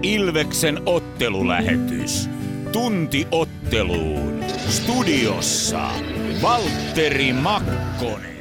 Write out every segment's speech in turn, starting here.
Ilveksen ottelulähetys. Tunti otteluun. Studiossa Valtteri Makkonen.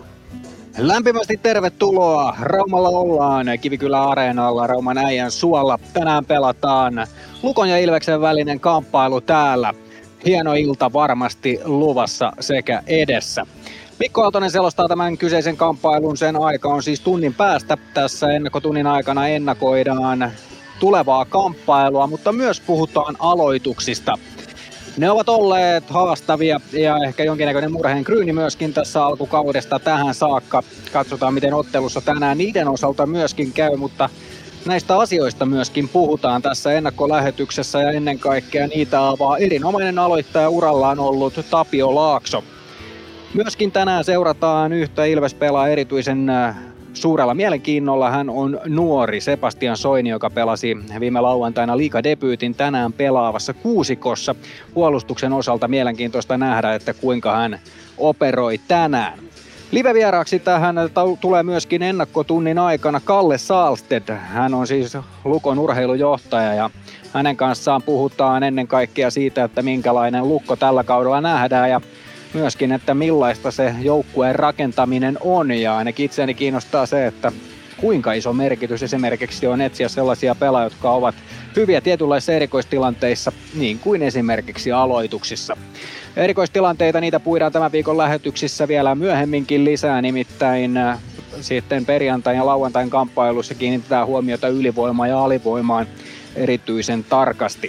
Lämpimästi tervetuloa. Raumalla ollaan Kivikylä-areenalla Rauman äijän suolla. Tänään pelataan Lukon ja Ilveksen välinen kamppailu täällä. Hieno ilta varmasti luvassa sekä edessä. Mikko Aaltonen selostaa tämän kyseisen kamppailun. Sen aika on siis tunnin päästä. Tässä ennakkotunnin aikana ennakoidaan tulevaa kamppailua, mutta myös puhutaan aloituksista. Ne ovat olleet haastavia ja ehkä jonkinnäköinen murheen kryyni myöskin tässä alkukaudesta tähän saakka. Katsotaan miten ottelussa tänään niiden osalta myöskin käy, mutta näistä asioista myöskin puhutaan tässä ennakkolähetyksessä ja ennen kaikkea niitä avaa erinomainen aloittaja urallaan ollut Tapio Laakso. Myöskin tänään seurataan yhtä Ilves-pelaa erityisen suurella mielenkiinnolla. Hän on nuori Sebastian Soini, joka pelasi viime lauantaina liigadebyytin tänään pelaavassa kuusikossa. Puolustuksen osalta mielenkiintoista nähdä, että kuinka hän operoi tänään. Live-vieraaksi tähän tulee myöskin ennakkotunnin aikana Kalle Saalsted. Hän on siis Lukon urheilujohtaja ja hänen kanssaan puhutaan ennen kaikkea siitä, että minkälainen Lukko tällä kaudella nähdään ja myöskin, että millaista se joukkueen rakentaminen on ja ainakin itseäni kiinnostaa se, että kuinka iso merkitys esimerkiksi on etsiä sellaisia pelaajia, jotka ovat hyviä tietynlaisissa erikoistilanteissa, niin kuin esimerkiksi aloituksissa. Erikoistilanteita niitä puidaan tämän viikon lähetyksissä vielä myöhemminkin lisää, nimittäin sitten perjantain ja lauantain kamppailussa kiinnitetään huomiota ylivoimaan ja alivoimaan erityisen tarkasti.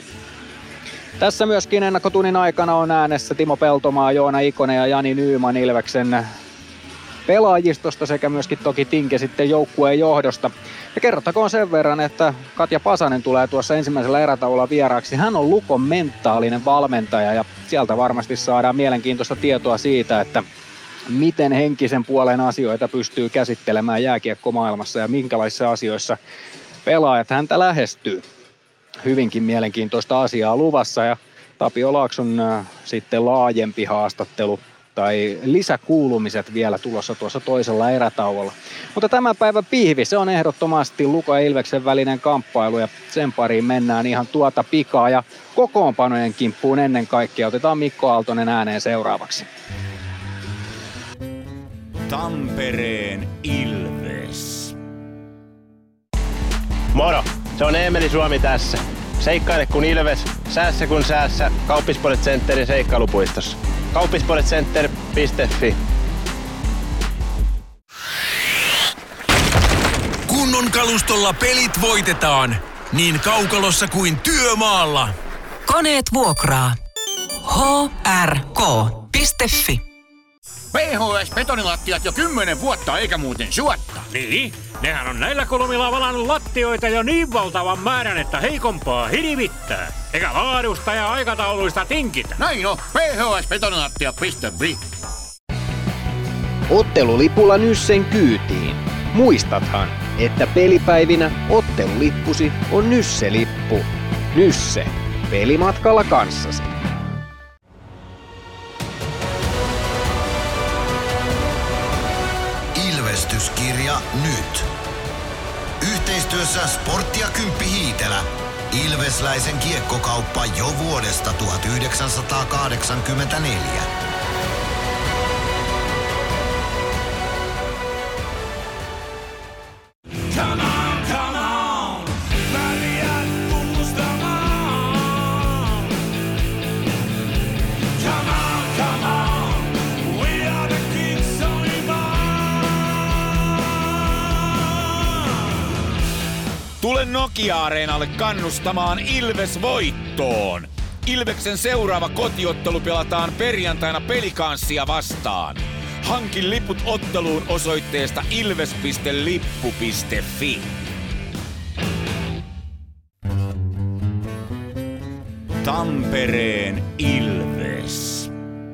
Tässä myöskin ennakkotunnin aikana on äänessä Timo Peltomaa, Joona Ikonen ja Jani Nyyman Ilveksen pelaajistosta sekä myöskin toki Tinke sitten joukkueen johdosta. Ja kerrottakoon sen verran, että Katja Pasanen tulee tuossa ensimmäisellä erätaululla vieraaksi. Hän on Lukon mentaalinen valmentaja ja sieltä varmasti saadaan mielenkiintoista tietoa siitä, että miten henkisen puolen asioita pystyy käsittelemään jääkiekkomaailmassa ja minkälaisissa asioissa pelaajat häntä lähestyy. Hyvinkin mielenkiintoista asiaa luvassa ja Tapio Laakson sitten laajempi haastattelu tai lisäkuulumiset vielä tulossa tuossa toisella erätauolla. Mutta tämän päivän pihvi, se on ehdottomasti Lukon ja Ilveksen välinen kamppailu ja sen pariin mennään ihan tuota pikaa ja kokoonpanojen kimppuun ennen kaikkea. Otetaan Mikko Aaltonen ääneen seuraavaksi. Tampereen Ilves. Moro! Se on Eemeli Suomi tässä. Seikkaile kun Ilves, säässä kun säässä. Kauppisports Centerin seikkailupuistossa. Kauppisportscenter.fi. Kunnon kalustolla pelit voitetaan. Niin kaukalossa kuin työmaalla. Koneet vuokraa. hrk.fi. PHS-betonilattiat jo 10 vuotta eikä muuten suotta. Niin, nehän on näillä kolmilla valannut lattioita jo niin valtavan määrän, että heikompaa hirvittää. Eikä laadusta ja aikatauluista tinkitä. Näin on, phsbetonilattia.fi. Ottelulipulla Nyssen kyytiin. Muistathan, että pelipäivinä ottelulippusi on Nysse-lippu. Nysse. Pelimatkalla kanssasi. Ilvestyskirja nyt. Yhteistyössä Sportti ja Kymppi Hiitelä. Ilvesläisen kiekkokauppa jo vuodesta 1984. Come on, come on, väliät tunnustamaan. Come on, we are the kings on Tule Nokia-areenalle kannustamaan Ilves voittoon. Ilveksen seuraava kotiottelu pelataan perjantaina Pelikanssia vastaan. Hankin liput otteluun osoitteesta ilves.lippu.fi. Tampereen Ilves.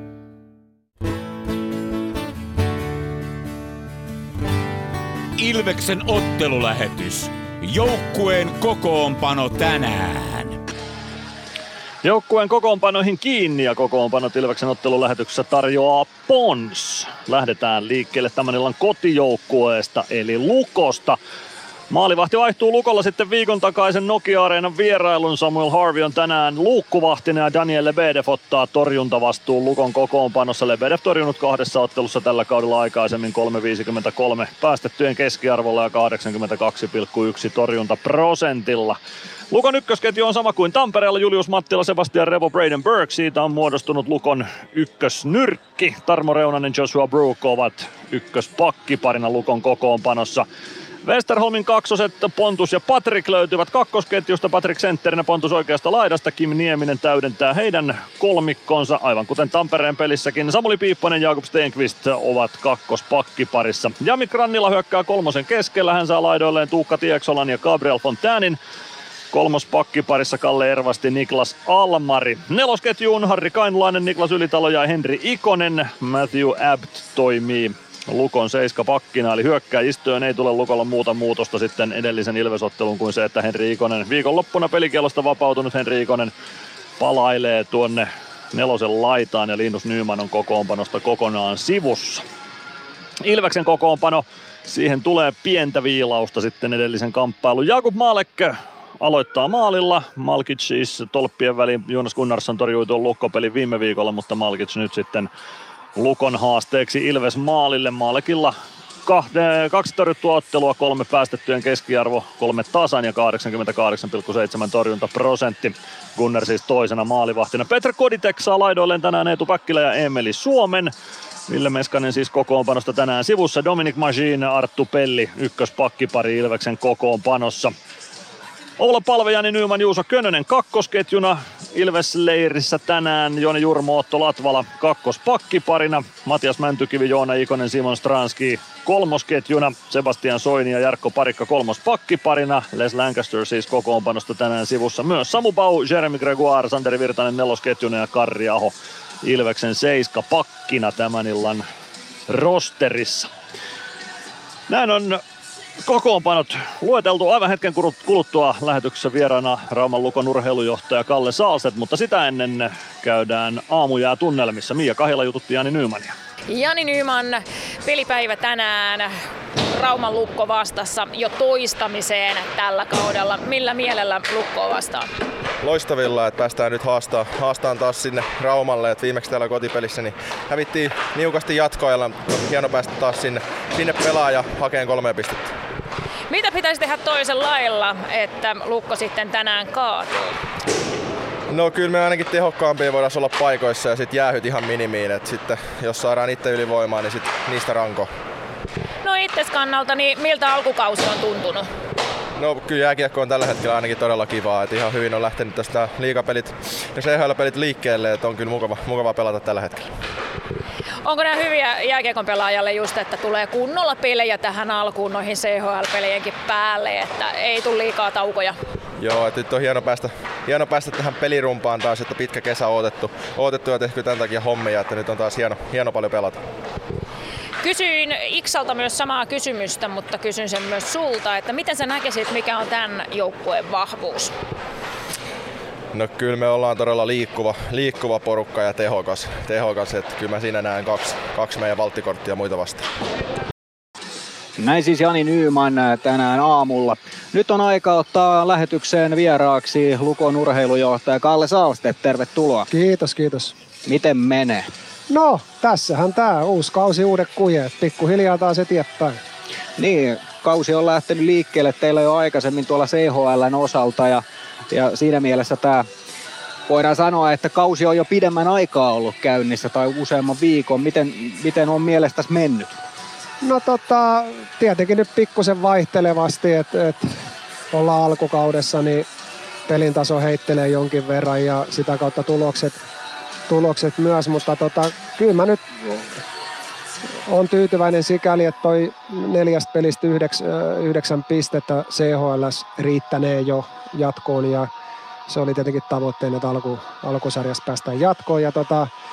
Ilveksen ottelulähetys. Joukkueen kokoonpano tänään. Joukkueen kokoonpanoihin kiinni ja kokoonpanot Ilveksen ottelulähetyksessä tarjoaa Pons. Lähdetään liikkeelle tämän illan kotijoukkueesta eli Lukosta. Maalivahti vaihtuu Lukolla sitten viikon takaisen Nokia-areenan vierailun. Samuel Harvey on tänään luukkuvahtina ja Daniel Lebedev ottaa torjuntavastuun Lukon kokoonpanossa. Lebedev torjunut 2 ottelussa tällä kaudella aikaisemmin 3,53 päästettyjen keskiarvolla ja 82,1 torjuntaprosentilla. Lukon ykkösketju on sama kuin Tampereella. Julius Mattila, Sebastian Revo, Braden Burke. Siitä on muodostunut Lukon ykkösnyrkki. Tarmo Reunanen, Joshua Brook ovat ykköspakkiparina Lukon kokoonpanossa. Westerholmin kaksoset Pontus ja Patrik löytyvät kakkosketjusta. Patrik sentterinä, Pontus oikeasta laidasta. Kim Nieminen täydentää heidän kolmikkonsa, aivan kuten Tampereen pelissäkin. Samuli Piipponen ja Jakob Stenqvist ovat kakkospakkiparissa. Jami Krannila hyökkää kolmosen keskellä. Hän saa laidoilleen Tuukka Tieksolan ja Gabriel Fontanin. Kolmospakkiparissa Kalle Ervasti, Niklas Almari. Nelosketjuun Harri Kainulainen, Niklas Ylitalo ja Henri Ikonen. Matthew Abt toimii Lukon 7-pakkina, eli hyökkääjistöön ei tule Lukolla muuta muutosta sitten edellisen Ilves-ottelun kuin se, että Henri Ikonen, viikonloppuna pelikielosta vapautunut Henri Ikonen palailee tuonne nelosen laitaan ja Linus Nyman on kokoonpanosta kokonaan sivussa. Ilveksen kokoonpano, siihen tulee pientä viilausta sitten edellisen kamppailun. Jakub Malek aloittaa maalilla. Malkic siis tolppien väliin. Jonas Gunnarsson torjui tuon Lukko-pelin viime viikolla, mutta Malkic nyt sitten Lukon haasteeksi Ilves maalille. Maalekilla 2 torjuttua ottelua, 3 päästettyjen keskiarvo, 3 tasan ja 88,7 torjuntaprosentti. Gunnar siis toisena maalivahtina. Petr Koditek saa laidoilleen tänään Eetu Päkkilä ja Emeli Suomen. Ville Meskanen siis kokoonpanosta tänään sivussa. Dominic Magin, Arttu Pelli, ykköspakkipari Ilveksen kokoonpanossa. Oula Palve, Jani Nyman, Juuso Könönen kakkosketjuna. Ilves-leirissä tänään Joni Jurmo, Otto Latvala kakkospakkiparina. Matias Mäntykivi, Joona Ikonen, Simon Stranski kolmosketjuna. Sebastian Soini ja Jarkko Parikka kolmospakkiparina. Les Lancaster siis kokoonpanosta tänään sivussa myös. Samu Bau, Jeremy Gregoire, Santeri Virtanen nelosketjuna ja Karri Aho Ilveksen 7-pakkina tämän illan rosterissa. Näin on kokoonpanot lueteltu aivan hetken kuluttua lähetyksessä vieraana Rauman Lukon urheilujohtaja Kalle Saalstedt, mutta sitä ennen käydään aamujää tunnelmissa. Mia Kahila jututti Jani Nymania. Jani Nyman, pelipäivä tänään. Rauman Lukko vastassa jo toistamiseen tällä kaudella. Millä mielellä Lukkoa vastaan? Loistavilla, että päästään nyt haastaan taas sinne Raumalle. Et viimeksi täällä kotipelissä niin hävittiin niukasti jatkoajalla. Hieno päästä taas sinne pelaa ja hakeen 3 pistettä. Mitä pitäisi tehdä toisen lailla, että Lukko sitten tänään kaatuu? No kyllä me ainakin tehokkaampia voidaan olla paikoissa ja sitten jäähyt ihan minimiin. Et sitten jos saadaan itse ylivoimaa, niin sit niistä ranko. No itses kannalta, niin miltä alkukausi on tuntunut? No kyllä jääkiekko on tällä hetkellä ainakin todella kivaa. Et ihan hyvin on lähtenyt tästä liigapelit ja CHL-pelit liikkeelle, että on kyllä mukava pelata tällä hetkellä. Onko nämä hyviä jääkiekon pelaajalle just, että tulee kunnolla pelejä tähän alkuun noihin CHL-pelienkin päälle, että ei tule liikaa taukoja? Joo, että nyt on hieno päästä tähän pelirumpaan taas, että pitkä kesä odotettu ja tehty tämän takia hommia, että nyt on taas hieno paljon pelata. Kysyin Iksalta myös samaa kysymystä, mutta kysyn sen myös sulta, että miten sä näkisit, mikä on tämän joukkueen vahvuus? No kyllä me ollaan todella liikkuva porukka ja tehokas, että kyllä mä siinä näen kaksi meidän valttikorttia muita vastaan. Näin siis Jani Nyman tänään aamulla. Nyt on aika ottaa lähetykseen vieraaksi Lukon urheilujohtaja Kalle Saalstedt. Tervetuloa. Kiitos. Miten menee? No, tässähän tää uusi kausi, uudet kujet. Pikkuhiljaa taas eteenpäin. Niin, kausi on lähtenyt liikkeelle teillä jo aikaisemmin tuolla CHL:n osalta ja siinä mielessä tämä voidaan sanoa, että kausi on jo pidemmän aikaa ollut käynnissä tai useamman viikon. Miten on mielestäsi mennyt? No tietenkin nyt pikkusen vaihtelevasti, että ollaan alkukaudessa, niin pelin taso heittelee jonkin verran ja sitä kautta tulokset myös, mutta kyllä mä nyt on tyytyväinen sikäli, että toi 4 pelistä 9 pistettä CHL:ssä riittänee jo jatkoon ja se oli tietenkin tavoitteena, että alkusarjassa päästään jatkoon ja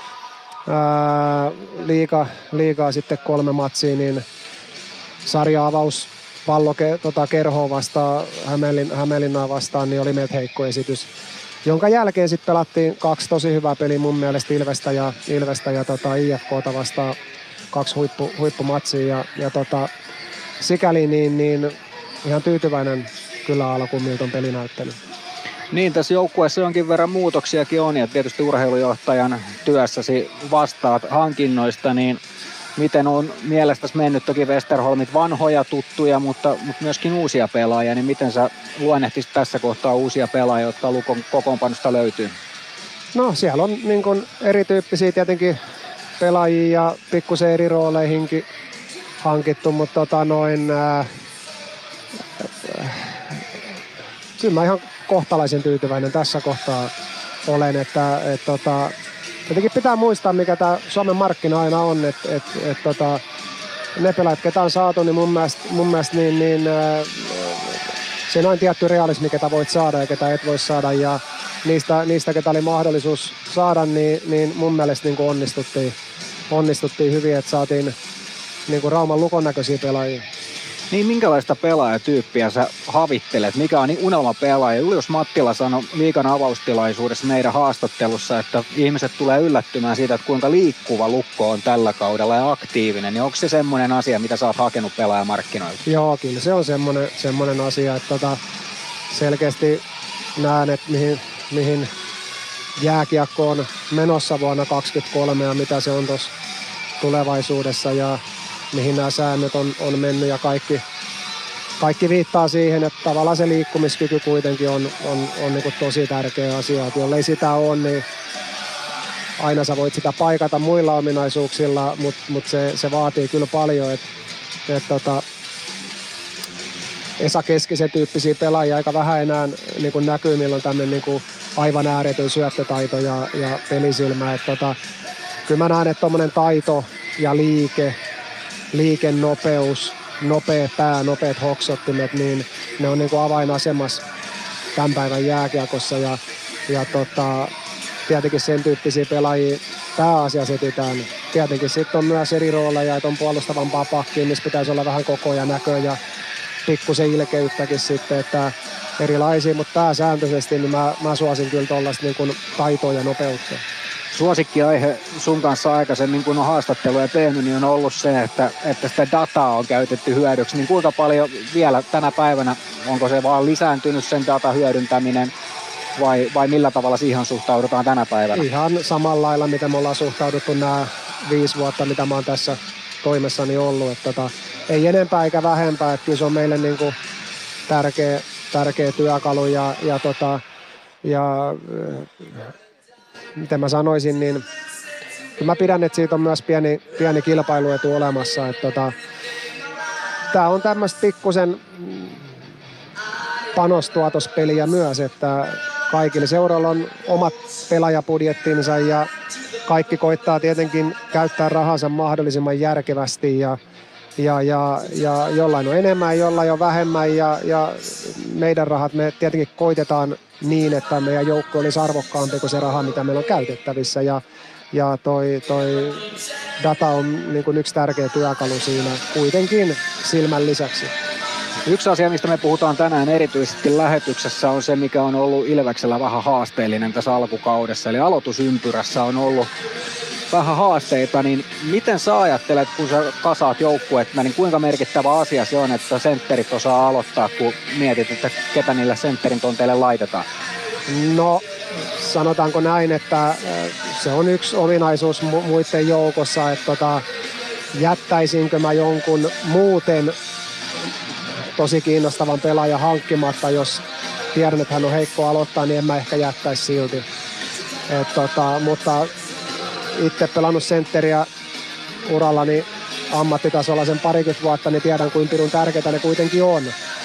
liigaa sitten 3 matsia, niin sarja-avaus Kerhoa vastaan, Hämeenlinnaa vastaan, niin oli meiltä heikko esitys. Jonka jälkeen sitten pelattiin 2 tosi hyvää peliä mun mielestä Ilvestä ja IFK:ta vastaan 2 huippumatsia ja sikäli niin ihan tyytyväinen kyllä alkuun Milton pelinäyttely. Niin, tässä joukkueessa jonkin verran muutoksiakin on, ja tietysti urheilujohtajan työssäsi vastaat hankinnoista, niin miten on mielestäsi mennyt? Toki Westerholmit vanhoja tuttuja, mutta myöskin uusia pelaajia, niin miten sä luonnehtisit tässä kohtaa uusia pelaajia, jotka Lukon kokoonpanosta löytyy? No siellä on niin kuin erityyppisiä tietenkin pelaajia ja pikkusen eri rooleihinkin hankittu, mutta kyllä mä ihan kohtalaisen tyytyväinen tässä kohtaa olen, että jotenkin pitää muistaa, mikä tämä Suomen markkina aina on, että ne pelaajat, ketä on saatu, niin mun mielestä siinä on tietty realismi, ketä voit saada ja ketä et voi saada, ja niistä ketä oli mahdollisuus saada, niin mun mielestä niin onnistuttiin hyvin, että saatiin niin kuin Rauman Lukon näköisiä pelaajia. Niin, minkälaista pelaajatyyppiä sä havittelet? Mikä on unelmapelaaja? Julius Mattila sanoi liigan avaustilaisuudessa meidän haastattelussa, että ihmiset tulee yllättymään siitä, että kuinka liikkuva Lukko on tällä kaudella ja aktiivinen. Niin onko se semmoinen asia, mitä sä oot hakenut pelaajamarkkinoilta? Joo, kyllä se on semmoinen asia, että selkeästi näen, että mihin jääkiekko on menossa vuonna 2023 ja mitä se on tuossa tulevaisuudessa ja mihin nämä säännöt on mennyt ja kaikki viittaa siihen, että tavallaan se liikkumiskyky kuitenkin on niin kuin tosi tärkeä asia. Että jollei sitä ole, niin aina sä voit sitä paikata muilla ominaisuuksilla, mutta se vaatii kyllä paljon. Esa Keskisen tyyppisiä pelaajia aika vähän enää niin kuin näkyy, milloin tämmöinen niin kuin aivan ääretön syöttötaito ja pelisilmä. Kyllä mä näen, että tommonen taito ja liikennopeus, nopea pää, nopeat hoksottimet, niin ne on niin kuin avainasemassa tämän päivän jääkiekossa ja tietenkin sen tyyppisiä pelaajia pääasiassa etsitään. Tietenkin sitten on myös eri rooleja, että on puolustavampaa pakkia, missä pitäisi olla vähän koko ja näkö ja pikkusen ilkeyttäkin sitten, että erilaisia, mutta pääsääntöisesti niin mä suosin kyllä tuollaista niin kuin taitoa ja nopeutta. Suosikkiaihe sun kanssa aikaisemmin, kun on haastatteluja tehnyt, niin on ollut se, että sitä dataa on käytetty hyödyksi. Niin kuinka paljon vielä tänä päivänä, onko se vaan lisääntynyt sen datan hyödyntäminen vai millä tavalla siihen suhtaudutaan tänä päivänä? Ihan samalla lailla, mitä me ollaan suhtauduttu nämä 5 vuotta, mitä mä oon tässä toimessani ollut. Että ei enempää eikä vähempää, että kyllä se on meille niin kuin tärkeä työkalu ja miten mä sanoisin, niin mä pidän, että siitä on myös pieni kilpailuetu olemassa. Tää on tämmöistä pikkusen panostuotospeliä myös, että kaikille seuroilla on omat pelaajapudjettinsa ja kaikki koittaa tietenkin käyttää rahansa mahdollisimman järkevästi ja jollain on enemmän, jollain on vähemmän ja meidän rahat me tietenkin koitetaan niin, että meidän joukko olisi arvokkaampi kuin se raha, mitä meillä on käytettävissä ja toi data on niin kuin yksi tärkeä työkalu siinä kuitenkin silmän lisäksi. Yksi asia, mistä me puhutaan tänään erityisesti lähetyksessä, on se, mikä on ollut Ilveksellä vähän haasteellinen tässä alkukaudessa. Eli aloitusympyrässä on ollut vähän haasteita, niin miten sä ajattelet, kun sä kasaat joukkuetta, niin kuinka merkittävä asia se on, että sentterit osaa aloittaa, kun mietit, että ketä niille sentterin tonteille laitetaan? No, sanotaanko näin, että se on yksi ominaisuus muiden joukossa, että jättäisinkö mä jonkun muuten tosi kiinnostavan pelaajan hankkimatta, jos tiedän, että hän on heikko aloittaa, niin en mä ehkä jättäisi silti. Mutta itse pelannut sentteriä urallani ammattitasolla sen 20 vuotta, niin tiedän, kuinka pirun tärkeitä ne kuitenkin on.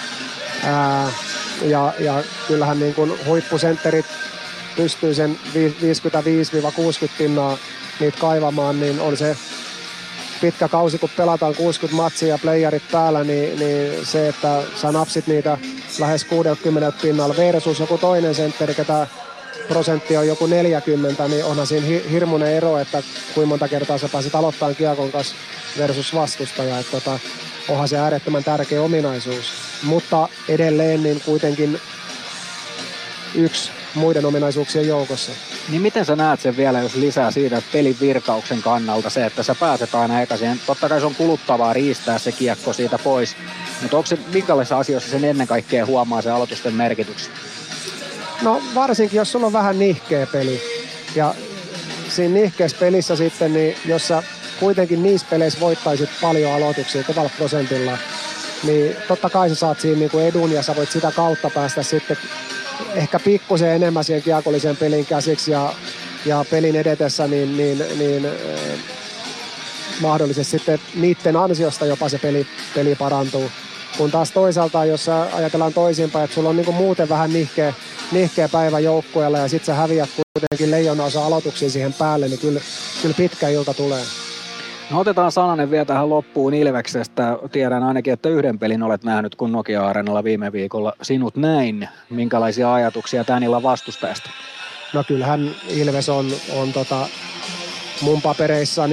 Ja kyllähän niin kuin huippusentterit pystyy sen 55-60 pinnaa niitä kaivamaan, niin on se pitkä kausi, kun pelataan 60 matsia ja playerit päällä, niin se, että sä napsit niitä lähes 60 pinnalla versus joku toinen sentteri, ketä prosentti on joku 40, niin onhan siinä hirmuinen ero, että kuinka monta kertaa sä pääsit aloittamaan kiekon kanssa versus vastustaja. Että onhan se äärettömän tärkeä ominaisuus. Mutta edelleen niin kuitenkin yksi muiden ominaisuuksien joukossa. Niin miten sä näet sen vielä, jos lisää siitä pelin virtauksen kannalta se, että sä pääset aina eka siihen. Totta kai se on kuluttavaa riistää se kiekko siitä pois Mutta onko se minkälaisissa asioissa sen ennen kaikkea huomaa se aloitusten merkityksen? No varsinkin, jos sulla on vähän nihkeä peli. Ja siinä nihkeässä pelissä sitten, niin jos sä kuitenkin niissä peleissä voittaisit paljon aloituksia kovalla prosentilla, niin totta kai sä saat siinä niinku edun ja sä voit sitä kautta päästä sitten ehkä pikkusen enemmän siihen kiekolliseen pelin käsiksi ja pelin edetessä niin mahdollisesti sitten niiden ansiosta jopa se peli parantuu. Kun taas toisaalta, jos ajatellaan toisinpäin, että sulla on niinku muuten vähän nihkeä päivä joukkueella ja sit sä häviät kuitenkin leijonaosa aloituksia siihen päälle, niin kyllä pitkä ilta tulee. No otetaan sananen vielä tähän loppuun Ilveksestä. Tiedän ainakin, että yhden pelin olet nähnyt, kun Nokia-areenalla viime viikolla sinut näin. Minkälaisia ajatuksia tämän illan vastustajasta? No kyllähän Ilves on mun papereissa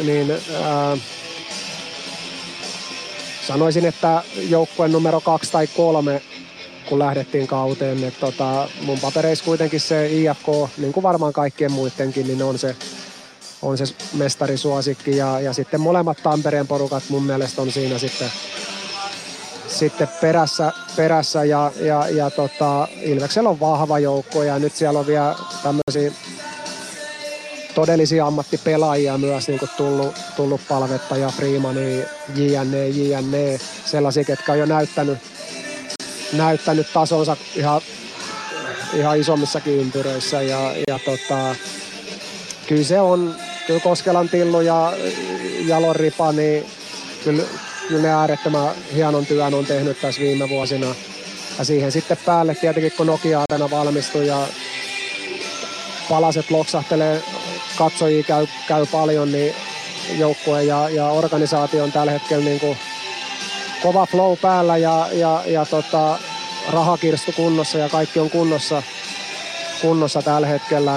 sanoisin, että joukkueen numero 2 tai 3, kun lähdettiin kauteen. Että mun papereissa kuitenkin se IFK, niin kuin varmaan kaikkien muidenkin, niin on se mestarisuosikki. Ja sitten molemmat Tampereen porukat mun mielestä on siinä sitten perässä ja Ilveksellä on vahva joukko ja nyt siellä on vielä tämmöisiä todellisia ammattipelaajia myös niin kuin tullut Palvettaja, Freemani, JNE, sellaisia, ketkä on jo näyttänyt tasonsa ihan isommissakin ympyröissä ja kyllä se on, kyllä Koskelan Tillu ja Jalon Ripa, niin kyllä ne äärettömän hienon työn on tehnyt tässä viime vuosina. Ja siihen sitten päälle tietenkin, kun Nokia-areena valmistui ja palaset loksahtelee, katsojia käy paljon, niin joukkue ja organisaatio on tällä hetkellä niin kuin kova flow päällä ja rahakirstu kunnossa ja kaikki on kunnossa tällä hetkellä.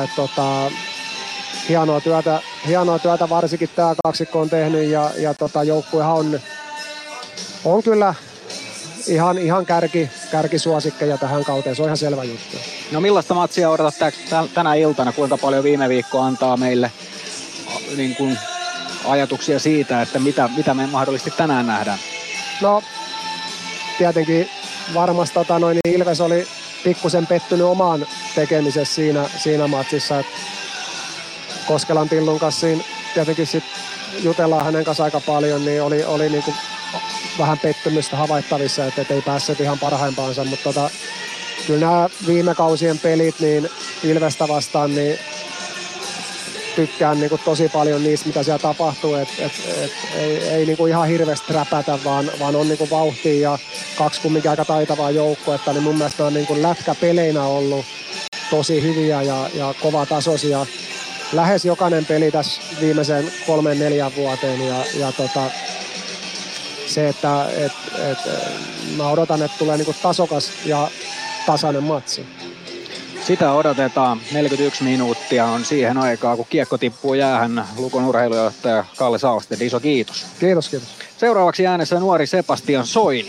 Hienoa työtä varsinkin tämä kaksikko on tehnyt ja joukkuehan on kyllä ihan kärkisuosikkeja tähän kauteen, se on ihan selvä juttu. No millaista matsia odotat tänä iltana, kuinka paljon viime viikko antaa meille niin kuin ajatuksia siitä, että mitä me mahdollisesti tänään nähdään? No tietenkin varmasti Ilves oli pikkusen pettynyt omaan tekemisessä siinä matsissa, että Koskelan Tillun kanssa siinä tietenkin sit jutellaan hänen kanssa aika paljon, niin oli niinku vähän pettymystä havaittavissa, että ei päässyt ihan parhaimpaansa, mutta kyllä nämä viime kausien pelit niin Ilvestä vastaan, niin tykkään niinku tosi paljon niistä, mitä siellä tapahtuu, ei niinku ihan hirveästi räpätä, vaan on niinku vauhtia ja 2 kumminkin aika taitavaa joukkuetta, niin mun mielestä on niinku lätkäpeleinä ollut tosi hyviä ja kovatasoisia. Lähes jokainen peli tässä viimeiseen 3-4 vuoteen ja se, että mä odotan, että tulee niinku tasokas ja tasainen matsi. Sitä odotetaan. 41 minuuttia on siihen aikaa, kun kiekko tippuu jäähän. Lukon urheilujohtaja Kalle Saarstedt, iso kiitos. Kiitos. Seuraavaksi äänessä nuori Sebastian Soini.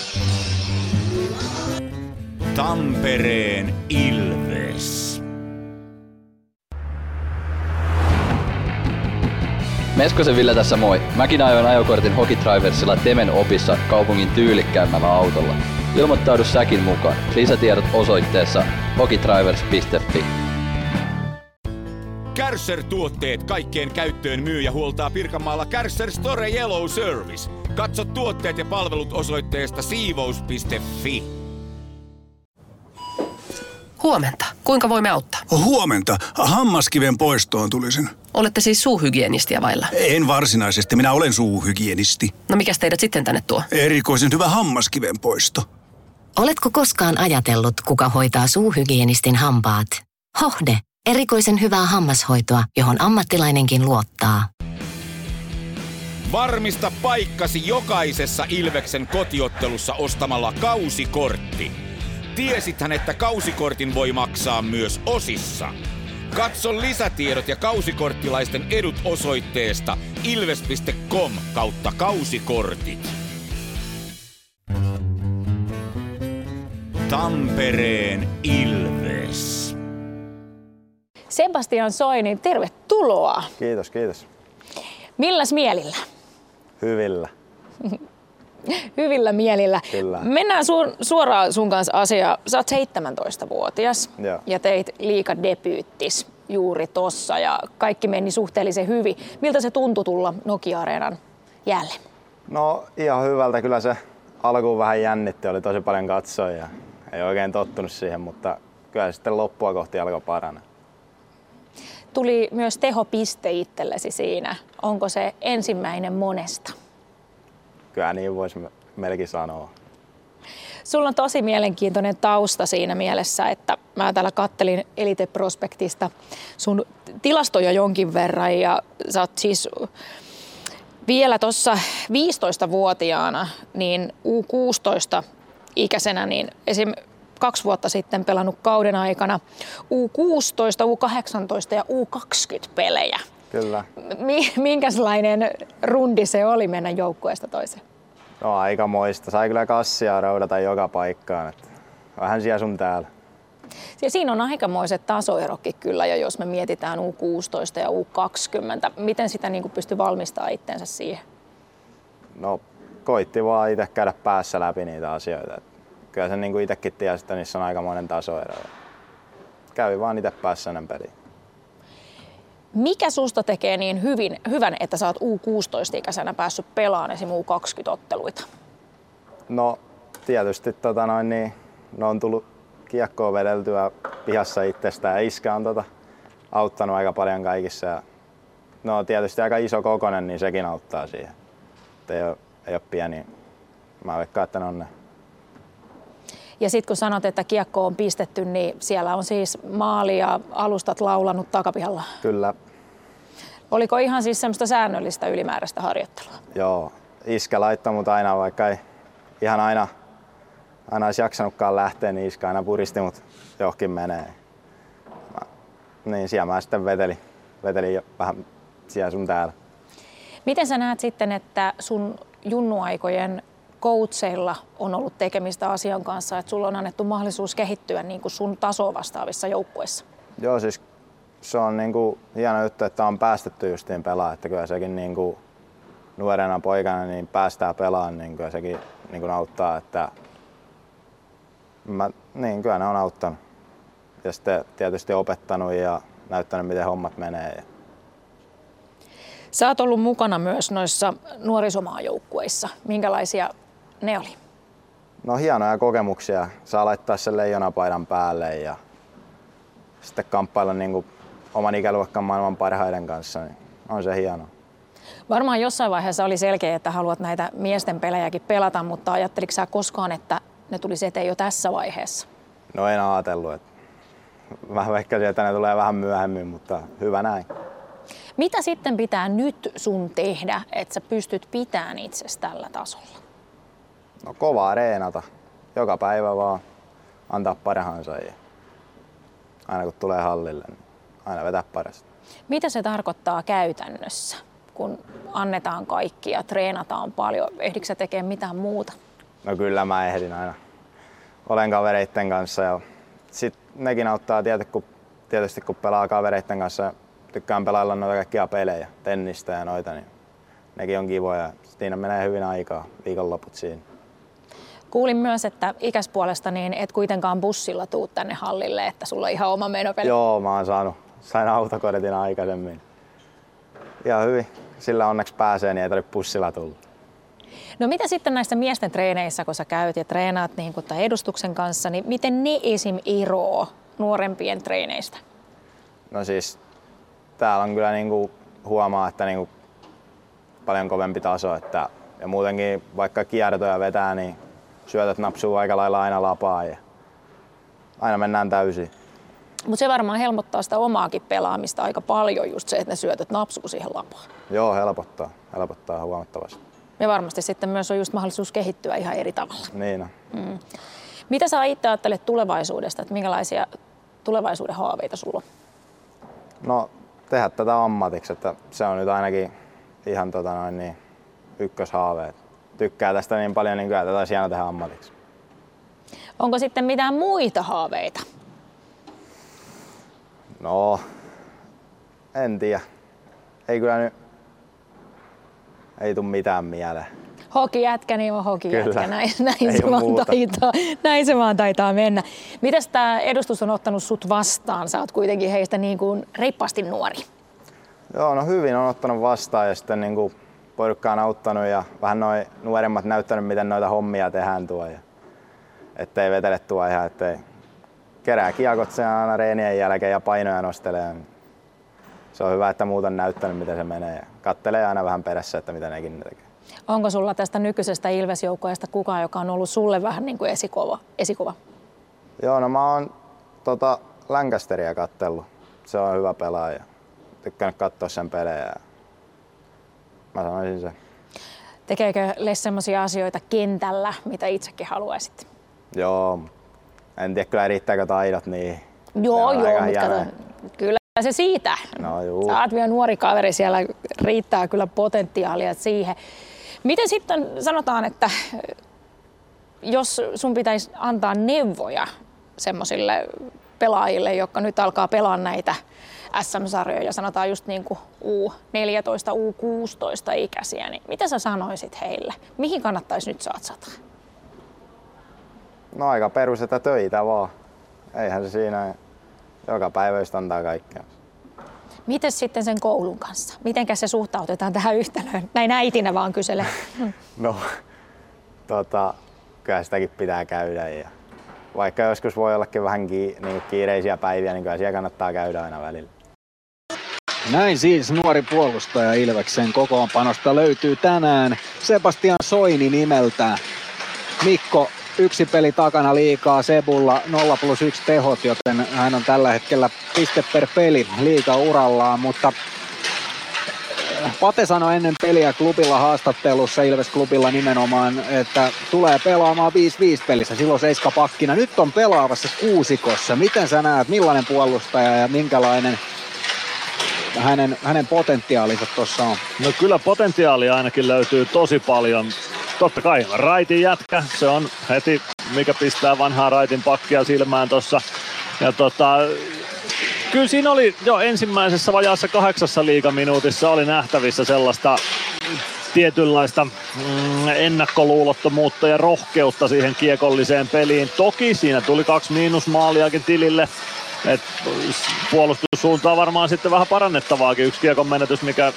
Tampereen Ilves. Meskosen Ville tässä moi. Mäkin ajoin ajokortin Hokitriversilla Temen opissa kaupungin tyylikkäämmällä autolla. Ilmoittaudu säkin mukaan. Lisätiedot osoitteessa hokitrivers.fi. Kärcher-tuotteet kaikkeen käyttöön myy ja huoltaa Pirkanmaalla Kärcher Store Yellow Service. Katso tuotteet ja palvelut osoitteesta siivous.fi. Huomenta. Kuinka voimme auttaa? Huomenta. Hammaskiven poistoon tulisin. Olette siis suuhygienistiä vailla? En varsinaisesti. Minä olen suuhygienisti. No mikäs teidät sitten tänne tuo? Erikoisen hyvä hammaskiven poisto. Oletko koskaan ajatellut, kuka hoitaa suuhygienistin hampaat? Hohde. Erikoisen hyvää hammashoitoa, johon ammattilainenkin luottaa. Varmista paikkasi jokaisessa Ilveksen kotiottelussa ostamalla kausikortti. Tiesithän, että kausikortin voi maksaa myös osissa. Katso lisätiedot ja kausikorttilaisten edut osoitteesta ilves.com/kausikortit. Tampereen Ilves. Sebastian Soini, tervetuloa. Kiitos. Milläs mielillä? Hyvillä. Hyvillä mielillä. Kyllä. Mennään suoraan sun kanssa asiaan. Sä oot 17-vuotias Joo. ja teit liigadebyyttis juuri tossa ja kaikki meni suhteellisen hyvin. Miltä se tuntui tulla Nokia-areenan jälleen? No ihan hyvältä. Kyllä se alkuun vähän jännitti. Oli tosi paljon katsojia. Ei oikein tottunut siihen, mutta kyllä sitten loppua kohti alkoi paranee. Tuli myös tehopiste itsellesi siinä. Onko se ensimmäinen monesta? Kyllä niin voisi melkein sanoa. Sulla on tosi mielenkiintoinen tausta siinä mielessä, että mä täällä kattelin Elite Prospectista sun tilastoja jonkin verran ja sä oot siis vielä tuossa 15-vuotiaana niin U16-ikäisenä niin esim. 2 vuotta sitten pelannut kauden aikana U16, U18 ja U20 pelejä. Kyllä. Minkälainen rundi se oli mennä joukkueesta toiseen? No aikamoista. Sai kyllä kassia roudata joka paikkaan. Että vähän siellä sun täällä. Ja siinä on aikamoiset tasoerokki kyllä, ja jos me mietitään U16 ja U20, miten sitä niin pystyy valmistamaan itsensä siihen? No koitti vaan itse käydä päässä läpi niitä asioita. Kyllä sen niin itsekin tiesi, että niissä on aikamoinen tasoero. Kävi vaan itse päässä ennen peliä. Mikä susta tekee niin hyvän, että sä oot U16-ikäisenä päässyt pelaamaan esim. U20-otteluita? No tietysti ne on tullut kiekkoa vedeltyä pihassa itsestään ja iskä on auttanut aika paljon kaikissa. Ja, no tietysti aika iso kokonen, niin sekin auttaa siihen. Ei ole pieni. Mä veikkaan, että ne on ne. Ja sitten kun sanot, että kiekko on pistetty, niin siellä on siis maali ja alustat laulanut takapihalla. Kyllä. Oliko ihan siis semmoista säännöllistä ylimääräistä harjoittelua? Joo. Iskä laittoi mut aina, vaikka ei ihan aina olisi jaksanutkaan lähteä, niin iskä aina puristi mut johonkin menee. Niin siellä mä sitten vetelin vähän siellä sun täällä. Miten sä näet sitten, että sun junnuaikojen coacheilla on ollut tekemistä asian kanssa, että sulla on annettu mahdollisuus kehittyä niin kuin sun tasoa vastaavissa joukkueissa? Joo, siis se on niin kuin hieno juttu, että on päästetty justiin pelaa, että kyllä sekin niin kuin nuorena poikana niin päästään pelaamaan, niin kyllä sekin niin kuin auttaa, että niin kyllä ne on auttanut. Ja sitten tietysti opettanut ja näyttänyt, miten hommat menee. Sä oot ollut mukana myös noissa nuorisomaajoukkueissa. Minkälaisia ne oli? No hienoja kokemuksia. Saa laittaa sen leijonapaidan päälle ja sitten kamppailla niin kuin oman ikäluokkaan maailman parhaiden kanssa. Niin on se hienoa. Varmaan jossain vaiheessa oli selkeä, että haluat näitä miesten pelejäkin pelata, mutta ajatteliko sä koskaan, että ne tulisi eteen jo tässä vaiheessa? No en ajatellut. Mä veikkasin, että ne tulee vähän myöhemmin, mutta hyvä näin. Mitä sitten pitää nyt sun tehdä, että sä pystyt pitämään itsesi tällä tasolla? No kovaa reenata. Joka päivä vaan antaa parhaansa ja aina kun tulee hallille, niin aina vetää parasta. Mitä se tarkoittaa käytännössä, kun annetaan kaikki ja treenataan paljon? Ehdikö sä tekemään mitään muuta? No kyllä mä ehdin aina. Olen kavereitten kanssa ja sit nekin auttaa tietysti kun pelaa kavereitten kanssa. Tykkään pelailla noita kaikkia pelejä, tennistä ja noita, niin nekin on kivoja. Siinä menee hyvin aikaa, viikonloput siinä. Kuulin myös, että ikäispuolesta niin et kuitenkaan bussilla tuu tänne hallille, että sulla on ihan oma menopeli. Joo, mä oon sain autokortin aikaisemmin. Ihan hyvin. Sillä onneksi pääsee, niin ei tarvitse bussilla tulla. No mitä sitten näissä miesten treeneissä, kun sä käyt ja treenaat niin kuin tämän edustuksen kanssa, niin miten ne esim. Iroo nuorempien treeneistä? No siis täällä on kyllä niinku huomaa, että niinku paljon kovempi taso, että ja muutenkin vaikka kiertoja vetää, niin syötöt napsuu aika lailla aina lapaan ja aina mennään täysin. Mutta se varmaan helpottaa sitä omaakin pelaamista aika paljon just se, että ne syötöt napsuu siihen lapaan. Joo, helpottaa huomattavasti. Ja varmasti sitten myös on just mahdollisuus kehittyä ihan eri tavalla. Niin on. Mitä sä itse ajattelet tulevaisuudesta, että minkälaisia tulevaisuuden haaveita sulla on? No tehdä tätä ammatiksi, että se on nyt ainakin ihan ykköshaave. Tykkää tästä niin paljon, niin kyllä tätä olisi hieno tehdä ammatiksi. Onko sitten mitään muita haaveita? No, en tiedä. Ei kyllä nyt, ei tule mitään mieleen. Hokijätkä, niin on hokijätkä. Kyllä. Näin se vaan taitaa mennä. Mitäs tämä edustus on ottanut sut vastaan? Sä oot kuitenkin heistä niin kuin reippaasti nuori. Joo, no hyvin on ottanut vastaan ja sitten niin kuin porukka on auttanut ja vähän noin nuoremmat näyttänyt, miten noita hommia tehdään tuolla. Ettei vetele tuo ihan, ettei kerää kiekot sen aina reenien jälkeen ja painoja nostelee. Se on hyvä, että muut on näyttänyt, miten se menee ja kattelee aina vähän perässä, että mitä nekin tekee. Onko sulla tästä nykyisestä Ilves-joukkueesta kukaan, joka on ollut sulle vähän niin kuin esikuva? Joo, no mä oon Lancasteria kattellut. Se on hyvä pelaaja. Tykkään katsoa sen pelejä. Mä sanoisin se. Tekeekö Les semmoisia asioita kentällä, mitä itsekin haluaisit? Joo. En tiedä kyllä riittääkö taidot niin. Joo, mutta kyllä se siitä. No juu. Sä oot vielä nuori kaveri, siellä riittää kyllä potentiaalia siihen. Miten sitten sanotaan, että jos sun pitäisi antaa neuvoja semmoisille pelaajille, jotka nyt alkaa pelaa näitä SM-sarjoja, sanotaan just niin kuin U14, U16 ikäisiä, niin mitä sä sanoisit heille? Mihin kannattaisi nyt satsata? No aika perus, että töitä vaan. Eihän se siinä joka päivä just antaa kaikkea. Miten sitten sen koulun kanssa? Mitenkä se suhtautetaan tähän yhtälöön? Näin äitinä vaan kysele. No, kyllä sitäkin pitää käydä. Ja vaikka joskus voi ollakin vähän kiireisiä päiviä, niin kyllä siellä kannattaa käydä aina välillä. Näin siis nuori puolustaja Ilveksen kokoonpanosta löytyy tänään Sebastian Soini nimeltä. Mikko, yksi peli takana liigaa Sebulla 0+1 tehot, joten hän on tällä hetkellä piste per peli liigaurallaan, mutta Pate sanoi ennen peliä klubilla haastattelussa, Ilves-klubilla nimenomaan, että tulee pelaamaan 5-5 pelissä, silloin 7 pakkina. Nyt on pelaavassa kuusikossa. Miten sä näet, millainen puolustaja ja minkälainen hänen potentiaalinsa tuossa on? No kyllä potentiaalia ainakin löytyy tosi paljon. Totta kai raitin jätkä, se on heti mikä pistää vanhaa raitin pakkia silmään tuossa. Ja kyllä siinä oli jo ensimmäisessä vajaassa 8 liigaminuutissa oli nähtävissä sellaista tietynlaista ennakkoluulottomuutta ja rohkeutta siihen kiekolliseen peliin. Toki siinä tuli 2 miinusmaaliakin tilille. Et puolustussuuntaan varmaan sitten vähän parannettavaakin. Yksi kiekon menetys, mikä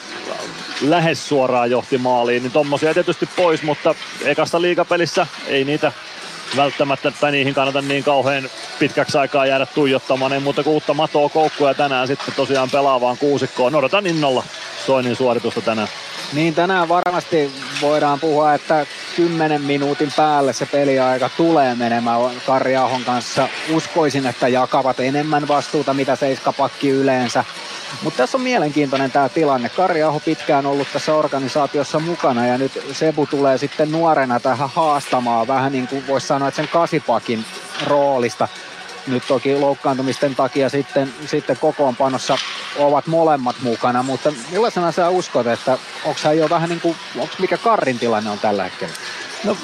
lähes suoraan johti maaliin, niin tommosia tietysti pois, mutta ekasta liigapelissä ei niitä välttämättä, tai niihin kannata niin kauhean pitkäksi aikaa jäädä tuijottamaan, ei muuta kuin uutta matoa koukkuja ja tänään sitten tosiaan pelaavaan kuusikkoon. Odotan innolla Soinin suoritusta tänään. Niin tänään varmasti voidaan puhua, että 10 minuutin päälle se peliaika tulee menemään Karri Ahon kanssa. Uskoisin, että jakavat enemmän vastuuta mitä 7 pakki yleensä. Mutta tässä on mielenkiintoinen tämä tilanne. Karri Aho pitkään ollut tässä organisaatiossa mukana ja nyt Sebu tulee sitten nuorena tähän haastamaan vähän niin kuin voisi sanoa, että sen 8 pakin roolista. Nyt toki loukkaantumisten takia sitten kokoonpanossa ovat molemmat mukana, mutta millaisena sä uskot, että onko hän jo vähän niin kuin, mikä Karrin tilanne on tällä hetkellä? No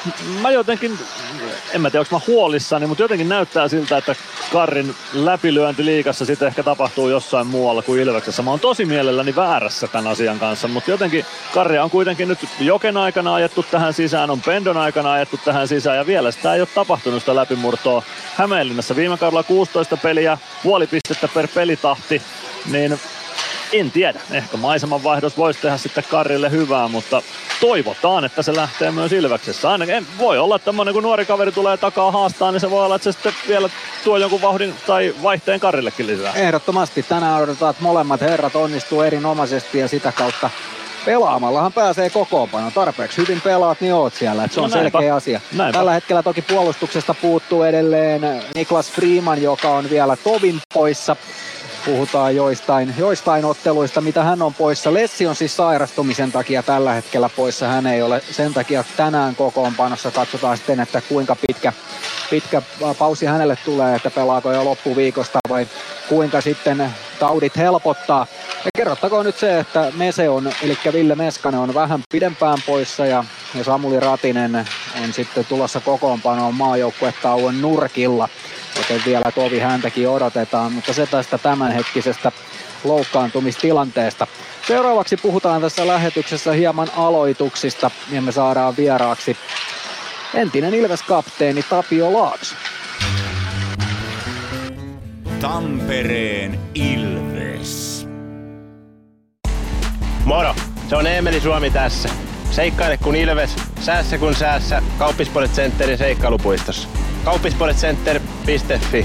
mä jotenkin, en mä tiedä onko mä huolissani, mutta jotenkin näyttää siltä, että Karrin läpilyönti liigassa sitten ehkä tapahtuu jossain muualla kuin Ilveksessä. Mä oon tosi mielelläni väärässä tämän asian kanssa, mutta jotenkin Karria on kuitenkin nyt Joken aikana ajettu tähän sisään, on Pendon aikana ajettu tähän sisään ja vielä sitä ei ole tapahtunut sitä läpimurtoa Hämeenlinnassa. Viime kaudella 16 peliä, puoli pistettä per pelitahti, niin en tiedä. Ehkä maisemanvaihdos voisi tehdä sitten Karrille hyvää, mutta toivotaan, että se lähtee myös Ilveksessä. Ainakin voi olla, että kun nuori kaveri tulee takaa haastaa, niin se voi olla, että se sitten vielä tuo jonkun vauhdin tai vaihteen Karrillekin lisää. Ehdottomasti. Tänään odotetaan, että molemmat herrat onnistuu erinomaisesti ja sitä kautta pelaamallahan pääsee kokoonpanoon. Tarpeeksi hyvin pelaat, niin oot siellä. Se on selkeä asia. Näinpä. Tällä hetkellä toki puolustuksesta puuttuu edelleen Niklas Freeman, joka on vielä tovin poissa. Puhutaan joistain otteluista, mitä hän on poissa. Lessi on siis sairastumisen takia tällä hetkellä poissa. Hän ei ole sen takia tänään kokoonpanossa. Katsotaan sitten, että kuinka pitkä pausi hänelle tulee, että pelaako jo loppuviikosta vai kuinka sitten taudit helpottaa. Ja kerrottakoon nyt se, että Mese on, eli Ville Meskanen on vähän pidempään poissa ja Samuli Ratinen on sitten tulossa kokoonpanoon maajoukkuetauon nurkilla. Joten vielä tovi häntäkin odotetaan, mutta se tästä tämänhetkisestä loukkaantumistilanteesta. Seuraavaksi puhutaan tässä lähetyksessä hieman aloituksista ja me saadaan vieraaksi entinen Ilves-kapteeni Tapio Laakso. Tampereen Ilves. Moro, se on Eemeli Suomi tässä. Seikkaile kun Ilves, säässä kun säässä. Kauppisports Centerin seikkailupuistossa. Kauppisportscenter.fi.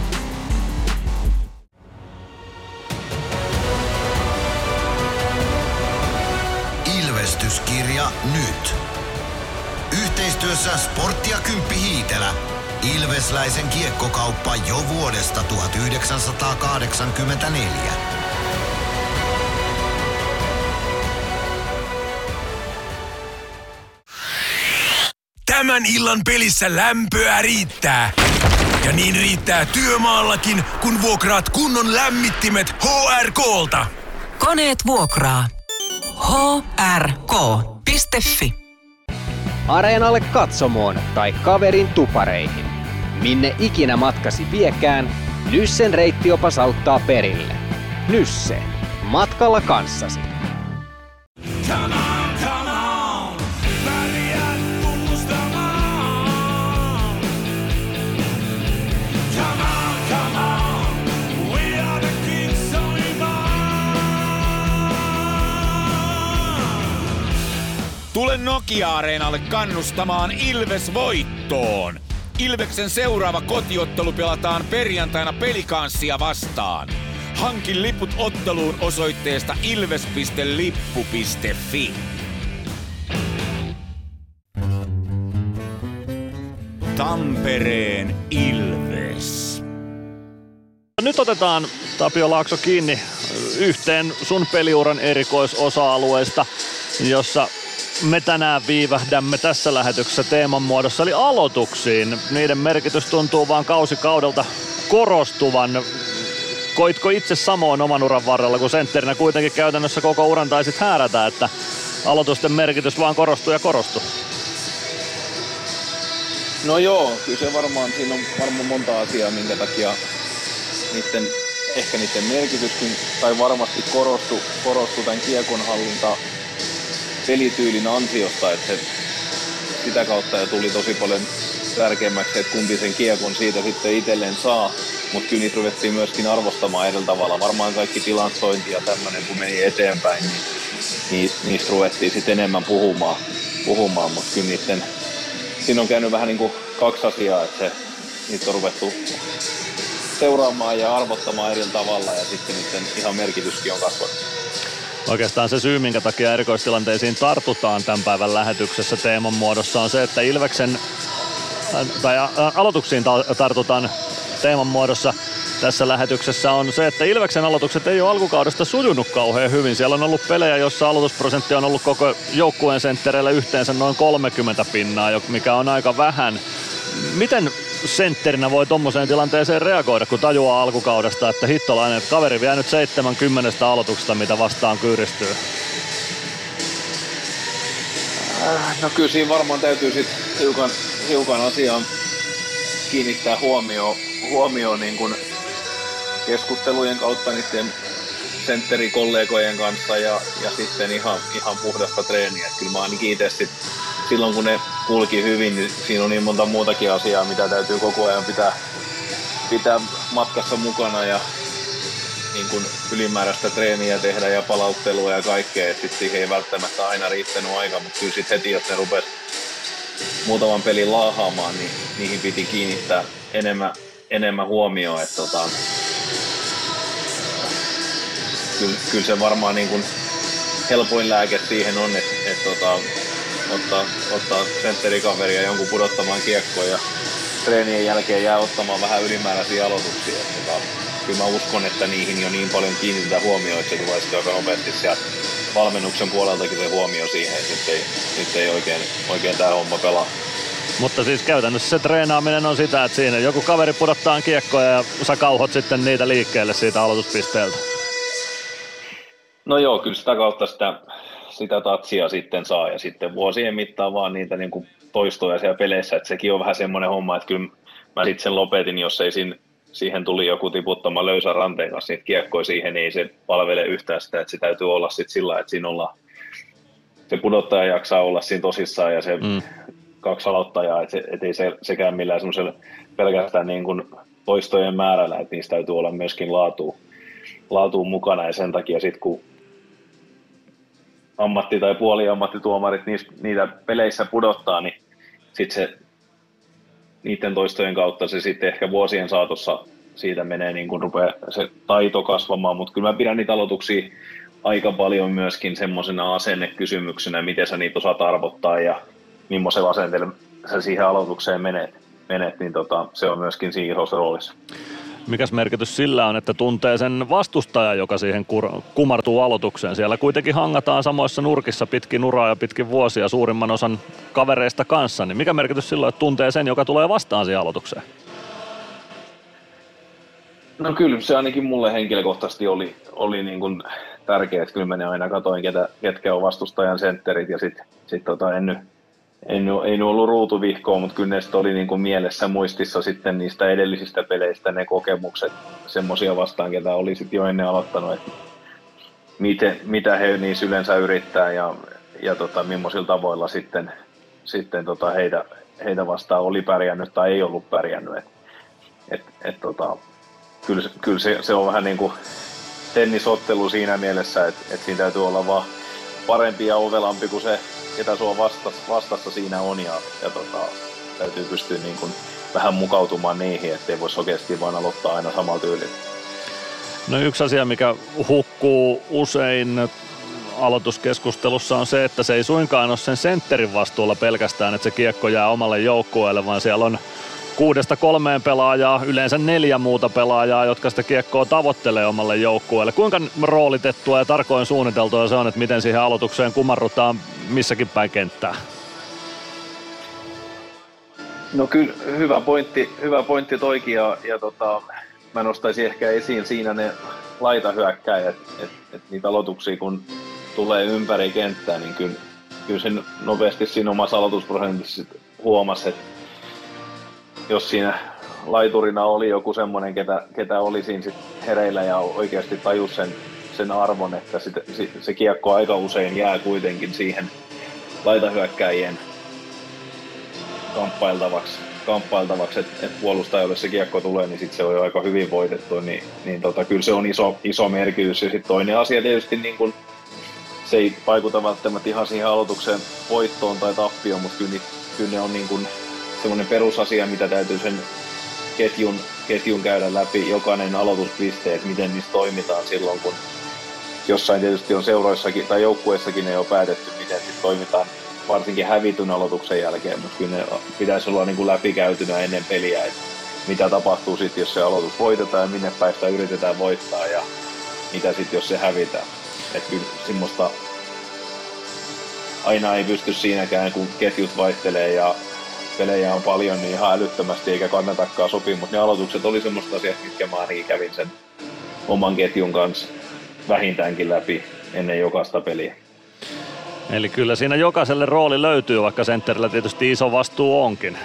Ilvestyskirja nyt. Yhteistyössä Sportti ja Kymppi Hiitelä. Ilvesläisen kiekkokauppa jo vuodesta 1984. Tämän illan pelissä lämpöä riittää. Ja niin riittää työmaallakin, kun vuokraat kunnon lämmittimet HRK:lta. Koneet vuokraa. hrk.fi. Areenalle katsomoon tai kaverin tupareihin. Minne ikinä matkasi viekään, Nyssen reittiopas auttaa perille. Nysse. Matkalla kanssasi. Come on, pärjät tunnustamaan. Come on, we are the kings of Tule Nokia-areenalle kannustamaan Ilves voittoon. Ilveksen seuraava kotiottelu pelataan perjantaina Pelikanssia vastaan. Hankin liput otteluun osoitteesta ilves.lippu.fi. Tampereen Ilves. Nyt otetaan Tapio Laakso kiinni yhteen sun peliuran erikoisosa-alueesta, jossa me tänään viivähdämme tässä lähetyksessä teeman muodossa, eli aloituksiin. Niiden merkitys tuntuu vaan kausikaudelta korostuvan. Koitko itse samoin oman uran varrella, kun sentterinä kuitenkin käytännössä koko uran taisit häärätä, että aloitusten merkitys vaan korostuu ja korostuu? No joo, kyllä se varmaan, siinä on varmaan monta asiaa, minkä takia niiden merkityskin, tai varmasti korostui tämän kiekonhallinta pelityylin ansiosta, että se sitä kautta jo tuli tosi paljon tärkeämmäksi, että kumpi sen kiekon siitä sitten itselleen saa, mutta kyllä niitä ruvettiin myöskin arvostamaan eri tavalla. Varmaan kaikki tilansointi ja tämmöinen, kun meni eteenpäin, niin niistä ruvettiin sitten enemmän puhumaan, mutta kyllä siinä on käynyt vähän niin kuin kaksi asiaa, että niitä on ruvettu seuraamaan ja arvottamaan eri tavalla ja sitten niiden ihan merkityskin on kasvanut. Oikeastaan se syy, minkä takia erikoistilanteisiin tartutaan tämän päivän lähetyksessä teeman muodossa on se, että Ilveksen, tai aloituksiin tartutaan teeman muodossa tässä lähetyksessä on se, että Ilveksen aloitukset ei ole alkukaudesta sujunut kauhean hyvin. Siellä on ollut pelejä, jossa aloitusprosentti on ollut koko joukkueen senttereillä yhteensä noin 30 pinnaa, mikä on aika vähän. Miten sentterinä voi tommoseen tilanteeseen reagoida, kun tajuaa alkukaudesta, että hittolainen, että kaveri vie nyt 70 aloituksesta, mitä vastaan kyyristyy? No kyllä siinä varmaan täytyy sitten hiukan asiaan kiinnittää huomioon niin kuin keskustelujen kautta niiden sentterikollegojen kanssa ja sitten ihan puhdasta treeniä. Kyllä mä ainakin itse silloin kun ne kulki hyvin, niin siinä on niin monta muutakin asiaa, mitä täytyy koko ajan pitää matkassa mukana ja niin kuin ylimääräistä treeniä tehdä ja palauttelua ja kaikkea. Sitten siihen ei välttämättä aina riittänyt aika, mutta kyllä sitten heti, jos ne rupesi muutaman pelin laahaamaan, niin niihin piti kiinnittää enemmän huomioon. Että kyllä se varmaan niin kuin helpoin lääke siihen on, että ottaa sentterikaveria jonkun pudottamaan kiekkoa ja treenien jälkeen jää ottamaan vähän ylimääräisiä aloituksia. Kyllä mä uskon, että niihin jo niin paljon kiinnitetään huomioon, että se tulee sitten aika nopeasti sieltä valmennuksen puoleltakin se huomio siihen, että nyt ei oikein tämä homma pelaa. Mutta siis käytännössä se treenaaminen on sitä, että siinä joku kaveri pudottaa kiekkoja ja sä kauhot sitten niitä liikkeelle siitä aloituspisteeltä. No joo, kyllä sitä kautta sitä tatsia sitten saa ja sitten vuosien mittaan vaan niitä niin kuin toistoja siellä peleissä, että sekin on vähän semmoinen homma, että kyllä mä sitten sen lopetin, jos ei siinä siihen tuli joku tiputtama löysä ranteen kanssa niitä kiekkoja siihen, niin ei se palvele yhtään sitä, että se täytyy olla sitten sillä, että siinä ollaan, se pudottaja jaksaa olla siinä tosissaan ja se 2 aloittajaa, että ei sekään millään semmoisella pelkästään niin kuin toistojen määrällä, että niistä täytyy olla myöskin laatuun mukana ja sen takia sitten kun ammatti- tai puoliammattituomarit niitä peleissä pudottaa, niin sitten se niiden toistojen kautta se sitten ehkä vuosien saatossa siitä menee niin kuin rupeaa se taito kasvamaan, mutta kyllä mä pidän niitä aloituksia aika paljon myöskin semmoisena asennekysymyksenä, miten sä niitä osaat arvottaa ja millaisella asenteella sä siihen aloitukseen menet niin se on myöskin siinä isossa roolissa. Mikäs merkitys sillä on, että tuntee sen vastustajan, joka siihen kumartuu aloitukseen? Siellä kuitenkin hangataan samoissa nurkissa pitkin uraa ja pitkin vuosia suurimman osan kavereista kanssa, niin mikä merkitys sillä on, että tuntee sen, joka tulee vastaan siihen aloitukseen? No kyllä se ainakin mulle henkilökohtaisesti oli niin kuin tärkeää, että kyllä mä aina katoin, ketkä on vastustajan sentterit ja sit ei ollut ruutuvihkoa, mutta kyllä ne oli niin kuin mielessä muistissa sitten niistä edellisistä peleistä ne kokemukset semmoisia vastaan, ketä oli sitten jo ennen aloittanut, että mitä he niissä yleensä yrittää ja millaisilla tavoilla sitten heitä vastaan oli pärjännyt tai ei ollut pärjännyt. Kyllä se on vähän niin kuin tennisottelu siinä mielessä, että siinä täytyy olla vaan parempi ja ovelampi kuin se, ketä sua vastassa siinä on ja täytyy pystyä niin kuin vähän mukautumaan niihin, ettei voisi oikeasti vaan aloittaa aina samalla tyylillä. No yksi asia, mikä hukkuu usein aloituskeskustelussa on se, että se ei suinkaan ole sen sentterin vastuulla pelkästään, että se kiekko jää omalle joukkueelle, vaan siellä on 6-3 pelaajaa, yleensä 4 muuta pelaajaa, jotka sitä kiekkoa tavoittelee omalle joukkueelle. Kuinka roolitettua ja tarkoin suunniteltua se on, että miten siihen aloitukseen kumarrutaan missäkin päin kenttää? No kyllä, hyvä pointti toikin ja mä nostaisin ehkä esiin siinä ne laitahyökkäjät, että niitä aloituksia kun tulee ympäri kenttää, niin kyllä sen nopeasti siinä omassa aloitusprosentissa huomasi, että jos siinä laiturina oli joku semmoinen, ketä oli siinä sit hereillä ja oikeasti tajus sen arvon, että se kiekko aika usein jää kuitenkin siihen laitahyökkäjien kamppailtavaksi, että puolustajalle se kiekko tulee, niin sitten se on jo aika hyvin voitettu, niin kyllä se on iso merkitys. Ja sitten toinen asia tietysti, niin kun, se ei vaikuta välttämättä ihan siihen aloitukseen voittoon tai tappioon, mutta kyllä ne on niin kun semmoinen perusasia, mitä täytyy sen ketjun käydä läpi, jokainen aloituspiste, että miten niissä toimitaan silloin, kun jossain tietysti on seuroissakin tai joukkueissakin ei ole päätetty, miten sitten toimitaan varsinkin hävityn aloituksen jälkeen, mutta kyllä ne pitäisi olla niin kuin läpikäytynä ennen peliä, että mitä tapahtuu sitten, jos se aloitus voitetaan ja minne päin sitä yritetään voittaa ja mitä sitten, jos se hävitään. Että kyllä semmoista aina ei pysty siinäkään, kun ketjut vaihtelee ja pelejä on paljon, niin ihan älyttömästi eikä kannatakaan sopia, mutta ne aloitukset oli semmoista asiat, mitkä mä ainakin kävin sen oman ketjun kanssa vähintäänkin läpi ennen jokaista peliä. Eli kyllä siinä jokaiselle rooli löytyy, vaikka sentterillä tietysti iso vastuu onkin.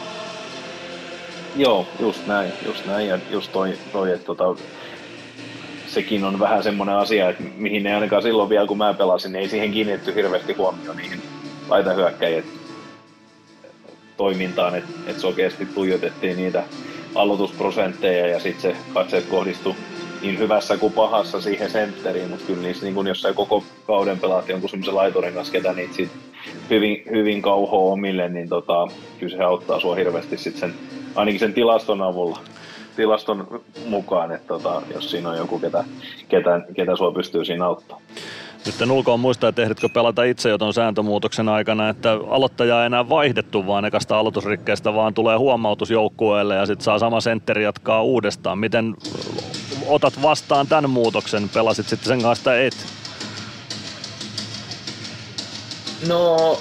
Joo, just näin ja just toi että sekin on vähän semmoinen asia, että mihin ne ainakaan silloin vielä kun mä pelasin, niin ei siihen kiinnitetty hirveästi huomioon niihin laitahyökkäjien toimintaan, että oikeasti tuijotettiin niitä aloitusprosentteja ja sitten se katseet kohdistui niin hyvässä kuin pahassa siihen sentteriin, mutta kyllä niissä niin kun jossain koko kauden pelaat jonkun semmoisen laiturin kanssa, ketä niitä sit hyvin kauhoo omille, niin kyllä se auttaa sua hirveästi sit ainakin sen tilaston mukaan, että jos siinä on joku, ketä sua pystyy siinä auttamaan. Nyt en ulkoon muista, että ehditkö pelata itse jo ton sääntömuutoksen aikana, että aloittaja ei enää vaihdettu vaan ekasta aloitusrikkeestä, vaan tulee huomautus joukkueelle ja sitten saa sama sentteri jatkaa uudestaan. Miten otat vastaan tämän muutoksen? Pelasit sitten sen kanssa et? No,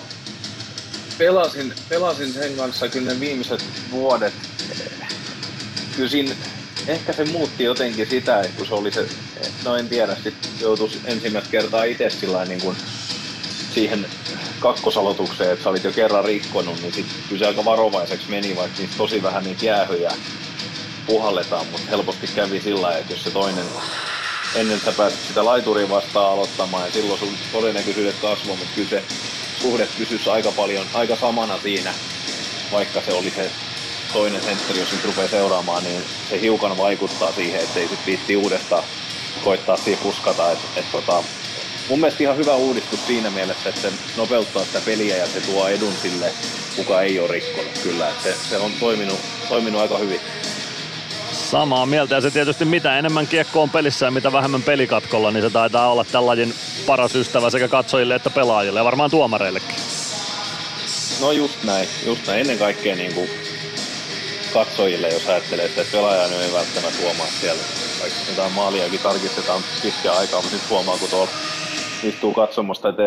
pelasin sen kanssa kyllä ne viimeiset vuodet. Kyllä siinä ehkä se muutti jotenkin sitä, että kun se oli se, no en tiedä, sitten joutuisi ensimmäistä kertaa itse sillain niin kuin siihen kakkosaloitukseen, että sä olit jo kerran rikkonut, niin sitten kyllä se aika varovaiseksi meni, vaikka niistä tosi vähän niitä jäähyjä puhalletaan, mutta helposti kävi sillä lailla, että jos se toinen ennen sä pääsit sitä laituria vastaan aloittamaan ja silloin sun todennäköisyydet kasvoi, mutta kyllä se suhde pysyisi aika samana siinä, vaikka se oli se toinen sentteri, jos nyt rupeaa seuraamaan, niin se hiukan vaikuttaa siihen, ettei sit viitti uudestaan koittaa siihen puskata. Mun mielestä ihan hyvä uudistus siinä mielessä, että se nopeuttaa sitä peliä ja se tuo edun sille, kuka ei ole rikkonut kyllä. Se on toiminut aika hyvin. Samaa mieltä, ja se tietysti mitä enemmän kiekko on pelissä ja mitä vähemmän pelikatkolla, niin se taitaa olla tämän lajin paras ystävä sekä katsojille että pelaajille ja varmaan tuomareillekin. No just näin. Ennen kaikkea niin kuin katsojille, jos ajattelee sitä, että pelaaja ei välttämättä huomaa siellä. Vaikka jotain maaliakin tarkistetaan pitkään aikaa, mutta nyt huomaa, kun tuolla istuu katsomosta ja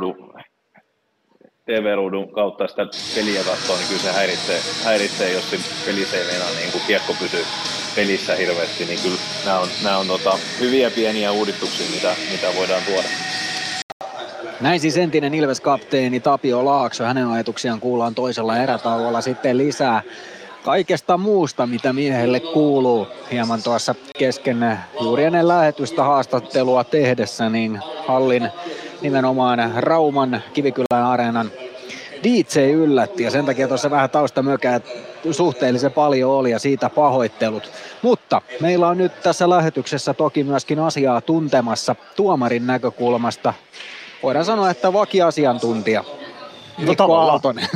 TV-ruudun kautta sitä peliä katsoo, niin kyllä se häiritsee jos se pelissä ei meinaa niin kuin kiekko pysyy pelissä hirveästi, niin kyllä nämä on hyviä pieniä uudistuksia, mitä voidaan tuoda. Näin siis entinen Ilves-kapteeni Tapio Laakso. Hänen ajatuksiaan kuullaan toisella erätauolla sitten lisää kaikesta muusta, mitä miehelle kuuluu. Hieman tuossa kesken juuri ennen lähetystä haastattelua tehdessä, niin hallin nimenomaan Rauman Kivikylän areenan DJ yllätti ja sen takia tuossa vähän taustamökää suhteellisen paljon oli ja siitä pahoittelut. Mutta meillä on nyt tässä lähetyksessä toki myöskin asiaa tuntemassa tuomarin näkökulmasta. Voidaan sanoa, että vakiasiantuntija Mikko Aaltonen.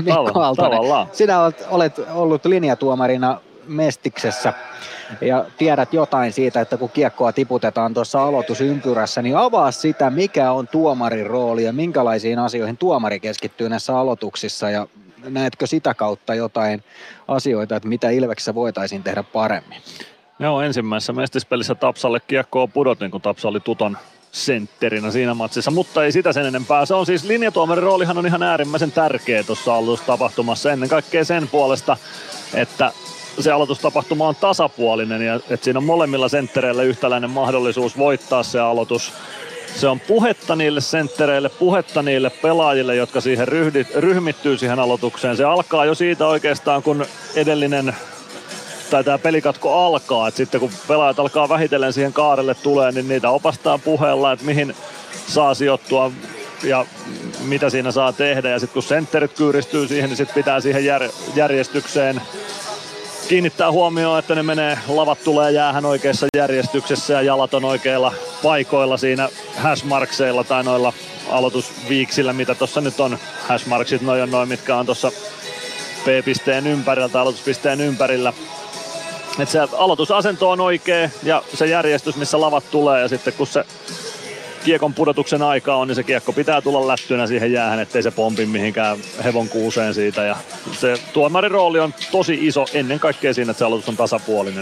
Sinä olet ollut linjatuomarina Mestiksessä ja tiedät jotain siitä, että kun kiekkoa tiputetaan tuossa aloitusympyrässä, niin avaa sitä, mikä on tuomarin rooli ja minkälaisiin asioihin tuomari keskittyy näissä aloituksissa ja näetkö sitä kautta jotain asioita, että mitä Ilveksessä voitaisiin tehdä paremmin? Joo, ensimmäisessä Mestispelissä Tapsalle kiekkoa pudotin, kun Tapsa oli Tuton sentterinä siinä matsissa, mutta ei sitä sen enempää. Se on siis linjatuomarin roolihan on ihan äärimmäisen tärkeä tuossa aloitustapahtumassa ennen kaikkea sen puolesta, että se aloitustapahtuma on tasapuolinen ja että siinä on molemmilla senttereillä yhtäläinen mahdollisuus voittaa se aloitus. Se on puhetta niille senttereille, puhetta niille pelaajille, jotka siihen ryhmittyy siihen aloitukseen. Se alkaa jo siitä oikeastaan, kun edellinen tai tämä pelikatko alkaa, että sitten kun pelaajat alkaa vähitellen siihen kaarelle tulee, niin niitä opastaa puheella, että mihin saa sijoittua ja mitä siinä saa tehdä. Ja sitten kun sentterit kyyristyy siihen, niin sitten pitää siihen järjestykseen kiinnittää huomioon, että ne menee, lavat tulee jäähän oikeassa järjestyksessä ja jalat on oikeilla paikoilla siinä hashmarkseilla tai noilla aloitusviiksillä, mitä tuossa nyt on. Hashmarksit, noin mitkä on tuossa P-pisteen ympärillä tai aloituspisteen ympärillä. Että se aloitusasento on oikea ja se järjestys, missä lavat tulee ja sitten kun se kiekon pudotuksen aika on, niin se kiekko pitää tulla lättynä siihen jäähän, ettei se pompi mihinkään hevonkuuseen siitä. Ja se tuomarin rooli on tosi iso ennen kaikkea siinä, että se aloitus on tasapuolinen.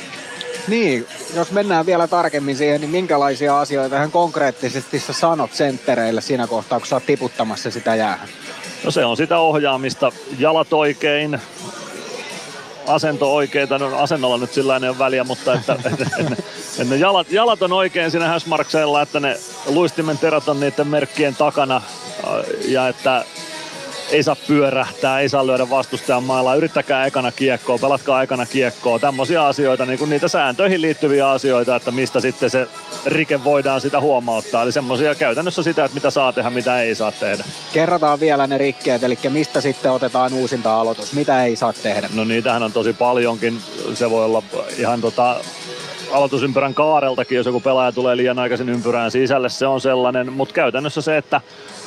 Niin, jos mennään vielä tarkemmin siihen, niin minkälaisia asioita hän konkreettisesti sä sanot senttereille siinä kohtaa, kun sä oot tiputtamassa sitä jäähän? No se on sitä ohjaamista, jalat oikein, asento oikeita, no asennolla nyt sillä ei ole väliä, mutta että ne jalat on oikein siinä hashmarkseilla, että ne luistimen terät on niiden merkkien takana ja että ei saa pyörähtää, ei saa lyödä vastustajan mailaa, yrittäkää ekana kiekkoa, pelatkaa ekana kiekkoa, tämmöisiä asioita, niin kuin niitä sääntöihin liittyviä asioita, että mistä sitten se rike voidaan sitä huomauttaa, eli semmoisia käytännössä sitä, että mitä saa tehdä, mitä ei saa tehdä. Kerrataan vielä ne rikkeet, eli mistä sitten otetaan uusinta aloitus, mitä ei saa tehdä? No niitähän on tosi paljonkin, se voi olla ihan aloitusympyrän kaareltakin, jos joku pelaaja tulee liian aikaisin ympyrään sisälle, se on sellainen, mutta käytännössä se, että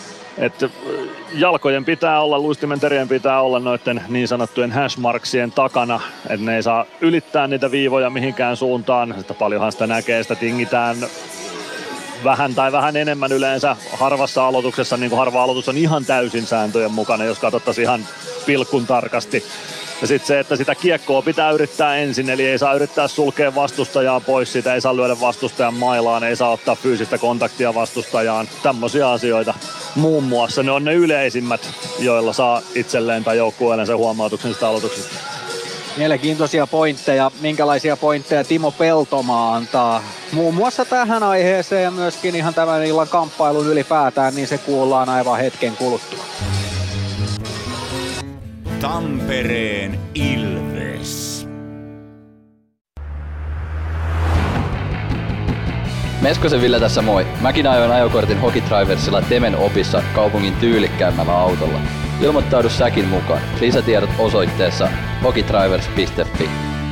jalkojen pitää olla, luistimenterien pitää olla noiden niin sanottujen hashmarksien takana, että ne ei saa ylittää niitä viivoja mihinkään suuntaan, että paljonhan sitä näkee, sitä tingitään vähän tai vähän enemmän yleensä harvassa aloituksessa, niin kuin harva aloitus on ihan täysin sääntöjen mukana, jos katsottaisiin ihan pilkkun tarkasti. Ja sitten se, että sitä kiekkoa pitää yrittää ensin, eli ei saa yrittää sulkea vastustajaa pois siitä, ei saa lyödä vastustajan mailaan, ei saa ottaa fyysistä kontaktia vastustajaan. Tämmöisiä asioita muun muassa, ne on ne yleisimmät, joilla saa itselleen tai joukkueelleen sen huomautuksen sitä aloituksesta. Mielenkiintoisia pointteja. Minkälaisia pointteja Timo Peltomaa antaa muun muassa tähän aiheeseen ja myöskin ihan tämän illan kamppailun ylipäätään, niin se kuullaan aivan hetken kuluttua. Tampereen Ilves. Meskosen Ville tässä moi. Mäkin ajoin ajokortin Hokitriversilla Temen opissa kaupungin tyylikkäämmällä autolla. Ilmoittaudu säkin mukaan. Lisätiedot osoitteessa hokitrivers.fi.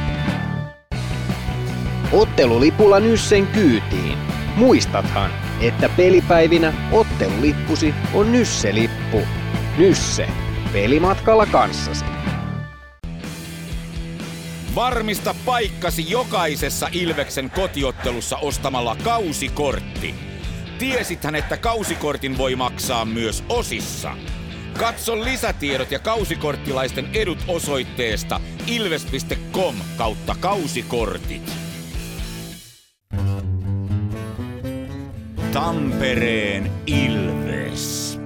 Ottelulipulla Nyssen kyytiin. Muistathan, että pelipäivinä ottelulippusi on Nysse-lippu. Nysse. Pelimatkalla kanssasi. Varmista paikkasi jokaisessa Ilveksen kotiottelussa ostamalla kausikortti. Tiesithän, että kausikortin voi maksaa myös osissa. Katso lisätiedot ja kausikorttilaisten edut osoitteesta ilves.com/kausikortit. Tampereen Ilves.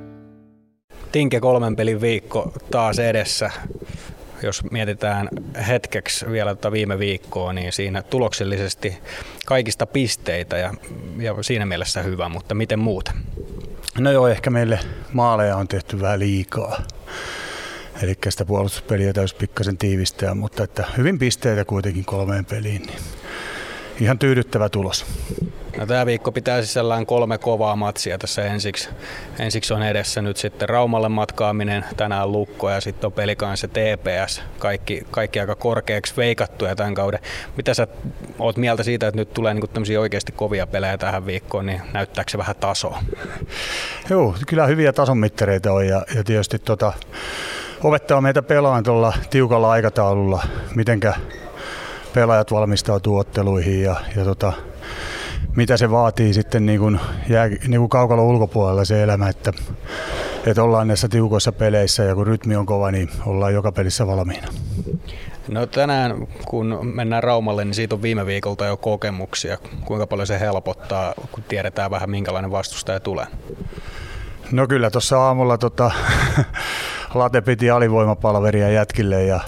Tinke 3 pelin viikko taas edessä. Jos mietitään hetkeksi vielä viime viikkoa, niin siinä tuloksellisesti kaikista pisteitä ja siinä mielessä hyvä, mutta miten muuta? No joo, ehkä meille maaleja on tehty vähän liikaa. Eli sitä puolustuspeliä täytyisi pikkasen tiivistää, mutta että hyvin pisteitä kuitenkin 3 peliin. Niin ihan tyydyttävä tulos. No, tämä viikko pitää sisällään 3 kovaa matsia tässä ensiksi on edessä nyt sitten Raumalle matkaaminen, tänään Lukko ja sitten on Pelikanssa TPS, kaikki aika korkeaksi veikattuja tämän kauden. Mitä sä oot mieltä siitä, että nyt tulee niinku tämmöisiä oikeasti kovia pelejä tähän viikkoon, niin näyttääkö se vähän tasoa? Joo, kyllä hyviä tasonmittareita on ja tietysti opettaa meitä pelaan tuolla tiukalla aikataululla, mitenkä pelaajat valmistautuu otteluihin ja mitä se vaatii sitten niin kuin kaukalon ulkopuolella se elämä, että ollaan näissä tiukoissa peleissä ja kun rytmi on kova, niin ollaan joka pelissä valmiina. No tänään kun mennään Raumalle, niin siitä on viime viikolta jo kokemuksia. Kuinka paljon se helpottaa, kun tiedetään vähän minkälainen vastustaja tulee? No kyllä tuossa aamulla Late piti alivoimapalveria jätkille ja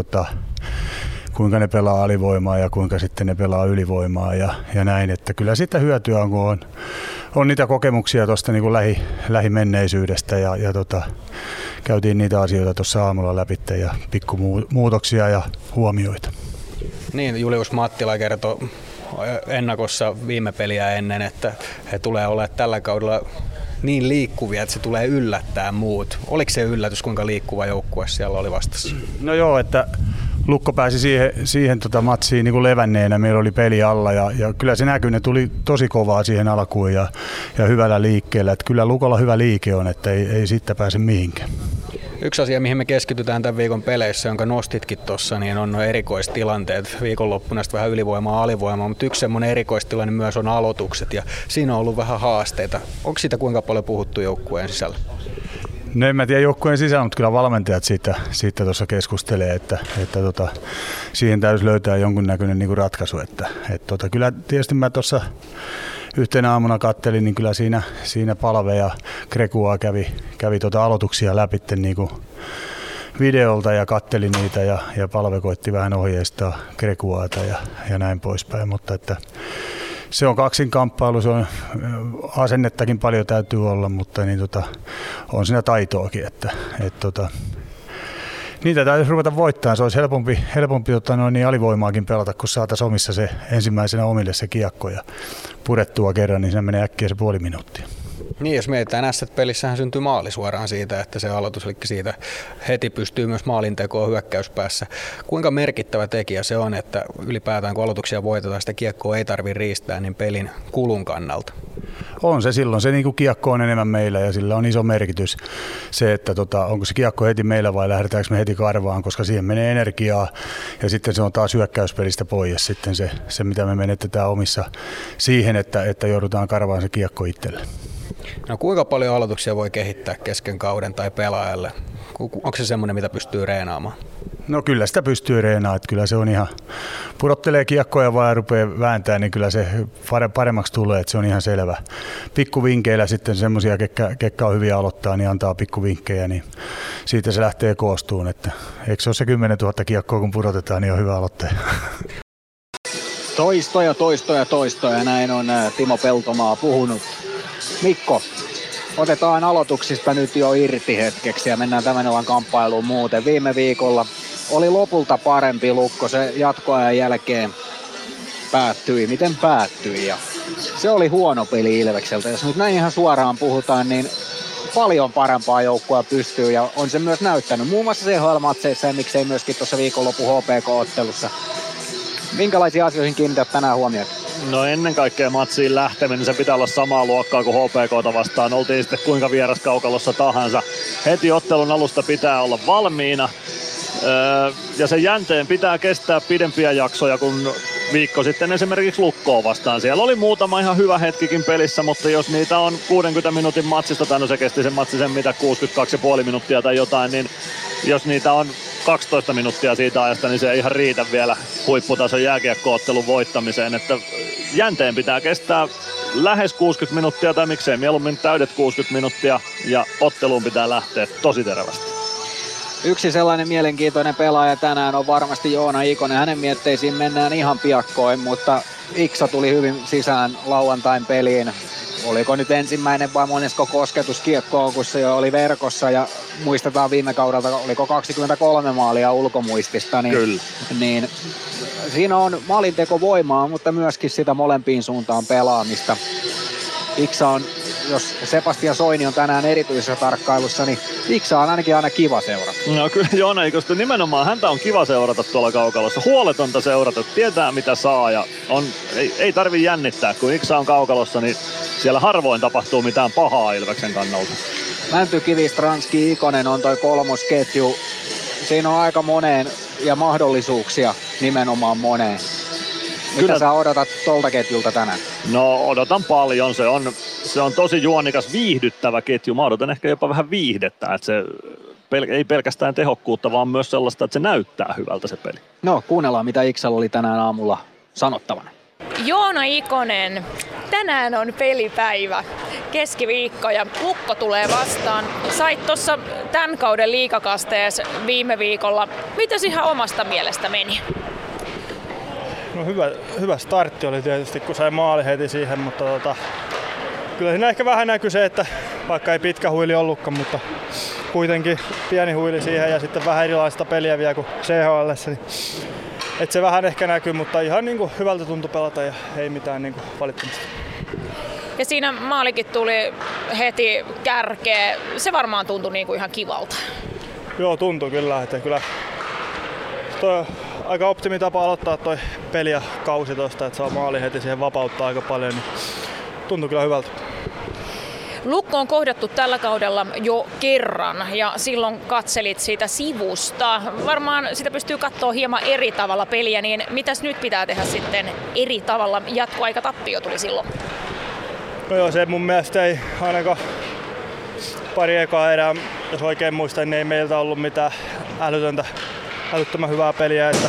kuinka ne pelaa alivoimaa ja kuinka sitten ne pelaa ylivoimaa ja näin. Että kyllä siitä hyötyä on, kun on niitä kokemuksia tuosta niin kuin lähimenneisyydestä ja käytiin niitä asioita tuossa aamulla läpi ja pikkumuutoksia ja huomioita. Niin, Julius Mattila kertoi ennakossa viime peliä ennen, että he tulee olemaan tällä kaudella niin liikkuvia, että se tulee yllättää muut. Oliko se yllätys, kuinka liikkuva joukkue siellä oli vastassa? No joo, että Lukko pääsi siihen matsiin niin kuin levänneenä, meillä oli peli alla ja kyllä se näkyy, ne tuli tosi kovaa siihen alkuun ja hyvällä liikkeellä. Että kyllä Lukolla hyvä liike on, että ei siitä pääse mihinkään. Yksi asia, mihin me keskitytään tämän viikon peleissä, jonka nostitkin tuossa, niin on nuo erikoistilanteet. Viikonloppuna sitten vähän ylivoimaa, alivoimaa, mutta yksi semmoinen erikoistilanne myös on aloitukset ja siinä on ollut vähän haasteita. Onko siitä kuinka paljon puhuttu joukkueen sisällä? No en mä tiedä joukkueen sisällä, mutta kyllä valmentajat siitä tuossa keskustelee, että siihen täytyisi löytää jonkunnäköinen niin kuin ratkaisu. Kyllä tietysti mä tuossa yhtenä aamuna kattelin, niin kyllä siinä Palve ja Krekua kävi aloituksia läpi niin kuin videolta ja kattelin niitä ja Palve koitti vähän ohjeistaa Krekuata ja näin poispäin, mutta että se on kaksinkamppailu, se on asennettakin paljon täytyy olla, mutta niin on siinä taitoakin, että niitä täytyisi ruveta voittamaan. Se olisi helpompi niin alivoimaakin pelata, kun saataisiin omissa se ensimmäisenä omille se kiekko ja purettua kerran, niin se menee äkkiä se puoli minuuttia. Niin, jos mietitään S-pelissähän syntyy maali suoraan siitä, että se aloitus, eli siitä heti pystyy myös maalintekoon hyökkäyspäässä. Kuinka merkittävä tekijä se on, että ylipäätään kun aloituksia voitetaan, sitä kiekkoa ei tarvitse riistää niin pelin kulun kannalta? On se silloin. Se niin kuin kiekko on enemmän meillä ja sillä on iso merkitys se, että onko se kiekko heti meillä vai lähdetäänkö me heti karvaan, koska siihen menee energiaa ja sitten se on taas hyökkäyspelistä pois sitten se mitä me menetetään omissa siihen, että joudutaan karvaan se kiekko itselle. No kuinka paljon aloituksia voi kehittää kesken kauden tai pelaajalle? Onko se semmoinen, mitä pystyy reenaamaan? No kyllä sitä pystyy reenaamaan, että kyllä se on ihan, pudottelee kiekkoja vaan ja rupeaa vääntämään, niin kyllä se paremmaksi tulee, että se on ihan selvä. Pikkuvinkkeillä sitten semmoisia, ketkä on hyviä aloittaa, niin antaa pikkuvinkkejä, niin siitä se lähtee koostuun, että eikö se ole se 10 000 kiekkoa, kun pudotetaan, niin on hyvä aloittaja. Toistoja, näin on Timo Peltomaa puhunut. Mikko, otetaan aloituksista nyt jo irti hetkeksi ja mennään tämän illan kamppailuun muuten. Viime viikolla oli lopulta parempi Lukko, se jatkoajan jälkeen päättyi. Miten päättyi ja se oli huono peli Ilvekseltä. Jos nyt näin ihan suoraan puhutaan, niin paljon parempaa joukkoa pystyy ja on se myös näyttänyt. Muun muassa CHL-matseissa ja miksei myöskin tuossa viikonlopun HPK-ottelussa. Minkälaisia asioihin kiinnität tänään huomiota? No ennen kaikkea matsiin lähteminen, se pitää olla samaa luokkaa kuin HPK:ta vastaan. Oltiin sitten kuinka vieraskaukalossa tahansa. Heti ottelun alusta pitää olla valmiina. Ja sen jänteen pitää kestää pidempiä jaksoja kuin viikko sitten esimerkiksi Lukkoa vastaan. Siellä oli muutama ihan hyvä hetkikin pelissä, mutta jos niitä on 60 minuutin matsista, tai no se kesti sen matsi sen mitä 62,5 minuuttia tai jotain, niin jos niitä on 12 minuuttia siitä ajasta, niin se ei ihan riitä vielä huipputason jääkiekko-ottelun voittamiseen. Että jänteen pitää kestää lähes 60 minuuttia tai miksei mieluummin täydet 60 minuuttia ja otteluun pitää lähteä tosi terävästi. Yksi sellainen mielenkiintoinen pelaaja tänään on varmasti Joona Ikonen. Hänen mietteisiin mennään ihan piakkoin, mutta Iksa tuli hyvin sisään lauantain peliin. Oliko nyt ensimmäinen vai monesko kosketus kiekkoon, kun se jo oli verkossa ja muistetaan viime kaudelta, oliko 23 maalia ulkomuistista, niin siinä on maalintekovoimaa, mutta myöskin sitä molempiin suuntaan pelaamista. Iksa on, jos Sebastian Soini on tänään erityisessä tarkkailussa, niin Iksa on ainakin aina kiva seurata. No kyllä Joona Ikosta nimenomaan häntä on kiva seurata tuolla kaukalossa. Huoletonta seurata, tietää mitä saa ja ei tarvi jännittää. Kun Iksa on kaukalossa, niin siellä harvoin tapahtuu mitään pahaa Ilveksen kannalta. Mäntykivi, Stranski, Ikonen on toi kolmosketju. Siinä on aika moneen ja mahdollisuuksia nimenomaan moneen. Mitä sä odotat tolta ketjulta tänään? No odotan paljon. Se on tosi juonikas, viihdyttävä ketju. Mä odotan ehkä jopa vähän viihdettä. Että se ei pelkästään tehokkuutta, vaan myös sellaista, että se näyttää hyvältä se peli. No kuunnellaan, mitä Iksalla oli tänään aamulla sanottavana. Joona Ikonen, tänään on pelipäivä, keskiviikko ja Lukko tulee vastaan. Sait tuossa tämän kauden liigakasteessa viime viikolla. Mitäs ihan omasta mielestä meni? No hyvä startti oli tietysti, kun sai maali heti siihen, mutta kyllä siinä ehkä vähän näkyi se, että vaikka ei pitkä huili ollutkaan, mutta kuitenkin pieni huili siihen ja sitten vähän erilaista peliä vielä kuin CHL:ssä, niin että se vähän ehkä näkyy, mutta ihan niin kuin hyvältä tuntui pelata ja ei mitään niin kuin valittamista. Ja siinä maalikin tuli heti kärkeä. Se varmaan tuntui niin kuin ihan kivalta. Joo, tuntui kyllä, että kyllä toi aika optimitapa aloittaa toi peli ja kausi tosta, että saa maali heti siihen vapauttaa aika paljon, niin tuntui kyllä hyvältä. Lukko on kohdattu tällä kaudella jo kerran ja silloin katselit siitä sivusta. Varmaan sitä pystyy katsoa hieman eri tavalla peliä, niin mitäs nyt pitää tehdä sitten eri tavalla? Jatkoaikatappio tuli silloin. No joo, se mun mielestä ei ainakaan pari ekaa erää, jos oikein muistan, niin ei meiltä ollut mitään älyttömän hyvää peliä. Että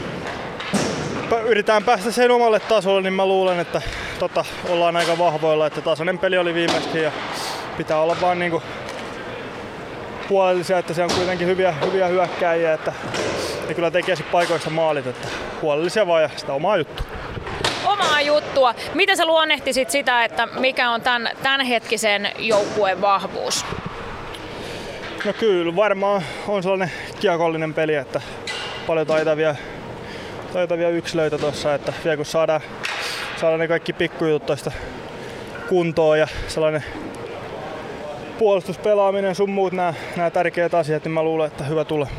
yritetään päästä sen omalle tasolle, niin mä luulen, että ollaan aika vahvoilla, että tasainen peli oli viimeiskin ja pitää olla vaan niinku huolellisia, että se on kuitenkin hyviä hyökkääjiä, että ne kyllä tekee sit paikoissa maalit, että huolellisia vaan ja sitä omaa juttua. Omaa juttua. Miten sä luonnehtisit sitä, että mikä on tämänhetkisen joukkueen vahvuus? No kyllä, varmaan on sellainen kiekollinen peli, että paljon taitavia yksilöitä tuossa, että vielä kun saadaan ne kaikki pikkujutut toista kuntoon ja sellainen puolustuspelaaminen sun muut nämä tärkeät asiat, niin mä luulen, että hyvä tulee.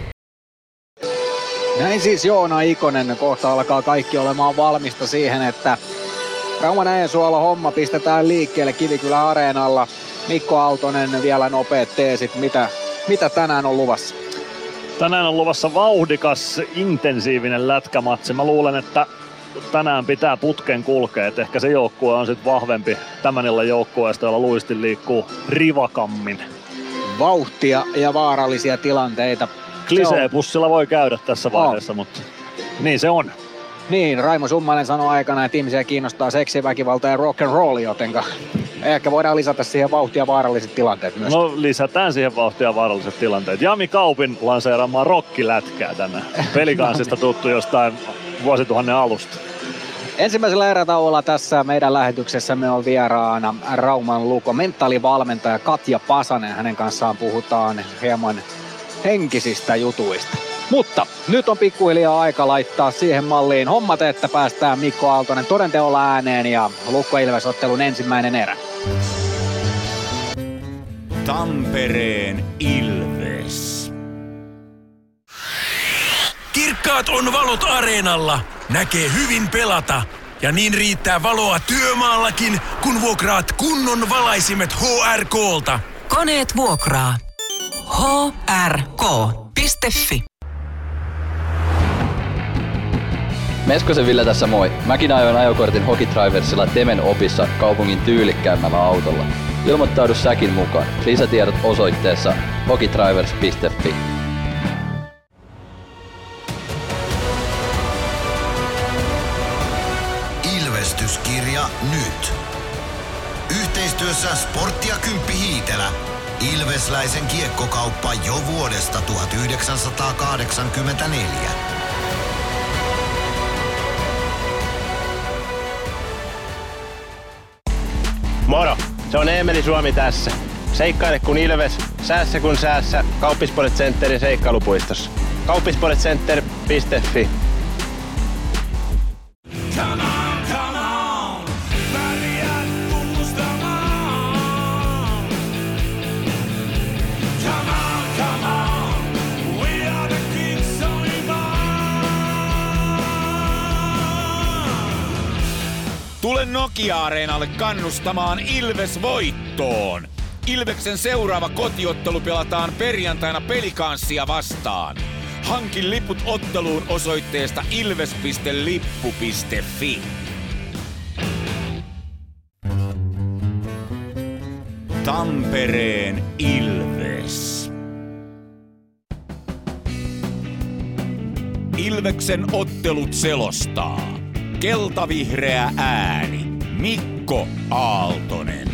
Näin siis Joona Ikonen. Kohta alkaa kaikki olemaan valmista siihen, että Rauman Äijänsuolla homma pistetään liikkeelle Kivikylän areenalla. Mikko Aaltonen, vielä nopeat teesit. Mitä tänään on luvassa? Tänään on luvassa vauhdikas, intensiivinen lätkämatsi. Mä luulen, että tänään pitää putken kulkea. Et ehkä se joukkue on sitten vahvempi tämän illan joukkueesta, jolla luistin liikkuu rivakammin. Vauhtia ja vaarallisia tilanteita. Klisee-pussilla voi käydä tässä vaiheessa, mutta niin se on. Niin, Raimo Summanen sanoi aikana, että ihmisiä kiinnostaa seksi, väkivalta ja rock and roll, jotenka ehkä voidaan lisätä siihen vauhtia ja vaaralliset tilanteet myös. No lisätään siihen vauhtia ja vaaralliset tilanteet. Jami Kaupin lanseeraamaan rockilätkää tänään. Pelikansista tuttu jostain vuosituhannen alusta. Ensimmäisellä erätauolla tässä meidän lähetyksessämme on vieraana Rauman Lukon mentaalivalmentaja Katja Pasanen. Hänen kanssaan puhutaan hieman henkisistä jutuista. Mutta nyt on pikkuhiljaa aika laittaa siihen malliin hommat, että päästään Mikko Aaltonen todenteolla ääneen ja Lukko Ilves-ottelun ensimmäinen erä. Tampereen Ilves. Kirkkaat on valot areenalla, näkee hyvin pelata ja niin riittää valoa työmaallakin, kun vuokraat kunnon valaisimet HRK:lta. Koneet vuokraa. hrk.fi. Meskosen Ville tässä moi. Mäkin ajoin ajokortin Hokitriversilla Temen opissa kaupungin tyylikkäämmällä autolla. Ilmoittaudu säkin mukaan. Lisätiedot osoitteessa hokitrivers.fi. Ilvestyskirja nyt. Yhteistyössä Sporttia Kymppi Hiitelä. Ilvesläisen kiekkokauppa jo vuodesta 1984. Moro! Se on Eemeli Suomi tässä. Seikkaile kun Ilves, säässä kun säässä. Kauppisports Centerin seikkailupuistossa. Kauppisportscenter.fi. Tule Nokia-areenalle kannustamaan Ilves voittoon. Ilveksen seuraava kotiottelu pelataan perjantaina Pelikanssia vastaan. Hankin liput otteluun osoitteesta ilves.lippu.fi. Tampereen Ilves. Ilveksen ottelut selostaa keltavihreä ääni Mikko Aaltonen.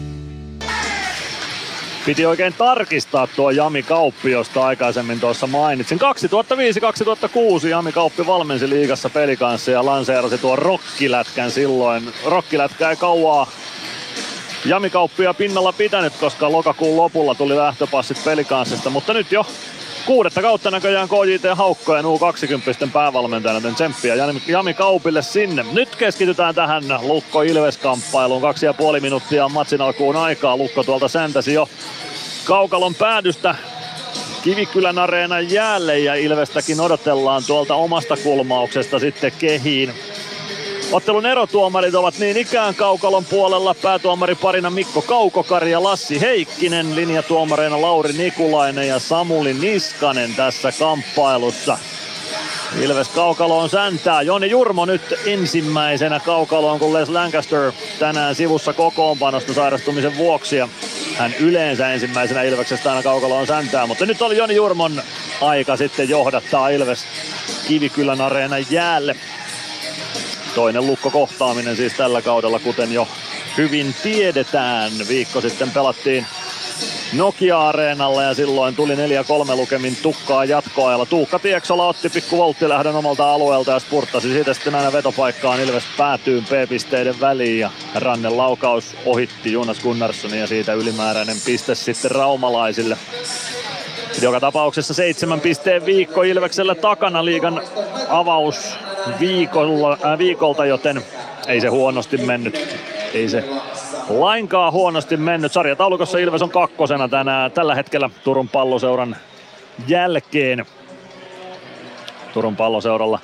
Piti oikein tarkistaa tuo Jami Kauppi, josta aikaisemmin tuossa mainitsin. 2005-2006 Jami Kauppi valmensi liigassa Pelikanssia ja lanseerasi tuon rokkilätkän silloin. Rokkilätkä ei kauaa Jami Kauppia pinnalla pitänyt, koska lokakuun lopulla tuli lähtöpassit Pelikanssista, mutta nyt jo 6. kautta näköjään KJT Haukkojen U20 päävalmentajana, joten tsemppiä Jami Kaupille sinne. Nyt keskitytään tähän Lukko-Ilves-kamppailuun. 2,5 minuuttia matsin alkuun aikaa. Lukko tuolta säntäsi jo kaukalon päädystä Kivikylän areenan jäälle ja Ilvestäkin odotellaan tuolta omasta kulmauksesta sitten kehiin. Ottelun erotuomarit ovat niin ikään kaukalon puolella. Päätuomari parina Mikko Kaukokari ja Lassi Heikkinen. Linjatuomareina Lauri Nikulainen ja Samuli Niskanen tässä kamppailussa. Ilves kaukaloon säntää. Joni Jurmo nyt ensimmäisenä kaukaloon, kun Les Lancaster tänään sivussa kokoonpanosta sairastumisen vuoksi. Ja hän yleensä ensimmäisenä Ilveksestä aina kaukaloon säntää, mutta nyt oli Joni Jurmon aika sitten johdattaa Ilves Kivikylän areenan jäälle. Toinen Lukko-kohtaaminen siis tällä kaudella, kuten jo hyvin tiedetään. Viikko sitten pelattiin Nokia-areenalla ja silloin tuli 4-3 lukemin tukkaa jatkoajalla. Tuukka Tieksola otti pikku volttilähdön omalta alueelta ja spurttasi siitä sitten aina vetopaikkaan Ilves päätyyn P-pisteiden väliin. Ja Rannen laukaus ohitti Jonas Gunnarssonin ja siitä ylimääräinen piste sitten raumalaisille. Joka tapauksessa 7 pisteen viikko Ilveksellä takana liigan avaus viikolta, joten ei se huonosti mennyt. Ei se lainkaan huonosti mennyt. Sarjataulukossa Ilves on kakkosena tällä hetkellä Turun Palloseuran jälkeen. Turun Palloseuralla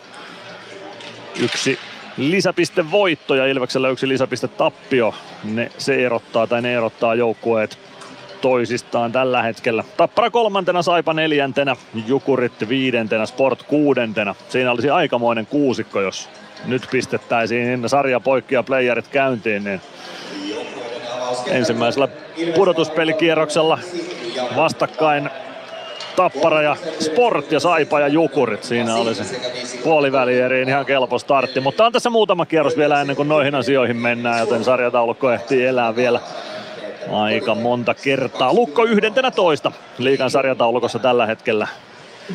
1 lisäpistevoitto ja Ilveksellä 1 lisäpistetappio. Ne erottaa joukkueet toisistaan tällä hetkellä. Tappara 3, Saipa 4, Jukurit 5, Sport 6. Siinä olisi aikamoinen kuusikko, jos nyt pistettäisiin sarjapoikki ja playerit käyntiin. Niin ensimmäisellä pudotuspelikierroksella vastakkain Tappara ja Sport ja Saipa ja Jukurit. Siinä olisi puolivälieriin ihan kelpo startti, mutta on tässä muutama kierros vielä ennen kuin noihin asioihin mennään, joten sarjataulukko ehtii elää vielä aika monta kertaa. Lukko 11 liigan sarjataulukossa tällä hetkellä.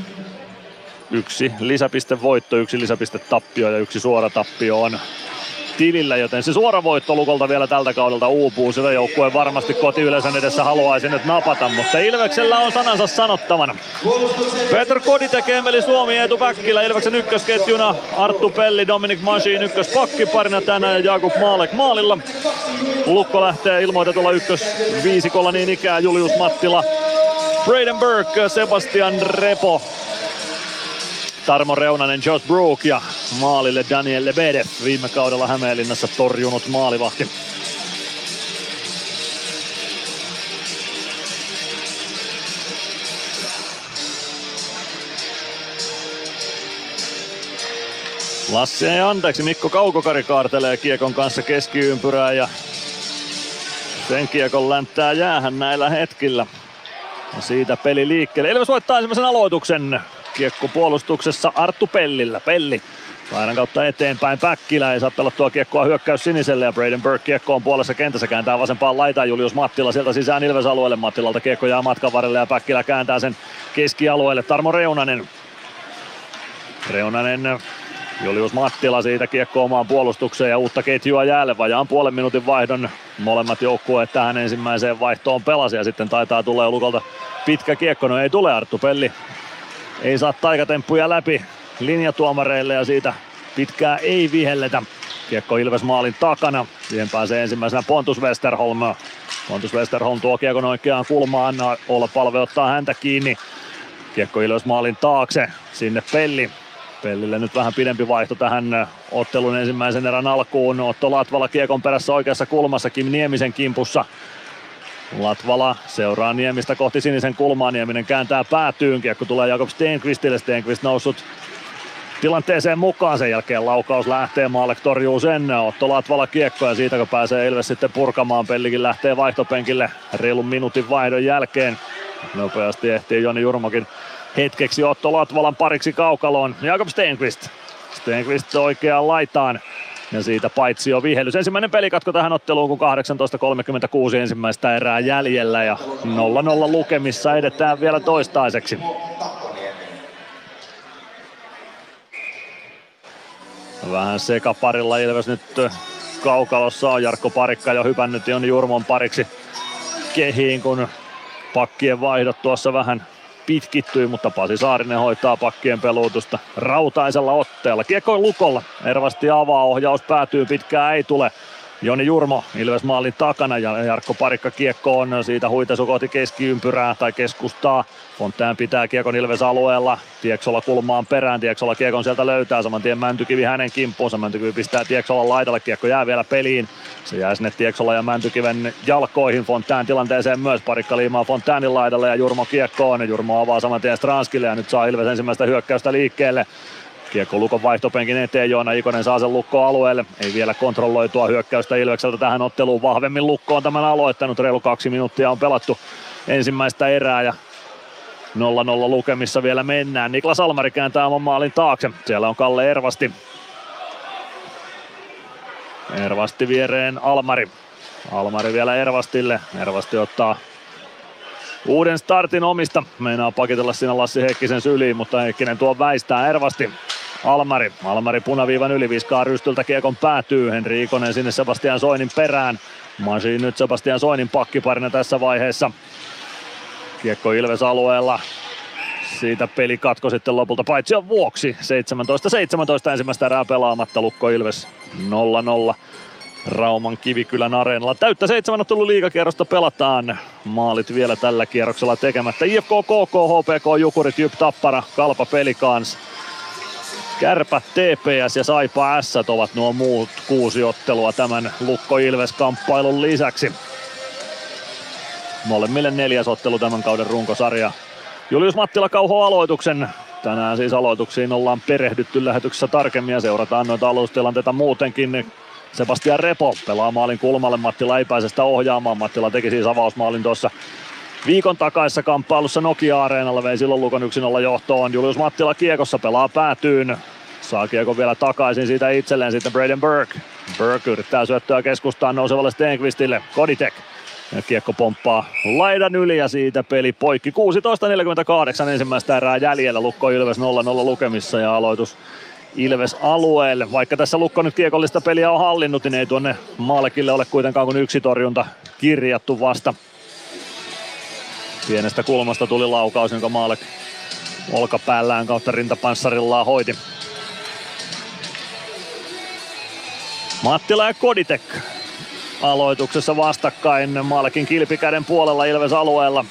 1 lisäpistevoitto, 1 lisäpistetappio ja 1 suora tappio on tilillä, joten se suora voitto Lukolta vielä tältä kaudelta uupuu. Sitä joukkue varmasti kotiyleisön edessä haluaisi nyt napata, mutta Ilveksellä on sanansa sanottavana. Petr Koditek, Emeli Suomi, Eetu Päkkilä, Ilveksen ykkösketjuna, Arttu Pelli, Dominic Masin ykköspakkiparina tänään ja Jakub Maalek maalilla. Lukko lähtee ilmoitetulla ykkösviisikolla niin ikään Julius Mattila, Braden Burke, Sebastian Repo, Tarmo Reunanen, Josh Brook ja maalille Daniel Lebedev, viime kaudella Hämeenlinnassa torjunut maalivahti. Lassi ei anteeksi, Mikko Kaukokari kaartelee kiekon kanssa keskiympyrää ja sen kiekon länttää jäähän näillä hetkillä. Ja siitä peli liikkeelle. Ilves voittaa ensimmäisen aloituksen. Kiekko puolustuksessa Arttu Pellillä. Pelli laidan kautta eteenpäin. Päkkilä ei saa pelattua kiekkoa hyökkäys siniselle ja Braden Burke kiekko on puolessa kentässä. Kääntää vasempaan laitaan Julius Mattila sieltä sisään Ilves-alueelle. Mattilalta kiekko jää matkan varrelle ja Päkkilä kääntää sen keskialueelle. Tarmo Reunanen. Julius Mattila siitä kiekko omaan puolustukseen ja uutta ketjua jäälle. Vajaan puolen minuutin vaihdon molemmat joukkueet tähän ensimmäiseen vaihtoon pelasi ja sitten taitaa tulla Lukolta pitkä kiekko. No ei tule, Arttu Pelli ei saa taikatemppuja läpi linjatuomareille ja siitä pitkää ei vihelletä. Kiekko Ilves maalin takana. Siihen pääsee ensimmäisenä Pontus Westerholm. Pontus Westerholm tuo kiekon oikeaan kulmaan. Olla palve ottaa häntä kiinni. Kiekko Ilves maalin taakse. Sinne Pelli. Pellille nyt vähän pidempi vaihto tähän ottelun ensimmäisen erän alkuun. Otto Latvala kiekon perässä oikeassa kulmassa Kim Niemisen kimpussa. Latvala seuraa Niemistä kohti sinisen kulmaa. Nieminen kääntää päätyyn. Kiekko tulee Jakob Stenqvistille. Stenqvist noussut tilanteeseen mukaan. Sen jälkeen laukaus lähtee. Maalek torjuu sen. Otto Latvala kiekko ja siitä kun pääsee Ilves sitten purkamaan. Pellikin lähtee vaihtopenkille reilun minuutin vaihdon jälkeen. Nopeasti ehtii Joni Jurmokin hetkeksi Otto Latvalan pariksi kaukaloon. Jakob Stenqvist. Stenqvist oikeaan laitaan. Ja siitä paitsi jo vihellys. Ensimmäinen pelikatko tähän otteluun, kun 18.36 ensimmäistä erää jäljellä. Ja 0-0 lukemissa edetään vielä toistaiseksi. Vähän sekaparilla Ilves nyt kaukalossa on. Jarkko Parikka jo hypännyt Joni Jurmon pariksi kehiin, kun pakkien vaihdot tuossa vähän pitkittyi, mutta Pasi Saarinen hoitaa pakkien peluutusta rautaisella otteella. Kiekko Lukolla. Ervasti avaa, ohjaus päätyy, pitkää ei tule. Joni Jurmo Ilves maalin takana ja Jarkko Parikka kiekko on siitä huitesu kohti keskiympyrää tai keskustaa. Fontaine pitää kiekon Ilves alueella. Tieksola kulmaan perään. Tieksola kiekon sieltä löytää. Saman tien Mäntykivi hänen kimppuunsa. Mäntykivi pistää Tieksolan laidalle. Kiekko jää vielä peliin. Se jää sinne Tieksola ja Mäntykiven jalkoihin. Fontaine tilanteeseen myös. Parikka liimaa Fontainen laidalle ja Jurmo kiekkoon. Jurmo avaa saman tien Stranskille ja nyt saa Ilves ensimmäistä hyökkäystä liikkeelle. Kiekko Lukon vaihtopenkin eteen, Joona Ikonen saa sen Lukkoon alueelle. Ei vielä kontrolloitua hyökkäystä Ilvekseltä tähän otteluun. Vahvemmin Lukko on tämän aloittanut. Reilu 2 minuuttia on pelattu ensimmäistä erää ja 0-0 lukemissa vielä mennään. Niklas Almari kääntää oman maalin taakse. Siellä on Kalle Ervasti. Ervasti viereen Almari. Almari vielä Ervastille. Ervasti ottaa uuden startin omista. Meinaa pakitella siinä Lassi Heikkisen syliin, mutta Heikkinen tuo väistää Ervasti. Almari punaviivan yli viskaa rystyltä kiekon päätyy. Henri Ikonen sinne Sebastian Soinin perään. Masi nyt Sebastian Soinin pakkiparina tässä vaiheessa. Kiekko Ilves alueella. Siitä peli katko sitten lopulta paitsi vuoksi. 17-17 ensimmäistä erää pelaamatta. Lukko Ilves 0-0. Rauman Kivikylän areenalla. Täyttä 7 ottelun liigakierrosta pelataan. Maalit vielä tällä kierroksella tekemättä. IFK, KK, HPK, Jukurit, Jyp, Tappara, Kalpa, Pelikans, Kärpät, TPS ja Saipa S ovat nuo muut 6 ottelua tämän Lukko-Ilves-kamppailun lisäksi. Molemmille 4. ottelu tämän kauden runkosarja. Julius Mattila kauhoo aloituksen. Tänään siis aloituksiin ollaan perehdytty lähetyksessä tarkemmin ja seurataan noita alustilanteita muutenkin. Sebastian Repo pelaa maalin kulmalle, Mattila ei pääse sitä ohjaamaan. Mattila teki siis avausmaalin tuossa viikon takaisessa kamppailussa Nokia-areenalla, vei silloin Lukon 1-0 johtoon. Julius Mattila kiekossa pelaa päätyyn. Saa kiekon vielä takaisin siitä itselleen sitten Braden Burke. Burke yrittää syöttöä keskustaan nousevalle Stenqvistille. Koditek. Ja kiekko pomppaa laidan yli ja siitä peli poikki. 16.48 ensimmäistä erää jäljellä. Lukko Ilves 0-0 lukemissa ja aloitus Ilves alueelle. Vaikka tässä Lukko nyt kiekollista peliä on hallinnut, niin ei tuonne Maalekille ole kuitenkaan kuin yksi torjunta kirjattu vasta. Pienestä kulmasta tuli laukaus, jonka Maalek olkapäällään kautta rintapanssarillaan hoiti. Mattila ja Koditek aloituksessa vastakkain. Maalekin kilpikäden puolella Ilves alueella.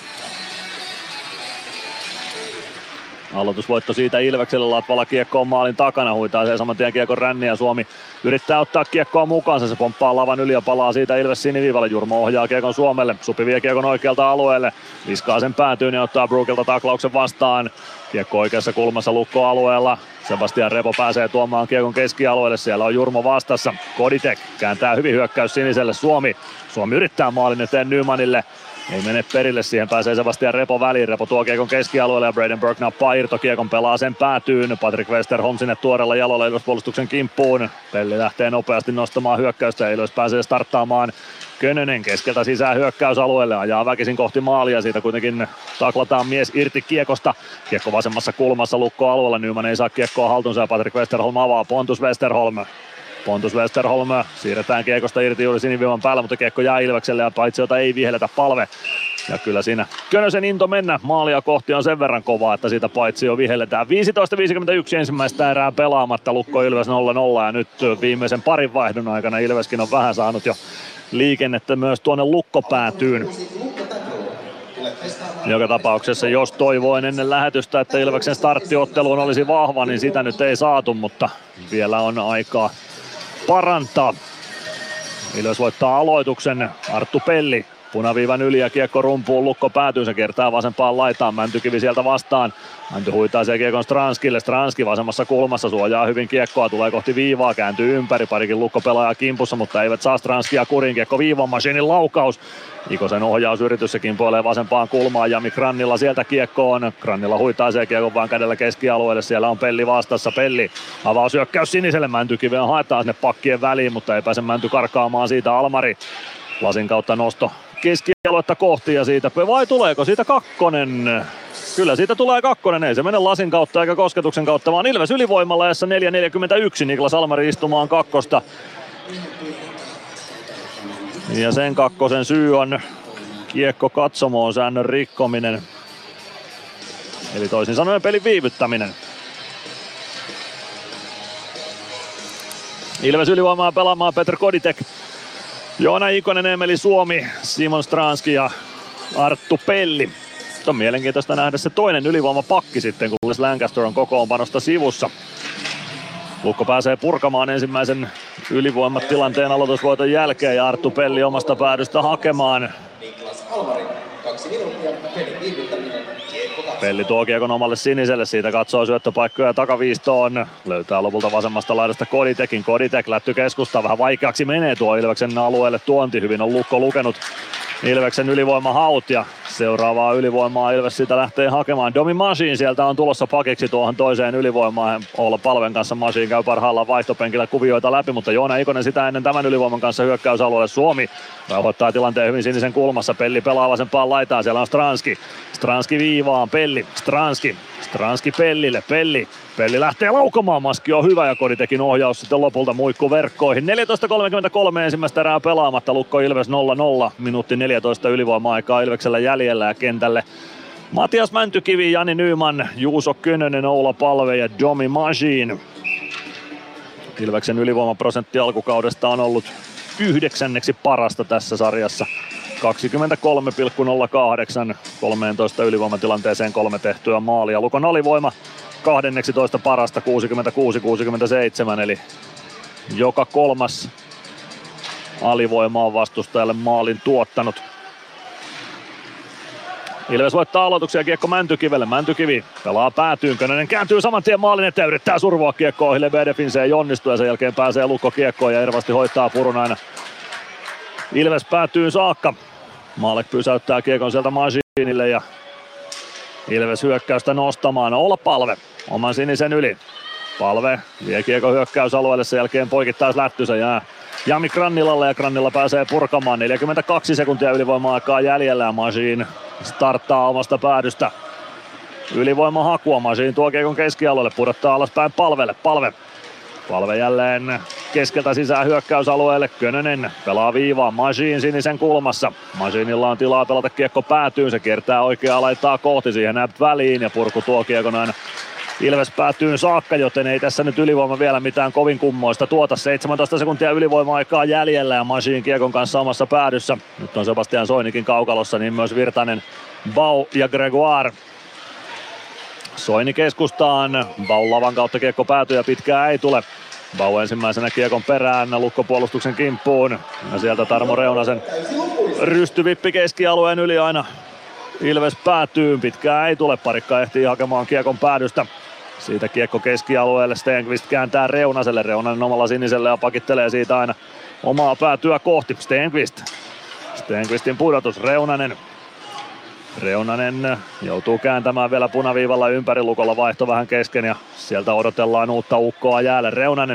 Aloitusvoitto siitä Ilvekselle, Latvala kiekko on maalin takana, huitaa se saman tien kiekon ränni ja Suomi yrittää ottaa kiekkoa mukaansa, se pomppaa lavan yli ja palaa siitä Ilves siniviivalle, Jurmo ohjaa kiekon Suomelle, Supi vie kiekon oikealta alueelle, viskaa sen päätyyn ja ottaa Brookilta taklauksen vastaan, kiekko oikeassa kulmassa Lukko alueella, Sebastian Repo pääsee tuomaan kiekon keskialueelle, siellä on Jurmo vastassa, Koditek kääntää hyvin hyökkäys siniselle, Suomi yrittää maalin eteen Nymanille. Ei mene perille, siihen pääsee Sebastian Repo väliin. Repo tuo kiekon keskialueelle ja Braden Burke nappaa irtokiekon, pelaa sen päätyyn. Patrick Westerholm sinne tuorella jalolla Ilves-puolustuksen kimppuun. Pelli lähtee nopeasti nostamaan hyökkäystä ja Ilves pääsee starttaamaan. Könönen keskeltä sisään hyökkäysalueelle, ajaa väkisin kohti maalia. Siitä kuitenkin taklataan mies irti kiekosta. Kiekko vasemmassa kulmassa Lukko alueella. Nyman ei saa kiekkoa haltuunsa ja Patrick Westerholm avaa. Pontus Westerholm siirretään kiekosta irti juuri siniviivan päällä, mutta kiekko jää Ilvekselle ja paitsiota ei vihelletä Palve. Ja kyllä siinä Könösen into mennä maalia kohti on sen verran kovaa, että siitä paitsi jo vihelletään. 15.51 ensimmäistä erää pelaamatta, Lukko Ilves 0-0 ja nyt viimeisen parin vaihdon aikana Ilveskin on vähän saanut jo liikennettä myös tuonne Lukko-päätyyn. Joka tapauksessa jos toivoin ennen lähetystä, että Ilveksen starttiotteluun olisi vahva, niin sitä nyt ei saatu, mutta vielä on aikaa parantaa. Ilves voittaa aloituksen, Arttu Pelli punaviivan yli ja kiekko rumpuun, Lukko päätyy, se kertaa vasempaan laitaan, Mäntykivi sieltä vastaan. Mänty huitaa sen kiekon Stranskille, Stranski vasemmassa kulmassa suojaa hyvin kiekkoa, tulee kohti viivaa, kääntyy ympäri, parikin Lukko pelaajaa kimpussa, mutta eivät saa Stranskia kurin, kiekko viivan, Machinin laukaus. Ikosen ohjausyritys, se kimpoilee vasempaan kulmaan, Jami Krannilla sieltä kiekkoon. Krannilla huitaa sen kiekon vaan kädellä keskialueelle, siellä on Pelli vastassa, Pelli avausyökkäys siniselle, Mäntykiveen haetaan sinne pakkien väliin, mutta ei pääse Mänty karkaamaan siitä, Almari lasin kautta nosto keskialuetta kohti ja siitä, vai tuleeko siitä kakkonen? Kyllä siitä tulee kakkonen, ei se mene lasin kautta eikä kosketuksen kautta, vaan Ilves ylivoimalla ajassa 4.41, Niklas Almari istumaan kakkosta. Ja sen kakkosen syy on kiekko katsomoon säännön rikkominen. Eli toisin sanoen pelin viivyttäminen. Ilves ylivoimaa pelaamaan Petr Koditek, Joona Ikonen, Emeli Suomi, Simon Stranski ja Arttu Pelli. On mielenkiintoista nähdä se toinen ylivoimapakki sitten, kun Lancaster on kokoonpanosta sivussa. Lukko pääsee purkamaan ensimmäisen ylivoimatilanteen aloitusvoiton jälkeen ja Arttu Pelli omasta päädystä hakemaan. Pelli tuo kiekon omalle siniselle, siitä katsoo syöttöpaikkoja takaviistoon. Löytää lopulta vasemmasta laidasta Koditekin. Koditek lätty keskustaan, vähän vaikeaksi menee tuo Ilveksen alueelle tuonti. Hyvin on Lukko lukenut Ilveksen ylivoimahaut ja seuraavaa ylivoimaa Ilves siitä lähtee hakemaan. Domi Machine sieltä on tulossa pakiksi tuohon toiseen ylivoimaan. Olla Palven kanssa Machine käy parhaillaan vaihtopenkillä kuvioita läpi, mutta Joona Ikonen sitä ennen tämän ylivoiman kanssa hyökkäysalueelle. Suomi rauhoittaa tilanteen hyvin sinisen kulmassa. Pelli pelaa vasempaan laitaan, siellä on Stranski. Stranski viivaan, Pelli, Stranski Pellille, Pelli lähtee laukomaan, maski on hyvä ja Koditekin ohjaus sitten lopulta muikku verkkoihin. 14.33 ensimmäistä erää pelaamatta, Lukko Ilves 0-0, minuutti 14 ylivoima-aikaa Ilveksellä jäljellä ja kentälle Matias Mäntykivi, Jani Nyman, Juuso Könönen, Oula Palve ja Domi Machine. Ilveksen ylivoimaprosentti alkukaudesta on ollut 9. parasta tässä sarjassa. 23,08, 13 ylivoimatilanteeseen 3 tehtyä maalia. Lukon alivoima 12 parasta, 66-67, eli joka kolmas alivoima on vastustajalle maalin tuottanut. Ilves voittaa aloituksia, kiekko Mäntykivelle. Mäntykivi pelaa päätyyn, Könönen kääntyy saman tien maalin eteen, yrittää survoa kiekkoa ohi Lebedefin, se ei onnistu ja sen jälkeen pääsee Lukko kiekkoon ja Ervasti hoitaa Purunainen Ilves päätyyn saakka. Maalek pysäyttää kiekon sieltä Machinille ja Ilves hyökkäystä nostamaan. Olla Palve oman sinisen yli. Palve vie kiekon hyökkäysalueelle, sen jälkeen poikittaislätty, se jää Jami Krannilalle ja Krannila pääsee purkamaan. 42 sekuntia ylivoima-aikaa jäljellä ja Machine starttaa omasta päädystä. Ylivoima hakua, Machine tuo kiekon keskialueelle, pudottaa alaspäin Palvelle. Palve jälleen keskeltä sisään hyökkäysalueelle, Könönen pelaa viivaa, Machine sinisen kulmassa. Machinella on tilaa pelata kiekko päätyyn, se kiertää oikeaa laittaa kohti, siihen Abt väliin ja purku tuo kiekon aina Ilves päätyyn saakka, joten ei tässä nyt ylivoima vielä mitään kovin kummoista tuota. 17 sekuntia ylivoima-aikaa jäljellä ja Machine kiekon kanssa samassa päädyssä. Nyt on Sebastian Soinikin kaukalossa, niin myös Virtanen, Bau ja Gregoire. Soini keskustaan, Bau lavan kautta kiekko päätyy ja pitkää ei tule. Bau ensimmäisenä kiekon perään, lukkopuolustuksen kimppuun ja sieltä Tarmo Reunasen rystyvippi keskialueen yli aina Ilves päätyy, pitkää ei tule, Parikka ehtii hakemaan kiekon päädystä. Siitä kiekko keskialueelle, Stenqvist kääntää Reunaselle, Reunanen omalla siniselle ja pakittelee siitä aina omaa päätyä kohti. Stenqvistin pudotus, Reunanen joutuu kääntämään vielä punaviivalla ympäri, lukolla vaihto vähän kesken ja sieltä odotellaan uutta ukkoa jäälle.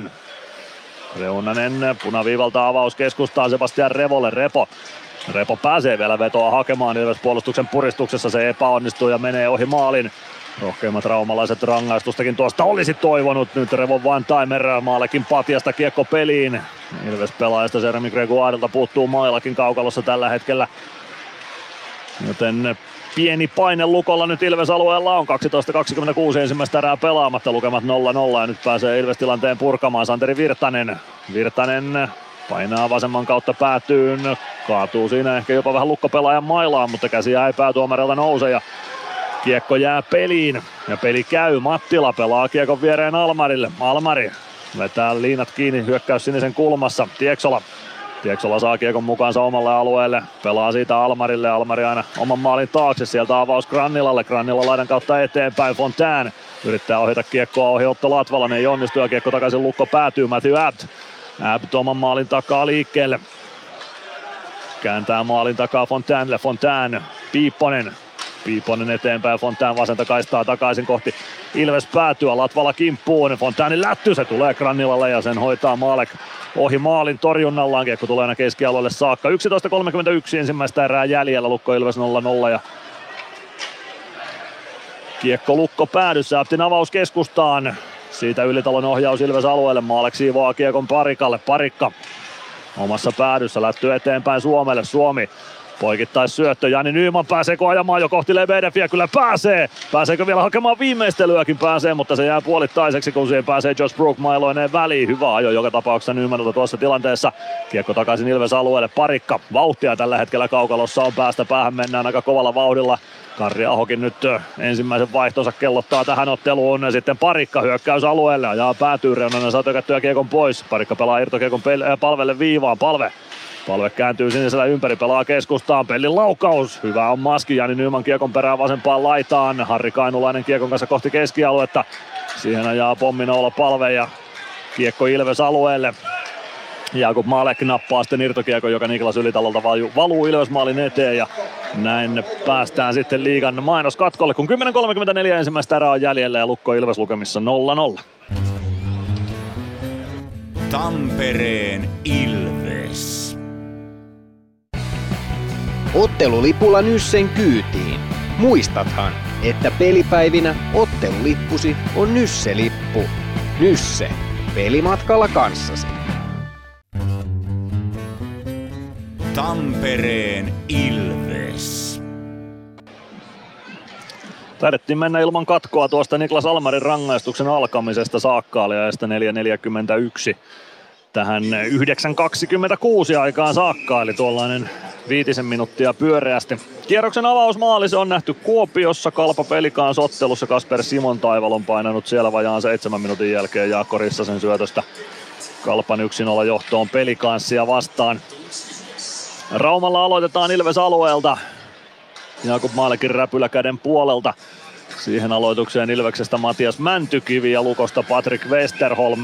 Reunanen punaviivalta avaus keskustaan Sebastian Revolle, Repo pääsee vielä vetoa hakemaan Ilves puolustuksen puristuksessa, se epäonnistuu ja menee ohi maalin. Rohkeimmat raumalaiset rangaistustakin tuosta olisi toivonut, nyt Revon one-timer maallekin patjasta kiekko peliin. Ilves pelaajasta Jeremy Gregoirelta puuttuu mailakin kaukalossa tällä hetkellä. Joten pieni paine lukolla nyt Ilves-alueella on 12.26 ensimmäistä erää pelaamatta, lukemat 0-0 ja nyt pääsee Ilves-tilanteen purkamaan Santeri Virtanen painaa vasemman kautta päätyyn, kaatuu siinä ehkä jopa vähän lukkopelaajan mailaan, mutta käsiä ei päätuomarilta nouse ja kiekko jää peliin ja peli käy. Mattila pelaa kiekon viereen Almarille. Almari vetää liinat kiinni, hyökkäys sinisen kulmassa. Tieksola saa kiekon mukaansa omalle alueelle, pelaa siitä Almarille, Almari aina oman maalin taakse, sieltä avaus Grannilalle, Grannila laidan kautta eteenpäin, Fontaine yrittää ohjata kiekkoa ohi Otto Latvalainen, ei onnistu ja kiekko takaisin lukko päätyy, Matthew Abt oman maalin takaa liikkeelle, kääntää maalin takaa Fontaine, Piipponen eteenpäin, Fontaine vasenta kaistaa takaisin kohti Ilves päätyä, Latvala kimppuun, Fontainen lätty, se tulee Grannilalle ja sen hoitaa Maalek ohi maalin torjunnallaan, kiekko tulee aina keskialueelle saakka. 11.31 ensimmäistä erää jäljellä, Lukko Ilves 0-0 ja kiekko Lukko päädyssä, Abtin avaus keskustaan, siitä Ylitalon ohjaus Ilves alueelle, Maalek siivoaa kiekon Parikalle, Parikka omassa päädyssä, lätty eteenpäin Suomelle, Suomi poikittais syöttö, Jani Nyman pääseekö ajamaan jo kohti Lebedefiä? Kyllä pääsee! Pääseekö vielä hakemaan viimeistelyäkin? Pääsee, mutta se jää puolittaiseksi, kun siihen pääsee Josh Brook mailoineen väliin. Hyvä ajo joka tapauksessa Nymanilta tuossa tilanteessa. Kiekko takaisin Ilves alueelle, Parikka. Vauhtia tällä hetkellä kaukalossa on, päästä päähän mennään aika kovalla vauhdilla. Karri Ahokin nyt ensimmäisen vaihtonsa kellottaa tähän otteluun. Sitten Parikka hyökkäys alueelle, ajaa päätyy, Reunanen saa tökättyä kiekon pois. Parikka pelaa irtokiekon Palvelle viivaan, Palve kääntyy sinisellä ympäri, pelaa keskustaan, Pellin laukaus. Hyvä on maski, Jani Nyman kiekon perään vasempaan laitaan. Harri Kainulainen kiekon kanssa kohti keskialuetta. Siihen ajaa pomminoulo Palve ja kiekko Ilves alueelle. Jakub Malek nappaa sitten irtokiekon, joka Niklas Ylitalolta valuu Ilves maalin eteen ja näin päästään sitten liigan mainoskatkolle, kun 10.34 ensimmäistä erää on jäljellä ja Lukko Ilves lukemissa 0-0. Tampereen Ilves. Ottelulipulla Nyssen kyytiin. Muistathan, että pelipäivinä ottelulippusi on Nysse-lippu. Nysse. Pelimatkalla kanssasi. Tampereen Ilves. Taidettiin mennä ilman katkoa tuosta Niklas Almarin rangaistuksen alkamisesta saakka, oli ajasta 4.41 tähän 9.26 aikaan saakka, eli tuollainen 5 minuuttia pyöreästi. Kierroksen avausmaali se on nähty Kuopiossa Kalpa Pelikans ottelussa. Kasper Simon Taival on painanut siellä vajaan 7 minuutin jälkeen Jaakko Rissasen syötöstä Kalpan 1-0 johtoon Pelikanssia vastaan. Raumalla aloitetaan Ilves alueelta. Jakub Maalekin räpyläkäden puolelta. Siihen aloitukseen Ilveksestä Matias Mäntykivi ja Lukosta Patrick Westerholm.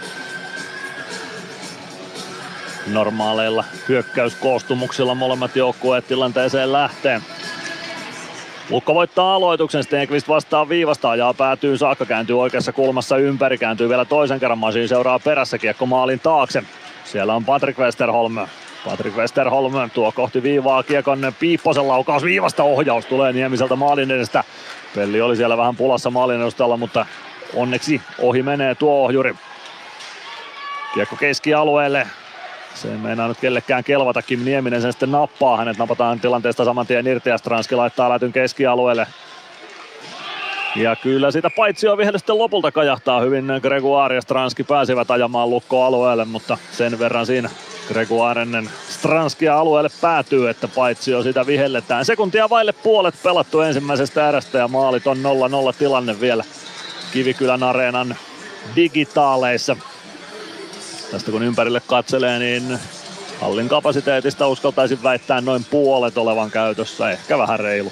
Normaaleilla hyökkäyskoostumuksilla molemmat joukkueet tilanteeseen lähtee. Lukko voittaa aloituksen, Stenqvist vastaan viivasta, ajaa päätyy saakka, kääntyy oikeassa kulmassa ympäri, kääntyy vielä toisen kerran, Machine seuraa perässä, kiekko maalin taakse. Siellä on Patrick Westerholm. Patrik Westerholm tuo kohti viivaa kiekon Piipposen laukaus viivasta, ohjaus tulee Niemiseltä maalin edestä. Pelli oli siellä vähän pulassa maalin edustalla, mutta onneksi ohi menee tuo ohjuri. Kiekko keskialueelle. Se ei meinaa nyt kellekään kelvata, Kim Nieminen sen sitten nappaa. Hänet napataan tilanteesta saman tien irti ja Stranski laittaa lätyn keskialueelle. Ja kyllä siitä paitsiovihdelle sitten lopulta kajahtaa hyvin. Gregoire ja Stranski pääsivät ajamaan lukkoalueelle, mutta sen verran siinä Gregoirennen Stranskia alueelle päätyy, että paitsio sitä vihelletään. Sekuntia vaille puolet pelattu ensimmäisestä erästä ja maalit on 0-0 tilanne vielä Kivikylän areenan digitaaleissa. Tästä kun ympärille katselee, niin hallin kapasiteetista uskaltaisin väittää noin puolet olevan käytössä, ehkä vähän reilu.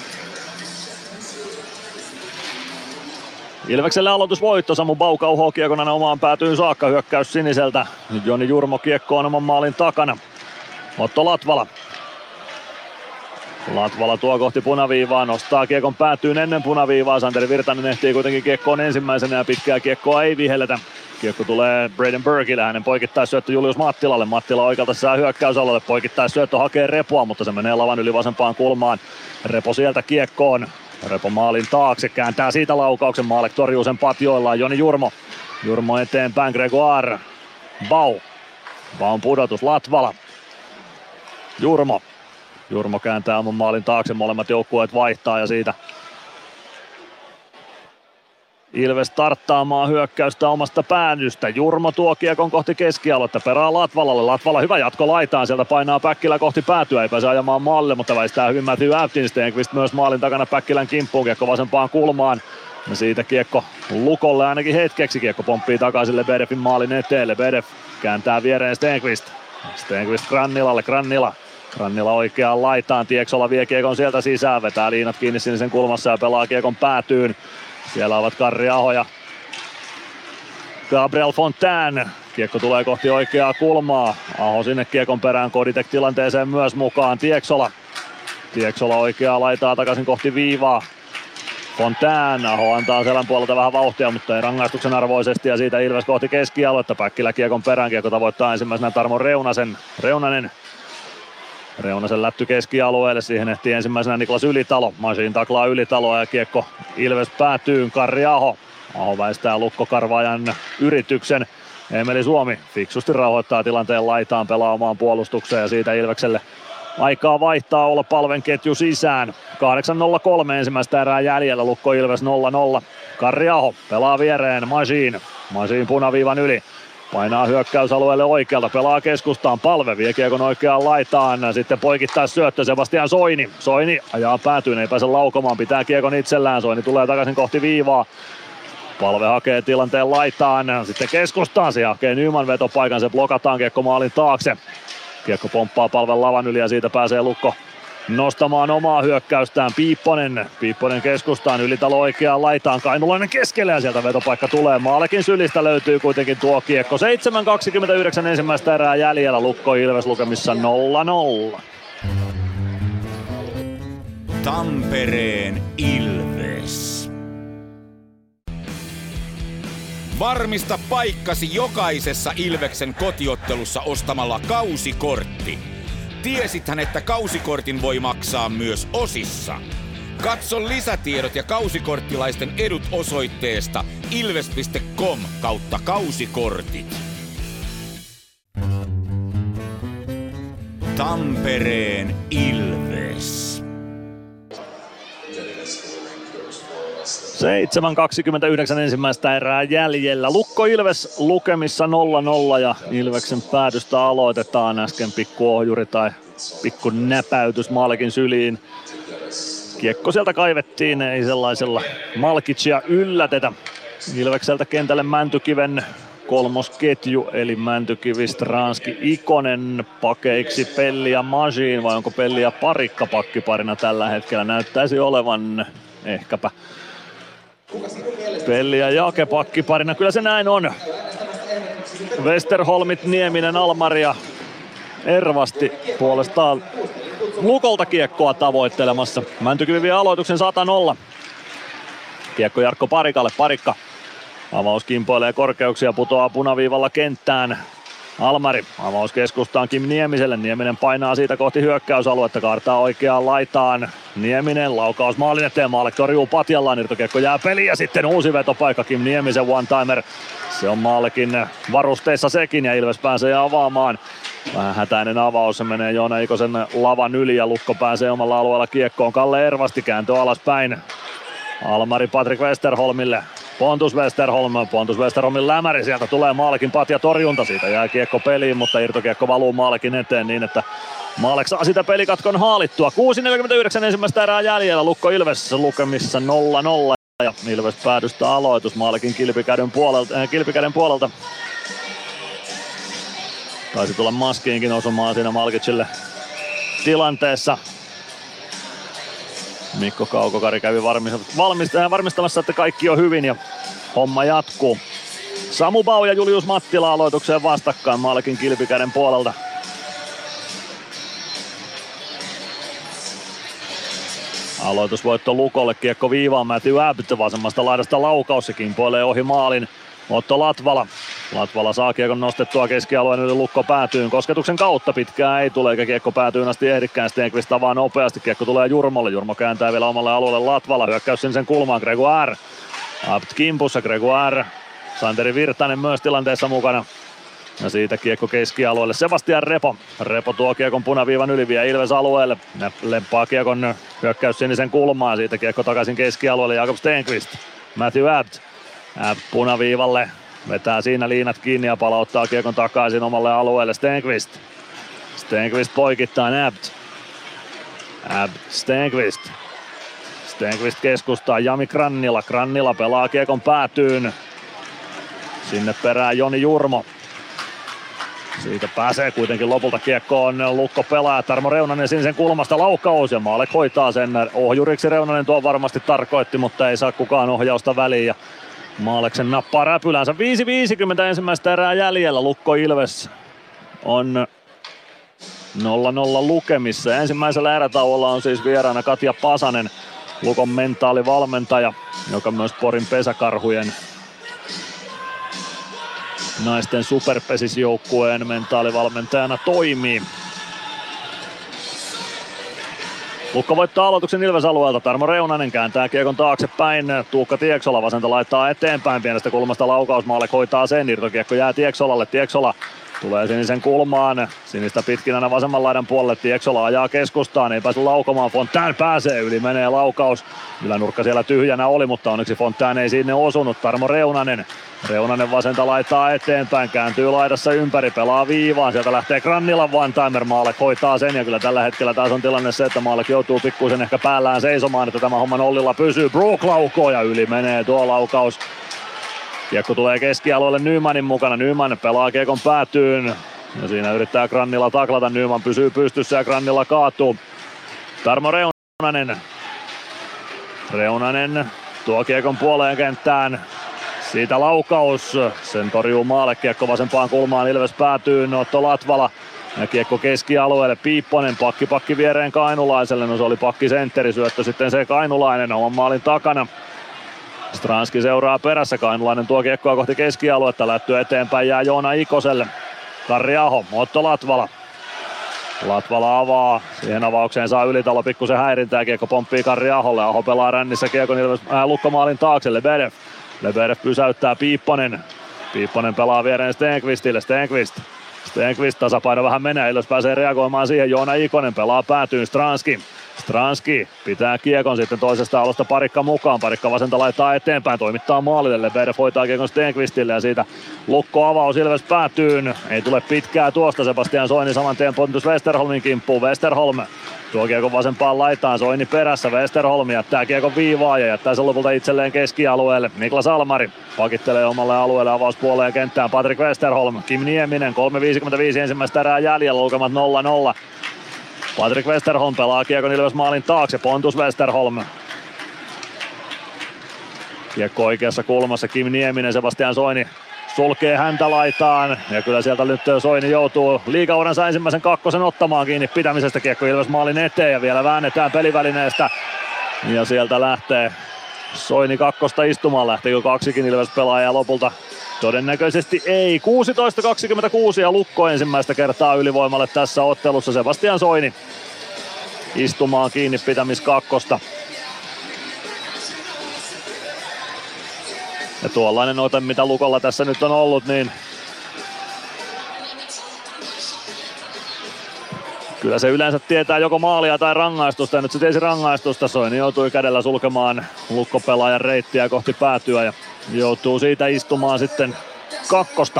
Ilvekselle aloitusvoitto, Samu Bauka uhoo kiekon omaan päätyyn saakka, hyökkäys siniseltä. Nyt Joni Jurmo kiekko on oman maalin takana. Otto Latvala. Latvala tuo kohti punaviivaa, nostaa kiekon päätyyn ennen punaviivaa. Santeri Virtanen ehtii kuitenkin kiekkoon ensimmäisenä ja pitkää kiekkoa ei vihelletä. Kiekko tulee Braden Burkille, hänen poikittaisyöttö Julius Mattilalle. Mattila oikealta sisään hyökkäysalueelle, poikittaisyöttö hakee Repoa, mutta se menee lavan yli vasempaan kulmaan. Repo sieltä kiekkoon. Repo maalin taakse, kääntää siitä laukauksen, Maalek torjuu sen patjoillaan, Joni Jurmo. Jurmo eteenpäin, Gregoire. Baun pudotus, Latvala. Jurmo kääntää oman maalin taakse, molemmat joukkueet vaihtaa ja siitä Ilves starttaamaan hyökkäystä omasta päädystä. Jurmo tuo kiekon kohti keskialuetta, perää Latvalalle. Latvala hyvä jatko laitaan, sieltä painaa Päkkilä kohti päätyä, ei pääse ajamaan maalle, mutta väistää hyvin Matthew Aftin. Stenqvist myös maalin takana Päkkilän kimppuun, kiekko vasempaan kulmaan. Ja siitä kiekko lukolle ainakin hetkeksi, kiekko pomppii takaisin Lebedevin maalin eteen. Lebedev kääntää viereen Stenqvist. Stenqvist Grannilalle, Grannila oikeaan laitaan, Tieksola vie kiekon sieltä sisään, vetää liinat kiinni sinisen kulmassa ja pelaa kiekon päätyyn. Siellä ovat Karri Aho ja Gabriel Fontaine. Kiekko tulee kohti oikeaa kulmaa. Aho sinne kiekon perään, Koditek tilanteeseen myös mukaan. Tieksola oikeaa laitaa takaisin kohti viivaa. Fontaine, Aho antaa selän puolelta vähän vauhtia, mutta ei rangaistuksen arvoisesti ja siitä Ilves kohti keskialuetta. Päkkilä kiekon perään, kiekko tavoittaa ensimmäisenä Tarmo Reunasen lätty keskialueelle, siihen ehtii ensimmäisenä Niklas Ylitalo. Masiin taklaa Ylitaloa ja kiekko Ilves päätyyn, Karri Aho. Aho väistää lukkokarvaajan yrityksen. Emeli Suomi fiksusti rauhoittaa tilanteen laitaan, pelaa omaan puolustukseen ja siitä Ilvekselle aikaa vaihtaa olla palven ketju sisään. 8.03 ensimmäistä erää jäljellä, Lukko Ilves 0-0. Karri Aho pelaa viereen, Masiin punaviivan yli. Painaa hyökkäysalueelle oikealta, pelaa keskustaan, Palve vie kiekon oikeaan laitaan, sitten poikittaa syöttö Sebastian Soini. Soini ajaa päätyyn, ei pääse laukomaan, pitää kiekon itsellään, Soini tulee takaisin kohti viivaa. Palve hakee tilanteen laitaan, sitten keskustaan, se hakee Nyman vetopaikan, se blokataan kiekko maalin taakse. Kiekko pomppaa Palven lavan yli ja siitä pääsee Lukko nostamaan omaa hyökkäystään. Piipponen keskustaan, Ylitalo oikeaan laitaan, Kainulainen keskelle ja sieltä vetopaikka tulee. Maalekin sylistä löytyy kuitenkin tuo kiekko. 7.29 ensimmäistä erää jäljellä, Lukko Ilves lukemissa 0-0. Tampereen Ilves. Varmista paikkasi jokaisessa Ilveksen kotiottelussa ostamalla kausikortti. Tiesithän, että kausikortin voi maksaa myös osissa. Katso lisätiedot ja kausikorttilaisten edut osoitteesta ilves.com/kausikortit. Tampereen Ilves. 7.29 ensimmäistä erää jäljellä. Lukko Ilves lukemissa 0-0 ja Ilveksen päädystä aloitetaan. Äsken pikku ohjuri tai pikku näpäytys Maalekin syliin. Kiekko sieltä kaivettiin, ei sellaisella Malkicia yllätetä. Ilvekseltä kentälle Mäntykiven kolmosketju, eli Mäntykivi, Stranski, Ikonen pakeiksi Pelli ja Masiin, vai onko Pelli ja Parikka pakkiparina tällä hetkellä? Näyttäisi olevan ehkäpä Pelli ja Jake pakkiparina, kyllä se näin on. Westerholmit, Nieminen, Almari ja Ervasti puolestaan Lukolta kiekkoa tavoittelemassa. Mäntykivi vie aloituksen 100-0. Kiekko Jarkko Parikalle, Parikka avaus kimpoilee korkeuksia, putoaa punaviivalla kenttään. Almari avaus keskustaan Kim Niemiselle. Nieminen painaa siitä kohti hyökkäysaluetta. Kaartaa oikeaan laitaan. Nieminen laukaus maalin eteen. Maalle torjuu Patjallaan. Irtokiekko jää peliin ja sitten uusi vetopaikka Kim Niemisen one-timer. Se on maallekin varusteissa sekin ja Ilves pääsee avaamaan. Vähän hätäinen avaus. Se menee Joona Ikosen lavan yli ja Lukko pääsee omalla alueella kiekkoon. Kalle Ervasti kääntö alaspäin. Almari Patrik Westerholmille. Pontus Westerholmin lämäri, sieltä tulee Maalekin Patja torjunta, siitä jää kiekko peliin, mutta irtokiekko valuu Maalekin eteen niin, että Maalek saa sitä pelikatkon haalittua. 6.49 ensimmäistä erää jäljellä, Lukko Ilves lukemissa 0-0 ja Ilves päädystä aloitus Maalekin kilpikäden puolelta. Taisi tulla maskiinkin osumaan siinä Malkicille tilanteessa. Mikko Kaukokari kävi varmistamassa, että kaikki on hyvin ja homma jatkuu. Samu Bau ja Julius Mattila aloitukseen vastakkain Maalekin kilpikäden puolelta. Aloitusvoitto Lukolle, kiekko viivaan, Matthew Abt vasemmasta laidasta laukaus, se kimpoilee ohi maalin. Otto Latvala. Latvala saa kiekon nostettua keskialueen yli, Lukko päätyyn kosketuksen kautta, pitkään ei tule eikä kiekko päätyyn asti ehdikään. Stenqvist avaa nopeasti, kiekko tulee Jurmolle, Jurmo kääntää vielä omalle alueelle Latvala, hyökkäys sinisen kulmaan Gregoire. Abt kimpussa, Gregoire. Santeri Virtanen myös tilanteessa mukana. Ja siitä kiekko keskialueelle Sebastian Repo. Repo tuo kiekon punaviivan yli, vie Ilves alueelle. Lemppaa kiekon hyökkäys sinisen kulmaan, siitä kiekko takaisin keskialueelle Jakob Stenqvist. Matthew Abt. Abt punaviivalle. Vetää siinä liinat kiinni ja palauttaa kiekon takaisin omalle alueelle Stenqvist. Stenqvist poikittaa Abt. Abt Stenqvist. Stenqvist keskustaa Jami Krannila. Krannila pelaa kiekon päätyyn. Sinne perään Joni Jurmo. Siitä pääsee kuitenkin lopulta kiekkoon Lukko pelaa. Tarmo Reunanen sinisen kulmasta laukaus ja Maalek hoitaa sen. Ohjuriksi Reunanen tuo varmasti tarkoitti, mutta ei saa kukaan ohjausta väliin. Ja Maaleksen nappaa räpylänsä. 5.50 ensimmäistä erää jäljellä. Lukko Ilves on 0-0 lukemissa. Ensimmäisellä erätauolla on siis vieraana Katja Pasanen, Lukon mentaalivalmentaja, joka myös Porin pesäkarhujen naisten superpesisjoukkueen mentaalivalmentajana toimii. Lukko voittaa aloituksen Ilves-alueelta. Tarmo Reunanen kääntää kiekon taaksepäin. Tuukka Tieksola vasenta laittaa eteenpäin. Pienestä kulmasta laukaus. Maalek hoitaa sen. Irtokiekko jää Tieksolalle. Tieksola tulee sinisen kulmaan. Sinistä pitkin aina vasemman laidan puolelle. Tieksola ajaa keskustaan. Ei pääse laukomaan. Fontaine pääsee. Yli menee laukaus. Ylänurkka siellä tyhjänä oli, mutta onneksi Fontaine ei sinne osunut. Tarmo Reunanen. Reunanen vasenta laittaa eteenpäin, kääntyy laidassa ympäri, pelaa viivaan, sieltä lähtee Grannilan one-timer, Maalek hoitaa sen ja kyllä tällä hetkellä taas on tilanne se, että Maalek joutuu pikkuisen ehkä päällään seisomaan, että tämä homma nollilla pysyy. Brook laukoo ja yli menee tuo laukaus. Kiekko tulee keskialueelle Nymanin mukana, Nyman pelaa kiekon päätyyn ja siinä yrittää Grannila taklata, Nyman pysyy pystyssä ja Grannila kaatuu. Tarmo Reunanen tuo kiekon puoleen kenttään. Siitä laukaus, sen torjuu Maalek, kiekko vasempaan kulmaan, Ilves päätyy, Otto Latvala ja kiekko keskialueelle, Piipponen pakki viereen Kainulaiselle, no se oli pakkisentteri, syöttö sitten se Kainulainen oman maalin takana. Stranski seuraa perässä, Kainulainen tuo kiekkoa kohti keskialuetta, lätty eteenpäin jää Joona Ikoselle. Karri Aho, Otto Latvala. Latvala avaa, siihen avaukseen saa Ylitalo pikkusen häirintää, kiekko pomppii Karri Aholle, Aho pelaa rännissä kiekon Lukkomaalin taakse, Lebedev pysäyttää Piipponen. Piipponen pelaa viereen Stenqvistille. Stenqvist tasapaino vähän menee. Ilves pääsee reagoimaan siihen. Joona Ikonen pelaa päätyyn. Stranski pitää kiekon sitten toisesta alusta Parikka mukaan. Parikka vasenta laittaa eteenpäin. Toimittaa maalille. Lebedev hoitaa kiekon Stenqvistille ja siitä Lukko avaus Ilves päätyyn. Ei tule pitkää tuosta. Sebastian Soini saman tien Pontus Westerholmin kimppuun. Westerholm tuo kiekon vasempaan laitaan, Soini perässä, Westerholm jättää kiekon viivaan ja jättää sen lopulta itselleen keskialueelle. Niklas Almari pakittelee omalle alueelle avauspuoleen kenttään, Patrik Westerholm, Kim Nieminen, 3.55 ensimmäistä erää jäljellä, lukemat 0-0. Patrik Westerholm pelaa kiekon Ilves maalin taakse, Pontus Westerholm. Kiekko oikeassa kulmassa, Kim Nieminen, Sebastian Soini sulkee häntä laitaan ja kyllä sieltä nyt Soini joutuu liigauransa ensimmäisen kakkosen ottamaan kiinni pitämisestä. Kiekko Ilves maalin eteen ja vielä väännetään pelivälineestä ja sieltä lähtee Soini kakkosta istumaan. Lähteekö kaksikin Ilves pelaajaa lopulta Todennäköisesti ei. 16-26 ja Lukko ensimmäistä kertaa ylivoimalle tässä ottelussa. Sebastian Soini istumaan kiinni pitämiskakkosta. Ja tuollainen ote, mitä Lukolla tässä nyt on ollut, niin kyllä se yleensä tietää joko maalia tai rangaistusta, ja nyt se tiesi rangaistusta. Soini joutui kädellä sulkemaan Lukko-pelaajan reittiä kohti päätyä ja joutuu siitä istumaan sitten kakkosta.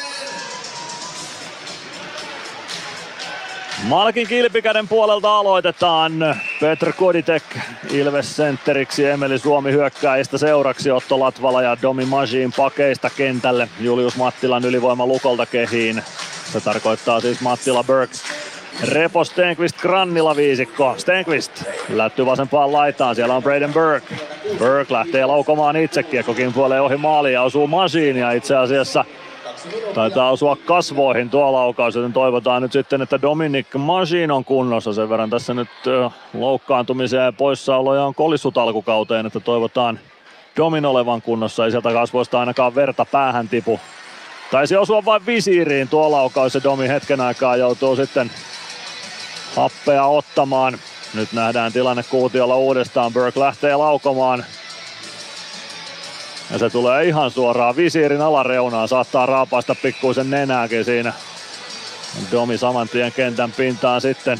Malkin kilpikäden puolelta aloitetaan. Petr Koditek Ilves sentteriksi, Emeli Suomi hyökkääjistä seuraksi, Otto Latvala ja Domi Majin pakeista kentälle. Julius Mattilan ylivoima Lukolta kehiin. Se tarkoittaa siis Mattila, Burke, Repo, Stenqvist, Grannila viisikko. Stenqvist lättyy vasempaan laitaan, siellä on Braden Burke. Burke lähtee laukomaan itse, kiekko kimpoilee ohi maaliin ja osuu Majin ja itse asiassa taitaa osua kasvoihin tuo laukaus, joten toivotaan nyt sitten, että Dominic Majin on kunnossa. Sen verran tässä nyt loukkaantumisia ja poissaoloja on kolissut alkukauteen, että toivotaan Domin olevan kunnossa. Ei sieltä kasvoista ainakaan verta päähän tipu. Taisi osua vain visiiriin tuo laukaus ja Domi hetken aikaa joutuu sitten happea ottamaan. Nyt nähdään tilanne kuutiolla uudestaan. Burke lähtee laukomaan. Ja se tulee ihan suoraan visiirin alareunaan. Saattaa raapaista pikkuisen nenääkin siinä. Domi saman tien kentän pintaan sitten.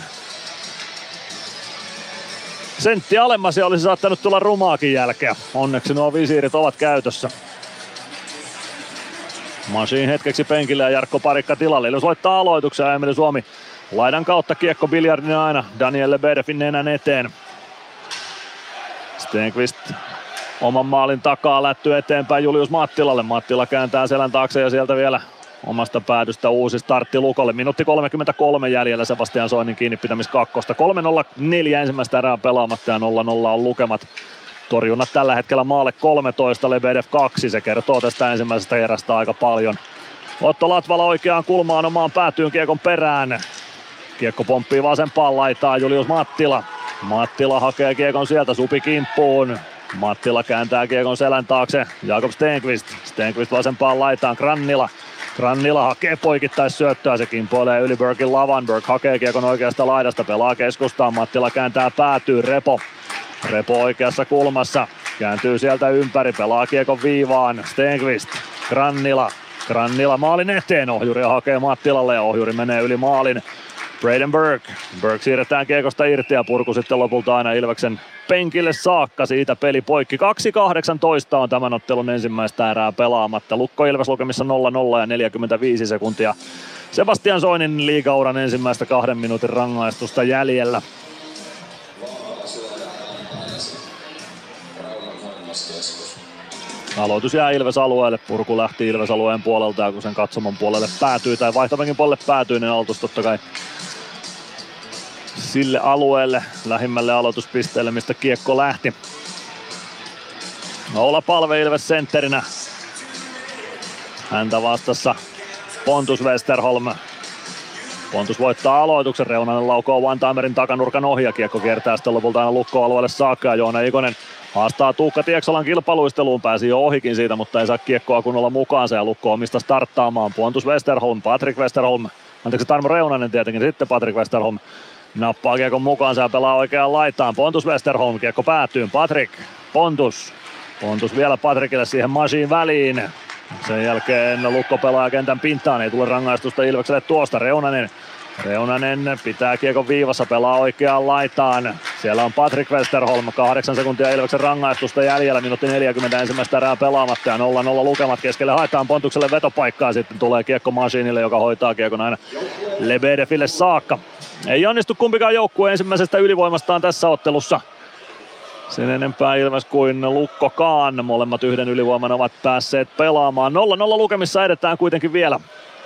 Sentti alemmas ja olisi saattanut tulla rumaakin jälkeä. Onneksi nuo visiirit ovat käytössä. Majin hetkeksi penkille ja Jarkko Parikka tilalle. Eli soittaa aloituksen ja Emeli Suomi laidan kautta kiekko biljardin aina Daniel Lebedevin nenän eteen. Stenqvist oman maalin takaa lätty eteenpäin Julius Mattilalle. Mattila kääntää selän taakse ja sieltä vielä omasta päädystä uusi startti Lukolle. Minuutti 33 jäljellä Sebastian Soinin kiinnipitämiskakkosta. 3-0-4 ensimmäistä erää pelaamatta ja 0-0 on lukemat. Torjunnat tällä hetkellä maalle 13, Lebedev 2. Se kertoo tästä ensimmäisestä erästä aika paljon. Otto Latvala oikeaan kulmaan omaan päätyyn kiekon perään. Kiekko pomppii vasempaan laitaan Julius Mattila. Mattila hakee kiekon sieltä Supi kimppuun. Mattila kääntää kiekon selän taakse. Jakob Stenqvist. Stenqvist vasempaan laitaan. Grannila hakee poikittais syöttöä. Se kimpoilee yli Burken lavan. Burke hakee kiekon oikeasta laidasta. Pelaa keskustaan. Mattila kääntää päätyyn. Repo oikeassa kulmassa. Kääntyy sieltä ympäri. Pelaa kiekon viivaan. Stenqvist. Grannila maalin eteen. Ohjuri hakee Mattilalle ja ohjuri menee yli maalin. Braden Burke. Burke siirretään kiekosta irti ja purku sitten lopulta aina Ilveksen penkille saakka. Siitä peli poikki. 2.18 on tämän ottelun ensimmäistä erää pelaamatta. Lukko Ilves lukemissa 0-0 ja 45 sekuntia. Sebastian Soinin liigauran ensimmäistä 2 minuutin rangaistusta jäljellä. Aloitus jää Ilves-alueelle. Purku lähti Ilves-alueen puolelta ja kun sen katsomon puolelle päätyy tai vaihtopenkin puolelle päätyy, niin aloitus totta kai sille alueelle, lähimmälle aloituspisteelle, mistä kiekko lähti. Oula Palve Ilves sentterinä. Häntä vastassa Pontus Westerholm. Pontus voittaa aloituksen, Reunanen laukoo one-timerin takanurkan ohi ja kiekko kiertää sitten lopulta aina Lukko-alueelle saakka ja Joona Ikonen haastaa Tuukka Tieksolan kilpailuisteluun, pääsi jo ohikin siitä, mutta ei saa kiekkoa kunnolla mukaansa ja Lukko omista starttaamaan. Pontus Westerholm, Tarmo Reunanen tietenkin, sitten Patrick Westerholm nappaa kiekon mukaansa ja pelaa oikeaan laitaan. Pontus Westerholm, kiekko päätyy, Pontus vielä Patrickille siihen Majin väliin. Sen jälkeen Lukko pelaa kentän pintaan, ei tule rangaistusta Ilvekselle tuosta. Reunanen pitää kiekon viivassa, pelaa oikeaan laitaan. Siellä on Patrick Westerholm, 8 sekuntia Ilveksen rangaistusta jäljellä, minuutti 40 ensimmäistä erää pelaamatta ja 0-0 lukemat keskelle. Haetaan Pontukselle vetopaikkaa, sitten tulee kiekko Majinille, joka hoitaa kiekon aina Lebedeville saakka. Ei onnistu kumpikaan joukkue ensimmäisestä ylivoimastaan tässä ottelussa. Sen enempää Ilves kuin Lukkokaan. Molemmat yhden ylivoiman ovat päässeet pelaamaan. 0-0 lukemissa edetään kuitenkin vielä.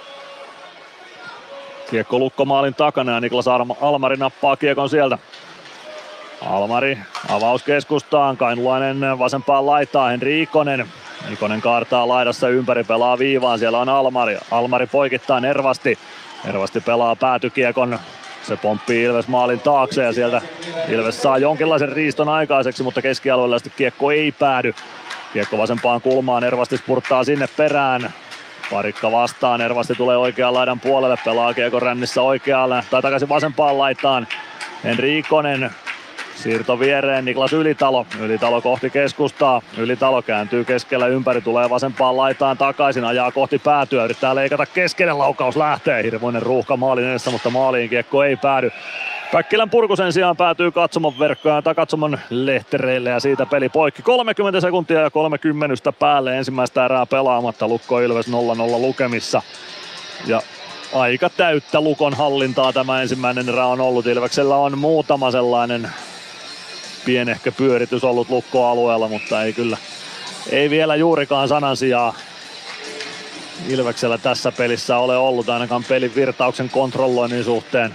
Kiekko Lukko maalin takana ja Niklas Almari nappaa kiekon sieltä. Almari avaus keskustaan. Kainulainen vasempaan laitaan. Henri Ikonen. Ikonen kaartaa laidassa ympäri, pelaa viivaan. Siellä on Almari. Almari poikittaa Ervasti. Ervasti pelaa päätykiekon. Se pomppii Ilves maalin taakse ja sieltä Ilves saa jonkinlaisen riiston aikaiseksi, mutta keskialueella sitten kiekko ei päädy. Kiekko vasempaan kulmaan, Ervasti spurttaa sinne perään. Parikka vastaan, Ervasti tulee oikean laidan puolelle, pelaa kiekko rännissä oikealle tai takaisin vasempaan laitaan. Henri Ikonen, siirto viereen, Niklas Ylitalo. Ylitalo kohti keskustaa, Ylitalo kääntyy keskellä ympäri, tulee vasempaan laitaan takaisin, ajaa kohti päätyä, yrittää leikata keskelle, laukaus lähtee. Hirvoinen ruuhka maalin edessä, mutta maaliin kiekko ei päädy. Päkkilän purku sen sijaan päätyy katsomon verkkoon tai katsomon lehtereille ja siitä peli poikki. 30 sekuntia ja 30 päälle ensimmäistä erää pelaamatta. Lukko Ilves 0-0 lukemissa. Ja aika täyttä Lukon hallintaa tämä ensimmäinen erä on ollut. Ilveksellä on muutama sellainen pienehkö pyöritys ollut Lukko-alueella, mutta ei vielä juurikaan sanan sijaa Ilveksellä tässä pelissä ole ollut ainakaan pelin virtauksen kontrolloinnin suhteen.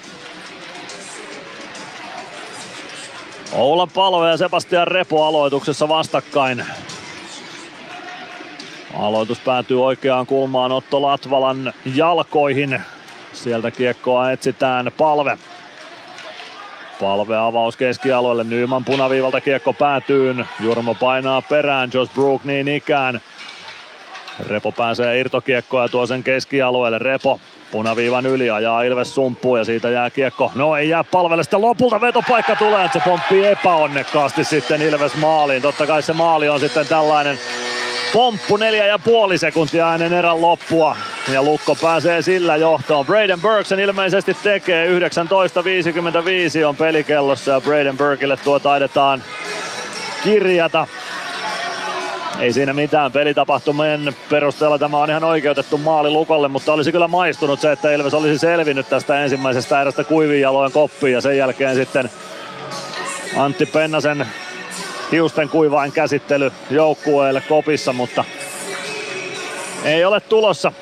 Oula Palve ja Sebastian Repo aloituksessa vastakkain. Aloitus päätyy oikeaan kulmaan Otto Latvalan jalkoihin. Sieltä kiekkoa etsitään Palve. Palve avaus keskialueelle, Nyman punaviivalta kiekko päätyyn. Jurmo painaa perään, Josh Brook niin ikään. Repo pääsee irtokiekkoa ja tuo sen keskialueelle. Repo punaviivan yli ajaa Ilves sumppuun ja siitä jää kiekko. No ei jää Palvelle, sitten lopulta vetopaikka tulee, että se pomppii epäonnekkaasti sitten Ilves maaliin. Totta kai se maali on sitten tällainen pomppu 4,5 sekuntia ennen erän loppua. Ja Lukko pääsee sillä johtoon. Braden Burke sen ilmeisesti tekee. 19.55 on pelikellossa ja Braden Burkelle tuo taidetaan kirjata. Ei siinä mitään, pelitapahtumien perusteella tämä on ihan oikeutettu maali Lukolle, mutta olisi kyllä maistunut se, että Ilves olisi selvinnyt tästä ensimmäisestä erästä kuivin jaloin koppiin ja sen jälkeen sitten Antti Pennasen hiusten kuivain käsittely joukkueelle kopissa, mutta ei ole tulossa.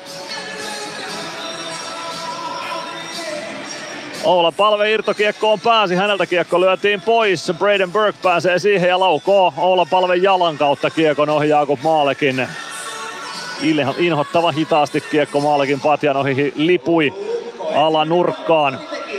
Oula Palve irtokiekkoon pääsi, häneltä kiekko lyötiin pois. Braden Burke pääsee siihen ja laukoo Oula Palven jalan kautta kiekon ohi Jakub Maalekin. Inhottava hitaasti kiekko Maalekin patjan ohi lipui alanurkkaan.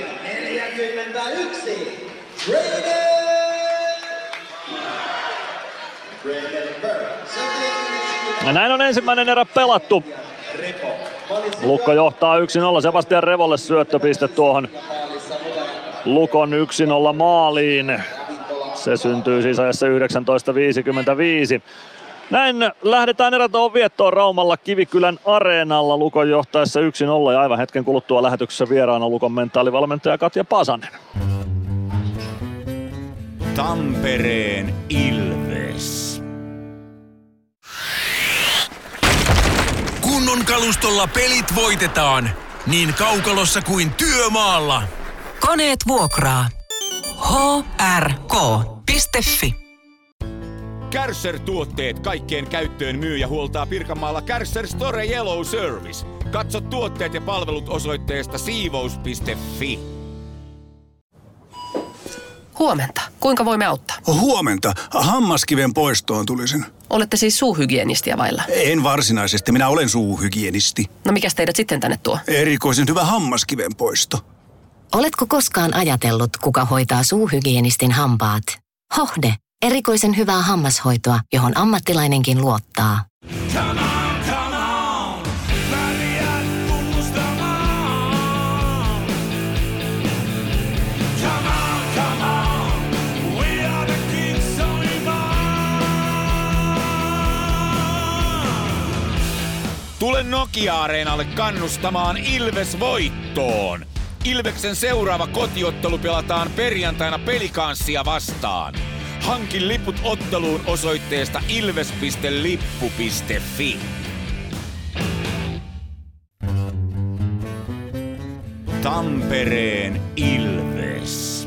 Ja näin on ensimmäinen erä pelattu. Lukko johtaa 1-0. Sebastian Revolle syöttöpiste tuohon Lukon 1-0 maaliin. Se syntyy siis ajassa 19.55. Näin lähdetään erätauon viettoon Raumalla Kivikylän areenalla. Lukon johtaessa 1-0 ja aivan hetken kuluttua lähetyksessä vieraana Lukon mentaalivalmentaja Katja Pasanen. Tampereen Ilves. Kunnon kalustolla pelit voitetaan niin kaukalossa kuin työmaalla. Koneet vuokraa. hrk.fi. Kärcher-tuotteet kaikkeen käyttöön myy ja huoltaa Pirkanmaalla Kärcher Store Yellow Service. Katso tuotteet ja palvelut osoitteesta siivous.fi. Huomenta. Kuinka voimme auttaa? Huomenta. Hammaskiven poistoon tulisin. Olette siis suuhygienistiä vailla? En varsinaisesti. Minä olen suuhygienisti. No mikäs teidät sitten tänne tuo? Erikoisen hyvä hammaskiven poisto. Oletko koskaan ajatellut, kuka hoitaa suuhygienistin hampaat? Hohde. Erikoisen hyvää hammashoitoa, johon ammattilainenkin luottaa. Tule Nokia-areenalle kannustamaan Ilves voittoon. Ilveksen seuraava kotiottelu pelataan perjantaina Pelikanssia vastaan. Hankin liput otteluun osoitteesta ilves.lippu.fi. Tampereen Ilves.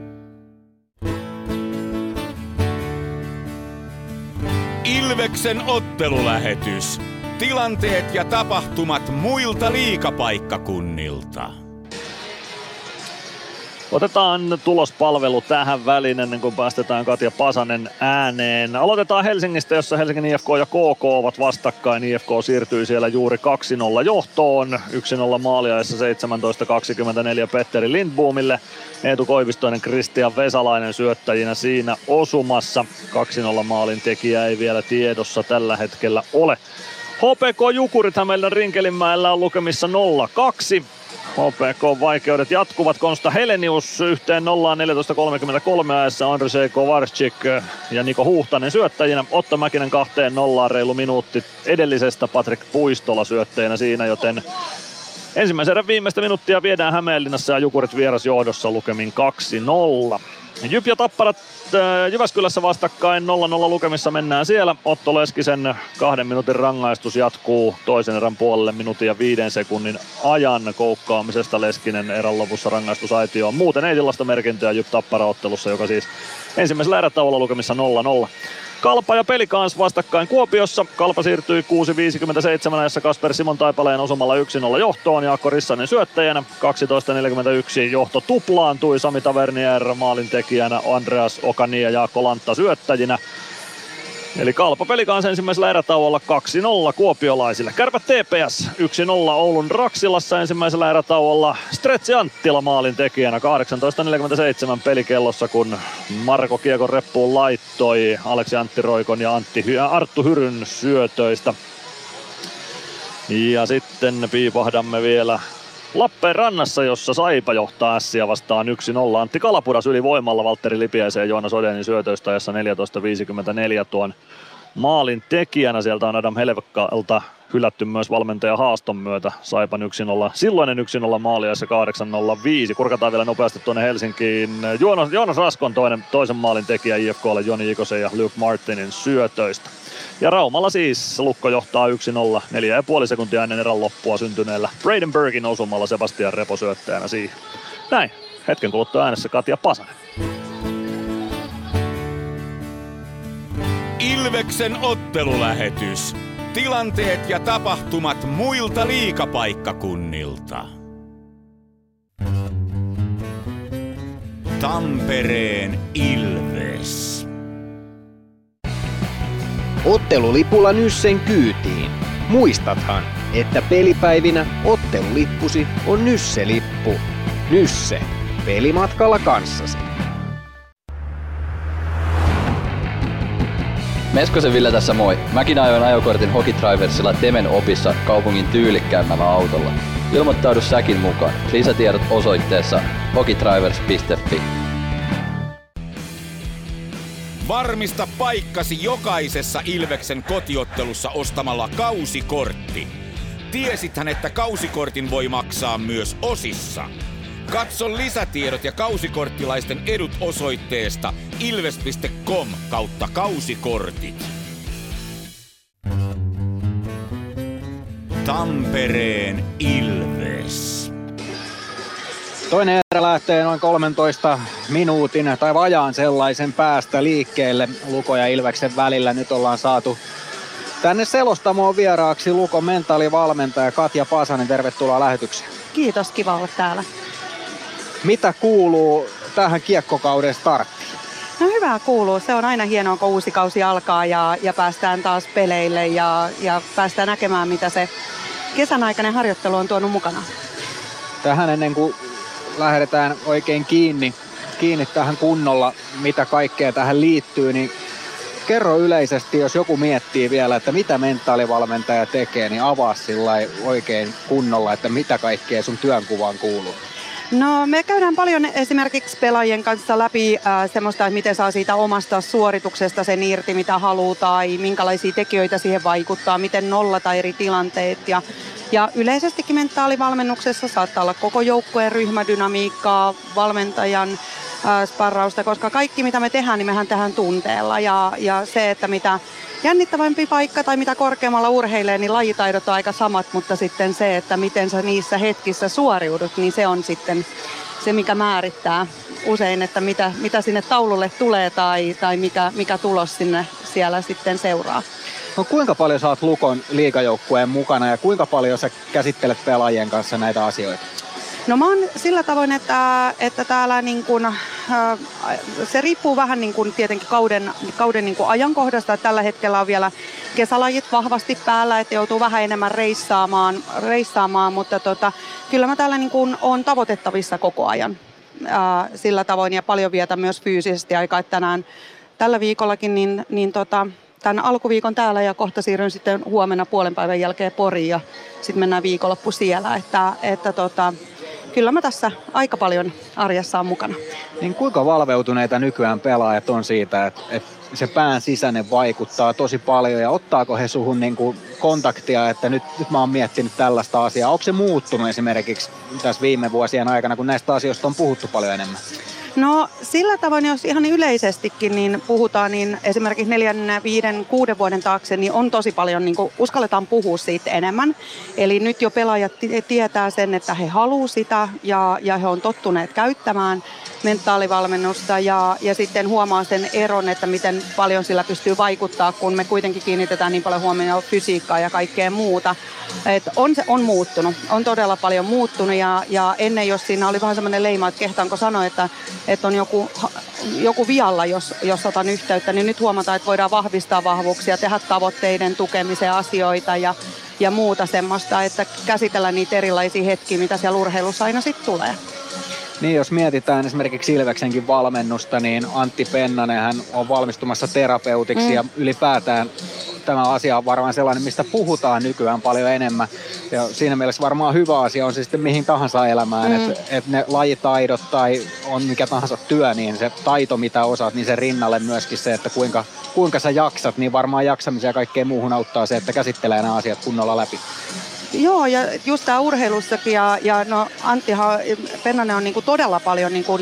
Ilveksen ottelulähetys. Tilanteet ja tapahtumat muilta liigapaikkakunnilta. Otetaan tulospalvelu tähän väliin ennen kuin päästetään Katja Pasanen ääneen. Aloitetaan Helsingistä, jossa Helsingin IFK ja KK ovat vastakkain. IFK siirtyi siellä juuri 2-0 johtoon. 1-0 maaliajassa 17.24 Petteri Lindboomille. Eetu Koivistoinen, Kristian Vesalainen syöttäjinä siinä osumassa. 2-0 maalin tekijä ei vielä tiedossa tällä hetkellä ole. HPK Jukurit Hämeenlinnan Rinkelinmäellä on lukemissa 0-2. HPK-vaikeudet jatkuvat. Konsta Helenius 1-0 14.33 ajassa Andrzej Kovarczyk ja Niko Huhtanen syöttäjinä. Otto Mäkinen 2-0 reilu minuutti edellisestä. Patrik Puistola syöttäjänä siinä, joten ensimmäisen erän viimeistä minuuttia viedään Hämeenlinnassa ja Jukurit vierasjohdossa lukemin 2-0. Jyp ja Tappara Jyväskylässä vastakkain 0-0 lukemissa mennään siellä. Otto Leskisen 2 minuutin rangaistus jatkuu toisen erän puolelle minuutin ja 5 sekunnin ajan koukkaamisesta. Leskinen erän lopussa rangaistusaitioon. Muuten ei sellaista merkintöä Jyp Tappara ottelussa, joka siis ensimmäisellä erätauolla lukemissa 0-0. Kalpa ja Pelikans vastakkain Kuopiossa. Kalpa siirtyi 6.57 ajassa Kasper Simon Taipaleen osumalla 1-0 johtoon. Jaakko Rissanen syöttäjänä. 12.41 johto tuplaantui. Sami Tavernier maalintekijänä. Andreas Okani ja Jaakko Lantta syöttäjinä. Eli Kalpa Pelikans ensimmäisellä erätauolla 2-0 kuopiolaisille. Kärpät TPS 1-0 Oulun Raksilassa ensimmäisellä erätauolla. Stretsi Anttila maalintekijänä 18.47 pelikellossa, kun Marko Kiekon reppuun laittoi Aleksi Antti Roikon ja Arttu Hyryn syötöistä. Ja sitten piipahdamme vielä Lappeenrannassa, jossa Saipa johtaa Ässiä vastaan 1-0. Antti Kalapudas ylivoimalla Valtteri Lipiäisen ja Joonas Odenin syötöistä ajassa 14.54 tuon maalin tekijänä. Sieltä on Adam Helvekkalta hylätty myös valmentaja Haaston myötä Saipan 1-0, silloinen 1-0 maaliajassa 8.05. Kurkataan vielä nopeasti tuonne Helsinkiin. Joonas Raskon toisen maalin tekijä IFK:lle Joni Ikosen ja Luke Martinin syötöistä. Ja Raumalla siis Lukko johtaa 1-0 4,5 sekuntia ennen erän loppua syntyneellä Bradenbergin osumalla Sebastian Repo syöttäjänä siihen. Näin, hetken kuluttua äänessä Katja Pasanen. Ilveksen ottelulähetys. Tilanteet ja tapahtumat muilta liigapaikkakunnilta. Tampereen Ilves. Ottelulipulla Nyssen kyytiin. Muistathan, että pelipäivinä ottelulippusi on Nysse-lippu. Nysse. Pelimatkalla kanssasi. Meskosen Ville tässä moi. Mäkin ajoin ajokortin Hokitriversilla Temen opissa kaupungin tyylikkäämmällä autolla. Ilmoittaudu säkin mukaan. Lisätiedot osoitteessa hokitrivers.fi. Varmista paikkasi jokaisessa Ilveksen kotiottelussa ostamalla kausikortti. Tiesithän, että kausikortin voi maksaa myös osissa. Katso lisätiedot ja kausikorttilaisten edut osoitteesta ilves.com/kausikortit. Tampereen Ilves. Toinen erä lähtee noin 13 minuutin tai vajaan sellaisen päästä liikkeelle Lukon ja Ilveksen välillä. Nyt ollaan saatu tänne selostamoon vieraaksi Lukon mentaalivalmentaja Katja Pasanen. Tervetuloa lähetykseen. Kiitos, kiva olla täällä. Mitä kuuluu tähän kiekkokauden starttiin? No hyvää kuuluu. Se on aina hienoa, kun uusi kausi alkaa ja päästään taas peleille ja päästään näkemään, mitä se kesän aikainen harjoittelu on tuonut mukana. Tähän ennen kuin lähdetään oikein kiinni tähän kunnolla, mitä kaikkea tähän liittyy, niin kerro yleisesti, jos joku miettii vielä, että mitä mentaalivalmentaja tekee, niin avaa sillä oikein kunnolla, että mitä kaikkea sun työnkuvaan kuuluu. No me käydään paljon esimerkiksi pelaajien kanssa läpi semmoista, että miten saa siitä omasta suorituksesta sen irti, mitä haluaa tai minkälaisia tekijöitä siihen vaikuttaa, miten nollata eri tilanteet ja yleisestikin mentaalivalmennuksessa saattaa olla koko joukkueen ryhmädynamiikkaa, valmentajan sparrausta, koska kaikki mitä me tehdään, niin mehän tehdään tunteella ja se, että mitä jännittävämpi paikka tai mitä korkeammalla urheilee, niin lajitaidot on aika samat, mutta sitten se, että miten sä niissä hetkissä suoriudut, niin se on sitten se, mikä määrittää usein, että mitä sinne taululle tulee tai mikä tulos sinne siellä sitten seuraa. No kuinka paljon sä oot Lukon liigajoukkueen mukana ja kuinka paljon sä käsittelet pelaajien kanssa näitä asioita? No mä oon sillä tavoin, että täällä niin kun, se riippuu vähän niin kun tietenkin kauden niin kun ajankohdasta. Tällä hetkellä on vielä kesälajit vahvasti päällä, että joutuu vähän enemmän reissaamaan mutta kyllä mä täällä niin kun on tavoitettavissa koko ajan sillä tavoin ja paljon vietän myös fyysisesti aikaa, että tällä viikollakin niin tämän alkuviikon täällä ja kohta siirryn sitten huomenna puolen päivän jälkeen Poriin ja sitten mennään viikonloppu siellä, että kyllä mä tässä aika paljon arjessa on mukana. Niin kuinka valveutuneita nykyään pelaajat on siitä, että se pään sisäinen vaikuttaa tosi paljon ja ottaako he suhun niin kuin kontaktia, että nyt mä oon miettinyt tällaista asiaa. Onko se muuttunut esimerkiksi tässä viime vuosien aikana, kun näistä asioista on puhuttu paljon enemmän? No sillä tavoin, jos ihan yleisestikin niin puhutaan, niin esimerkiksi 4, 5, 6 vuoden taakse niin on tosi paljon, niin kuin uskalletaan puhua siitä enemmän. Eli nyt jo pelaajat tietää sen, että he haluaa sitä ja he on tottuneet käyttämään mentaalivalmennusta ja sitten huomaa sen eron, että miten paljon sillä pystyy vaikuttaa, kun me kuitenkin kiinnitetään niin paljon huomioon fysiikkaa ja kaikkea muuta. Et on muuttunut, on todella paljon muuttunut ja ennen jos siinä oli vähän semmoinen leima, että kehtaanko sanoa, että on joku vialla, jos otan yhteyttä, niin nyt huomataan, että voidaan vahvistaa vahvuuksia, tehdä tavoitteiden tukemiseen asioita ja muuta semmoista, että käsitellä niitä erilaisia hetkiä, mitä siellä urheilussa aina sitten tulee. Niin, jos mietitään esimerkiksi Ilveksenkin valmennusta, niin Antti Pennanen hän on valmistumassa terapeutiksi ja ylipäätään tämä asia on varmaan sellainen, mistä puhutaan nykyään paljon enemmän. Ja siinä mielessä varmaan hyvä asia on se sitten mihin tahansa elämään, että ne lajitaidot tai on mikä tahansa työ, niin se taito mitä osaat, niin se rinnalle myöskin se, että kuinka sä jaksat, niin varmaan jaksamisen ja kaikkeen muuhun auttaa se, että käsittelee nämä asiat kunnolla läpi. Joo, ja just tämä urheilussakin, ja no Anttihan Pennanen on niinku todella paljon niinku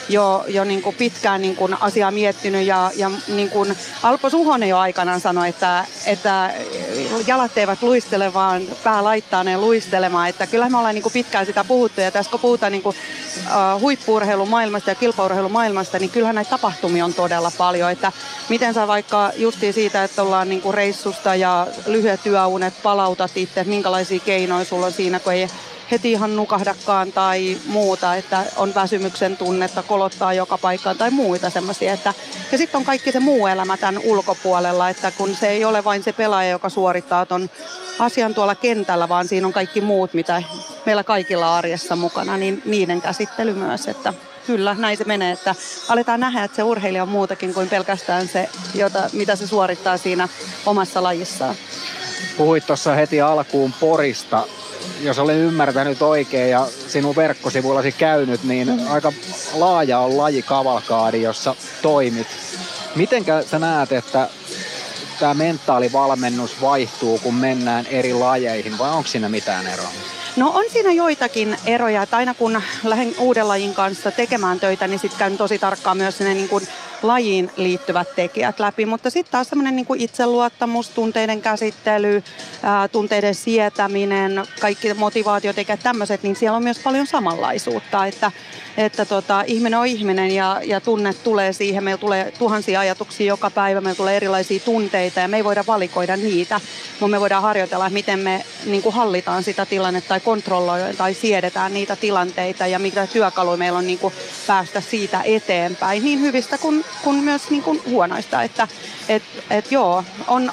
jo niinku pitkään niinku asiaa miettinyt, ja niinku Alpo Suhonen jo aikanaan sanoi, että jalat eivät luistele, vaan pää laittaa ne luistelemaan, että kyllähän me ollaan niinku pitkään sitä puhuttu, ja tässä kun puhutaan niinku huippu-urheilun maailmasta ja kilpaurheilun maailmasta, niin kyllähän näitä tapahtumia on todella paljon, että miten sä vaikka justiin siitä, että ollaan niinku reissusta ja lyhyet työunet, palautat itse, minkälaisia keinoja sulla on siinä, kun ei heti ihan nukahdakaan tai muuta, että on väsymyksen tunnetta, kolottaa joka paikkaan tai muita semmoisia. Ja sitten on kaikki se muu elämä tämän ulkopuolella, että kun se ei ole vain se pelaaja, joka suorittaa ton asian tuolla kentällä, vaan siinä on kaikki muut, mitä meillä kaikilla arjessa mukana, niin niiden käsittely myös, että kyllä, näin se menee, että aletaan nähdä, että se urheilija on muutakin kuin pelkästään se, mitä se suorittaa siinä omassa lajissaan. Puhuit tuossa heti alkuun Porista. Jos olen ymmärtänyt oikein ja sinun verkkosivuillasi käynyt, niin aika laaja on lajikavalkaadi, jossa toimit. Mitenkä sä näet, että tämä mentaalivalmennus vaihtuu, kun mennään eri lajeihin, vai onko siinä mitään eroa? No on siinä joitakin eroja, että aina kun lähden uuden lajin kanssa tekemään töitä, niin sitten käyn tosi tarkkaan myös ne niin kuin lajiin liittyvät tekijät läpi, mutta sitten taas semmoinen niin kuin itseluottamus, tunteiden käsittely, tunteiden sietäminen, kaikki motivaatiotekijät, tämmöiset, niin siellä on myös paljon samanlaisuutta, että ihminen on ihminen ja tunne tulee siihen, meillä tulee tuhansia ajatuksia joka päivä, meillä tulee erilaisia tunteita ja me ei voida valikoida niitä, mutta me voidaan harjoitella, miten me niin kuin hallitaan sitä tilannetta tai kontrolloidaan tai siedetään niitä tilanteita ja mitä työkaluja meillä on niin kuin päästä siitä eteenpäin, niin hyvistä kuin myös niin kuin huonoista, että joo, on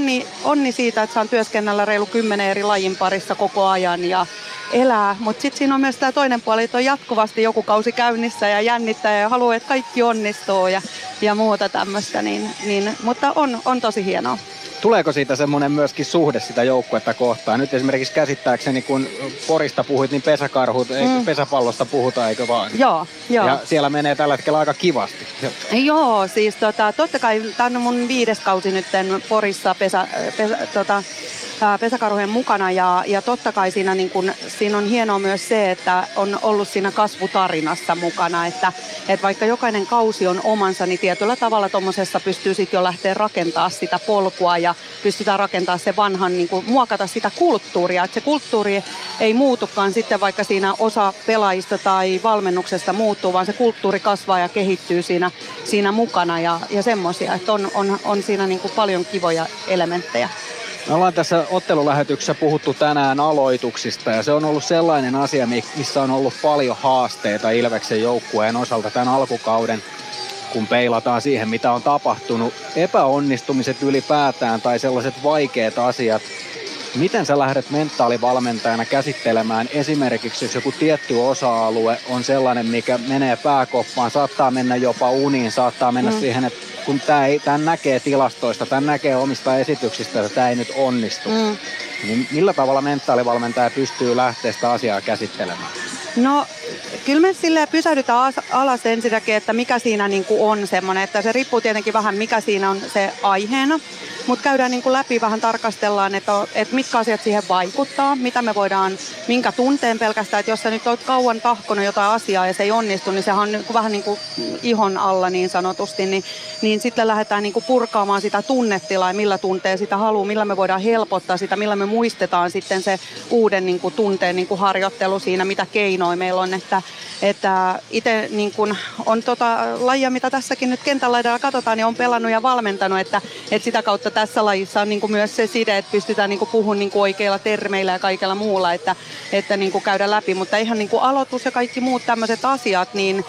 onni siitä, että saan työskennellä reilu 10 eri lajin parissa koko ajan ja elää, mutta sitten siinä on myös tämä toinen puoli, että on jatkuvasti joku kausi käynnissä ja jännittää ja haluaa, että kaikki onnistuu ja muuta tämmöistä, mutta on tosi hienoa. Tuleeko siitä semmoinen myöskin suhde sitä joukkuetta kohtaan? Nyt esimerkiksi käsittääkseni, kun Porista puhuit, niin pesäkarhut, pesäpallosta puhutaan, eikö vaan? Joo. Ja siellä menee tällä hetkellä aika kivasti. Joo, siis totta kai tämä on mun 5. kausi nyt Porissa pesäkarhujen mukana ja totta kai siinä on hienoa myös se, että on ollut siinä kasvutarinassa mukana, että vaikka jokainen kausi on omansa, niin tietyllä tavalla tuommoisessa pystyy sitten jo lähteä rakentamaan sitä polkua ja pystytään rakentamaan se vanhan, niin kuin muokata sitä kulttuuria, että se kulttuuri ei muutukaan sitten vaikka siinä osa pelaajista tai valmennuksesta muuttuu, vaan se kulttuuri kasvaa ja kehittyy siinä mukana ja semmoisia, että on siinä niin kuin paljon kivoja elementtejä. Me ollaan tässä ottelulähetyksessä puhuttu tänään aloituksista ja se on ollut sellainen asia, missä on ollut paljon haasteita Ilveksen joukkueen osalta tämän alkukauden, kun peilataan siihen, mitä on tapahtunut. Epäonnistumiset ylipäätään tai sellaiset vaikeat asiat. Miten sä lähdet mentaalivalmentajana käsittelemään esimerkiksi, jos joku tietty osa-alue on sellainen, mikä menee pääkoppaan, saattaa mennä jopa uniin, saattaa mennä siihen, että kun tämän näkee tilastoista, tämän näkee omista esityksistä, että tämä ei nyt onnistu. Niin millä tavalla mentaalivalmentaja pystyy lähteä sitä asiaa käsittelemään? No kyllä me silleen pysähdytään alas ensinnäkin, että mikä siinä niinku on semmoinen, että se riippuu tietenkin vähän mikä siinä on se aiheena, mutta käydään niinku läpi, vähän tarkastellaan, että mitkä asiat siihen vaikuttaa, mitä me voidaan, minkä tunteen pelkästään, että jos sä nyt oot kauan tahkonut jotain asiaa ja se ei onnistu, niin sehän on niinku vähän niin kuin ihon alla niin sanotusti, niin sitten lähdetään niinku purkaamaan sitä tunnetilaa, millä tuntee sitä haluaa, millä me voidaan helpottaa sitä, millä me muistetaan sitten se uuden niinku tunteen niinku harjoittelu siinä, mitä keinoja meillä on, että itse niin kun on lajia, mitä tässäkin nyt kentän laidalla katsotaan, niin on pelannut ja valmentanut, että sitä kautta tässä lajissa on niin kuin myös se side, että pystytään niin kuin puhumaan niin kuin oikeilla termeillä ja kaikella muulla, että niin kuin käydä läpi, mutta ihan niin kuin aloitus ja kaikki muut tämmöiset asiat,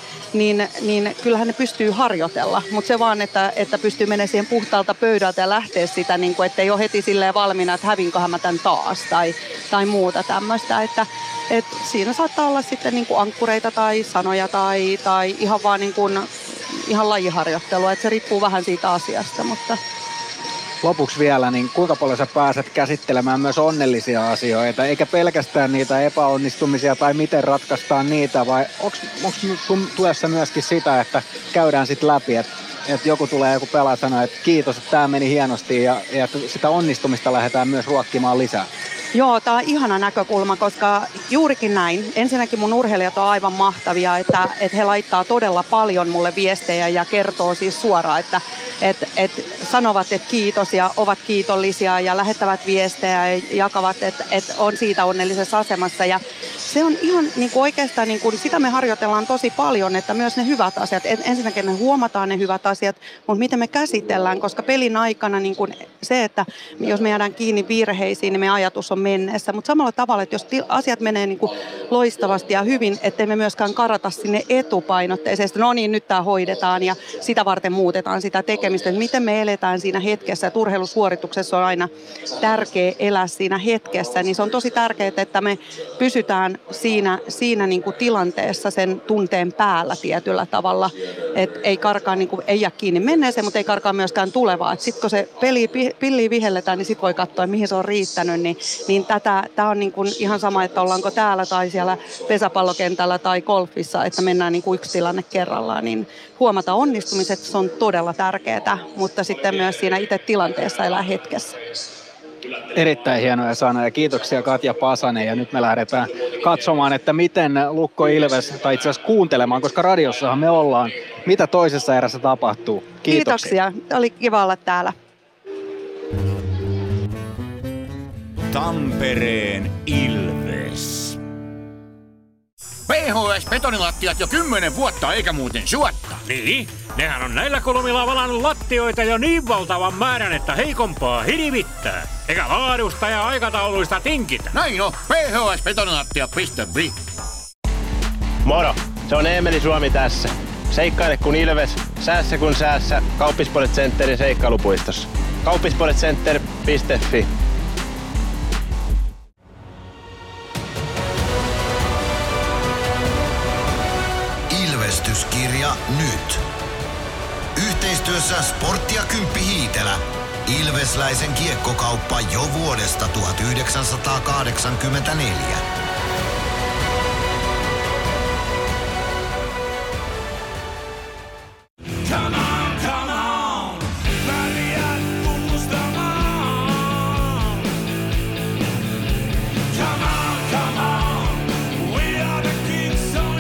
niin kyllähän ne pystyy harjoitella, mutta se vaan, että pystyy menemään siihen puhtaalta pöydältä ja lähteä sitä, niin kuin, että ei ole heti silleen valmiina, että hävinköhän mä tän taas tai muuta tämmöistä, että siinä saattaa olla sitten niin kuin ankkureita tai sanoja tai ihan vaan niin kuin, ihan lajiharjoittelua, että se riippuu vähän siitä asiasta, mutta lopuksi vielä, niin kuinka paljon sä pääset käsittelemään myös onnellisia asioita, eikä pelkästään niitä epäonnistumisia tai miten ratkaistaan niitä, vai onko sun tuessa myöskin sitä, että käydään sitten läpi, että joku tulee, joku pelaa sanoo, että kiitos, että tämä meni hienosti ja että sitä onnistumista lähdetään myös ruokkimaan lisää? Joo, tämä on ihana näkökulma, koska juurikin näin. Ensinnäkin mun urheilijat on aivan mahtavia, että he laittaa todella paljon mulle viestejä ja kertoo siis suoraan, että sanovat, että kiitos ja ovat kiitollisia ja lähettävät viestejä ja jakavat, että on siitä onnellisessa asemassa. Ja se on ihan niin kuin oikeastaan, niin kuin, sitä me harjoitellaan tosi paljon, että myös ne hyvät asiat. Ensinnäkin me huomataan ne hyvät asiat, mutta miten me käsitellään, koska pelin aikana niin kuin se, että jos me jäädään kiinni virheisiin, niin meidän ajatus on menneessä. Mutta samalla tavalla, että jos asiat menee niin kuin loistavasti ja hyvin, ettei me myöskään karata sinne etupainotteisesti, no niin, nyt tämä hoidetaan ja sitä varten muutetaan sitä tekemistä. Että miten me eletään siinä hetkessä, että urheilusuorituksessa on aina tärkeä elää siinä hetkessä, niin se on tosi tärkeää, että me pysytään siinä niin kuin tilanteessa sen tunteen päällä tietyllä tavalla, että ei karkaa, niin kuin, ei jää kiinni menneeseen, mutta ei karkaa myöskään tulevaa. Sitten kun se pilliä vihelletään, niin sitten voi katsoa, mihin se on riittänyt, niin tämä on niin kuin ihan sama, että ollaanko täällä tai siellä pesäpallokentällä tai golfissa, että mennään niin kuin yksi tilanne kerrallaan, niin huomata onnistumiset, se on todella tärkeää, mutta sitten myös siinä itse tilanteessa elää hetkessä. Erittäin hienoja sanoja. Kiitoksia Katja Pasanen ja nyt me lähdetään katsomaan, että miten Lukko Ilves, tai itse asiassa kuuntelemaan, koska radiossahan me ollaan, mitä toisessa erässä tapahtuu. Kiitoksia. Oli kiva olla täällä. Tampereen Ilves. PHS-betonilattiat jo 10 vuotta eikä muuten suotta. Niin, nehän on näillä kolmilla valannut lattioita jo niin valtavan määrän, että heikompaa hirvittää. Eikä laadusta ja aikatauluista tinkitä. Näin on, phsbetonilattia.fi. Moro, se on Eemeli Suomi tässä. Seikkaile kun Ilves, säässä kun säässä. Kauppisports Centerin seikkailupuistossa. Kauppisportscenter.fi. Ilvestyskirja nyt. Yhteistyössä Sportti ja Kymppi Hiitelä. Ilvesläisen kiekkokauppa jo vuodesta 1984. Come on, come on, väliät tunnustamaan. Come on, we are the kings of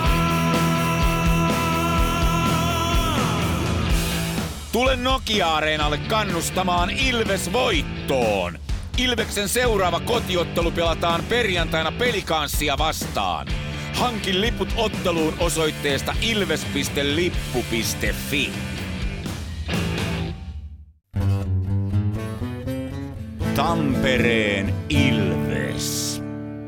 Tule Nokia-areenalle kannustamaan Ilves voittoon. Ilveksen seuraava kotiottelu pelataan perjantaina Pelikanssia vastaan. Hankin liput otteluun osoitteesta ilves.lippu.fi. Tampereen Ilves.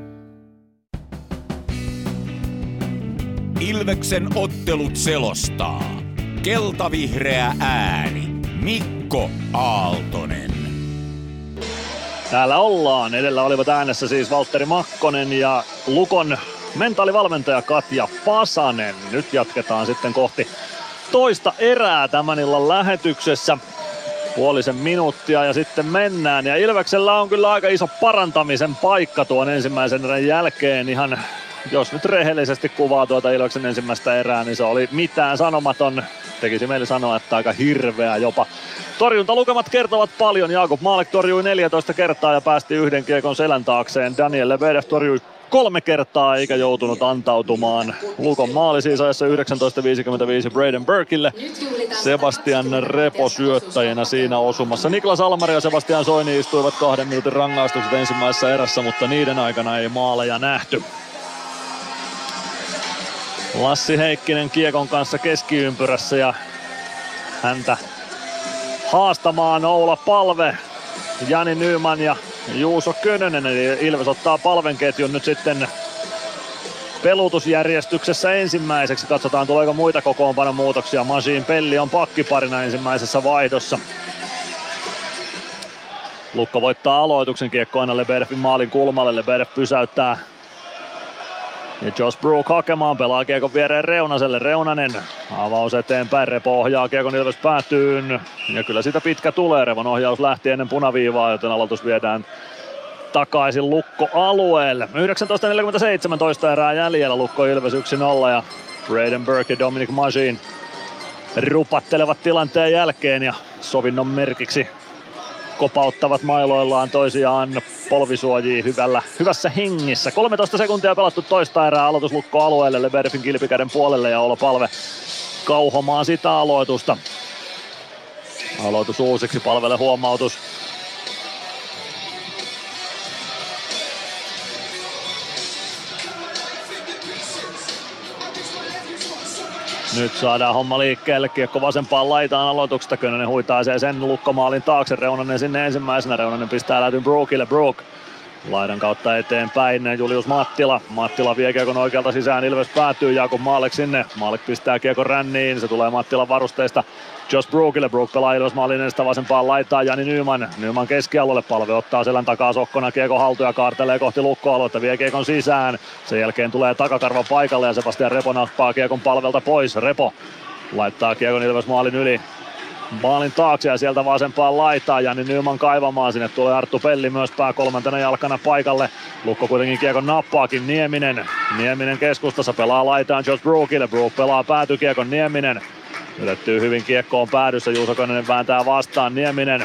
Ilveksen ottelut selostaa keltavihreä ääni Mikko Aaltonen. Täällä ollaan. Edellä olivat äänessä siis Valtteri Makkonen ja Lukon mentaalivalmentaja Katja Pasanen. Nyt jatketaan sitten kohti toista erää tämän illan lähetyksessä. Puolisen minuuttia ja sitten mennään. Ja Ilveksellä on kyllä aika iso parantamisen paikka tuon ensimmäisen erän jälkeen. Ihan jos nyt rehellisesti kuvaa tuota Ilveksen ensimmäistä erää, niin se oli mitään sanomaton. Tekisi meille sanoa, että aika hirveä jopa. Torjuntalukemat kertovat paljon. Jakub Maalek torjui 14 kertaa ja päästi yhden kiekon selän taakseen. Daniel Lebedev torjui 3 kertaa eikä joutunut antautumaan. Lukon maali siis ajassa 19.55 Braden Burkille. Sebastian Repo syöttäjänä siinä osumassa. Niklas Almari ja Sebastian Soini istuivat 2 minuutin rangaistukset ensimmäisessä erässä, mutta niiden aikana ei maaleja nähty. Lassi Heikkinen kiekon kanssa keskiympyrässä ja häntä haastamaan Oula Palve, Jani Nyman ja Juuso Könönen. Eli Ilves ottaa Palven ketjun nyt sitten pelutusjärjestyksessä ensimmäiseksi. Katsotaan tuleeko muita kokoonpanon muutoksia. Masiin Pelli on pakkiparina ensimmäisessä vaihdossa. Lukko voittaa aloituksen, kiekko aina Lebedevin maalin kulmalle. Lebedev pysäyttää. Ja Josh Brook hakemaan, pelaa kiekon viereen Reunaselle. Reunanen avaus eteenpäin, Repo ohjaa kiekon Ilves päätyyn. Ja kyllä siitä pitkä tulee, Revon ohjaus lähti ennen punaviivaa, joten aloitus viedään takaisin Lukko-alueelle. 19.47 toista erää jäljellä, Lukko Ilves 1-0 ja Braden Burke ja Dominic Machine rupattelevat tilanteen jälkeen ja sovinnon merkiksi kopauttavat mailoillaan toisiaan polvisuojiin hyvässä hengissä. 13 sekuntia pelattu toista erää, aloitus Lukko-alueelle Lebedevin kilpikäden puolelle ja Oula Palve kauhomaan sitä aloitusta. Aloitus uusiksi, Palvelle huomautus. Nyt saadaan homma liikkeelle, kiekko vasempaan laitaan aloituksesta, Könönen huitaisee sen Lukkomaalin taakse, Reunanen sinne ensimmäisenä, Reunanen pistää lätyn Brookille, Brook laidan kautta eteenpäin, Julius Mattila vie kiekon oikealta sisään, Ilves päätyy, Jakub Maalek sinne, Maalek pistää kiekon ränniin, se tulee Mattilan varusteista Josh Brookille, Brook pelaa Ilves maalin edestä vasempaan laitaan, Jani Nyman keskialueelle, Palve ottaa selän takaa sokkona kiekon haltuun ja kaartelee kohti Lukko-aluetta, vie kiekon sisään, sen jälkeen tulee takakarva paikalle ja Sebastian Repo nappaa kiekon Palvelta pois, Repo laittaa kiekon Ilves maalin yli. Maalin taakse ja sieltä vasempaan laitaan, Jani Nyman kaivamaan, sinne tulee Arttu Pelli myös pää kolmantena jalkana paikalle. Lukko kuitenkin kiekon nappaakin, Nieminen keskustassa pelaa laitaan Josh Brookille, Brook pelaa päätykiekon, Nieminen ylettyy hyvin kiekkoon päädyssä, Juuso Könönen vääntää vastaan, Nieminen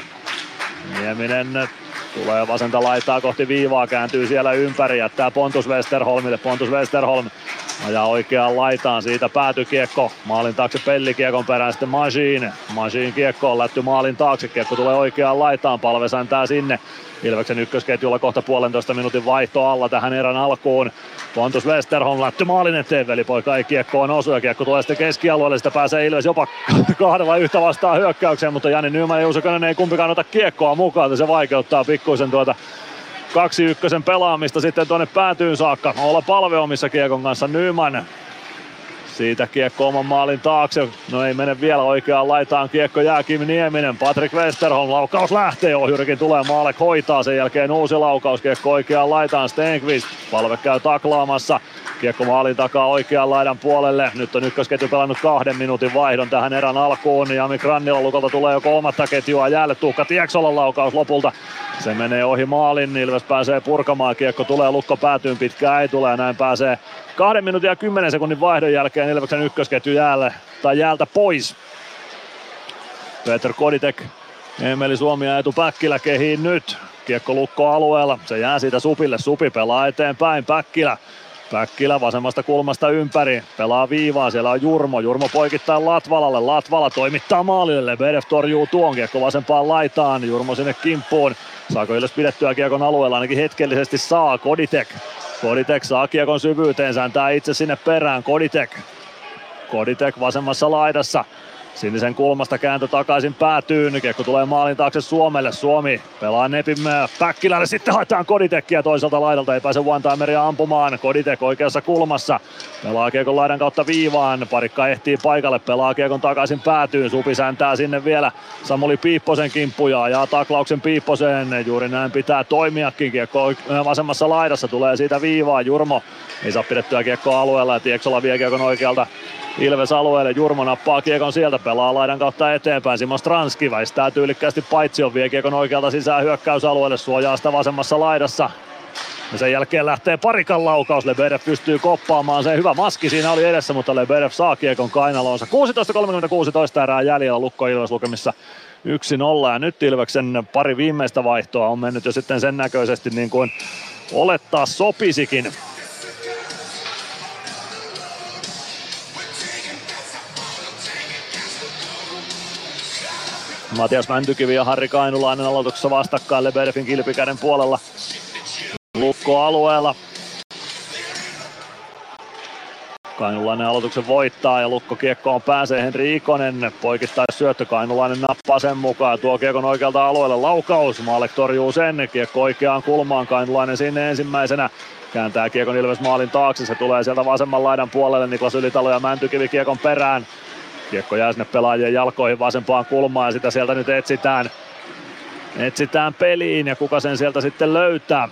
tulee vasenta laitaa kohti viivaa, kääntyy siellä ympäri, jättää Pontus Westerholmille, Pontus Westerholm ajaa oikeaan laitaan, siitä päätykiekko, maalin taakse Pelli kiekon perään, sitten Machine kiekkoon, lätty maalin taakse, kiekko tulee oikeaan laitaan, Palve säntää sinne, Ilveksen ykkösketjulla kohta 1,5 minuutin vaihto alla tähän erän alkuun. Pontus Westerholm lätty maalin eteen, velipoika ei kiekkoon osu ja kiekko tulee sitten keskialueelle, sitä pääsee Ilves jopa 2-1 vastaan hyökkäykseen, mutta Jani Nyman ja Juuso Könönen ei kumpikaan ota kiekkoa mukaan, se vaikeuttaa pikkuisen 2-1 pelaamista sitten tuonne päätyyn saakka. Olla Palve omissa kiekon kanssa, Nyman. Siitä kiekko oman maalin taakse, no ei mene vielä oikeaan laitaan, kiekko jää Kim Nieminen, Patrick Westerholm, laukaus lähtee, ohjurikin tulee, Maalek hoitaa, sen jälkeen uusi laukaus, kiekko oikeaan laitaan, Stenqvist, Palve käy taklaamassa, kiekko maalin takaa oikean laidan puolelle, nyt on ykkösketju pelannut 2 minuutin vaihdon tähän erän alkuun, Jami Grannila Lukolta tulee jo 3. ketjua jäälle, Tuukka Tieksolan laukaus lopulta, se menee ohi maalin, Ilves pääsee purkamaan, kiekko tulee Lukko päätyyn, pitkään ei tule ja näin pääsee 2 minuutin ja 10 sekunnin vaihdon jälkeen Ilveksen ykkösketju jäältä pois. Peter Koditek, Emeli Suomi ja Eetu Päkkilä kehiin nyt. Kiekko Lukko-alueella, se jää siitä Supille, Supi pelaa eteenpäin, Päkkilä vasemmasta kulmasta ympäri, pelaa viivaa, siellä on Jurmo poikittaa Latvalalle, Latvala toimittaa maalille, Lebedev torjuu tuon, kiekko vasempaan laitaan, Jurmo sinne kimppuun, saako Ilves pidettyä kiekon alueella, ainakin hetkellisesti saa, Koditek saa kiekon syvyyteen, sääntää itse sinne perään, Koditek vasemmassa laidassa, Sinisen kulmasta kääntö takaisin päätyyn. Kiekko tulee maalin taakse Suomelle. Suomi pelaa Nepin Päkkilälle. Sitten haetaan Koditekkiä toiselta laidalta. Ei pääse one-timeria ampumaan. Koditek oikeassa kulmassa. Pelaa kiekon laidan kautta viivaan. Parikka ehtii paikalle. Pelaa kiekon takaisin päätyyn. Supi sääntää sinne vielä Samuli Piipposen kimppuja. Ajaa taklauksen Piipposeen. Juuri näin pitää toimiakin. Kiekko vasemmassa laidassa. Tulee siitä viivaan. Jurmo ei saa pidettyä kiekkoa alueella. Ja Tieksola vie kiekon oikealta Ilves alueelle. Jurmo nappaa kiekon sieltä. Pelaa laidan kautta eteenpäin. Simo Stranski väistää tyylikkäästi Paitsion. Vie kiekon oikealta sisään hyökkäysalueelle. Suojaa sitä vasemmassa laidassa. Ja sen jälkeen lähtee Parikan laukaus. Lebedev pystyy koppaamaan sen. Hyvä maski siinä oli edessä, mutta Lebedev saa kiekon kainaloonsa. 16.36 erää jäljellä. Lukko Ilves lukemissa 1-0. Ja nyt Ilveksen pari viimeistä vaihtoa on mennyt jo sitten sen näköisesti niin kuin olettaa sopisikin. Matias Mäntykivi ja Harri Kainulainen aloituksessa vastakkain Lebedevin kilpikäden puolella. Lukko alueella. Kainulainen aloituksen voittaa ja Lukko kiekkoon pääsee Henri Ikonen. Poikittais syöttö, Kainulainen nappaa sen mukaan. Tuo kiekon oikealta alueelle laukaus. Maalek torjuu sen. Kiekko oikeaan kulmaan. Kainulainen sinne ensimmäisenä. Kääntää kiekon Ilves maalin taakse. Se tulee sieltä vasemman laidan puolelle. Niklas Ylitalo ja Mäntykivi kiekon perään. Kiekko jää sinne pelaajien jalkoihin vasempaan kulmaan ja sitä sieltä nyt etsitään peliin ja kuka sen sieltä sitten löytää.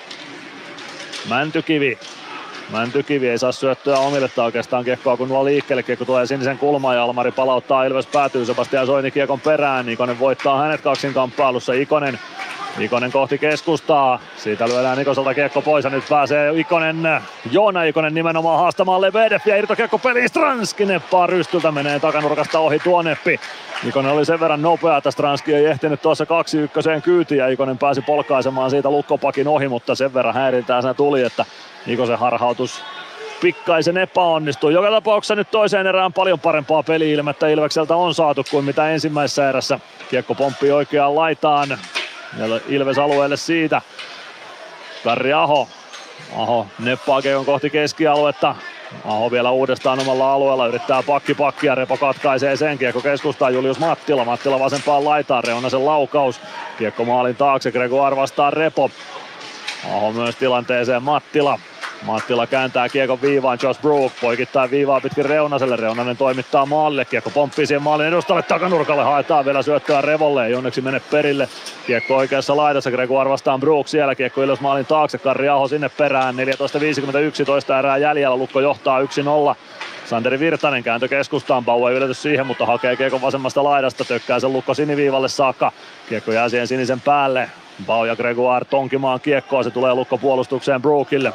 Mäntykivi ei saa syöttöä omille tai oikeastaan kiekkoa kun nuo liikkeelle. Kiekko tulee sinisen kulmaan ja Almari palauttaa Ilves päätyy. Sebastian Soini kiekon perään. Ikonen voittaa hänet kaksinkamppailussa. Ikonen kohti keskustaa. Siitä lyödään Ikoselta kiekko pois ja nyt pääsee Joona Ikonen nimenomaan haastamaan Lebedev ja irtokiekko peliin. Stranski neppaa rystyltä, menee takanurkasta ohi tuo neppi. Ikonen oli sen verran nopea, että Stranski ei ehtinyt tuossa 2-1 kyytiin ja Ikonen pääsi polkaisemaan siitä lukkopakin ohi, mutta sen verran häirintää siinä tuli, että Ikosen harhautus pikkaisen epäonnistui. Joka tapauksessa nyt toiseen erään paljon parempaa peli-ilmettä Ilvekseltä on saatu kuin mitä ensimmäisessä erässä. Kiekko pomppii oikeaan laitaan. Ja Ilves alueelle siitä. Karri Aho neppaa kiekon kohti keskialuetta. Aho vielä uudestaan omalla alueella yrittää pakkia. Repo katkaisee sen. Kiekko keskustaa Julius Mattila. Mattila vasempaan laitaan. Reunasen laukaus. Kiekko maalin taakse. Gregoire vastaan Repo. Aho myös tilanteeseen Mattila kääntää kiekon viivaan, Josh Brook poikittain viivaa pitkin Reunaselle, Reunanen toimittaa maalille, kiekko pomppii siihen maalin edustalle, takanurkalle haetaan vielä syöttöä Revolle, ei onneksi mene perille, kiekko oikeassa laidassa, Gregoire vastaan Brook siellä, kiekko ylös maalin taakse, Karri Aho sinne perään, 14.51 toista erää jäljellä, Lukko johtaa 1-0. Santeri Virtanen kääntö keskustaan, Bau ei ylety siihen, mutta hakee kiekon vasemmasta laidasta, tökkää sen Lukko siniviivalle saakka, kiekko jää siihen sinisen päälle. Bau ja Gregoire tonkimaan kiekkoa, se tulee Lukko puolustukseen Brookille.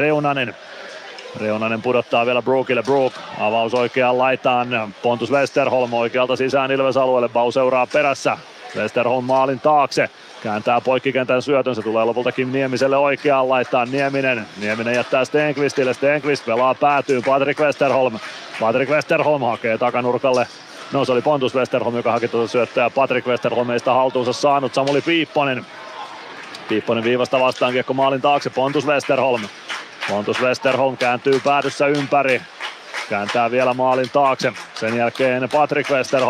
Reunanen pudottaa vielä Brookille. Brook avaus oikeaan laitaan. Pontus Westerholm oikealta sisään Ilves alueelle. Bau seuraa perässä. Westerholm maalin taakse. Kääntää poikkikentän syötön. Se tulee lopultakin Niemiselle oikeaan laitaan. Nieminen jättää Stenqvistille. Stenqvist pelaa päätyy. Patrick Westerholm hakee takanurkalle. No se oli Pontus Westerholm, joka haki tuota syöttöä. Patrick Westerholm ei sitä haltuunsa saanut. Samuli Piipponen viivasta vastaan kiekko maalin taakse. Pontus Westerholm kääntyy päädyssä ympäri. Kääntää vielä maalin taakse. Sen jälkeen Patrick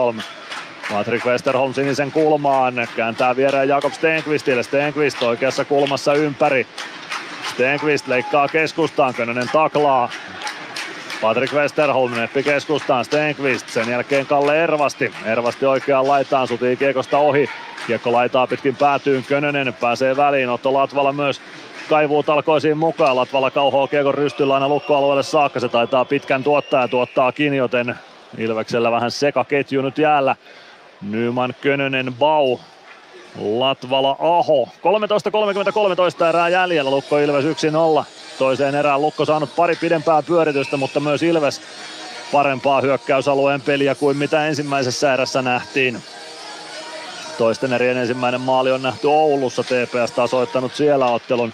Westerholm sinisen kulmaan. Kääntää viereen Jakob Stenqvistille. Stenqvist oikeassa kulmassa ympäri. Stenqvist leikkaa keskustaan. Könönen taklaa. Patrick Westerholm neppi keskustaan, Stenqvist, sen jälkeen Kalle Ervasti oikeaan laitaan, sutii kiekosta ohi, kiekko laitaa pitkin päätyyn, Könönen pääsee väliin, Otto Latvala myös kaivuu talkoisiin mukaan, Latvala kauhoo kiekon rystyllä aina lukkoalueelle saakka, se taitaa pitkän tuottaakin, joten Ilveksellä vähän sekaketju nyt jäällä, Nyman, Könönen, Bau, Latvala, Aho, 13.33 erää jäljellä, Lukko Ilves 1-0. Toiseen erään Lukko saanut pari pidempää pyöritystä, mutta myös Ilves parempaa hyökkäysalueen peliä kuin mitä ensimmäisessä erässä nähtiin. Toisten erien ensimmäinen maali on nähty Oulussa, TPS tasoittanut siellä ottelun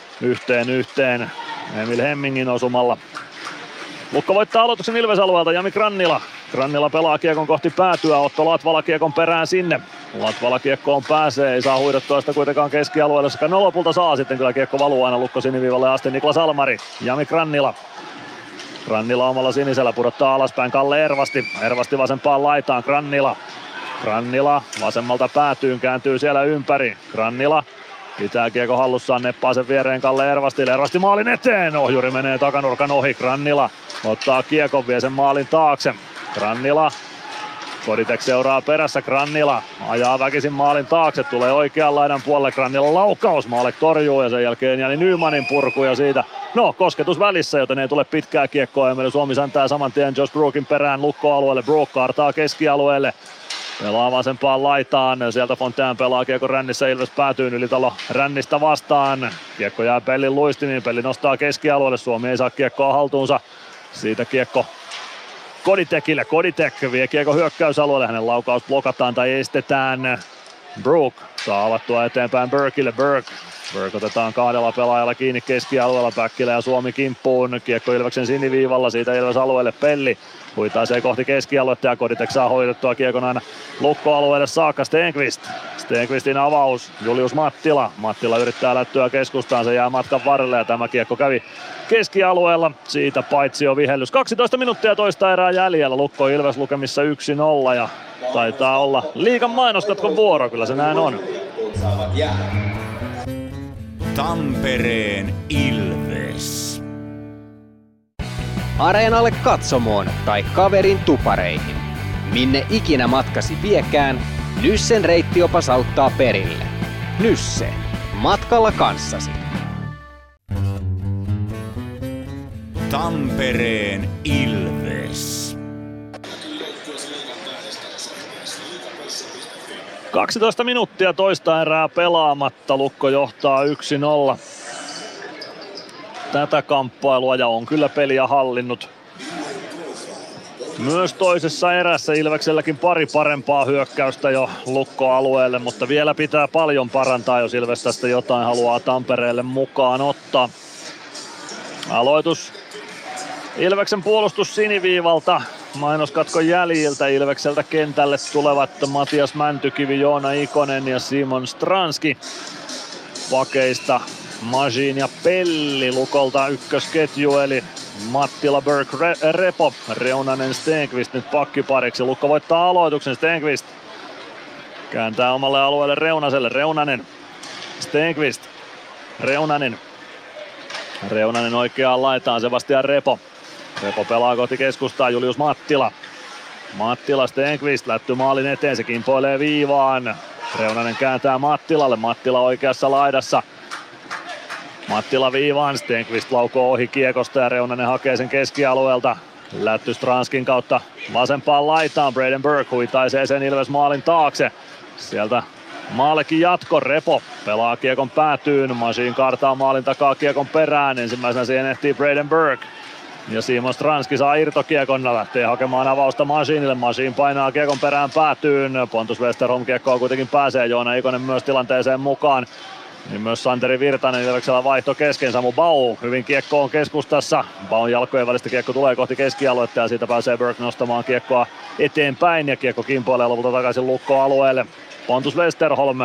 1-1 Emil Hemmingin osumalla. Lukko voittaa aloituksen Ilves-alueelta, Jami Grannila. Grannila pelaa kiekon kohti päätyä, Otto Latvala kiekon perään sinne. Latvala kiekkoon pääsee, ei saa huidettua sitä kuitenkaan keskialueelle, lopulta saa sitten kyllä kiekko valuu aina Lukko siniviivalle asti. Niklas Almari, Jami Grannila. Grannila omalla sinisellä pudottaa alaspäin Kalle Ervasti. Ervasti vasempaan laitaan. Grannila vasemmalta päätyyn, kääntyy siellä ympäri. Grannila pitää kiekko hallussaan, neppaa sen viereen Kalle Ervastille. Ervasti maalin eteen, ohjuri menee takanurkan ohi. Grannila ottaa kiekon, vie sen maalin taakse. Grannila, Koditek seuraa perässä. Grannila ajaa väkisin maalin taakse, tulee oikean laidan puolelle. Grannila laukaus, Maalek torjuu ja sen jälkeen Jani Nymanin purku ja siitä kosketus välissä, joten ei tule pitkää kiekkoa. Ja meillä Suomi säntää saman tien Josh Brookin perään lukkoalueelle. Brook kaartaa keskialueelle. Pelaa vasempaan laitaan, sieltä Fontaine pelaa kiekko rännissä, Ilves päätyy Ylitalo rännistä vastaan. Kiekko jää Pellin luistimiin, Pelli nostaa keskialueelle, Suomi ei saa kiekkoa haltuunsa. Siitä kiekko Koditekille, Koditek vie kiekko hyökkäysalueelle, hänen laukaus blokataan tai estetään. Brook saa avattua eteenpäin Burkeille, Burke otetaan 2 pelaajalla kiinni keskialueella, Päkkilä ja Suomi kimppuun. Kiekko Ilveksen siniviivalla, siitä Ilves alueelle Pelli. Huitaisee kohti keskialuetta ja Koditek saa hoidettua kiekon aina lukkoalueelle saakka. Stenqvistin avaus, Julius Mattila yrittää lättyä keskustaan, se jää matkan varrelle ja tämä kiekko kävi keskialueella. Siitä paitsi jo vihellys. 12 minuuttia toista erää jäljellä, Lukko Ilves lukemissa 1-0 ja taitaa olla liigan mainoskatkon vuoro, kyllä se näin on. Tampereen Ilves. Areenalle katsomoon tai kaverin tupareihin. Minne ikinä matkasi viekään, Nyssen reittiopas auttaa perille. Nysse. Matkalla kanssasi. Tampereen Ilves. 12 minuuttia toista erää pelaamatta, Lukko johtaa 1-0. Tätä kamppailua ja on kyllä peliä hallinnut. Myös toisessa erässä Ilvekselläkin pari parempaa hyökkäystä jo Lukko-alueelle, mutta vielä pitää paljon parantaa, jos Ilves tästä jotain haluaa Tampereelle mukaan ottaa. Aloitus Ilveksen puolustus siniviivalta. Mainoskatkon jäljiltä Ilvekseltä kentälle tulevat Matias Mäntykivi, Joona Ikonen ja Simon Stranski. Pakeista Majin ja Pelli, Lukolta ykkösketju eli Mattila, Burke, Repo, Reunanen, Stenqvist nyt pakkipariksi. Lukko voittaa aloituksen, Stenqvist kääntää omalle alueelle Reunaselle, Reunanen, Stenqvist, Reunanen oikeaan laitaan, Sebastian Repo pelaa kohti keskustaa, Julius Mattila, Stenqvist lätty maalin eteen, se kimpoilee viivaan. Reunanen kääntää Mattilalle, Mattila oikeassa laidassa. Mattila viivaan, Stenqvist laukoo ohi kiekosta ja Reunanen hakee sen keskialueelta. Lätty Stranskin kautta vasempaan laitaan, Braden Burke huitaisee sen Ilves maalin taakse. Sieltä maallekin jatko, Repo pelaa kiekon päätyyn, Machine kaartaa maalin takaa kiekon perään. Ensimmäisenä siihen ehtii Braden Burke. Ja Simon Stranski saa irtokiekon, lähtee hakemaan avausta Machinelle. Machine painaa kiekon perään päätyyn. Pontus Westerholm kiekkoa kuitenkin pääsee, Joona Ikonen myös tilanteeseen mukaan. Niin myös Santeri Virtanen Ilveksellä vaihto kesken. Samu Bau hyvin kiekko on keskustassa. Baun jalkojen välistä kiekko tulee kohti keskialuetta ja siitä pääsee Burke nostamaan kiekkoa eteenpäin. Ja kiekko kimpoilee lopulta takaisin Lukko-alueelle. Pontus Westerholm.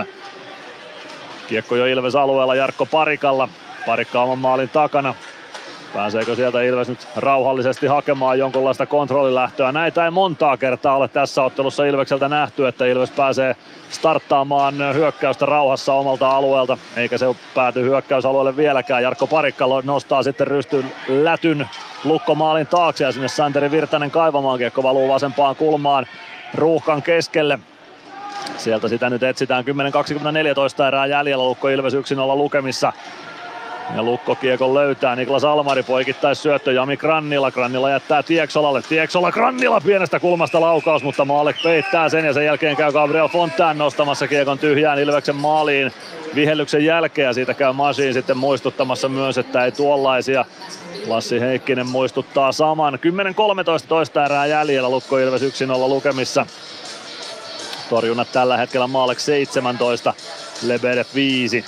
Kiekko jo Ilves alueella Jarkko Parikalla. Parikka oman maalin takana. Pääseekö sieltä Ilves nyt rauhallisesti hakemaan jonkunlaista kontrollilähtöä? Näitä ei montaa kertaa ole tässä ottelussa Ilvekseltä nähty, että Ilves pääsee starttaamaan hyökkäystä rauhassa omalta alueelta, eikä se pääty hyökkäysalueelle vieläkään. Jarkko Parikka nostaa sitten rystyn lätyn Lukko-maalin taakse ja sinne Santeri Virtanen kaivamaan. Kiekko valuu vasempaan kulmaan ruuhkan keskelle. Sieltä sitä nyt etsitään 10-24 erää jäljellä, Lukko Ilves 1-0 lukemissa. Ja Lukko kiekon löytää, Niklas Almari poikittais syöttö, Jami Grannila jättää Tieksola, Grannila pienestä kulmasta laukaus, mutta Maalek peittää sen ja sen jälkeen käy Gabriel Fontaine nostamassa kiekon tyhjään Ilveksen maaliin vihellyksen jälkeen ja siitä käy Machine sitten muistuttamassa myös, että ei tuollaisia. Lassi Heikkinen muistuttaa saman, 10-13 toista erää jäljellä, Lukko Ilves 1-0 lukemissa. Torjunnat tällä hetkellä Maalek 17, Lebedev 5.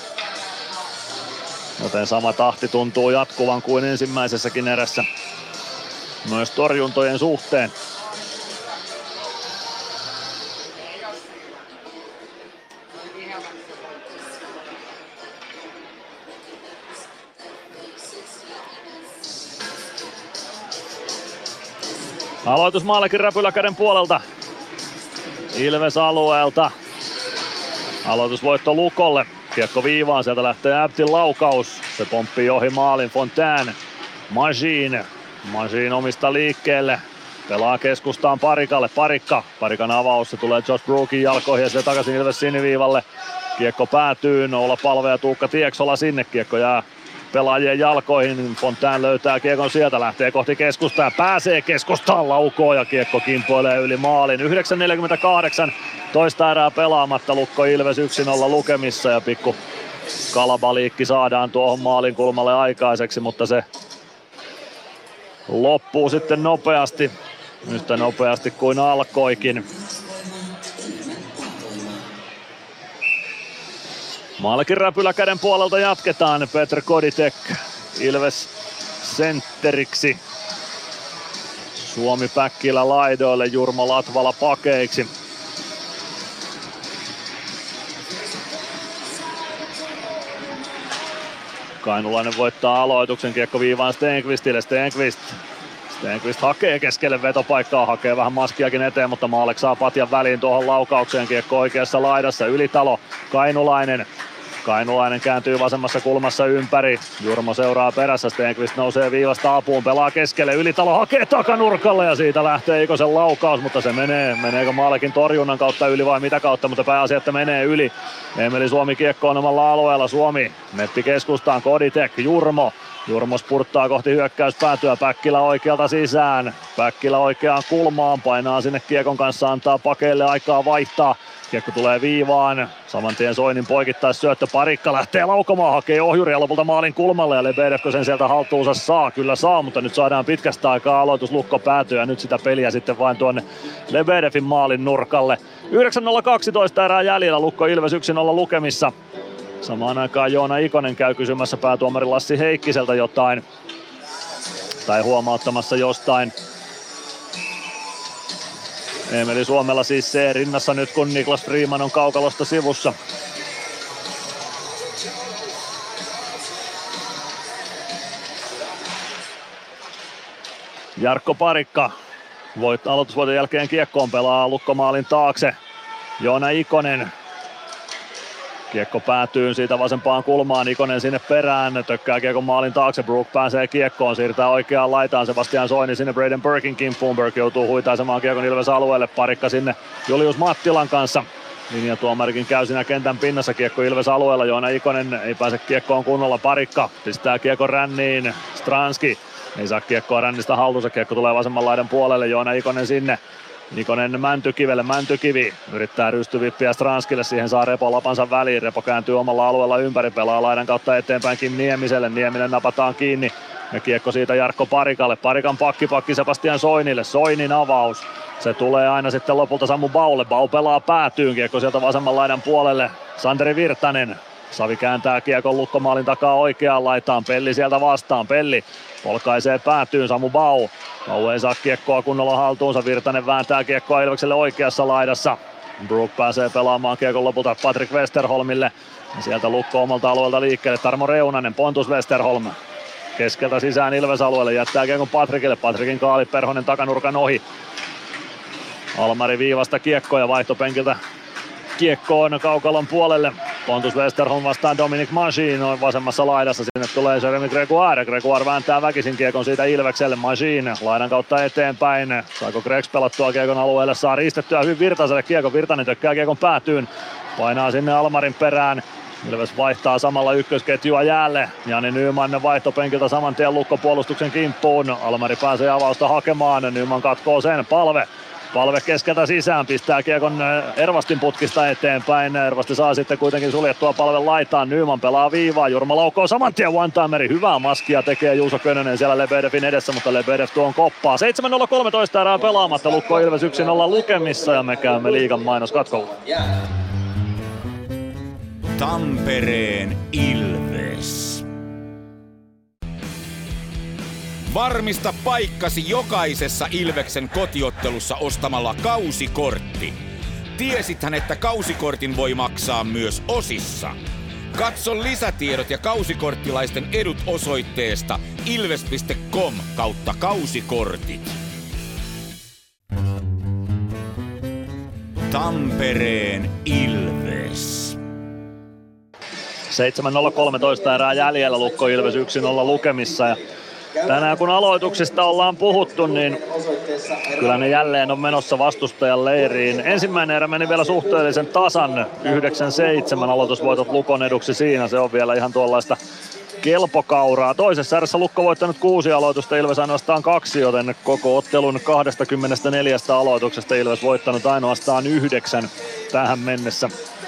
Joten sama tahti tuntuu jatkuvan kuin ensimmäisessäkin erässä myös torjuntojen suhteen. Aloitus Maalekin Räpyläkäden puolelta. Ilves alueelta. Aloitusvoitto Lukolle. Kiekko viivaan, sieltä lähtee Äptin laukaus. Se pomppii ohi maalin Fontaine. Machine omista liikkeelle. Pelaa keskustaan Parikalle. Parikan avaus, se tulee Josh Brookin jalkoihin ja se takaisin Ilves siniviivalle. Kiekko päätyy, Noula Palve ja Tuukka Tieksola sinne. Kiekko jää pelaajien jalkoihin. Fontaine löytää kiekon sieltä, lähtee kohti keskustaa ja pääsee keskustaan laukoon ja kiekko kimpoilee yli maalin. 9.48, toista erää pelaamatta, Lukko Ilves 1-0 lukemissa ja pikku kalabaliikki saadaan tuohon maalin kulmalle aikaiseksi, mutta se loppuu sitten nopeasti, yhtä nopeasti kuin alkoikin. Maalekin Räpyläkäden puolelta jatketaan. Petr Koditek Ilves sentteriksi. Suomi Päkkilä laidoille, Jurmo Latvala pakeiksi. Kainulainen voittaa aloituksen, kiekko viivaan Stenqvistille. Stenqvist hakee keskelle vetopaikkaa, hakee vähän maskiakin eteen, mutta Maalek saa patjan väliin tuohon laukaukseen. Kiekko oikeassa laidassa, Ylitalo, Kainulainen kääntyy vasemmassa kulmassa ympäri. Jurmo seuraa perässä, Stenqvist nousee viivasta apuun, pelaa keskelle, Ylitalo hakee takanurkalle ja siitä lähtee Ikosen laukaus, mutta se meneekö Maalekin torjunnan kautta yli vai mitä kautta, mutta pääasia, että menee yli. Emeli Suomi kiekko on omalla alueella, Suomi netti keskustaan, Koditek, Jurmo spurttaa kohti hyökkäyspäätyä, Päkkilä oikealta sisään, Päkkilä oikeaan kulmaan, painaa sinne kiekon kanssa, antaa pakeille aikaa vaihtaa. Kiekko tulee viivaan, saman tien Soinin poikittais syöttö, Parikka lähtee laukomaan, hakee ohjuria lopulta maalin kulmalle ja Lebedevkö sen sieltä haltuunsa saa, kyllä saa, mutta nyt saadaan pitkästä aikaa aloitus Lukko päätyy ja nyt sitä peliä sitten vain tuonne Lebedevin maalin nurkalle. 9.012 erää jäljellä, Lukko Ilves 1-0 lukemissa. Samaan aikaan Joona Ikonen käy kysymässä päätuomari Lassi Heikkiseltä jotain, tai huomauttamassa jostain. Emeli Suomella siis se rinnassa nyt, kun Niklas Freeman on kaukalosta sivussa. Jarkko Parikka aloitusvoiton jälkeen kiekkoon, pelaa Lukkomaalin taakse. Joona Ikonen. Kiekko päätyy siitä vasempaan kulmaan, Ikonen sinne perään, tökkää kiekon maalin taakse, Brook pääsee kiekkoon, siirtää oikeaan laitaan, Sebastian Soini sinne Braden Burkin kimppuun, Burke joutuu huitaisemaan kiekon Ilves alueelle, Parikka sinne Julius Mattilan kanssa. Linjatuomarikin käy siinä kentän pinnassa, kiekko Ilves alueella, Joona Ikonen ei pääse kiekkoon kunnolla, Parikka pistää kiekon ränniin, Stranski ei saa kiekkoa rännistä haltuunsa, kiekko tulee vasemman laidan puolelle, Joona Ikonen sinne. Ikonen Mäntykivi yrittää rystyvippiä Stranskille, siihen saa Repo lapansa väliin, Repo kääntyy omalla alueella ympäri, pelaa laidan kautta eteenpäin Kim Niemiselle, Nieminen napataan kiinni ja kiekko siitä Jarkko Parikalle, Parikan pakki Sebastian Soinille, Soinin avaus, se tulee aina sitten lopulta Samu Baulle, Bau pelaa päätyyn, kiekko sieltä vasemman laidan puolelle, Santeri Virtanen, Savi kääntää kiekon Lukkomaalin takaa oikeaan laitaan, Pelli sieltä vastaan, Pelli polkaisee päätyyn, Samu Bau ei saa kiekkoa kunnolla haltuunsa, Virtanen vääntää kiekkoa Ilvekselle oikeassa laidassa. Brook pääsee pelaamaan kiekon lopulta Patrick Westerholmille. Ja sieltä Lukko omalta alueelta liikkeelle, Tarmo Reunanen, Pontus Westerholm. Keskeltä sisään Ilves-alueelle, jättää kiekon Patrickille, Patrickin kaali Perhonen takanurkan ohi. Almari viivasta kiekkoa ja vaihtopenkiltä kiekkoon kaukalon puolelle. Pontus Westerholm vastaan Dominic Machine noin vasemmassa laidassa. Sinne tulee Jeremy Gregoire. Gregoire vääntää väkisin kiekon siitä Ilvekselle. Machine laidan kautta eteenpäin. Saako Gregs pelattua kiekon alueelle? Saa riistettyä hyvin Virtaselle kiekon. Virtanen tökkää kiekon päätyyn. Painaa sinne Almarin perään. Ilves vaihtaa samalla ykkösketjua jäälle. Jani Nyman vaihtopenkiltä saman tien Lukko puolustuksen kimppuun. Almari pääsee avausta hakemaan. Nyman katkoo sen. Palve keskeltä sisään, pistää kiekon Ervastin putkista eteenpäin. Ervasti saa sitten kuitenkin suljettua Palven laitaan. Nyman pelaa viivaa, Jurmo laukoo saman tien one-timeri. Hyvää maskia tekee Juuso Könönen siellä Lebedevin edessä, mutta Lebedev tuon koppaa. 7.013 erää pelaamatta, Lukko Ilves 1-0 lukemissa ja me käymme liigan mainoskatkolla. Tampereen Ilves. Varmista paikkasi jokaisessa Ilveksen kotiottelussa ostamalla kausikortti. Tiesithän, että kausikortin voi maksaa myös osissa. Katso lisätiedot ja kausikorttilaisten edut osoitteesta ilves.com/kausikortit. Tampereen Ilves. 7.013 erää jäljellä, Lukko Ilves 1-0 lukemissa. Ja tänään kun aloituksista ollaan puhuttu, niin kyllä ne jälleen on menossa vastustajan leiriin. Ensimmäinen erä meni vielä suhteellisen tasan, 9-7 aloitusvoitot Lukon eduksi siinä. Se on vielä ihan tuollaista kelpokauraa. Toisessa erässä Lukko voittanut 6 aloitusta, Ilves ainoastaan 2, joten koko ottelun 24 aloituksesta Ilves voittanut ainoastaan 9 tähän mennessä.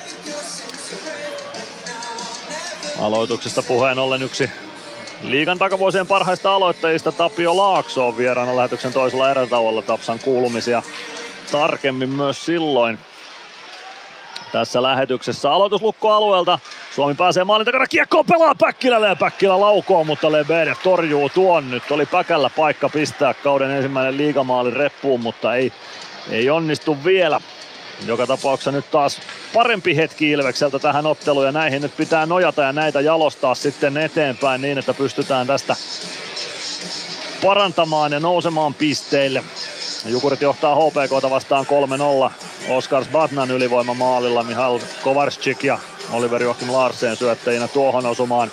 Aloituksesta puheen ollen yksi liigan takavuosien parhaista aloittajista Tapio Laakso on vieraana lähetyksen toisella erätauolla. Tapsan kuulumisia tarkemmin myös silloin tässä lähetyksessä. Aloitus Lukko alueelta. Suomi pääsee maalin takana. Kiekko pelaa Päkkilälle ja Päkkilä laukoo, mutta Lebedev torjuu tuon. Nyt oli Päkällä paikka pistää kauden ensimmäinen liigamaalin reppuun, mutta ei onnistu vielä. Joka tapauksessa nyt taas parempi hetki Ilvekseltä tähän otteluun ja näihin nyt pitää nojata ja näitä jalostaa sitten eteenpäin niin, että pystytään tästä parantamaan ja nousemaan pisteille. Jukurit johtaa HPK:ta vastaan 3-0. Oskar Batnan ylivoimamaalilla, Mihail Kovarsik ja Oliver Joakim Larsen syöttäjinä tuohon osumaan.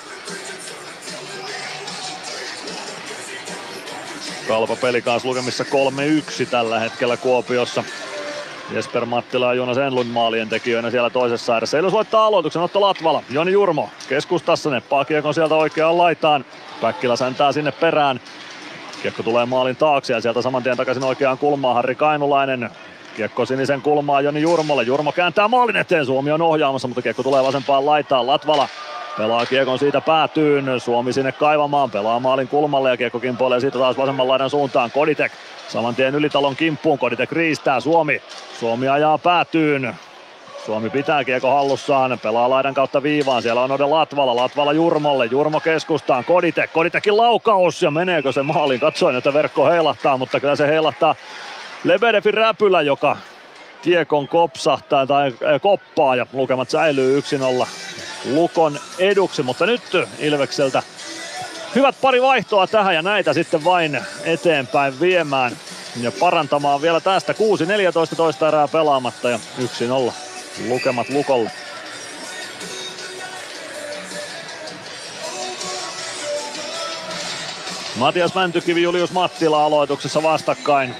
Kalpa Pelikans lukemissa 3-1 tällä hetkellä Kuopiossa. Jesper Mattila ja Jonas Enlund maalien tekijöinä siellä toisessa ääressä. Ilves voittaa aloituksen, Otto Latvala, Joni Jurmo keskustassa, neppaa kiekon sieltä oikeaan laitaan. Päkkilä säntää sinne perään. Kiekko tulee maalin taakse ja sieltä saman tien takaisin oikeaan kulmaan Harri Kainulainen. Kiekko sinisen kulmaan Joni Jurmolle. Jurmo kääntää maalin eteen, Suomi on ohjaamassa, mutta kiekko tulee vasempaan laitaan. Latvala pelaa kiekon siitä päätyyn, Suomi sinne kaivamaan, pelaa maalin kulmalle ja kiekko kimpoilee siitä taas vasemman laidan suuntaan. Koditek saman tien Ylitalon kimppuun, Koditek riistää, Suomi ajaa päätyyn. Suomi pitää kiekko hallussaan, pelaa laidan kautta viivaan, siellä on Ode Latvala Jurmolle, Jurmo keskustaan, Koditekin laukaus ja meneekö se maaliin, katsoin että verkko heilahtaa, mutta kyllä se heilahtaa Lebedevin räpylä, joka kiekon kopsahtaa tai koppaa ja lukemat säilyy 1-0 Lukon eduksi, mutta nyt Ilvekseltä hyvät pari vaihtoa tähän ja näitä sitten vain eteenpäin viemään ja parantamaan vielä tästä 6-14 toista erää pelaamatta ja 1-0 lukemat Lukolle. Matias Mäntykivi, Julius Mattila aloituksessa vastakkain.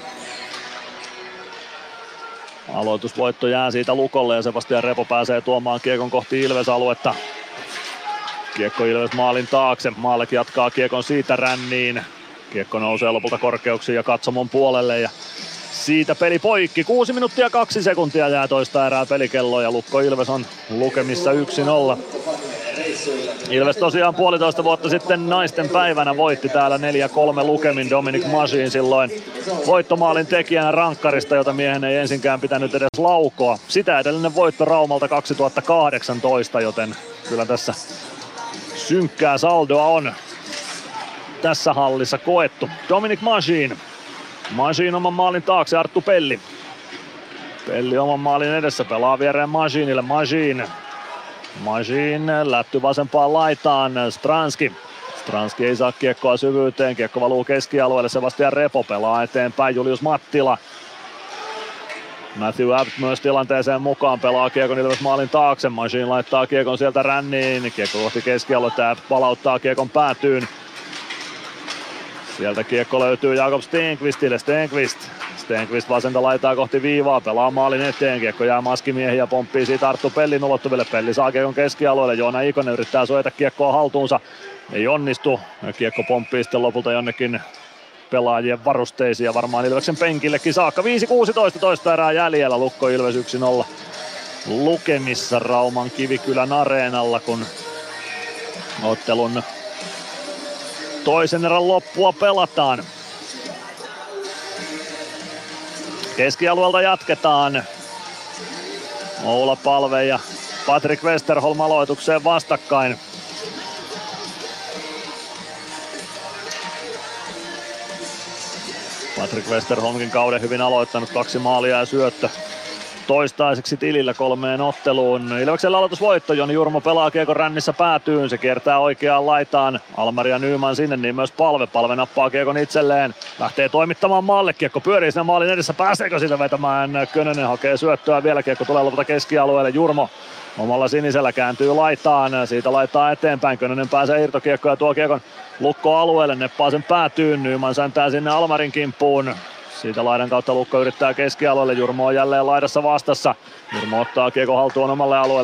Aloitusvoitto jää siitä Lukolle ja Sebastian Repo pääsee tuomaan kiekon kohti Ilves-aluetta. Kiekko Ilves maalin taakse, Maalek jatkaa kiekon siitä ränniin. Kiekko nousee lopulta korkeuksiin ja katsomon puolelle ja siitä peli poikki. 6 minuuttia 2 sekuntia jää toista erää pelikelloa ja Lukko Ilves on lukemissa 1-0. Ilves tosiaan 1,5 vuotta sitten naisten päivänä voitti täällä 4-3 lukemin Dominic Masin silloin voittomaalin tekijänä rankkarista, jota miehen ei ensinkään pitänyt edes laukoa. Sitä edellinen voitto Raumalta 2018, joten kyllä tässä synkkää saldoa on tässä hallissa koettu. Dominic Masin oman maalin taakse, Arttu Pelli oman maalin edessä, pelaa viereen Masinille, Masin lätty vasempaan laitaan, Stranski ei saa kiekkoa syvyyteen, kiekko valuu keskialueelle, Sebastian Repo pelaa eteenpäin, Julius Mattila. Matthew Abt myös tilanteeseen mukaan, pelaa kiekon Ilves maalin taakse, Masin laittaa kiekon sieltä ränniin, kiekko kohti keskialueelle, Abt palauttaa kiekon päätyyn. Sieltä kiekko löytyy Jakob Stenqvistille, Stenqvist vasenta laitaa kohti viivaa, pelaa maalin eteen, kiekko jää maskimiehiin ja pomppii siitä Arttu Pellin ulottuville, Pelli saa kiekon keskialueelle, Joona Ikonen yrittää suojata kiekkoa haltuunsa, ei onnistu, ja kiekko pomppii sitten lopulta jonnekin pelaajien varusteisiin ja varmaan Ilveksen penkillekin saakka. 5-16 toista erää jäljellä, Lukko Ilves 1-0 lukemissa Rauman Kivikylän areenalla, kun ottelun toisen erän loppua pelataan. Keskialueelta jatketaan. Oula Palve ja Patrick Westerholm aloitukseen vastakkain. Patrick Westerholmkin kauden hyvin aloittanut, 2 maalia ja syöttö toistaiseksi tilillä 3 otteluun. Ilveksellä aloitusvoitto, Joni Jurmo pelaa kiekon rännissä päätyyn, se kiertää oikeaan laitaan. Almari ja Nyman sinne, niin myös Palve nappaa kiekon itselleen, lähtee toimittamaan maalle, kiekko pyörii siinä maalin edessä, pääseekö sillä vetämään? Könönen hakee syöttöä vielä, kiekko tulee lopulta keskialueelle, Jurmo omalla sinisellä kääntyy laitaan, siitä laittaa eteenpäin, Könönen pääsee irtokiekkoon ja tuo kiekon Lukko-alueelle, neppaa sen päätyyn, Nyman säntää sinne Almarin kimppuun. Siitä laidan kautta Lukko yrittää keskialueelle, Jurmo on jälleen laidassa vastassa. Jurmo ottaa kiekko haltuun omalle alueelle,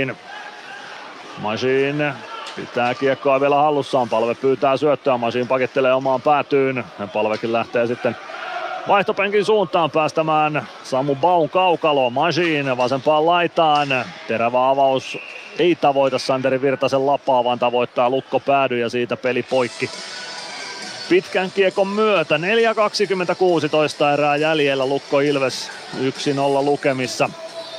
Majin pitää kiekkoa vielä hallussaan, Palve pyytää syöttöä, Majin pakittelee omaan päätyyn. Ja Palvekin lähtee sitten vaihtopenkin suuntaan päästämään Samu Baun kaukalo, Majin vasempaan laitaan. Terävä avaus ei tavoita Santeri Virtasen lapaa, vaan tavoittaa Lukko päädy ja siitä peli poikki. Pitkän kiekon myötä 4.26 erää jäljellä, Lukko Ilves 1-0 lukemissa.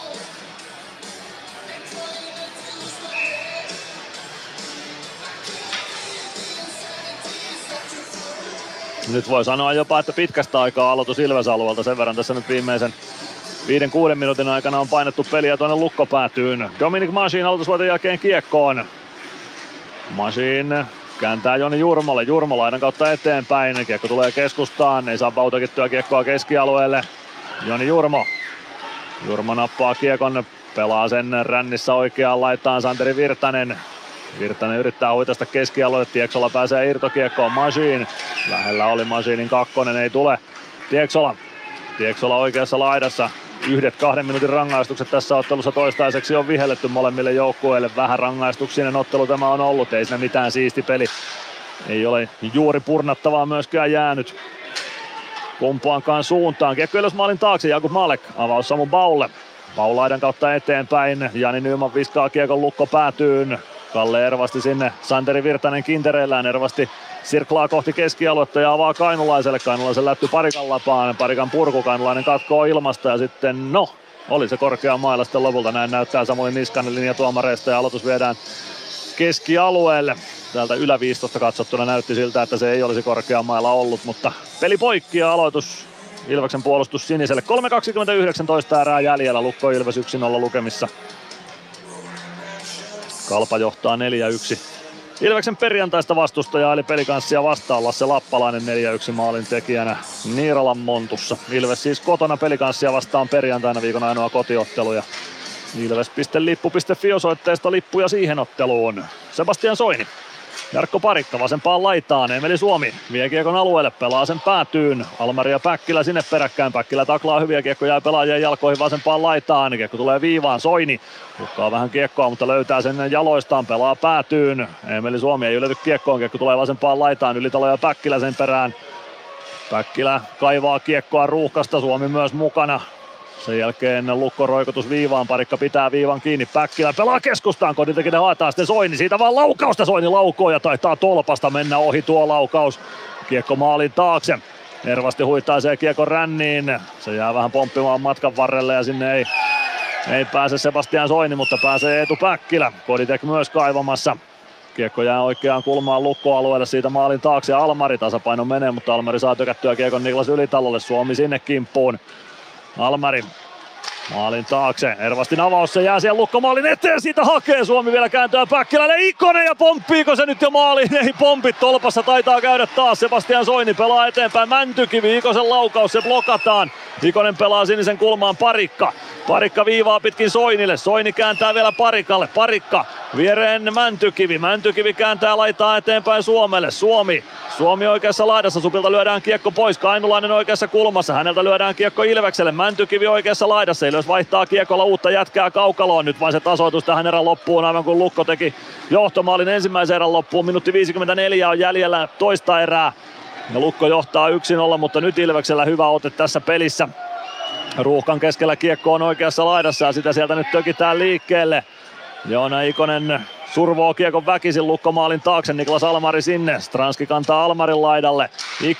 Nyt voi sanoa jopa, että pitkästä aikaa aloitus Ilves-alueelta, sen verran tässä nyt viimeisen 5-6 minuutin aikana on painettu peliä tuonne Lukko päätyyn. Dominic Majin aloitusvoiton jälkeen kiekkoon. Majin kääntää Joni Jurmolle, Jurmo laidan kautta eteenpäin, kiekko tulee keskustaan, ei saa pautakittua kiekkoa keskialueelle. Joni Jurmo nappaa kiekon, pelaa sen rännissä oikeaan laitaan Santeri Virtanen. Virtanen yrittää huitasta keskialueelle, Tieksola pääsee irtokiekkoon, Majin. Lähellä oli Majinin kakkonen, ei tule. Tieksola oikeassa laidassa. 2 minuutin rangaistukset tässä ottelussa toistaiseksi on vihelletty molemmille joukkueille. Vähän rangaistuksinen ottelu tämä on ollut, ei siinä mitään, siisti peli. Ei ole juuri purnattavaa myöskään jäänyt kumpaankaan suuntaan. Kiekko ylös maalin taakse, Jakub Malek, avaus Samu Baulle. Bau laidan kautta eteenpäin, Jani Nyman viskaa kiekon Lukko päätyyn. Kalle Ervasti sinne, Santeri Virtanen kintereillään, Ervasti sirklaa kohti keskialuetta ja avaa Kainulaiselle. Kainulaisen lätty Parikan lapaan, Parikan purku, Kainulainen katkoo ilmasta ja sitten oli se korkea maila sitten lopulta. Näin näyttää Samuli Niskanen linjatuomareista ja aloitus viedään keskialueelle. Täältä ylä 15 katsottuna näytti siltä, että se ei olisi korkea maila ollut, mutta peli poikki ja aloitus Ilveksen puolustus siniselle. 3.29 erää jäljellä, Lukko Ilves 1-0 lukemissa. Kalpa johtaa 4-1. Ilveksen perjantaista vastustajaa eli Pelikanssia vastaan Lasse Lappalainen 4-1 maalin tekijänä Niiralan Montussa. Ilves siis kotona Pelikanssia vastaan perjantaina, viikon ainoa kotiottelu. Ja ilves.lippu.fi osoitteesta lippuja siihen otteluun. Sebastian Soini. Jarkko Parikka vasempaan laitaan, Emeli Suomi vie kiekon alueelle, pelaa sen päätyyn. Almari ja Päkkilä sinne peräkkäin, Päkkilä taklaa hyviä, kiekko jää pelaajien jalkoihin vasempaan laitaan. Kiekko tulee viivaan, Soini hukkaa vähän kiekkoa, mutta löytää sen jaloistaan, pelaa päätyyn. Emeli Suomi ei ylety kiekkoon, kiekko tulee vasempaan laitaan, Ylitalo ja Päkkilä sen perään. Päkkilä kaivaa kiekkoa ruuhkasta, Suomi myös mukana. Sen jälkeen Lukko roikotus viivaan, Parikka pitää viivan kiinni, Päkkilä pelaa keskustaan, Kodintekinen haetaan sitten Soini, siitä vaan laukausta, Soini laukoo ja taitaa tolpasta mennä ohi tuo laukaus. Kiekko maalin taakse, Ervasti huitaisee kiekon ränniin, se jää vähän pomppimaan matkan varrelle ja sinne ei pääse Sebastian Soini, mutta pääsee Eetu Päkkilä, Koditek myös kaivamassa. Kiekko jää oikeaan kulmaan Lukko-alueelle, siitä maalin taakse, Almari tasapaino menee, mutta Almari saa tökättyä kiekon Niklas Ylitalolle, Suomi sinne kimppuun. Almari maalin taakse, Ervastin avaus, se jää siellä Lukko maalin eteen, siitä hakee, Suomi vielä kääntää Päkkilälle, Ikonen ja pomppiiko se nyt jo maaliin, ei pompi, tolpassa taitaa käydä taas, Sebastian Soini pelaa eteenpäin, Mäntykivi, Ikosen laukaus, se blokataan, Ikonen pelaa sinisen kulmaan, Parikka viivaa pitkin Soinille, Soini kääntää vielä Parikalle, Parikka viereen Mäntykivi kääntää laitaa eteenpäin Suomelle, Suomi oikeassa laidassa, Supilta lyödään kiekko pois, Kainulainen oikeassa kulmassa, häneltä lyödään kiekko Ilvekselle, Mäntykivi oikeassa laidassa, Ilves vaihtaa kiekolla uutta jätkää kaukaloon, nyt vain se tasoitus tähän erän loppuun, aivan kun Lukko teki johtomaalin ensimmäisen erän loppuun, minuutti 54 on jäljellä toista erää, ja Lukko johtaa 1-0, mutta nyt Ilveksellä hyvä ote tässä pelissä. Ruuhkan keskellä kiekko on oikeassa laidassa ja sitä sieltä nyt tökitään liikkeelle. Joona Ikonen survoo kiekon väkisin Lukko-maalin taakse, Niklas Almari sinne, Stranski kantaa Almarin laidalle,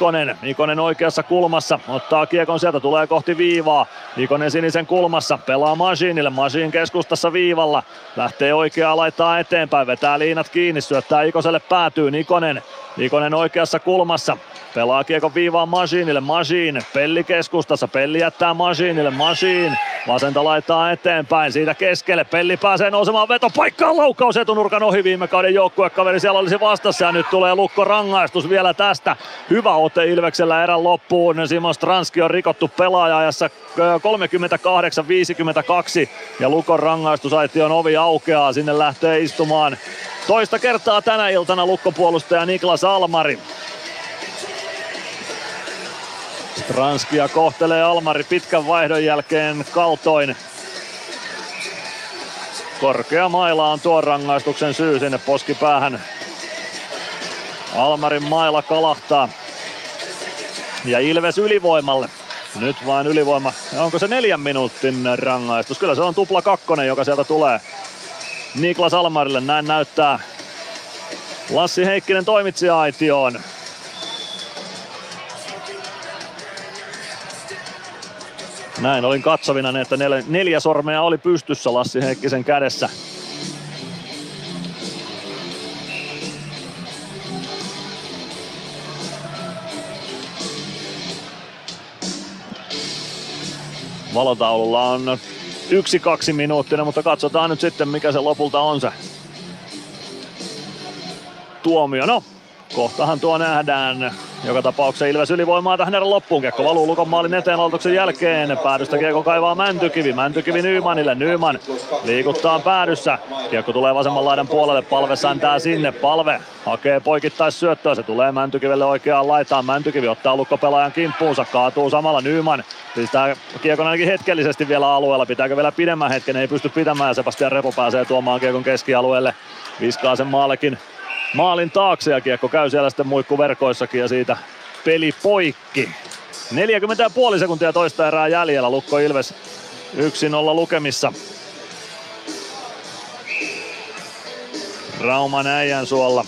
Ikonen oikeassa kulmassa, ottaa kiekon sieltä, tulee kohti viivaa, Ikonen sinisen kulmassa, pelaa Majinille, Majin keskustassa viivalla, lähtee oikeaa laittaa eteenpäin, vetää liinat kiinni, syöttää Ikoselle päätyyn, Ikonen oikeassa kulmassa. Pelaa kiekon viivaan Masinille. Masin. Pelli keskustassa. Pelli jättää Masinille. Masin. Vasenta laittaa eteenpäin. Siitä keskelle. Pelli pääsee nousemaan vetopaikkaan. Laukaus etunurkan ohi viime kauden joukkuekaveri. Siellä olisi vastassa ja nyt tulee Lukko rangaistus vielä tästä. Hyvä ote Ilveksellä erän loppuun. Simon Stranski on rikottu pelaaja-ajassa 38-52 ja Lukon rangaistusaition ovi aukeaa. Sinne lähtee istumaan toista kertaa tänä iltana Lukko-puolustaja Niklas Almari. Stranskia kohtelee Almari pitkän vaihdon jälkeen kaltoin. Korkea maila on tuon rangaistuksen syy sinne poskipäähän. Almarin maila kalahtaa. Ja Ilves ylivoimalle. Nyt vain ylivoima. Onko se 4 minuutin rangaistus? Kyllä se on tupla 2, joka sieltä tulee Niklas Almarille. Näin näyttää Lassi Heikkinen toimitsija-aitioon. Näin olin katsovina, että 4 sormea oli pystyssä Lassi Heikkisen kädessä. Valotaululla on 1-2 minuuttinen, mutta katsotaan nyt sitten mikä se lopulta on se tuomio. No, kohtahan tuo nähdään. Joka tapauksessa Ilves ylivoimaa tähän erän loppuun. Kiekko valuu Lukon maalin eteen aloituksen jälkeen. Päädystä kiekko kaivaa Mäntykivi. Mäntykivi Nymanille. Nyman liikuttaa päädyssä. Kiekko tulee vasemman laidan puolelle. Palve säntää sinne. Palve hakee poikittais syöttöä. Se tulee Mäntykivelle oikeaan laitaan. Mäntykivi ottaa Lukko-pelaajan kimppuunsa. Kaatuu samalla Nyman. Pistää kiekon ainakin hetkellisesti vielä alueella. Pitääkö vielä pidemmän hetken? Ei pysty pitämään. Sebastian Repo pääsee tuomaan kiekon keskialueelle. Viskaa sen maallekin. Maalin taakse ja kiekko käy siellä sitten muikkuverkoissakin ja siitä peli poikki. 40,5 sekuntia toista erää jäljellä. Lukko Ilves 1-0 lukemissa. Rauman Äijänsuolla.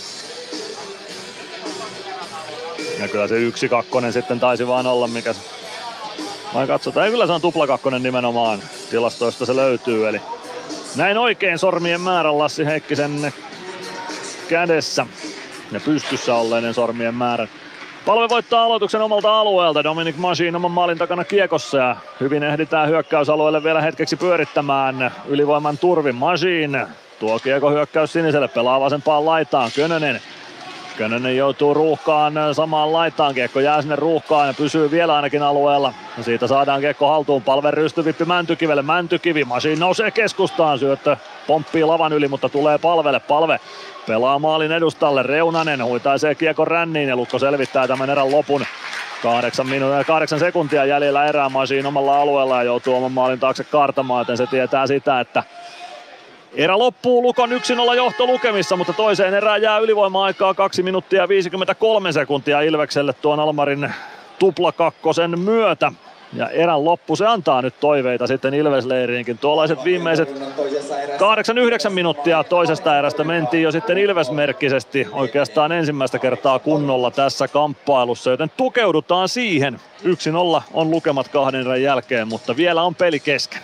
Ja kyllä se 1-2 sitten taisi vaan olla mikä se. Vai katsotaan, ja kyllä se on tupla 2 nimenomaan. Tilastoista se löytyy eli näin oikein sormien määrä Lassi Heikkisen kädessä ja pystyssä olleiden sormien määrän. Palve voittaa aloituksen omalta alueelta. Dominic Masin oman maalin takana kiekossa ja hyvin ehditään hyökkäysalueelle vielä hetkeksi pyörittämään ylivoiman turvin. Masin tuo kiekko hyökkäys siniselle, pelaa vasempaan laitaan. Könönen joutuu ruuhkaan samaan laitaan. Kiekko jää sinne ruuhkaan ja pysyy vielä ainakin alueella. Ja siitä saadaan kiekko haltuun. Palve rystyvippi Mäntykivelle. Mäntykivi. Masin nousee keskustaan. Syöttö pomppii lavan yli, mutta tulee Palvelle. Palve pelaa maalin edustalle. Reunanen huitaisee kiekon ränniin ja Lukko selvittää tämän erän lopun. 8 sekuntia jäljellä erää. Masin omalla alueella ja joutuu oman maalin taakse kaartamaan, joten se tietää sitä, että erä loppuu Lukon 1-0 johto lukemissa, mutta toiseen erään jää ylivoima-aikaa 2 minuuttia 53 sekuntia Ilvekselle tuon Almarin tuplakakkosen myötä. Ja erän loppu se antaa nyt toiveita sitten Ilves-leiriinkin. Tuollaiset viimeiset 8-9 minuuttia toisesta erästä mentiin jo sitten Ilves-merkkisesti oikeastaan ensimmäistä kertaa kunnolla tässä kamppailussa, joten tukeudutaan siihen. 1-0 on lukemat 2 erän jälkeen, mutta vielä on peli kesken.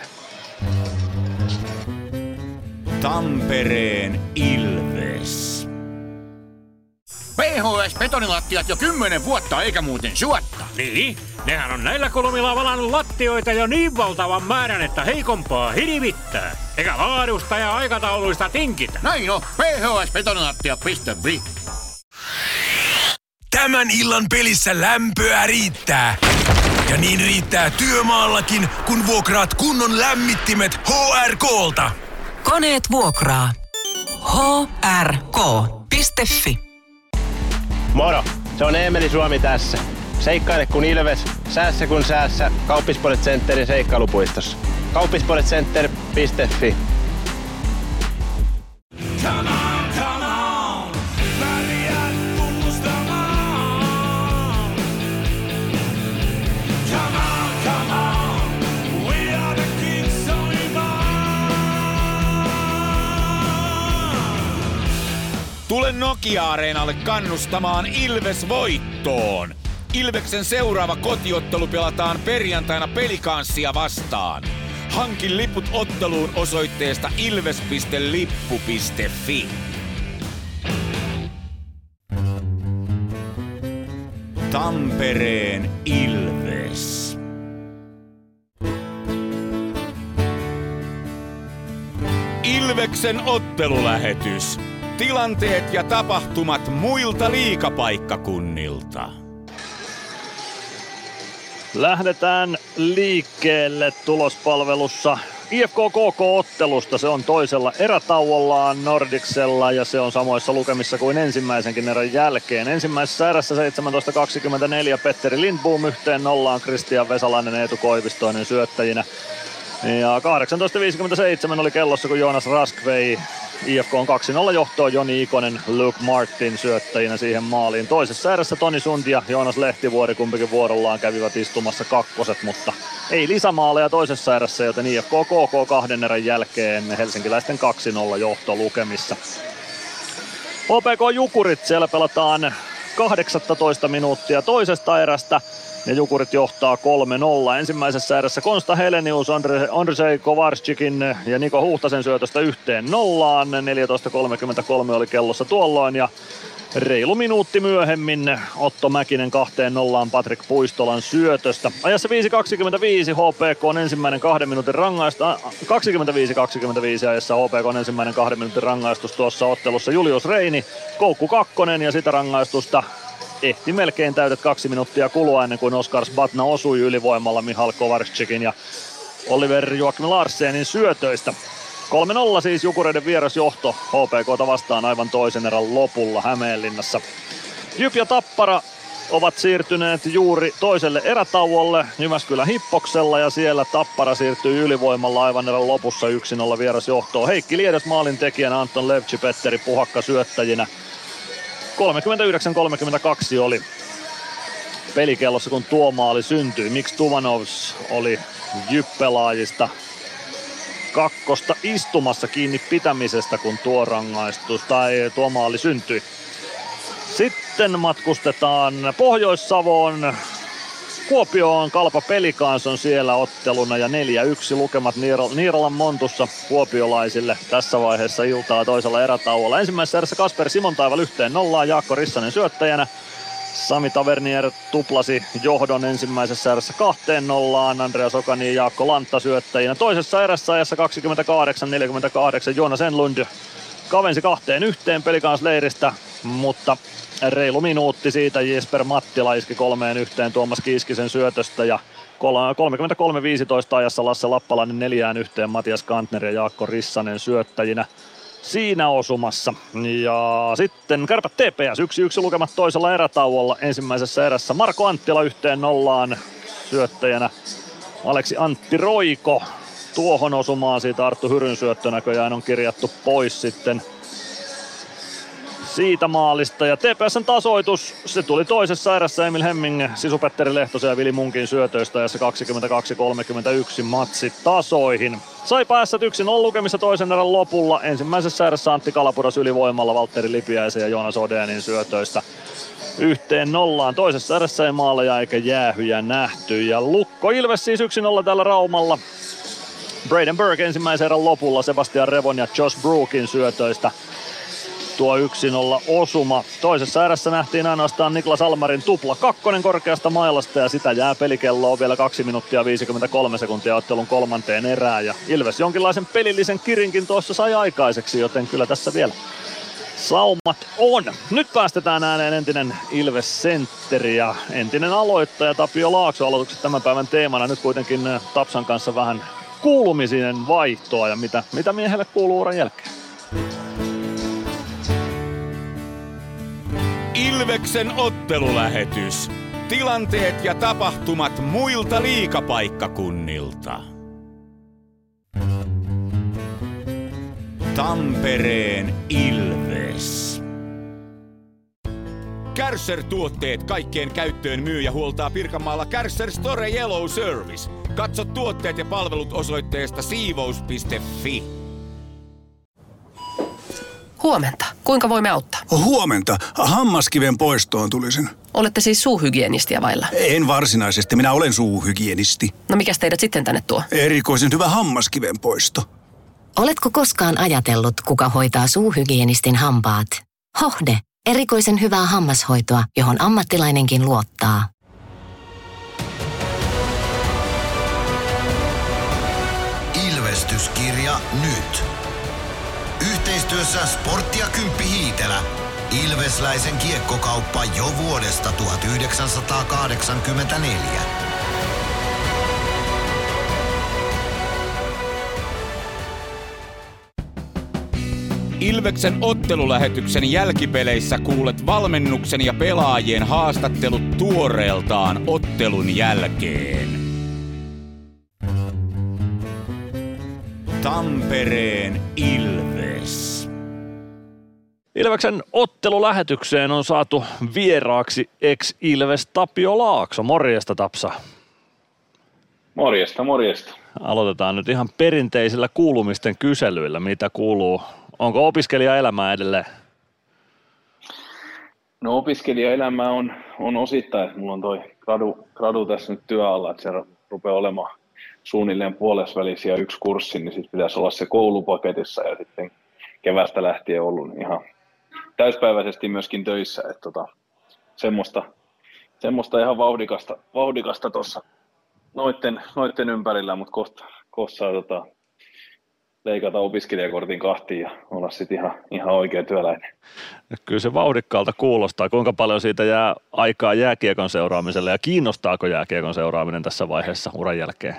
Tampereen Ilves. PHS-betonilattiat jo 10 vuotta eikä muuten suotta. Niin, nehän on näillä kolmilla valannut lattioita jo niin valtavan määrän, että heikompaa hirvittää. Eikä laadusta ja aikatauluista tinkitä. Näin on, phsbetonilattia.fi. Tämän illan pelissä lämpöä riittää. Ja niin riittää työmaallakin, kun vuokraat kunnon lämmittimet HRK:lta. Koneet vuokraa. hrk.fi. Moro, se on Eemeli Suomi tässä. Seikkaile kun Ilves, säässä kun säässä. Kauppisports Centerin seikkailupuistossa. Kauppisportscenter.fi. Tule Nokia-areenalle kannustamaan Ilves voittoon. Ilveksen seuraava kotiottelu pelataan perjantaina Pelikanssia vastaan. Hankin liput otteluun osoitteesta ilves.lippu.fi. Tampereen Ilves. Ilveksen ottelulähetys. Tilanteet ja tapahtumat muilta liigapaikkakunnilta. Lähdetään liikkeelle tulospalvelussa IFK KK-ottelusta. Se on toisella erätauollaan Nordicsella ja se on samoissa lukemissa kuin ensimmäisenkin erän jälkeen. Ensimmäisessä erässä 17.24 Petteri Lindboom 1-0, Kristian Vesalainen ja Eetu Koivistoinen syöttäjinä. Ja 18.57 oli kellossa, kun Joonas Rask vei IFK on 2-0 johtoon, Joni Ikonen, Luke Martin syöttäjinä siihen maaliin. Toisessa erässä Toni Sund ja Joonas Lehtivuori kumpikin vuorollaan kävivät istumassa kakkoset, mutta ei lisämaaleja toisessa erässä, joten IFK KK 2 erän jälkeen helsinkiläisten 2-0 johto lukemissa. HPK Jukurit, siellä pelataan 18 minuuttia toisesta erästä. Ja Jukurit johtaa 3-0. Ensimmäisessä erässä Konsta Helenius, Andrzej Kovarschikin ja Niko Huhtasen syötöstä 1-0. 14.33 oli kellossa tuolloin ja reilu minuutti myöhemmin Otto Mäkinen 2-0 Patrik Puistolan syötöstä. Ajassa 5.25 HPK on ensimmäinen 2 minuutin rangaistus. 25.25 ajassa HPK on ensimmäinen 2 minuutin rangaistus tuossa ottelussa. Julius Reini, koukku 2 ja sitä rangaistusta ehti melkein täydet 2 minuuttia kulua ennen kuin Oskar Sbatna osui ylivoimalla Mihal Kovarschikin ja Oliver Joakim Larsenin syötöistä. 3-0 siis Jukureiden vierasjohto HPK:ta vastaan aivan toisen erän lopulla Hämeenlinnassa. Jyp ja Tappara ovat siirtyneet juuri toiselle erätauolle Jyväskylän Hippoksella ja siellä Tappara siirtyy ylivoimalla aivan erän lopussa 1-0 vierasjohtoon. Heikki Liedes maalin tekijänä, Anton Levci, Petteri Puhakka syöttäjinä. 39-32 oli pelikellossa, kun tuo maali syntyi. Miksi Tuvanovs oli Jyp-pelaajista kakkosta istumassa kiinni pitämisestä, kun tuo rangaistus tai tuo maali syntyi. Sitten matkustetaan Pohjois-Savoon. Kuopioon, Kalpa Pelikans on siellä otteluna ja 4-1 lukemat Niiralan Montussa kuopiolaisille tässä vaiheessa iltaa toisella erätauolla. Ensimmäisessä erässä Kasper Simontaival 1-0, Jaakko Rissanen syöttäjänä. Sami Tavernier tuplasi johdon ensimmäisessä erässä 2-0, Andreas Okani ja Jaakko Lantta syöttäjinä. Toisessa erässä ajassa 28-48 Joonas Enlund kavensi 2-1 Pelikans leiristä, mutta reilu minuutti siitä Jesper Mattila iski 3-1 Tuomas Kiiskisen syötöstä ja 33-15 ajassa Lasse Lappalainen 4-1 Matias Kantner ja Jaakko Rissanen syöttäjinä siinä osumassa. Ja sitten Kärpät TPS 1-1 lukemat toisella erätauolla. Ensimmäisessä erässä Marko Anttila 1-0 syöttäjänä Aleksi Antti Roiko. Tuohon osumaan siitä Arttu Hyryn syöttö näköjään on kirjattu pois sitten siitä maalista. Ja TPS:n tasoitus, se tuli toisessa erässä Emil Hemming, Sisu-Petteri Lehtosen ja Vili Munkin syötöistä ja se 22-31 matsi tasoihin. Sai päässä 1-0 lukemissa toisen erän lopulla. Ensimmäisessä erässä Antti Kalapuras ylivoimalla Valtteri Lipiäisen ja Joonas Odenin syötöistä 1-0. Toisessa erässä ei maaleja eikä jäähyjä nähty. Ja Lukko Ilves siis 1-0 täällä Raumalla. Braden Burke ensimmäisen erän lopulla Sebastian Revon ja Josh Brookin syötöistä tuo 1-0 osuma. Toisessa erässä nähtiin ainoastaan Niklas Almarin tupla 2 korkeasta mailasta ja sitä jää pelikelloon vielä 2 minuuttia 53 sekuntia ottelun kolmanteen erään. Ja Ilves jonkinlaisen pelillisen kirinkin tuossa sai aikaiseksi, joten kyllä tässä vielä saumat on. Nyt päästetään ääneen entinen Ilves-sentteri ja entinen aloittaja Tapio Laakso. Aloitukset tämän päivän teemana. Nyt kuitenkin Tapsan kanssa vähän kuulumisen vaihtoa ja mitä miehelle kuuluu uran jälkeen. Ilveksen ottelulähetys. Tilanteet ja tapahtumat muilta liigapaikkakunnilta. Tampereen Ilves. Kärcher-tuotteet kaikkeen käyttöön myy ja huoltaa Pirkanmaalla Kärcher Store Yellow Service. Katso tuotteet ja palvelut osoitteesta siivous.fi. Huomenta. Kuinka voimme auttaa? Huomenta. Hammaskiven poistoon tulisin. Olette siis suuhygienistiä vailla? En varsinaisesti. Minä olen suuhygienisti. No mikäs teidät sitten tänne tuo? Erikoisen hyvä hammaskiven poisto. Oletko koskaan ajatellut, kuka hoitaa suuhygienistin hampaat? Hohde, Erikoisen hyvää hammashoitoa, johon ammattilainenkin luottaa. Ilvestyskirja nyt. Yhteistyössä Sportti ja Kymppi Hiitelä. Ilvesläisen kiekkokauppa jo vuodesta 1984. Ilveksen ottelulähetyksen jälkipeleissä kuulet valmennuksen ja pelaajien haastattelut tuoreeltaan ottelun jälkeen. Tampereen Ilves. Ilveksen ottelulähetykseen on saatu vieraaksi ex-Ilves Tapio Laakso. Morjesta, Tapsa. Morjesta, morjesta. Aloitetaan nyt ihan perinteisillä kuulumisten kyselyillä. Mitä kuuluu? Onko opiskelijaelämää edelleen? No opiskelijaelämä on osittain, että mulla on toi gradu tässä nyt työalla, että se rupeaa olemaan suunnilleen puolesvälissä ja yksi kurssi, niin sitten pitäisi olla se koulupaketissa ja sitten keväästä lähtien ollut ihan täyspäiväisesti myöskin töissä, että semmoista ihan vauhdikasta tuossa noitten ympärillä, mutta kohta saa leikata opiskelijakortin kahtiin ja olla sitten ihan oikea työläinen. Kyllä se vauhdikkaalta kuulostaa. Kuinka paljon siitä jää aikaa jääkiekon seuraamiselle ja kiinnostaako jääkiekon seuraaminen tässä vaiheessa uran jälkeen?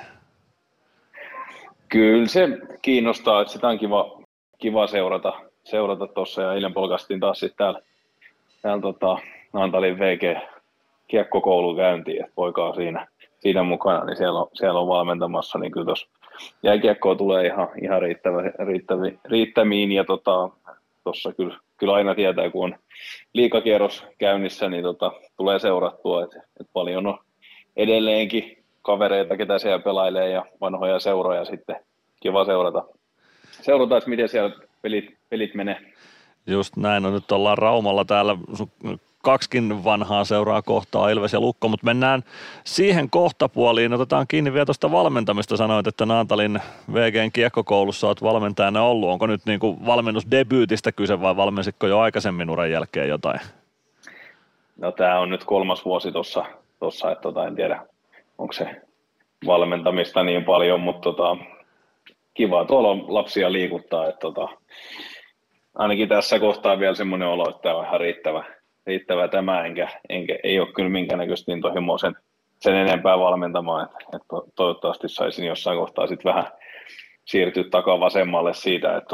Kyllä se kiinnostaa, että sitä on kiva seurata tuossa ja eilen polkastiin taas sitten täällä Naantalin VG-kiekkokoulun käyntiin, että poika on siinä mukana, niin siellä on valmentamassa, niin kyllä tuossa jääkiekkoa tulee ihan riittämiin ja tuossa kyllä aina tietää, kun on liigakierros käynnissä, niin tulee seurattua, että paljon on edelleenkin kavereita, ketä siellä pelailee ja vanhoja seuroja sitten kiva seurata, että miten siellä pelit menee. Just näin, no nyt ollaan Raumalla täällä kaksikin vanhaa seuraa kohtaa, Ilves ja Lukko, mutta mennään siihen kohtapuoliin. Otetaan kiinni vielä tuosta valmentamista. Sanoit, että Naantalin VG:n kiekkokoulussa olet valmentajana ollut. Onko nyt niin kuin valmennusdebyytistä kyse vai valmensitko jo aikaisemmin uran jälkeen jotain? No tämä on nyt 3. vuosi tuossa että en tiedä, onko se valmentamista niin paljon, mutta kiva tuolla lapsia liikuttaa, että ainakin tässä kohtaa vielä semmoinen olo, että on ihan riittävä tämä, ei ole kyllä minkäännäköistä niin tohimoisen sen enempää valmentamaan, että toivottavasti saisin jossain kohtaa sitten vähän siirtyä takavasemmalle siitä, että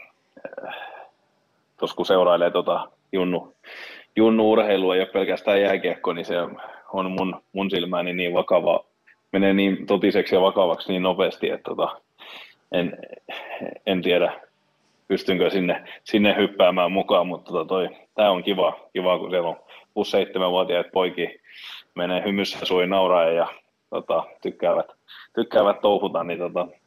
tuossa kun seurailee junnu-urheilua, ei ole pelkästään jääkiekko, niin se on mun silmääni niin vakava, menee niin totiseksi ja vakavaksi niin nopeasti, että en tiedä, pystynkö sinne hyppäämään mukaan, mutta tämä on kiva, kun siellä on 6-7-vuotiaat poikia menee hymyssä suin nauraa ja tykkäävät touhuta, niin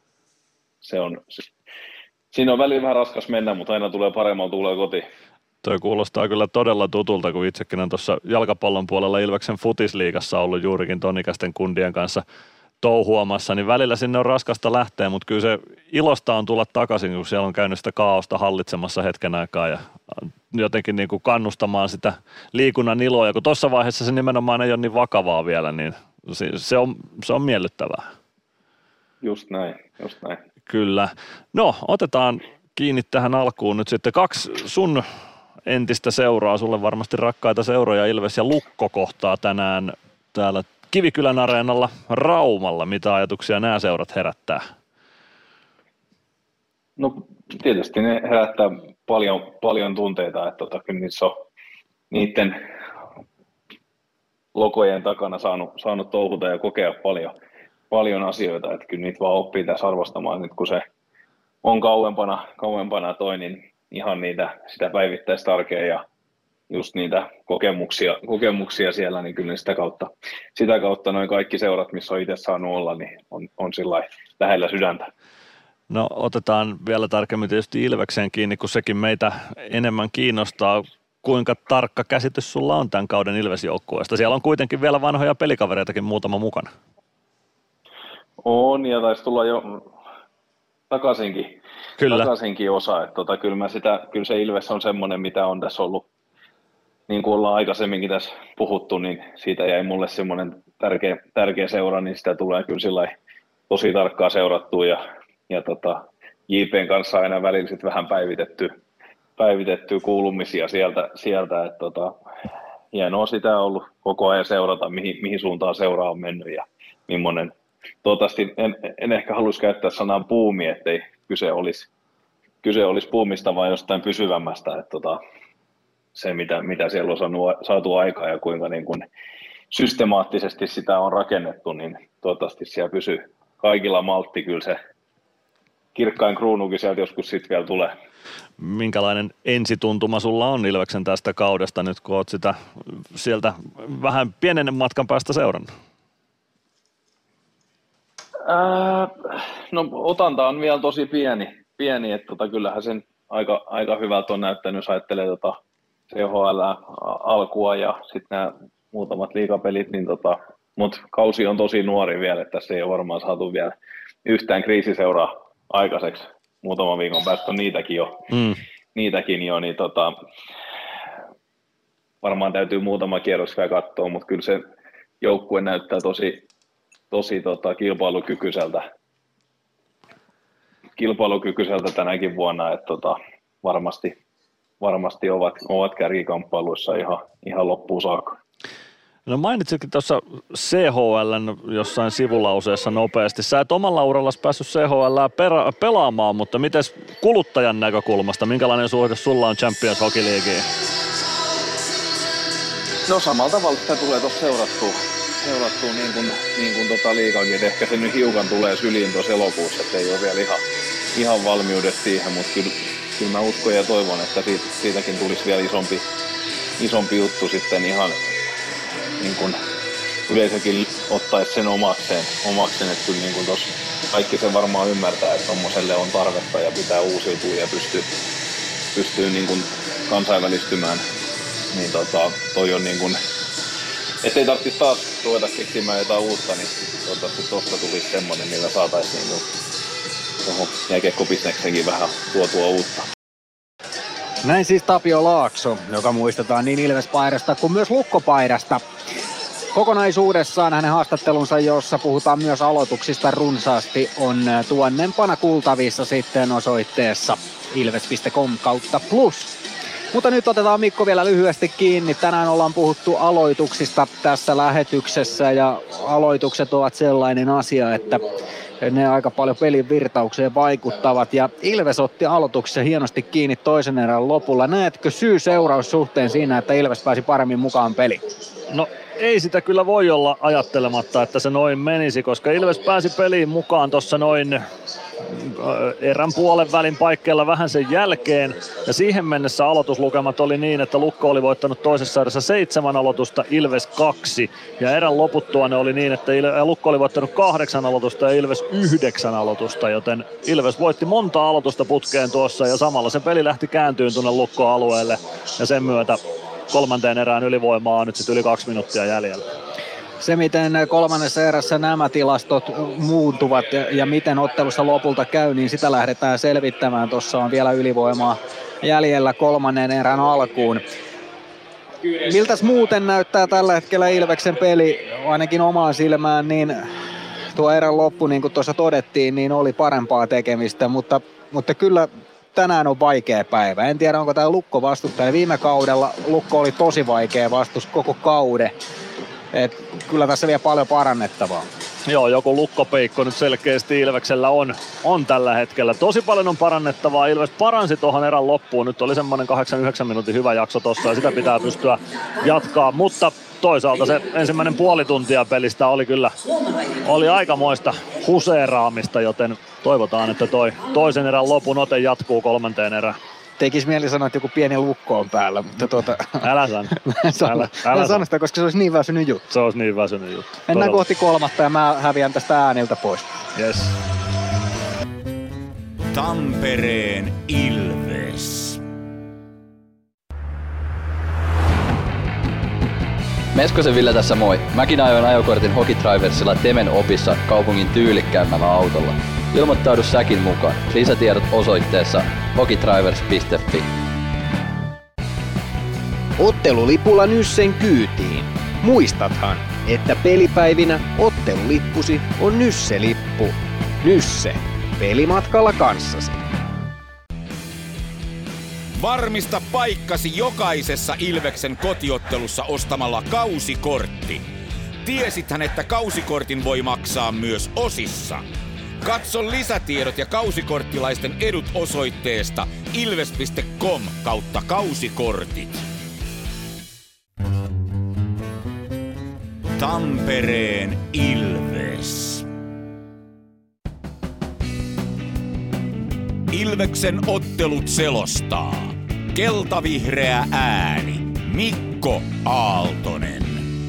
siinä on välillä vähän raskas mennä, mutta aina tulee paremmalla tulee kotiin. Toi kuulostaa kyllä todella tutulta, kun itsekin on tuossa jalkapallon puolella Ilveksen futisliigassa ollut juurikin tonikäisten kundien kanssa touhuamassa, niin välillä sinne on raskasta lähteä, mutta kyllä se ilosta on tulla takaisin, kun siellä on käynyt sitä kaaosta hallitsemassa hetken aikaa ja jotenkin niin kuin kannustamaan sitä liikunnan iloa. Ja kun tuossa vaiheessa se nimenomaan ei ole niin vakavaa vielä, niin se on miellyttävää. Just näin. Kyllä. No, otetaan kiinni tähän alkuun nyt sitten 2 sun entistä seuraa, sulle varmasti rakkaita seuroja, Ilves ja Lukko kohtaa tänään täällä Kivikylän areenalla Raumalla. Mitä ajatuksia nämä seurat herättää? No tietysti ne herättää paljon tunteita, että kyllä niissä on niiden logojen takana saanut touhuta ja kokea paljon asioita, että kyllä niitä vaan oppii tässä arvostamaan nyt, kun se on kauempana niin ihan sitä päivittäistä arkea ja just niitä kokemuksia siellä, niin kyllä sitä kautta noin kaikki seurat, missä on itse saanut olla, niin on sillä lähellä sydäntä. No otetaan vielä tarkemmin tietysti Ilvekseen kiinni, kun sekin meitä enemmän kiinnostaa. Kuinka tarkka käsitys sulla on tämän kauden Ilves-joukkueesta? Siellä on kuitenkin vielä vanhoja pelikavereitakin muutama mukana. On, ja taisi tulla jo takaisinkin osa. Että kyllä se Ilves on semmoinen, mitä on tässä ollut niin kuin ollaan aikaisemminkin tässä puhuttu, niin siitä jäi mulle semmoinen tärkeä seura, niin sitä tulee kyllä sillai tosi tarkkaan seurattua ja JPn kanssa aina välillä sit vähän päivitetty kuulumisia sieltä että hienoa sitä on ollut koko ajan seurata, mihin suuntaan seura on mennyt ja millainen. Toivottavasti en ehkä haluaisi käyttää sanaa buumi, ettei kyse olisi buumista vaan jostain pysyvämmästä, että se mitä siellä on saatu aikaa ja kuinka niin kuin systemaattisesti sitä on rakennettu, niin toivottavasti siellä pysyy kaikilla maltti, kyllä se kirkkain kruunukin sieltä joskus sitten vielä tulee. Minkälainen ensituntuma sulla on Ilveksen tästä kaudesta nyt, kun oot sitä sieltä vähän pienen matkan päästä seurannut? No otanta on vielä tosi pieni että kyllähän sen aika hyvältä on näyttänyt, jos ajattelee CHL alkua ja sitten nämä muutamat liigapelit, niin mutta kausi on tosi nuori vielä, että tässä ei ole varmaan saatu vielä yhtään kriisiseuraa aikaiseksi. Muutaman viikon päästä on niitäkin jo niin varmaan täytyy muutama kierros vielä katsoa, mutta kyllä se joukkue näyttää tosi kilpailukykyiseltä tänäkin vuonna, että varmasti ovat kärkikamppailuissa ihan loppuun saakka. No mainitsitkin tuossa CHL:n jossain sivulauseessa nopeasti. Sä et omalla urallasi päässyt CHL:ää pelaamaan, mutta mites kuluttajan näkökulmasta, minkälainen suhde sulla on Champions Hockey Leagueen? No samalla tavalla sitä tulee tuossa seurattua niin kuin liigaankin, että ehkä se nyt hiukan tulee syliin tuossa elokuussa, että ei ole vielä ihan valmiudessa siihen, mutta kyllä mä uskon ja toivon, että siitäkin tulisi vielä isompi juttu sitten ihan niin kuin yleisökin ottaisi sen omakseen, että kyllä niin kuin tossa kaikki sen varmaan ymmärtää, että tommoselle on tarvetta ja pitää uusiutua ja pystyy niin kuin kansainvälistymään, niin toi on niin kuin, ettei tarvitsisi taas ruveta keksimään jotain uutta, niin toivottavasti tuosta tulisi semmoinen, millä saataisiin niin tuohon jääkiekkobisneksenkin vähän tuotua uutta. Näin siis Tapio Laakso, joka muistetaan niin Ilves-paidasta kuin myös Lukko-paidasta. Kokonaisuudessaan hänen haastattelunsa, jossa puhutaan myös aloituksista runsaasti, on tuonnempana kuultavissa sitten osoitteessa ilves.com/plus. Mutta nyt otetaan Mikko vielä lyhyesti kiinni. Tänään ollaan puhuttu aloituksista tässä lähetyksessä ja aloitukset ovat sellainen asia, että ne aika paljon pelin virtaukseen vaikuttavat ja Ilves otti aloituksessa hienosti kiinni toisen erän lopulla. Näetkö syy-seuraussuhteen siinä, että Ilves pääsi paremmin mukaan peliin? No ei sitä kyllä voi olla ajattelematta, että se noin menisi, koska Ilves pääsi peliin mukaan tuossa noin erän puolen välin paikkeilla vähän sen jälkeen ja siihen mennessä aloituslukemat oli niin, että Lukko oli voittanut toisessa erässä 7 aloitusta, Ilves 2 ja erän loputtua ne oli niin, että Lukko oli voittanut 8 aloitusta ja Ilves 9 aloitusta, joten Ilves voitti monta aloitusta putkeen tuossa ja samalla se peli lähti kääntyyn tuonne Lukko-alueelle ja sen myötä kolmanteen erään ylivoimaa on nyt sitten yli 2 minuuttia jäljellä. Se, miten kolmannessa erässä nämä tilastot muuntuvat ja miten ottelussa lopulta käy, niin sitä lähdetään selvittämään. Tuossa on vielä ylivoimaa jäljellä kolmannen erän alkuun. Miltäs muuten näyttää tällä hetkellä Ilveksen peli, ainakin omaan silmään, niin tuo erän loppu, niin kuin tuossa todettiin, niin oli parempaa tekemistä, mutta kyllä tänään on vaikea päivä. En tiedä, onko tämä Lukko vastustaja. Viime kaudella Lukko oli tosi vaikea vastus koko kauden. Kyllä tässä vielä paljon parannettavaa. Joo, joku lukkopeikko nyt selkeästi Ilveksellä on tällä hetkellä. Tosi paljon on parannettavaa. Ilves paransi tuohon erän loppuun. Nyt oli semmoinen 8-9 minuutin hyvä jakso tossa ja sitä pitää pystyä jatkaa. Mutta toisaalta se ensimmäinen puoli tuntia pelistä oli aikamoista huseeraamista, joten toivotaan, että toi toisen erän lopun ote jatkuu kolmanteen erään. Tekis mieli sanoa, että joku pieni Lukko on päällä, mutta Älä sano. Älä sano sitä, koska se olisi niin väsynyt juttu. Se olisi niin väsynyt juttu. Mennään kohti kolmatta ja mä häviän tästä ääniltä pois. Yes. Tampereen Ilves. Meskosen Ville tässä moi. Mäkin ajoin ajokortin Hokitriversilla Temen opissa kaupungin tyylikkäämmällä autolla. Ilmoittaudu säkin mukaan. Lisätiedot osoitteessa hokitrivers.fi. ottelulipulla Nyssen kyytiin. Muistathan, että pelipäivinä ottelulippusi on Nysse-lippu. Nysse. Pelimatkalla kanssasi. Varmista paikkasi jokaisessa Ilveksen kotiottelussa ostamalla kausikortti. Tiesithän, että kausikortin voi maksaa myös osissa. Katso lisätiedot ja kausikorttilaisten edut osoitteesta ilves.com/kausikortit. Tampereen Ilves. Ilveksen ottelut selostaa keltavihreä ääni Mikko Aaltonen.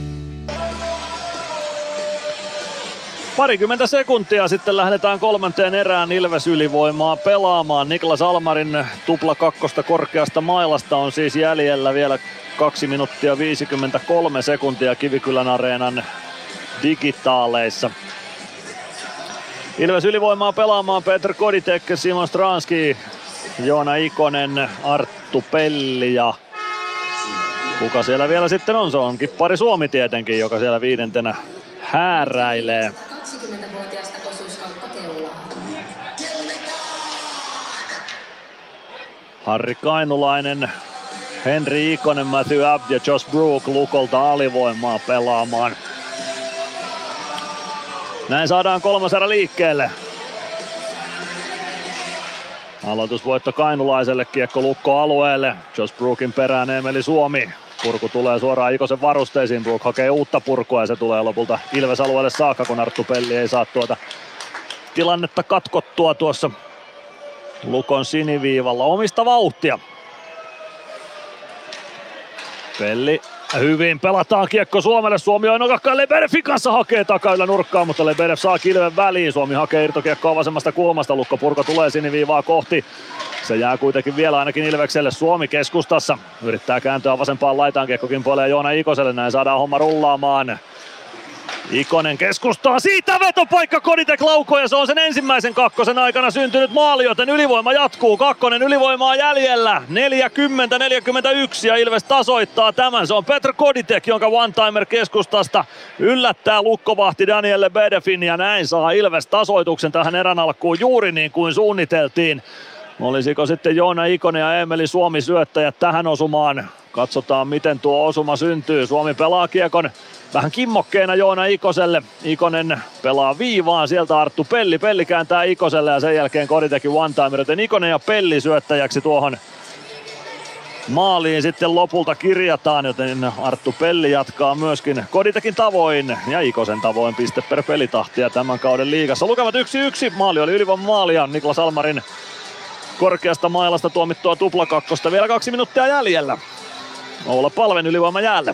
Parikymmentä sekuntia sitten lähdetään kolmanteen erään Ilves ylivoimaa pelaamaan. Niklas Almarin tupla kakkosta korkeasta mailasta on siis jäljellä vielä 2 minuuttia 53 sekuntia Kivikylän areenan digitaaleissa. Ilves ylivoimaa pelaamaan Petr Koditek, Simon Stranski, Joona Ikonen, Arttu Pelli ja kuka siellä vielä sitten on? Se on kippari Suomi tietenkin, joka siellä viidentenä hääräilee. 20-vuotiaasta osuuskauppa Keulaa. Harri Kainulainen, Henri Ikonen, Matthew Abd ja Josh Brook Lukolta alivoimaa pelaamaan. Näin saadaan kolmas erä liikkeelle. Aloitusvoitto Kainulaiselle, kiekko Lukko-alueelle. Josh Brookin perään Emeli Suomi. Purku tulee suoraan Ikosen varusteisiin. Brook hakee uutta purkua ja se tulee lopulta Ilves-alueelle saakka, kun Arttu Pelli ei saa tuota tilannetta katkottua tuossa Lukon siniviivalla. Omista vauhtia. Pelli hyvin pelataan kiekko Suomelle. Suomi on nokakkaan Lebedevin kanssa hakee takaylä nurkkaa, mutta Lebedev saa kilven väliin. Suomi hakee irtokiekkoa vasemmasta kulmasta. Lukko purko tulee siniviivaa kohti. Se jää kuitenkin vielä ainakin Ilvekselle. Suomi keskustassa. Yrittää kääntyä vasempaan laitaan. Kiekko kimpoilee Joona Ikoselle. Näin saadaan homma rullaamaan. Ikonen keskustaa. Siitä vetopaikka Koditek laukoo ja se on sen ensimmäisen kakkosen aikana syntynyt maali, joten ylivoima jatkuu. Kakkonen ylivoimaa jäljellä. 40-41 ja Ilves tasoittaa tämän. Se on Petr Koditek, jonka one-timer keskustasta yllättää lukkovahti Daniel Lebedevin ja näin saa Ilves tasoituksen tähän erän alkuun juuri niin kuin suunniteltiin. Olisiko sitten Joona Ikonen ja Emeli Suomi syöttäjät tähän osumaan? Katsotaan miten tuo osuma syntyy. Suomi pelaa kiekon vähän kimmokkeena Joona Ikoselle. Ikonen pelaa viivaan, sieltä Arttu Pelli. Pelli kääntää Ikoselle ja sen jälkeen Koditekin one-timer, joten Ikonen ja Pelli syöttäjäksi tuohon maaliin sitten lopulta kirjataan, joten Arttu Pelli jatkaa myöskin Koditekin tavoin ja Ikosen tavoin piste per pelitahtia tämän kauden liigassa. Lukevat 1-1, maali oli ylivoiman maali ja Niklas Almarin korkeasta mailasta tuomittua tuplakakkosta. Vielä 2 minuuttia jäljellä. Oula Palven ylivoima jäälle.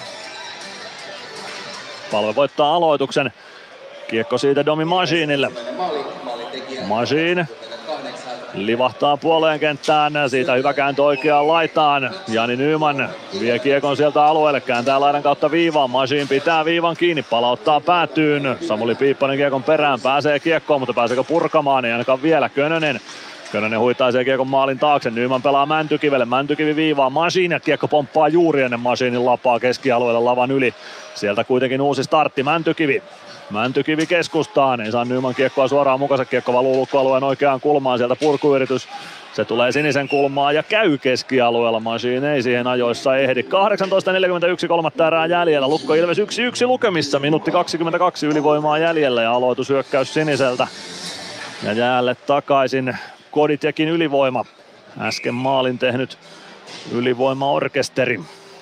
Palve voittaa aloituksen. Kiekko siitä Domi Masinille. Masin livahtaa puoleen kenttään. Siitä hyvä kääntö oikeaan laitaan. Jani Nyman vie kiekon sieltä alueelle. Kääntää laidan kautta viivaan. Masin pitää viivan kiinni. Palauttaa päätyyn. Samuli Piipponen kiekon perään. Pääsee kiekkoon, mutta pääseekö purkamaan? Ei ainakaan vielä. Könönen huitaisee kiekon maalin taakse. Nyman pelaa Mäntykivelle. Mäntykivi viivaa Masin ja kiekko pomppaa juuri ennen Masinin lapaa keskialueelle lavan yli. Sieltä kuitenkin uusi startti. Mäntykivi keskustaan. Ei saa Nyman kiekkoa suoraan mukansa. Kiekko valuu Lukko-alueen oikeaan kulmaan. Sieltä purkuyritys. Se tulee sinisen kulmaan ja käy keskialueella. Masin ei siihen ajoissa ehdi. 18.41 kolmatta erää jäljellä. Lukko Ilves 1-1 lukemissa. Minuutti 22 ylivoimaa jäljellä ja aloitushyökkäys siniseltä. Ja jäälle takaisin Koditekin ylivoima. Äsken maalin tehnyt ylivoimaorkesteri.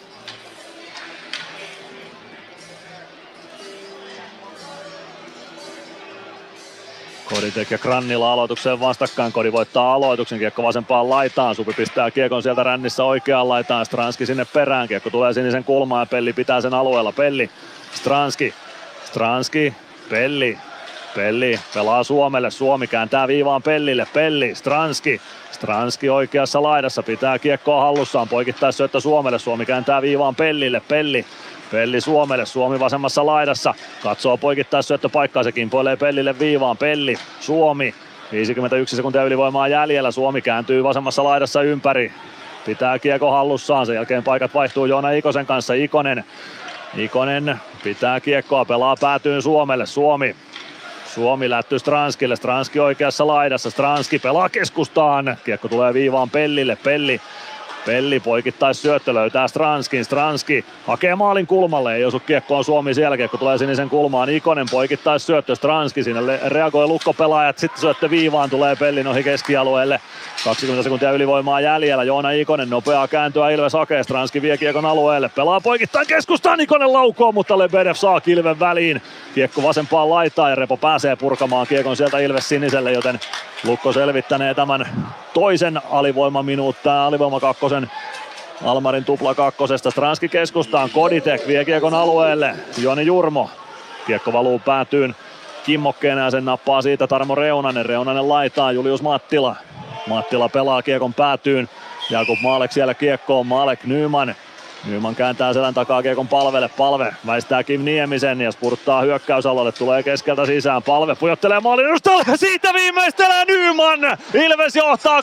Koditek ja Grannila aloitukseen vastakkain. Kodi voittaa aloituksen. Kiekko vasempaan laitaan. Supi pistää kiekon sieltä rännissä oikeaan laitaan. Stranski sinne perään. Kiekko tulee sinisen kulmaan ja Pelli pitää sen alueella. Pelli, Stranski, Pelli pelaa Suomelle. Suomi kääntää viivaan Pellille. Pelli, Stranski oikeassa laidassa. Pitää kiekkoa hallussaan. Poikittaa syöttö Suomelle. Suomi kääntää viivaan Pellille. Pelli Suomelle. Suomi vasemmassa laidassa. Katsoo poikittaa syöttö paikkaa. Se kimpoilee Pellille viivaan. Pelli, Suomi. 51 sekuntia ylivoimaa jäljellä. Suomi kääntyy vasemmassa laidassa ympäri. pitää kiekko hallussaan, sen jälkeen paikat vaihtuu Joona Ikosen kanssa. Ikonen pitää kiekkoa, pelaa päätyyn Suomelle. Suomi lätty Stranskille, Stranski oikeassa laidassa, Stranski pelaa keskustaan, kiekko tulee viivaan Pellille, Pelli poikittais syöttö löytää Stranski hakee maalin kulmalle, ei osu kiekkoon Suomi siellä, kiekko tulee sinisen kulmaan, Ikonen poikittais syöttö, Stranski siinä reagoi lukkopelaajat, sitten syöttö viivaan, tulee Pellin ohi keskialueelle, 20 sekuntia ylivoimaa jäljellä, Joona Ikonen nopeaa kääntyä, Ilves hakee, Stranski vie kiekon alueelle, pelaa poikittain keskustaan, Ikonen laukoo, mutta Lebedev saa kilven väliin, kiekko vasempaan laitaan ja Repo pääsee purkamaan kiekon sieltä Ilves siniselle, joten Lukko selvittänee tämän toisen alivoima kakkosen Almarin tupla kakkosesta. Stranski keskustaan, Koditek vie kiekon alueelle, Joni Jurmo. Kiekko valuu päätyyn kimmokkeena ja sen nappaa siitä Tarmo Reunanen laitaan, Julius Mattila pelaa kiekon päätyyn, Jakub Maalek siellä kiekkoon, Maalek Nyman kääntää selän takaa kiekon Palve väistää Kim Niemisen ja spurttaa hyökkäysalueelle, tulee keskeltä sisään, Palve pujottelee maalin edustalla, siitä viimeistelee Nyman! Ilves johtaa 2-1,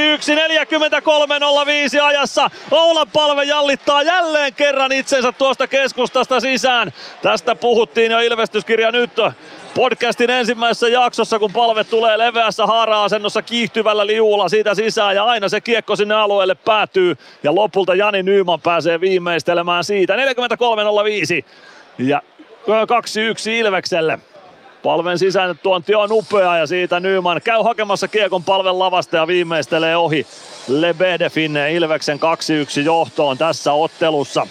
43.05 ajassa, Oulan Palve jallittaa jälleen kerran itsensä tuosta keskustasta sisään. Tästä puhuttiin jo Ilvestyskirja nyt podcastin ensimmäisessä jaksossa, kun Palve tulee leveässä haara-asennossa kiihtyvällä liuulla siitä sisään ja aina se kiekko sinne alueelle päätyy ja lopulta Jani Nyman pääsee viimeistelemään siitä. 43.05 ja 2-1 Ilvekselle. Palven sisäinen tuonti on upea ja siitä Nyman käy hakemassa kiekon Palven lavasta ja viimeistelee ohi Lebedevin Ilveksen 2-1 johtoon tässä ottelussa.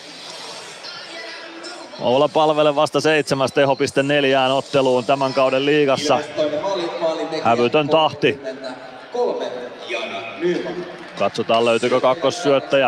Oula Palvelle vasta 7 tehopiste 4 otteluun tämän kauden liigassa. Hävytön tahti. Katsotaan löytyykö kakkossyöttäjä.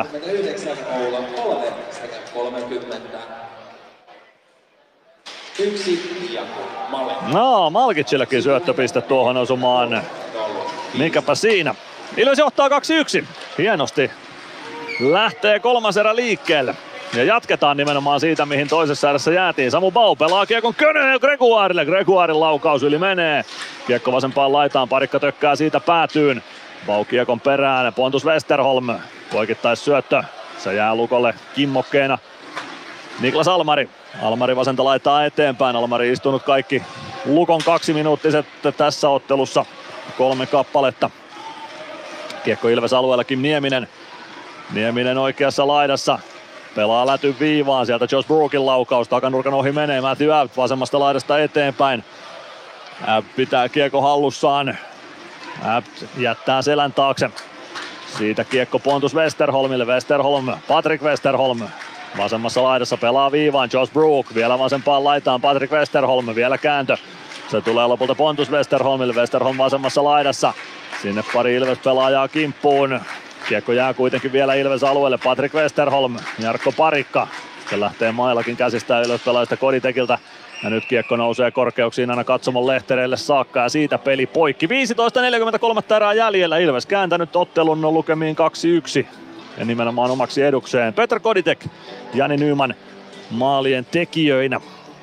No, Malkicillekin syöttöpiste tuohon osumaan. Mikäpä siinä. Ilves johtaa 2-1. Hienosti. Lähtee kolmas erä liikkeelle. Ja jatketaan nimenomaan siitä, mihin toisessa erässä jäätiin. Samu Bau pelaa kiekon Könönen Gregoirille. Gregoirin laukaus yli menee. Kiekko vasempaan laitaan, Parikka tökkää siitä päätyyn. Bau kiekon perään, Pontus Westerholm. Poikittais syöttö. Se jää Lukolle kimmokkeena. Niklas Almari. Almari vasenta laittaa eteenpäin. Almari istunut kaikki Lukon 2-minuuttiset tässä ottelussa. 3 kappaletta. Kiekko Ilves alueella, Kim Nieminen oikeassa laidassa. Pelaa lätyn viivaan, sieltä Josh Brookin laukaus, takanurkan ohi menee, Matthew Abt vasemmasta laidasta eteenpäin. Abt pitää kiekko hallussaan, Abt jättää selän taakse. Siitä kiekko Pontus Westerholmille, Patrick Westerholm. Vasemmassa laidassa pelaa viivaan, Josh Brook vielä vasempaan laitaan, Patrick Westerholm, vielä kääntö. Se tulee lopulta Pontus Westerholmille, Westerholm vasemmassa laidassa. Sinne pari Ilves pelaajaa kimppuun. Kiekko jää kuitenkin vielä Ilves alueelle, Patrick Westerholm, Jarkko Parikka. Se lähtee mailakin käsistään Ilves pelaajista Koditekilta. Ja nyt kiekko nousee korkeuksiin aina katsomon lehtereille saakka ja siitä peli poikki. 15.43 erää jäljellä, Ilves kääntänyt ottelun lukemiin 2-1. Ja nimenomaan omaksi edukseen. Petr Koditek, Jani Nyman maalien tekijöinä.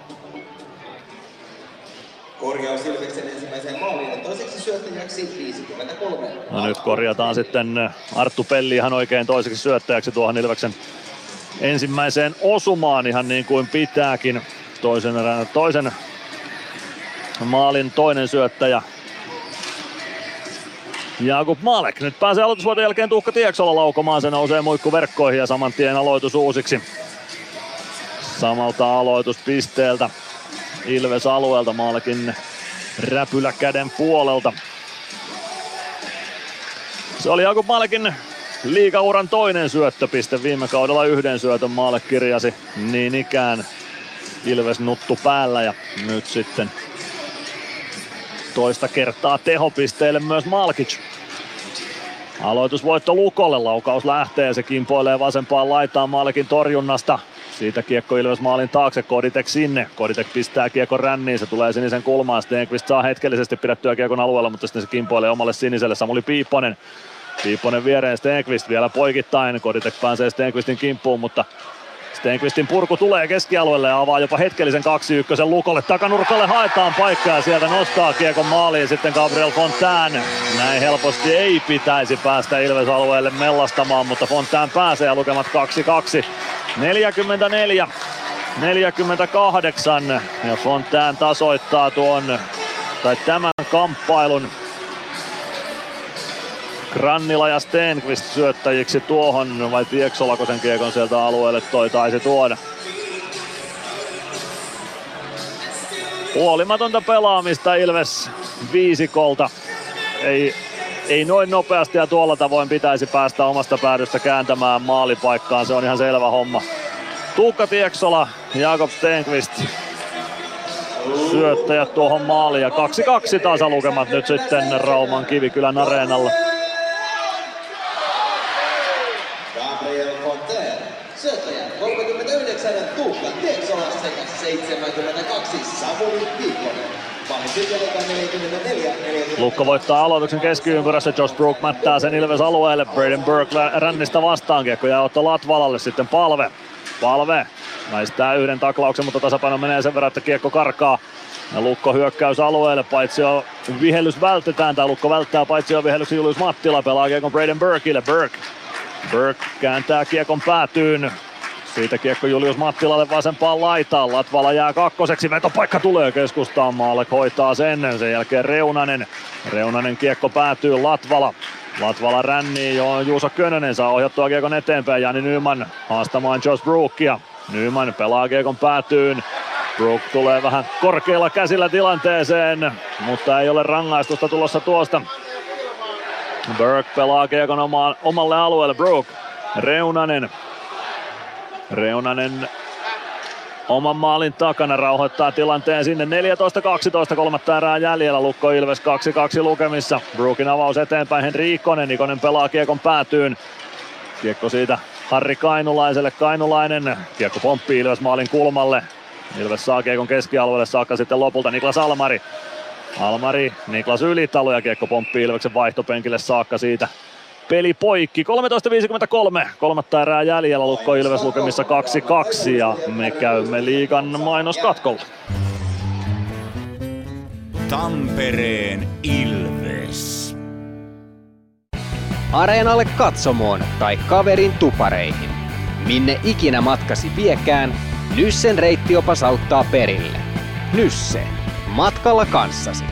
Korjaus Ilveksen ensimmäiseen maaliin ja toiseksi syöttäjäksi 53. No nyt korjataan sitten Arttu Pelli ihan oikein toiseksi syöttäjäksi tuohon Ilveksen ensimmäiseen osumaan ihan niin kuin pitääkin. Toisen maalin toinen syöttäjä Jakub Malek. Nyt pääsee aloitusvuoden jälkeen Tuukka Tieksola laukomaan, se nousee muikku verkkoihin ja saman tien aloitus uusiksi. Samalta aloituspisteeltä Ilves alueelta, Malekin räpylä käden puolelta. Se oli Jakub Malekin liigauran toinen syöttöpiste, viime kaudella 1 syötön Malek kirjasi niin ikään Ilves nuttu päällä ja nyt sitten toista kertaa tehopisteelle myös Malkic. Aloitusvoitto Lukolle, laukaus lähtee, se kimpoilee vasempaan laitaan Malekin torjunnasta. Siitä kiekko Ilves maalin taakse, Koditek sinne. Koditek pistää kiekon ränniin, se tulee sinisen kulmaan. Stenqvist saa hetkellisesti pidettyä kiekon alueella, mutta sitten se kimpoilee omalle siniselle. Samuli Piipponen viereen, Stenqvist vielä poikittain. Koditek pääsee Stenqvistin kimppuun, mutta Stenqvistin purku tulee keskialueelle ja avaa jopa hetkellisen 2-1 Lukolle. Takanurkalle haetaan paikkaa ja sieltä nostaa kiekon maaliin sitten Gabriel Fontaine. Näin helposti ei pitäisi päästä Ilves-alueelle mellastamaan, mutta Fontaine pääsee ja lukemat 2-2. 44-48 ja Fontaine tasoittaa tämän kamppailun. Grannila ja Stenqvist syöttäjiksi tuohon, vai Pieksolako sen kiekon sieltä alueelle taisi tuoda. Huolimatonta pelaamista Ilves viisikolta. Ei noin nopeasti ja tuolla tavoin pitäisi päästä omasta päädystä kääntämään maalipaikkaan, se on ihan selvä homma. Tuukka Pieksola, Jakob Stenqvist syöttäjät tuohon maaliin ja 2-2 tasalukemat nyt sitten Rauman Kivikylän areenalla. Gabriel Fontaine, syöttäjä 39 Tuukka Pieksola sekä 72 Samuli Viikkonen. Lukko voittaa aloituksen keskiympyrässä, Josh Brook mättää sen Ilves alueelle, Braden Burke rännistä vastaan, kiekko jää Otto Latvalalle, sitten Palve väistää yhden taklauksen, mutta tasapaino menee sen verran, että kiekko karkaa. Ja Lukko hyökkäys alueelle, paitsio vihellys vältetään, tai Lukko välttää paitsio vihellyksen Julius Mattila, pelaa kiekon Braden Burkeille, Burke kääntää kiekon päätyyn. Siitä kiekko Julius Mattilalle vasempaan laitaan, Latvala jää kakkoseksi, vetopaikka tulee keskustaan, Maalek hoitaa sen jälkeen Reunanen kiekko päätyy, Latvala rännii, Juuso Könönen saa ohjattua kiekon eteenpäin, Jani Nyman haastamaan Josh Brookia, Nyman pelaa kiekon päätyyn, Brook tulee vähän korkeilla käsillä tilanteeseen, mutta ei ole rangaistusta tulossa tuosta. Burke pelaa kiekon omalle alueelle, Brook, Reunanen oman maalin takana rauhoittaa tilanteen sinne. 14-12, kolmatta erää jäljellä. Lukko Ilves 2-2 lukemissa. Brookin avaus eteenpäin, Henri Ikonen pelaa kiekon päätyyn. Kiekko siitä Harri Kainulaiselle. Kainulainen kiekko pomppii Ilves maalin kulmalle. Ilves saa kiekon keskialueelle saakka sitten lopulta Niklas Almari, Niklas Ylitalo ja kiekko pomppii Ilveksen vaihtopenkille saakka siitä. Peli poikki, 13.53, kolmatta erää jäljellä, Lukko Ilves lukemissa 2-2 ja me käymme liigan mainoskatkolla. Tampereen Ilves. Areenalle katsomoon tai kaverin tupareihin. Minne ikinä matkasi viekään, Nyssen reittiopas auttaa perille. Nysse. Matkalla kanssasi.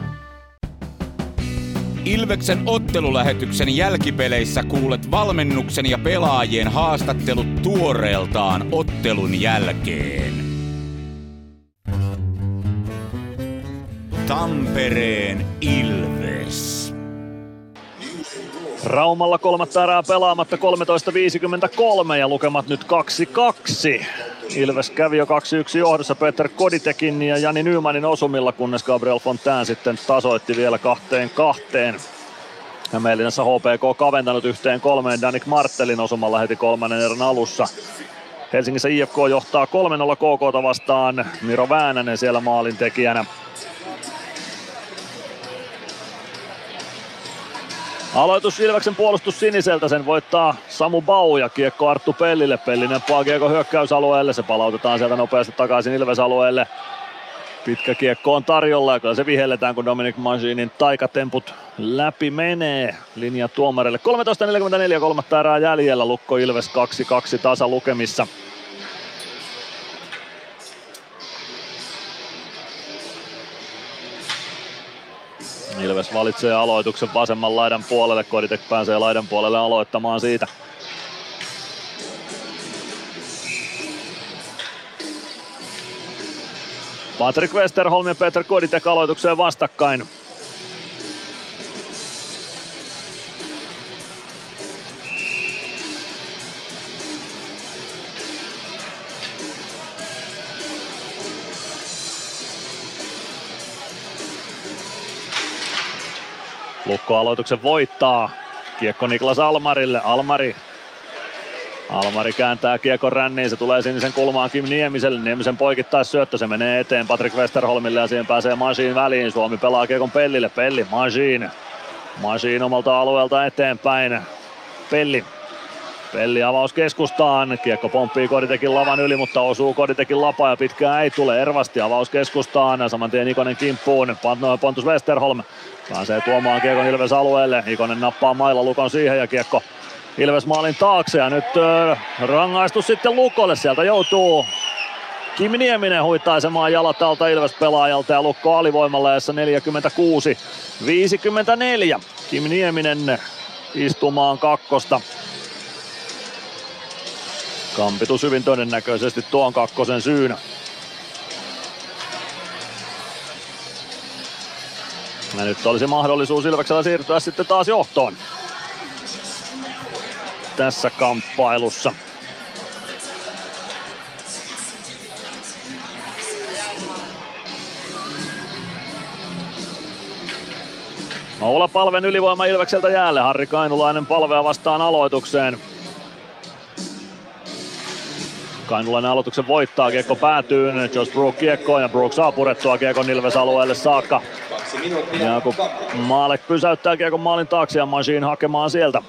Ilveksen ottelulähetyksen jälkipeleissä kuulet valmennuksen ja pelaajien haastattelut tuoreeltaan ottelun jälkeen. Tampereen Ilves. Raumalla kolmatta erää pelaamatta 13.53 ja lukemat nyt 2-2. Ilves kävi jo 2-1 johdossa Peter Koditekin ja Jani Nymanin osumilla, kunnes Gabriel Fontaine sitten tasoitti vielä 2-2. Hämeenlinnassa HPK kaventanut 1-3 Danik Marttelin osumalla heti kolmannen erän alussa. Helsingissä IFK johtaa 3-0 KK:ta vastaan, Miro Väänänen siellä maalintekijänä. Aloitus Ilveksen puolustus siniseltä, sen voittaa Samu Bau ja kiekko Arttu Pellille. Pelli neppaa kiekko hyökkäysalueelle, se palautetaan sieltä nopeasti takaisin Ilves-alueelle. Pitkä kiekko on tarjolla ja kyllä se vihelletään, kun Dominic Maginin taikatemput läpi menee linja tuomarille. 13.44, kolmatta erää jäljellä, Lukko Ilves 2-2 tasa lukemissa. Ilves valitsee aloituksen vasemman laidan puolelle, Koditek pääsee laidan puolelle aloittamaan siitä. Patrick Westerholm ja Peter Koditek aloitukseen vastakkain. Lukko aloituksen voittaa. Kiekko Niklas Almarille. Almari kääntää kiekon ränniin, se tulee sinisen kulmaan Kim Niemiselle. Niemisen poikittais syöttö, se menee eteen Patrick Westerholmille ja siihen pääsee Magin väliin. Suomi pelaa kiekon Pellille. Magin omalta alueelta eteenpäin. Pelli avaus keskustaan, kiekko pomppii Koditekin lavan yli, mutta osuu Koditekin lapaa ja pitkään ei tule. Ervasti avaus keskustaan, saman tien Ikonen kimppuun, Pontus Westerholm pääsee tuomaan kiekon Ilves alueelle. Ikonen nappaa mailla Lukon siihen ja kiekko Ilves maalin taakse ja nyt rangaistus sitten Lukolle. Sieltä joutuu Kim Nieminen huittaisemaan jalat alta Ilves-pelaajalta ja Lukko alivoimalla ajassa 46-54. Kim Nieminen istumaan kakkosta. Kampitus hyvin todennäköisesti tuon kakkosen syynä. Ja nyt olisi mahdollisuus Ilveksellä siirtyä sitten taas johtoon tässä kamppailussa. Oula Palven ylivoima Ilvekseltä jäälle. Harri Kainulainen Palvea vastaan aloitukseen. Kainulainen aloituksen voittaa, kiekko päätyy, Josh Brook kiekkoon ja Brook saa purettua kiekon Ilves alueelle saakka. Ja kun Maalek pysäyttää kiekon maalin taakse ja Machine hakemaan sieltä.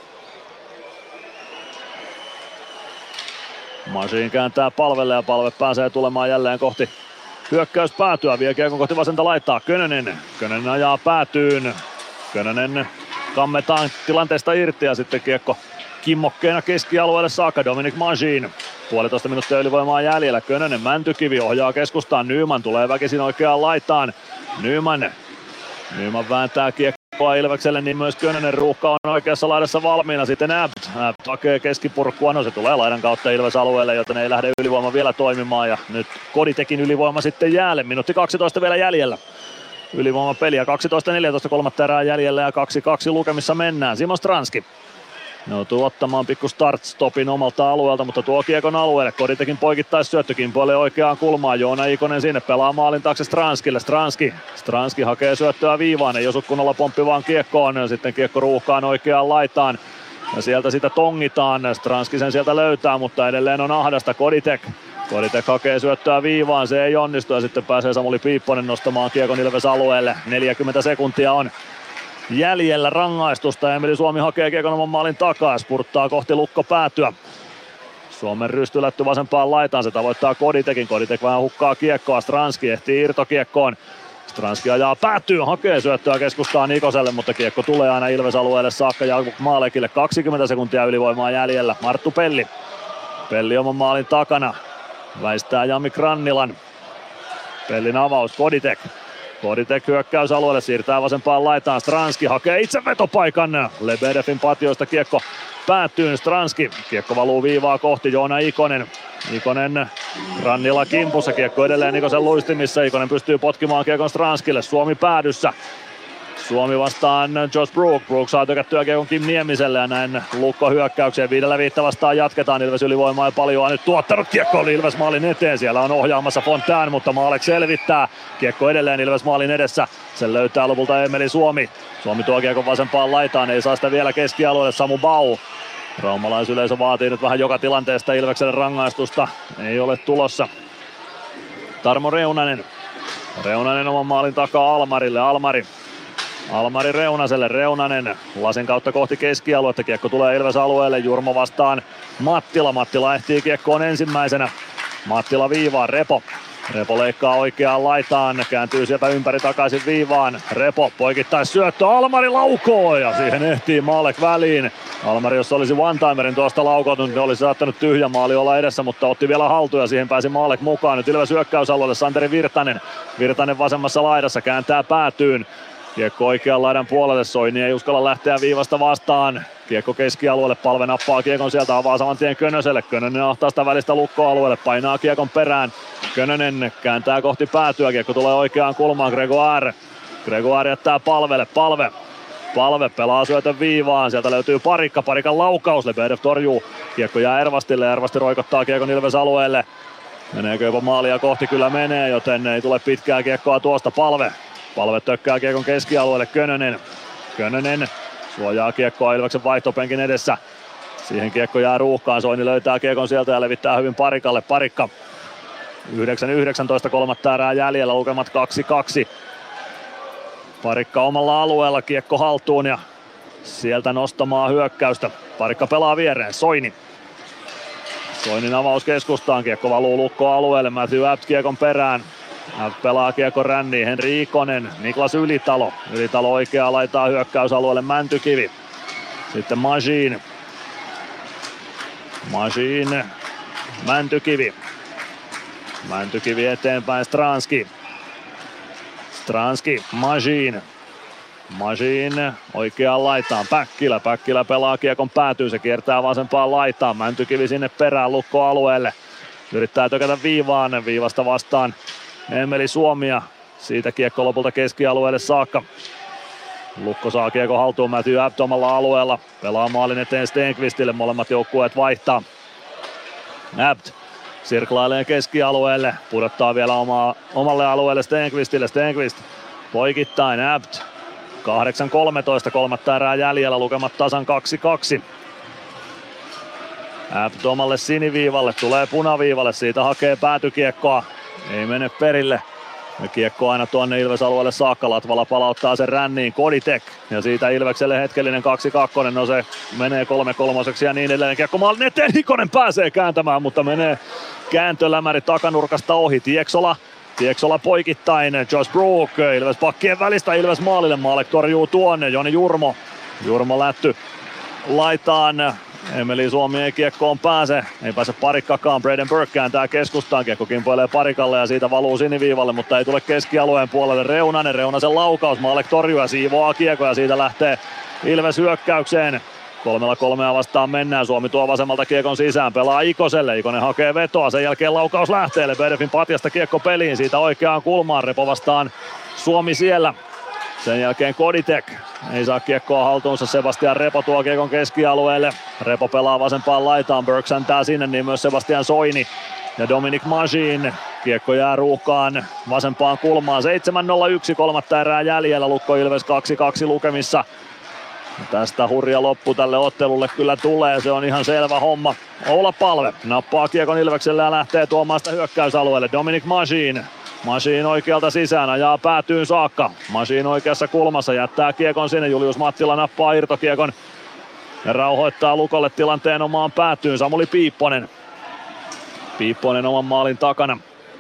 Machine kääntää Palvelle ja Palve pääsee tulemaan jälleen kohti hyökkäyspäätyä. Vie kiekon kohti vasenta laittaa Könönen. Könönen ajaa päätyyn. Könönen kammetaan tilanteesta irti ja sitten kiekko kimmokkeena keskialueelle saakka Dominic Machine. 1,5 minuuttia ylivoimaa jäljellä. Könönen Mäntykivi ohjaa keskustaan. Nyman tulee väkisin oikeaan laitaan. Nyman vääntää kiekkoa Ilvekselle, niin myös Könönen ruuhka on oikeassa laidassa valmiina. Sitten Abt hakee keskipurkkua. No se tulee laidan kautta Ilves alueelle, joten ei lähde ylivoima vielä toimimaan. Ja nyt Koditekin ylivoima sitten jäälle. Minuutti 12 vielä jäljellä. Ylivoimapeliä 12-14 kolmatta erää jäljellä ja 2-2 lukemissa mennään. Simo Stranski joutuu ottamaan pikku start-stopin omalta alueelta, mutta tuo kiekon alueelle. Koditekin poikittais syöttö Kimpoille oikeaan kulmaan. Joona Ikonen sinne pelaa maalin taakse Stranskille. Stranski hakee syöttöä viivaan. Ei osu kunnolla pomppivaan kiekkoon. Sitten kiekko ruuhkaan oikeaan laitaan. Ja sieltä sitä tongitaan. Stranski sen sieltä löytää, mutta edelleen on ahdasta. Koditek hakee syöttöä viivaan, se ei onnistu ja sitten pääsee Samuli Piipponen nostamaan kiekon Ilves alueelle. 40 sekuntia on jäljellä rangaistusta. Emeli Suomi hakee kiekon oman maalin takaa, spurttaa kohti Lukko päätyä. Suomen rystylätty vasempaan laitaan, se tavoittaa Koditekin. Koditek vähän hukkaa kiekkoa, Stranski ehtii irtokiekkoon. Stranski ajaa päätyyn, hakee syöttöä keskustaan Nikoselle, mutta kiekko tulee aina Ilves alueelle saakka Jakub Maalekille. 20 sekuntia ylivoimaa jäljellä. Marttu Pelli oman maalin takana. Väistää Jami Krannilan. Pellin avaus Koditek hyökkäysalueelle, siirtää vasempaan laitaan. Stranski hakee itse vetopaikan. Lebedevin patioista kiekko päätyy. Stranski. Kiekko valuu viivaa kohti Joona Ikonen. Krannila kimpussa. Kiekko edelleen Ikosen luistimissa. Ikonen pystyy potkimaan kiekon Stranskille. Suomi päädyssä. Suomi vastaan Josh Brook. Brook saa tökättyä kiekon Kim Niemiselle ja näin Lukko hyökkäykseen. 5-5 vastaan jatketaan. Ilves ylivoimaa ja paljon on nyt tuottanut. Kiekko oli Ilves maalin eteen. Siellä on ohjaamassa Fontaine, mutta Maalek selvittää. Kiekko edelleen Ilves maalin edessä. Sen löytää lopulta Emeli Suomi. Suomi tuo kiekon vasempaan laitaan. Ei saa sitä vielä keskialueelle. Samu Bau. Raumalaisyleisö vaatii nyt vähän joka tilanteesta Ilvekselle rangaistusta. Ei ole tulossa. Tarmo Reunanen oman maalin takaa Almarille. Almari Reunaselle. Reunanen lasin kautta kohti keskialuetta. Kiekko tulee Ilves alueelle. Jurmo vastaan Mattila. Mattila ehtii kiekkoon ensimmäisenä. Mattila viivaan. Repo leikkaa oikeaan laitaan. Kääntyy sieltä ympäri takaisin viivaan. Repo poikittais syöttö. Almari laukoo ja siihen ehtii Maalek väliin. Almari, jos olisi one-timerin tuosta laukoutunut, niin olisi saattanut tyhjä maali olla edessä, mutta otti vielä haltuun ja siihen pääsi Maalek mukaan. Nyt Ilves hyökkäysalueelle Santeri Virtanen vasemmassa laidassa kääntää päätyyn. Kiekko oikean laidan puolelle, Soini ei uskalla lähteä viivasta vastaan. Kiekko keskialueelle, Palve nappaa kiekon sieltä, avaa saman tien Könöselle. Könönen ahtaa sitä välistä Lukko-alueelle, painaa kiekon perään. Könönen kääntää kohti päätyä, kiekko tulee oikeaan kulmaan, Gregoire jättää Palvelle, Palve pelaa syötön viivaan, sieltä löytyy Parikan laukaus, Lebedev torjuu. Kiekko jää Ervastille, Ervasti roikottaa kiekon Ilves alueelle. Meneekö jopa maalia kohti? Kyllä menee, joten ei tule pitkää kiekkoa tuosta. Palve tökkää kiekon keskialueelle, Könönen suojaa kiekkoa Ilveksen vaihtopenkin edessä. Siihen kiekko jää ruuhkaan, Soini löytää kiekon sieltä ja levittää hyvin Parikalle. Parikka 9-19 kolmatta erää jäljellä, lukemat 2-2. Parikka omalla alueella, kiekko haltuun ja sieltä nostamaan hyökkäystä. Parikka pelaa viereen, Soinin avaus keskustaan, kiekko valuu lukkoalueelle, Matthew Abt kiekon perään. Abt pelaa kiekon ränniin, Henri Ikonen, Niklas Ylitalo. Ylitalo oikeaa laitaa hyökkäysalueelle, Mäntykivi. Sitten Majin, Mäntykivi. Mäntykivi eteenpäin, Stranski, Majin oikeaan laitaan, Päkkilä pelaa kiekon päätyy, se kiertää vasempaan laitaan, Mäntykivi sinne perään lukkoalueelle. Yrittää tökätä viivaan, viivasta vastaan Emeli Suomia, siitä kiekko lopulta keskialueelle saakka. Lukko saa kiekko haltuun, Matthew Abt omalla alueella, pelaa maalin eteen Stenqvistille, molemmat joukkueet vaihtaa. Abt sirklailee keskialueelle, pudottaa vielä omalle alueelle Stenqvist poikittain Abt. 8.13, kolmatta erää jäljellä, lukemat tasan 2-2. Abt omalle siniviivalle, tulee punaviivalle, siitä hakee päätykiekkoa, ei mene perille. Ja kiekko aina tuonne Ilves-alueelle saakka, Latvala palauttaa sen ränniin, Koditek. Ja siitä Ilvekselle hetkellinen 2-2, no se menee 3-3 ja niin edelleen. Kiekko maalin eteen, Ikonen pääsee kääntämään, mutta menee kääntölämäri takanurkasta ohi. Tieksola poikittain, Josh Brook, Ilves pakkien välistä, Ilves maalille, Maalek torjuu tuonne, Joni Jurmo lätty laitaan. Emeli Suomi ei kiekkoon ei pääse Parikkakaan, Braden Burke kääntää keskustaan, kiekko kimpoilee Parikalle ja siitä valuu siniviivalle, mutta ei tule keskialueen puolelle Reunasen laukaus, Maalek torjuu ja siivoaa kiekko ja siitä lähtee Ilves hyökkäykseen. 3-3 vastaan mennään, Suomi tuo vasemmalta kiekon sisään, pelaa Ikoselle, Ikonen hakee vetoa, sen jälkeen laukaus lähtee, Lebedevin patjasta kiekko peliin, siitä oikeaan kulmaan, Repo vastaan Suomi siellä. Sen jälkeen Koditek ei saa kiekkoa haltuunsa, Sebastian Repo tuo kiekon keskialueelle. Repo pelaa vasempaan laitaan, Burke säntää sinne, niin myös Sebastian Soini ja Dominic Majin. Kiekko jää ruuhkaan vasempaan kulmaan, 7-0-1, kolmatta erää jäljellä, Lukko Ilves 2-2 lukemissa. Tästä hurja loppu tälle ottelulle kyllä tulee, se on ihan selvä homma. Oula Palve nappaa kiekon Ilvekselle ja lähtee tuomaan sitä hyökkäysalueelle, Dominic Majin oikealta sisään, ajaa päätyyn saakka. Majin oikeassa kulmassa, jättää kiekon sinne. Julius Mattila nappaa irtokiekon ja rauhoittaa Lukolle tilanteen omaan päätyyn. Samuli Piipponen oman maalin takana.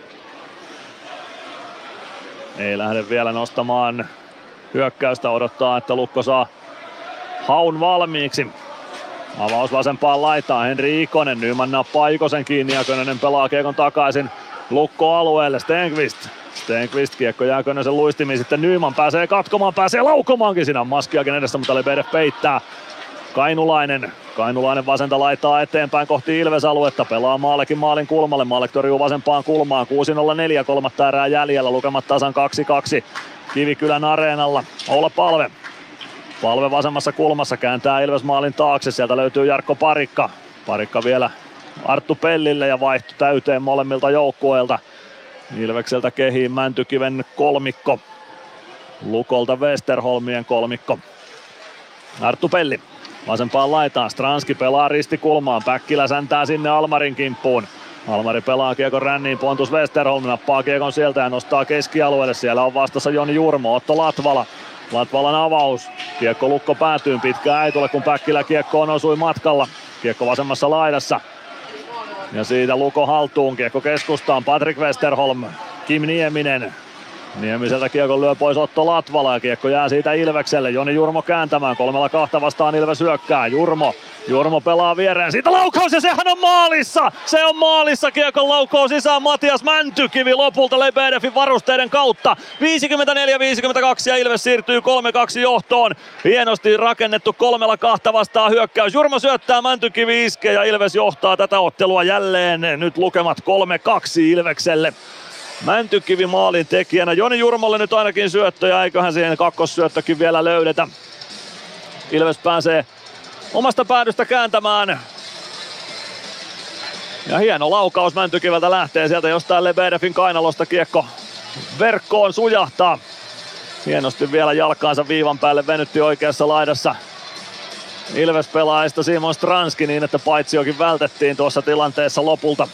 Ei lähde vielä nostamaan hyökkäystä, odottaa, että Lukko saa haun valmiiksi. Avaus vasempaan laitaan, Henri Ikonen. Nyman nappaa Ikosen kiinni ja Könönen pelaa kiekon takaisin Lukko-alueelle, Stenqvist kiekko jää Könösen luistimiin, sitten Nyman pääsee katkomaan, pääsee laukomaankin, siinä on maskiakin edessä, mutta Lebedev peittää. Kainulainen vasenta laittaa eteenpäin kohti Ilves-aluetta, pelaa Maalekin maalin kulmalle, Maalek torjuu vasempaan kulmaan, 6-0-4, kolmatta erää jäljellä, lukemat tasan 2-2 Kivikylän areenalla. Oula Palve vasemmassa kulmassa kääntää Ilves maalin taakse, sieltä löytyy Jarkko Parikka vielä Arttu Pellille ja vaihto täyteen molemmilta joukkueilta. Ilvekseltä kehiin Mäntykiven kolmikko, Lukolta Westerholmien kolmikko. Arttu Pelli vasempaan laitaan, Stranski pelaa ristikulmaan, Päkkilä säntää sinne Almarin kimppuun. Almari pelaa kiekon ränniin, Pontus Westerholm nappaa kiekon sieltä ja nostaa keskialueelle, siellä on vastassa Joni Jurmo, Otto Latvalan avaus, kiekko Lukko päätyyn, pitkään ei tule kun Päkkilä kiekkoon osui matkalla, kiekko vasemmassa laidassa. Ja siitä Lukko haltuun, kiekko keskustaan, Patrick Westerholm, Kim Niemiseltä kiekon lyö pois Otto Latvala ja kiekko jää siitä Ilvekselle. Joni Jurmo kääntämään, 3-2 vastaan Ilves hyökkää. Jurmo pelaa viereen, siitä laukaus ja sehän on maalissa! Se on maalissa, kiekon laukoo sisään Matias Mäntykivi lopulta Lebedevin varusteiden kautta. 54-52 ja Ilves siirtyy 3-2 johtoon. Hienosti rakennettu 3-2 vastaan hyökkäys. Jurmo syöttää, Mäntykivi iskee ja Ilves johtaa tätä ottelua jälleen. Nyt lukemat 3-2 Ilvekselle. Mäntykivi maalin tekijänä. Joni Jurmolle nyt ainakin syöttö ja eiköhän siihen kakkossyöttökin vielä löydetä. Ilves pääsee omasta päädystä kääntämään. Ja hieno laukaus Mäntykiveltä lähtee sieltä jostain Lebedevin kainalosta, kiekko verkkoon sujahtaa. Hienosti vielä jalkaansa viivan päälle venytti oikeassa laidassa Ilves pelaajista Simon Stranski niin, että paitsiokin vältettiin tuossa tilanteessa lopulta.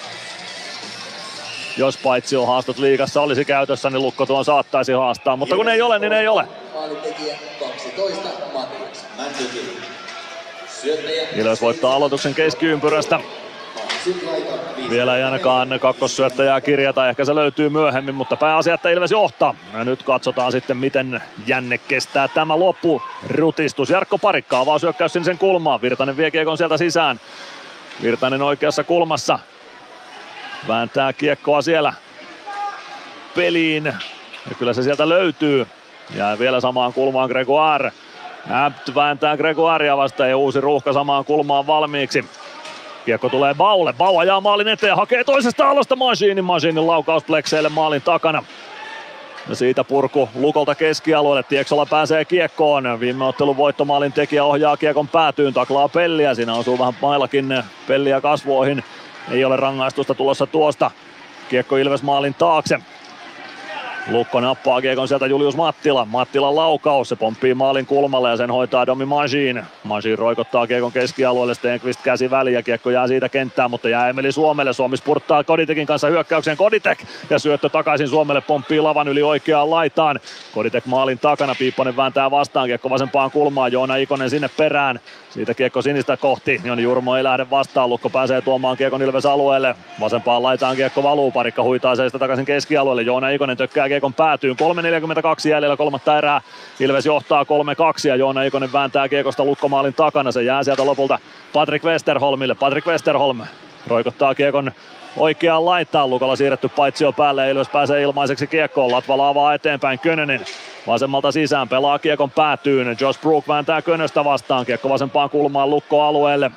Jos paitsio haastot liigassa olisi käytössä, niin Lukko tuon saattaisi haastaa, mutta kun ei ole, niin ei ole. Maalintekijä 12, Matias Mäntykivi. Ilves voittaa aloituksen keskiympyrästä. Vielä ei ainakaan kakkossyöttäjää kirjata, ehkä se löytyy myöhemmin, mutta pääasia, että Ilves johtaa. Ja nyt katsotaan sitten, miten jänne kestää tämä loppurutistus. Jarkko Parikka avaushyökkäys sinisen kulmaan, Virtanen vie kiekon sieltä sisään. Virtanen oikeassa kulmassa vääntää kiekkoa siellä peliin ja kyllä se sieltä löytyy. Ja vielä samaan kulmaan Gregoire. Äpt vääntää Gregoirea vastaan ja uusi ruuhka samaan kulmaan valmiiksi. Kiekko tulee Baulle. Bau ajaa maalin eteen, hakee toisesta alosta Machinin laukaus plekseille maalin takana. Ja siitä purku Lukolta keskialueelle. Tieksola pääsee kiekkoon. Viime ottelun voittomaalin tekijä ohjaa kiekon päätyyn, taklaa Pelliä. Siinä osuu vähän maillakin Pelliä kasvoihin. Ei ole rangaistusta tulossa tuosta. Kiekko Ilves maalin taakse. Lukko nappaa kiekon sieltä Julius Mattila. Mattilan laukaus, se pomppii maalin kulmalle ja sen hoitaa Domi Machine. Machine roikottaa kiekon keskialueelle, Stenqvist käsi väliin ja kiekko jää siitä kenttään, mutta jää Emeli Suomelle. Suomi spurttaa Koditekin kanssa hyökkäyksen, Koditek ja syöttö takaisin Suomelle, pomppii lavan yli oikeaan laitaan. Koditek maalin takana, Piipponen vääntää vastaan, kiekko vasempaan kulmaan, Joona Ikonen sinne perään. Siitä kiekko sinistä kohti, Joni Jurmo ei lähde vastaan, Lukko pääsee tuomaan kiekon Ilves alueelle. Vasempaan laitaan kiekko valuu, Parikka huitaa seistä takaisin keskialueelle, Joona Ikonen tökkää kiekon päätyyn. 3.42 jäljellä kolmatta erää, Ilves johtaa 3-2 ja Joona Ikonen vääntää kiekosta Lukkomaalin takana. Se jää sieltä lopulta Patrik Westerholmille. Patrik Westerholm roikottaa kiekon oikeaan laitaan. Lukolla siirretty paitsio päälle ja Ilves pääsee ilmaiseksi kiekkoon. Latvala avaa eteenpäin, Könönen vasemmalta sisään, pelaa kiekon päätyyn. Josh Brook vääntää Könöstä vastaan. Kiekko vasempaan kulmaan Lukko-alueelle.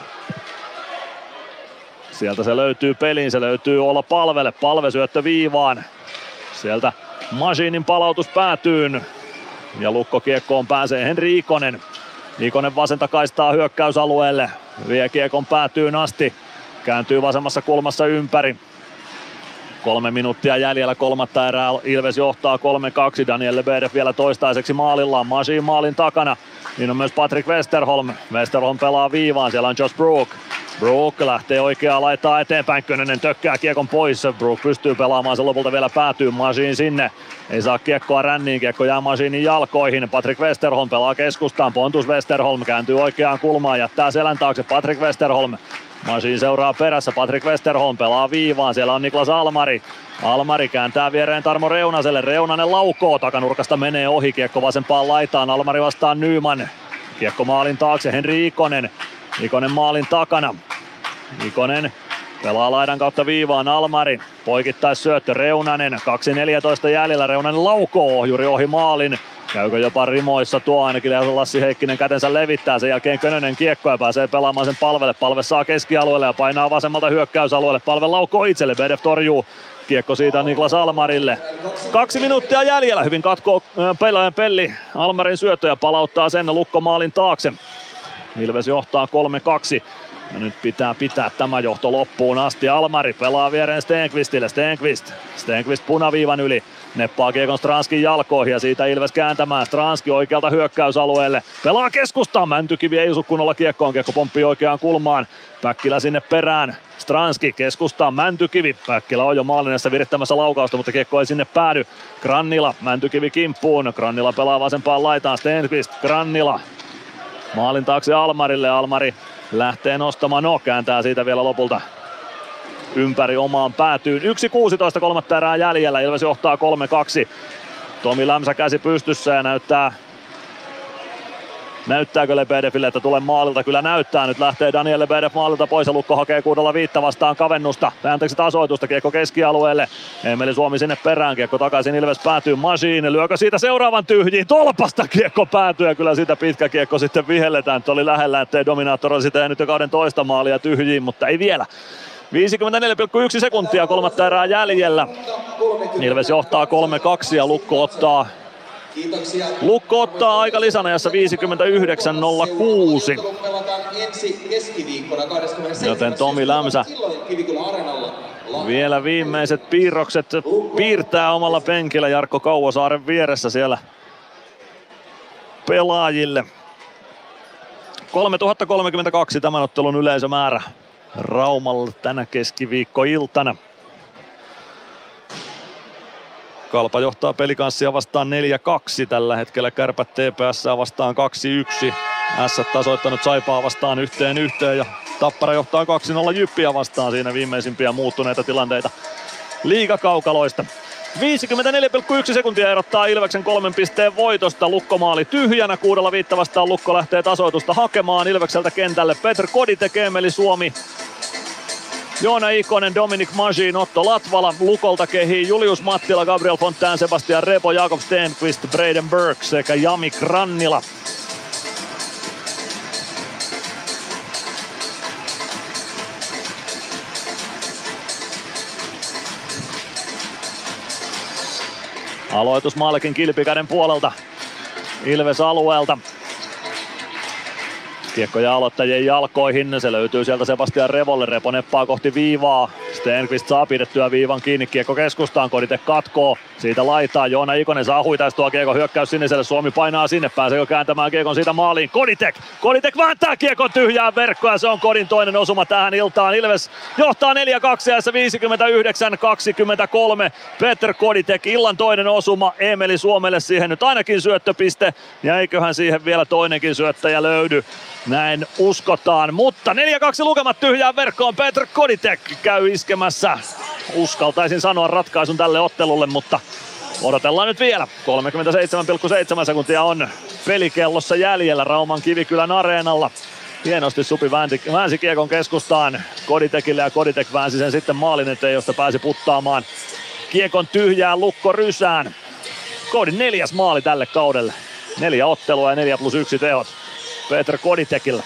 Sieltä se löytyy peliin, se löytyy olla Palvelle. Palve syöttö viivaan. Sieltä Machinin palautus päätyyn. Ja Lukko kiekkoon pääsee Henri Ikonen. Ikonen vasenta kaistaa hyökkäysalueelle. Vie kiekon päätyyn asti. Kääntyy vasemmassa kulmassa ympäri. 3 minuuttia jäljellä kolmatta erää. Ilves johtaa 3-2. Daniel Lebedev vielä toistaiseksi maalillaan. Machine maalin takana. Niin on myös Patrik Westerholm. Westerholm pelaa viivaan. Siellä on Josh Brook. Brook lähtee oikeaa laittaa eteenpäin. Könönen tökkää kiekon pois. Brook pystyy pelaamaan, se lopulta vielä päätyy. Machine sinne. Ei saa kiekkoa ränniin. Kiekko jää Machinin jalkoihin. Patrik Westerholm pelaa keskustaan. Pontus Westerholm kääntyy oikeaan kulmaan. Jättää selän taakse Patrik Westerholm. Machine seuraa perässä. Patrik Westerholm pelaa viivaan. Siellä on Niklas Almari. Almari kääntää viereen Tarmo Reunaselle. Reunanen laukoo. Takanurkasta menee ohi. Kiekko vasempaan laitaan. Almari vastaan Nyman. Kiekko maalin taakse. Henri Ikonen. Ikonen maalin takana. Ikonen pelaa laidan kautta viivaan. Almari. Poikittais syöttö. Reunanen. 2.14 jäljellä. Reunanen laukoo ohjuri ohi maalin. Käykö jopa rimoissa tuo, ainakin Lassi Heikkinen kätensä levittää. Sen jälkeen Könönen kiekko ja pääsee pelaamaan sen Palvelle. Palve saa keskialueelle ja painaa vasemmalta hyökkäysalueelle. Palve laukoo itselle. Bedev torjuu. Kiekko siitä Niklas Almarille. 2 minuuttia jäljellä. Hyvin katkoo Pelli Almarin syöttö ja palauttaa sen Lukko maalin taakse. Ilves johtaa 3-2. Ja nyt pitää pitää tämä johto loppuun asti. Almari pelaa viereen Stenqvistille. Stenqvist punaviivan yli. Neppaa kiekon Stranskin jalkoihin ja siitä Ilves kääntämään. Stranski oikealta hyökkäysalueelle. Pelaa keskustaan. Mäntykivi ei osu kunnolla kiekkoon. Kiekko pomppii oikeaan kulmaan. Päkkilä sinne perään. Stranski keskustaan. Mäntykivi. Päkkilä on jo maalinessa virittämässä laukausta, mutta kiekko ei sinne päädy. Grannila. Mäntykivi kimppuun. Grannila pelaa vasempaan laitaan. Stenqvist. Grannila. Maalin taakse Almarille. Almari lähtee nostamaan. Kääntää siitä vielä lopulta ympäri omaan päätyyn. 1.16 kolmatta erää jäljellä. Ilves johtaa 3-2. Tomi Lämsä käsi pystyssä ja näyttääkö Lebedeville, että tulee maalilta? Kyllä näyttää. Nyt lähtee Daniel Lebedev maalilta pois ja Lukko hakee 6.5 vastaan kavennusta. Tasoitusta. Kiekko keskialueelle. Emeli Suomi sinne perään. Kiekko takaisin. Ilves päätyy Machine. Lyökö siitä seuraavan tyhjiin? Tolpasta kiekko päätyy ja kyllä siitä pitkä kiekko sitten vihelletään. Nyt oli lähellä, ettei Dominaattor olisi tehnyt jo kauden toista maalia tyhjiin, mutta ei vielä. 54,1 sekuntia kolmatta erää jäljellä. Ilves johtaa 3-2 ja Lukko ottaa aika lisänajassa 59.06. Joten Tomi Lämsä vielä viimeiset piirrokset piirtää omalla penkillä Jarkko Kauosaaren vieressä siellä pelaajille. 3032 tämän ottelun yleisömäärä Raumalla tänä keskiviikkoiltana. Kalpa johtaa Pelikanssia vastaan 4-2 tällä hetkellä. Kärpät TPS:ää vastaan 2-1. Ässät tasoittanut Saipaa vastaan 1-1 ja Tappara johtaa 2-0 Jyppiä vastaan siinä viimeisimpiä muuttuneita tilanteita liigakaukaloista. 54,1 sekuntia erottaa Ilveksen 3 pisteen voitosta. Lukko-maali tyhjänä, 6-5 vastaan Lukko lähtee tasoitusta hakemaan. Ilvekseltä kentälle Petr Koditek, Eemeli Suomi, Joona Ikonen, Dominic Majin, Otto Latvala. Lukolta kehii Julius Mattila, Gabriel Fontaine, Sebastian Repo, Jakob Stenqvist, Braden Burke sekä Jami Krannila. Aloitus Malkin Kilpikäden puolelta Ilves alueelta. Kiekko jää aloittajien jalkoihin, se löytyy sieltä Sebastian Revolle, Repo neppaa kohti viivaa. Stenqvist saa pidettyä viivan kiinni, kiekko keskustaan, Koditek katkoo, siitä laitaa, Joona Ikonen saa huitaistua kiekko, hyökkäys siniselle, Suomi painaa sinne, pääseekö kääntämään kiekon siitä maaliin, Koditek vääntää kiekon tyhjään verkkoon ja se on Kodin toinen osuma tähän iltaan. Ilves johtaa 4-2 59-23, Petr Koditek illan toinen osuma, Eemeli Suomelle siihen nyt ainakin syöttöpiste ja eiköhän siihen vielä toinenkin syöttäjä löydy. Näin uskotaan, mutta 4-2 lukemat tyhjään verkkoon. Petr Koditek käy iskemässä. Uskaltaisin sanoa ratkaisun tälle ottelulle, mutta odotellaan nyt vielä. 37,7 sekuntia on pelikellossa jäljellä Rauman Kivikylän areenalla. Hienosti Supi väänsi kiekon keskustaan Koditekille ja Koditek väänsi sen sitten maalin eteen, josta pääsi puttaamaan kiekon tyhjään Lukko rysään. Kodin 4. maali tälle kaudelle. 4 ottelua ja 4+1 tehot Petr Koditekillä.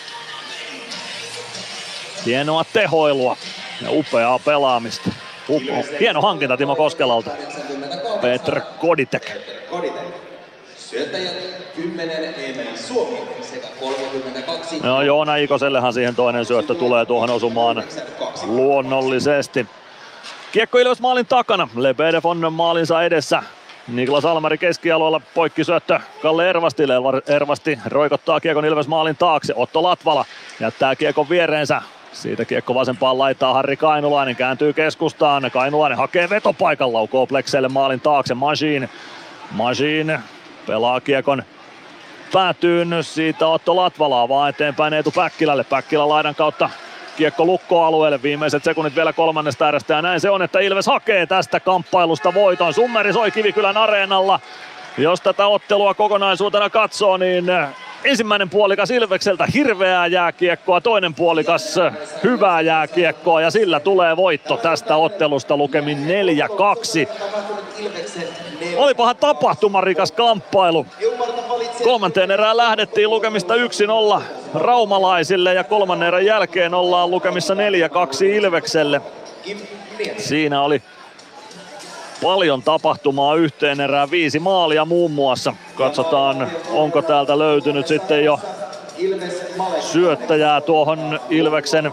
Hienoa tehoilua ja upeaa pelaamista. Hieno hankinta Timo Koskelalta. Petr Koditek. Syöttäjät 10 Eemeli Suomi sekä 32. No, Joona Ikosellehan siihen toinen syöttö tulee tuohon osumaan luonnollisesti. Kiekko Ilves maalin takana. Lebedev on maalinsa edessä. Niklas Almari keskialueella poikkisyöttö Kalle Ervastille. Ervasti roikottaa kiekon Ilves maalin taakse. Otto Latvala jättää kiekon viereensä. Siitä kiekko vasempaan laitaa Harri Kainulainen, kääntyy keskustaan. Kainulainen hakee vetopaikan, laukoo Plexelle maalin taakse. Majin pelaa kiekon päätyyn. Siitä Otto Latvalaa vaan eteenpäin Eetu Päkkilälle. Päkkilä laidan kautta kiekko Lukko-alueelle, viimeiset sekunnit vielä kolmannesta erästä ja näin se on, että Ilves hakee tästä kamppailusta voiton. Summeri soi Kivikylän areenalla. Jos tätä ottelua kokonaisuutena katsoo, niin ensimmäinen puolikas Ilvekseltä hirveää jääkiekkoa, toinen puolikas hyvää jääkiekkoa ja sillä tulee voitto tästä ottelusta lukemin 4-2. Olipahan tapahtumarikas kamppailu. Kolmanteen erään lähdettiin lukemista 1-0 raumalaisille ja kolmannen erän jälkeen ollaan lukemissa 4-2 Ilvekselle. Siinä oli paljon tapahtumaa yhteen erään, 5 maalia muun muassa. Katsotaan, onko täältä löytynyt sitten jo syöttäjää tuohon Ilveksen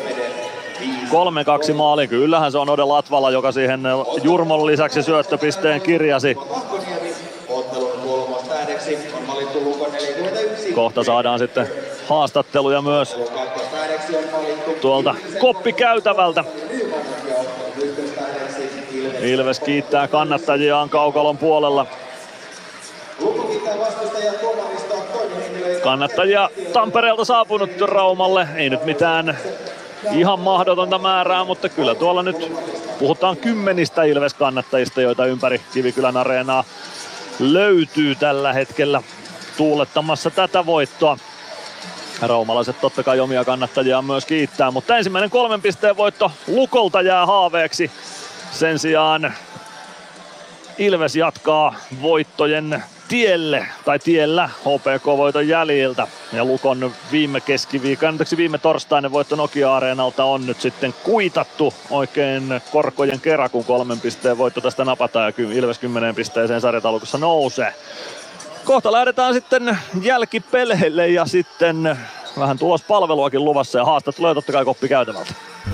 3-2 maaliin. Kyllähän se on Ode Latvala, joka siihen Jurmon lisäksi syöttöpisteen kirjasi. Kohta saadaan sitten haastatteluja myös tuolta koppikäytävältä. Ilves kiittää kannattajiaan kaukalon puolella. Kannattajia Tampereelta saapunut Raumalle. Ei nyt mitään ihan mahdotonta määrää, mutta kyllä tuolla nyt puhutaan 10 Ilves-kannattajista, joita ympäri Kivikylän areenaa löytyy tällä hetkellä tuulettamassa tätä voittoa. Raumalaiset totta kai omia kannattajiaan myös kiittää, mutta ensimmäinen 3 pisteen voitto Lukolta jää haaveeksi. Sen sijaan Ilves jatkaa voittojen tiellä HPK-voiton jäljiltä. Ja Lukon viime torstainen voitto Nokia-areenalta on nyt sitten kuitattu oikein korkojen kera, kun 3 pisteen voitto tästä napataan ja Ilves 10 pisteeseen sarjataulukossa nousee. Kohta lähdetään sitten jälkipeleille ja sitten vähän tulospalveluakin luvassa ja haastatteluja totta kai koppikäytävältä.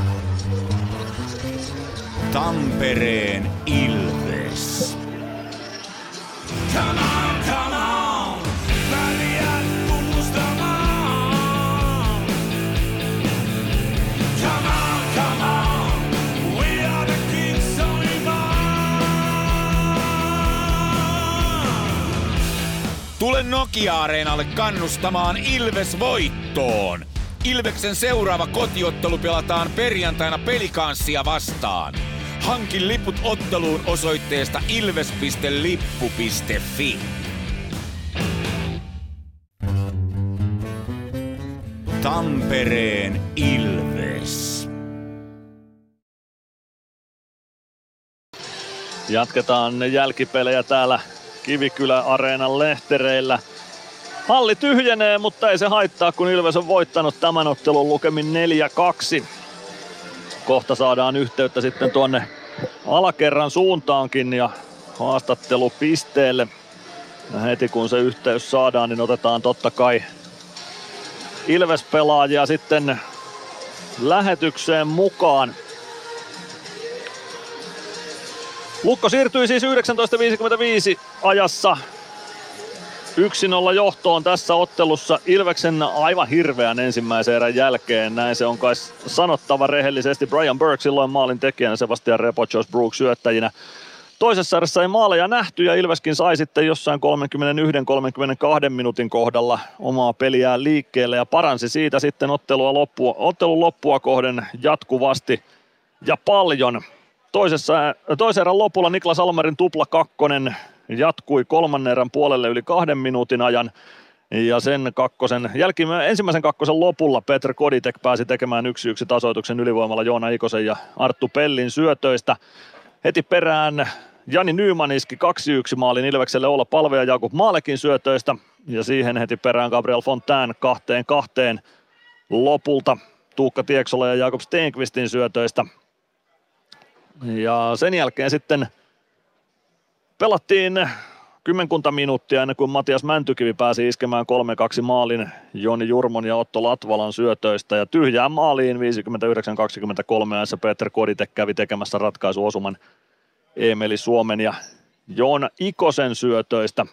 Tampereen Ilves. Come on, come on, väliä tunnustamaan. Come on, we are the kings of Ivan. Tule Nokia-areenalle kannustamaan Ilves voittoon. Ilveksen seuraava kotiottelu pelataan perjantaina Pelikanssia vastaan. Hankin liput otteluun osoitteesta ilves.lippu.fi. Tampereen Ilves. Jatketaan jälkipelejä täällä Kivikylä-areenan lehtereillä. Halli tyhjenee, mutta ei se haittaa, kun Ilves on voittanut tämän ottelun lukemin 4-2. Kohta saadaan yhteyttä sitten tuonne alakerran suuntaankin ja haastattelupisteelle. Ja heti kun se yhteys saadaan, niin otetaan totta kai Ilves-pelaajia sitten lähetykseen mukaan. Lukko siirtyi siis 19.55 ajassa 1-0 johtoon tässä ottelussa Ilveksen aivan hirveän ensimmäisen erän jälkeen. Näin se on kai sanottava rehellisesti. Brian Burke silloin maalin tekijänä, Sebastian Repo, Josh Brooks syöttäjinä. Toisessa erässä ei maaleja nähty ja Ilveskin sai sitten jossain 31-32 minuutin kohdalla omaa peliään liikkeelle ja paransi siitä sitten ottelun loppua kohden jatkuvasti ja paljon. Toisen erän lopulla Niklas Almarin tupla kakkonen jatkui kolmannen erän puolelle yli 2 minuutin ajan. Ja sen ensimmäisen kakkosen lopulla Petr Koditek pääsi tekemään 1-1 tasoituksen ylivoimalla Joona Ikosen ja Arttu Pellin syötöistä. Heti perään Jani Nyman iski 2-1 maalin Ilvekselle Olla Palve ja Jakub Maalekin syötöistä. Ja siihen heti perään Gabriel Fontaine 2-2 lopulta Tuukka Tieksola ja Jakob Stenqvistin syötöistä. Ja sen jälkeen sitten pelattiin 10 minuuttia ennen kuin Matias Mäntykivi pääsi iskemään 3-2 maalin Joni Jurmon ja Otto Latvalan syötöistä. Ja tyhjään maaliin 59-23 ajassa Peter Koditek kävi tekemässä ratkaisuosuman Eemeli Suomen ja Joona Ikosen syötöistä.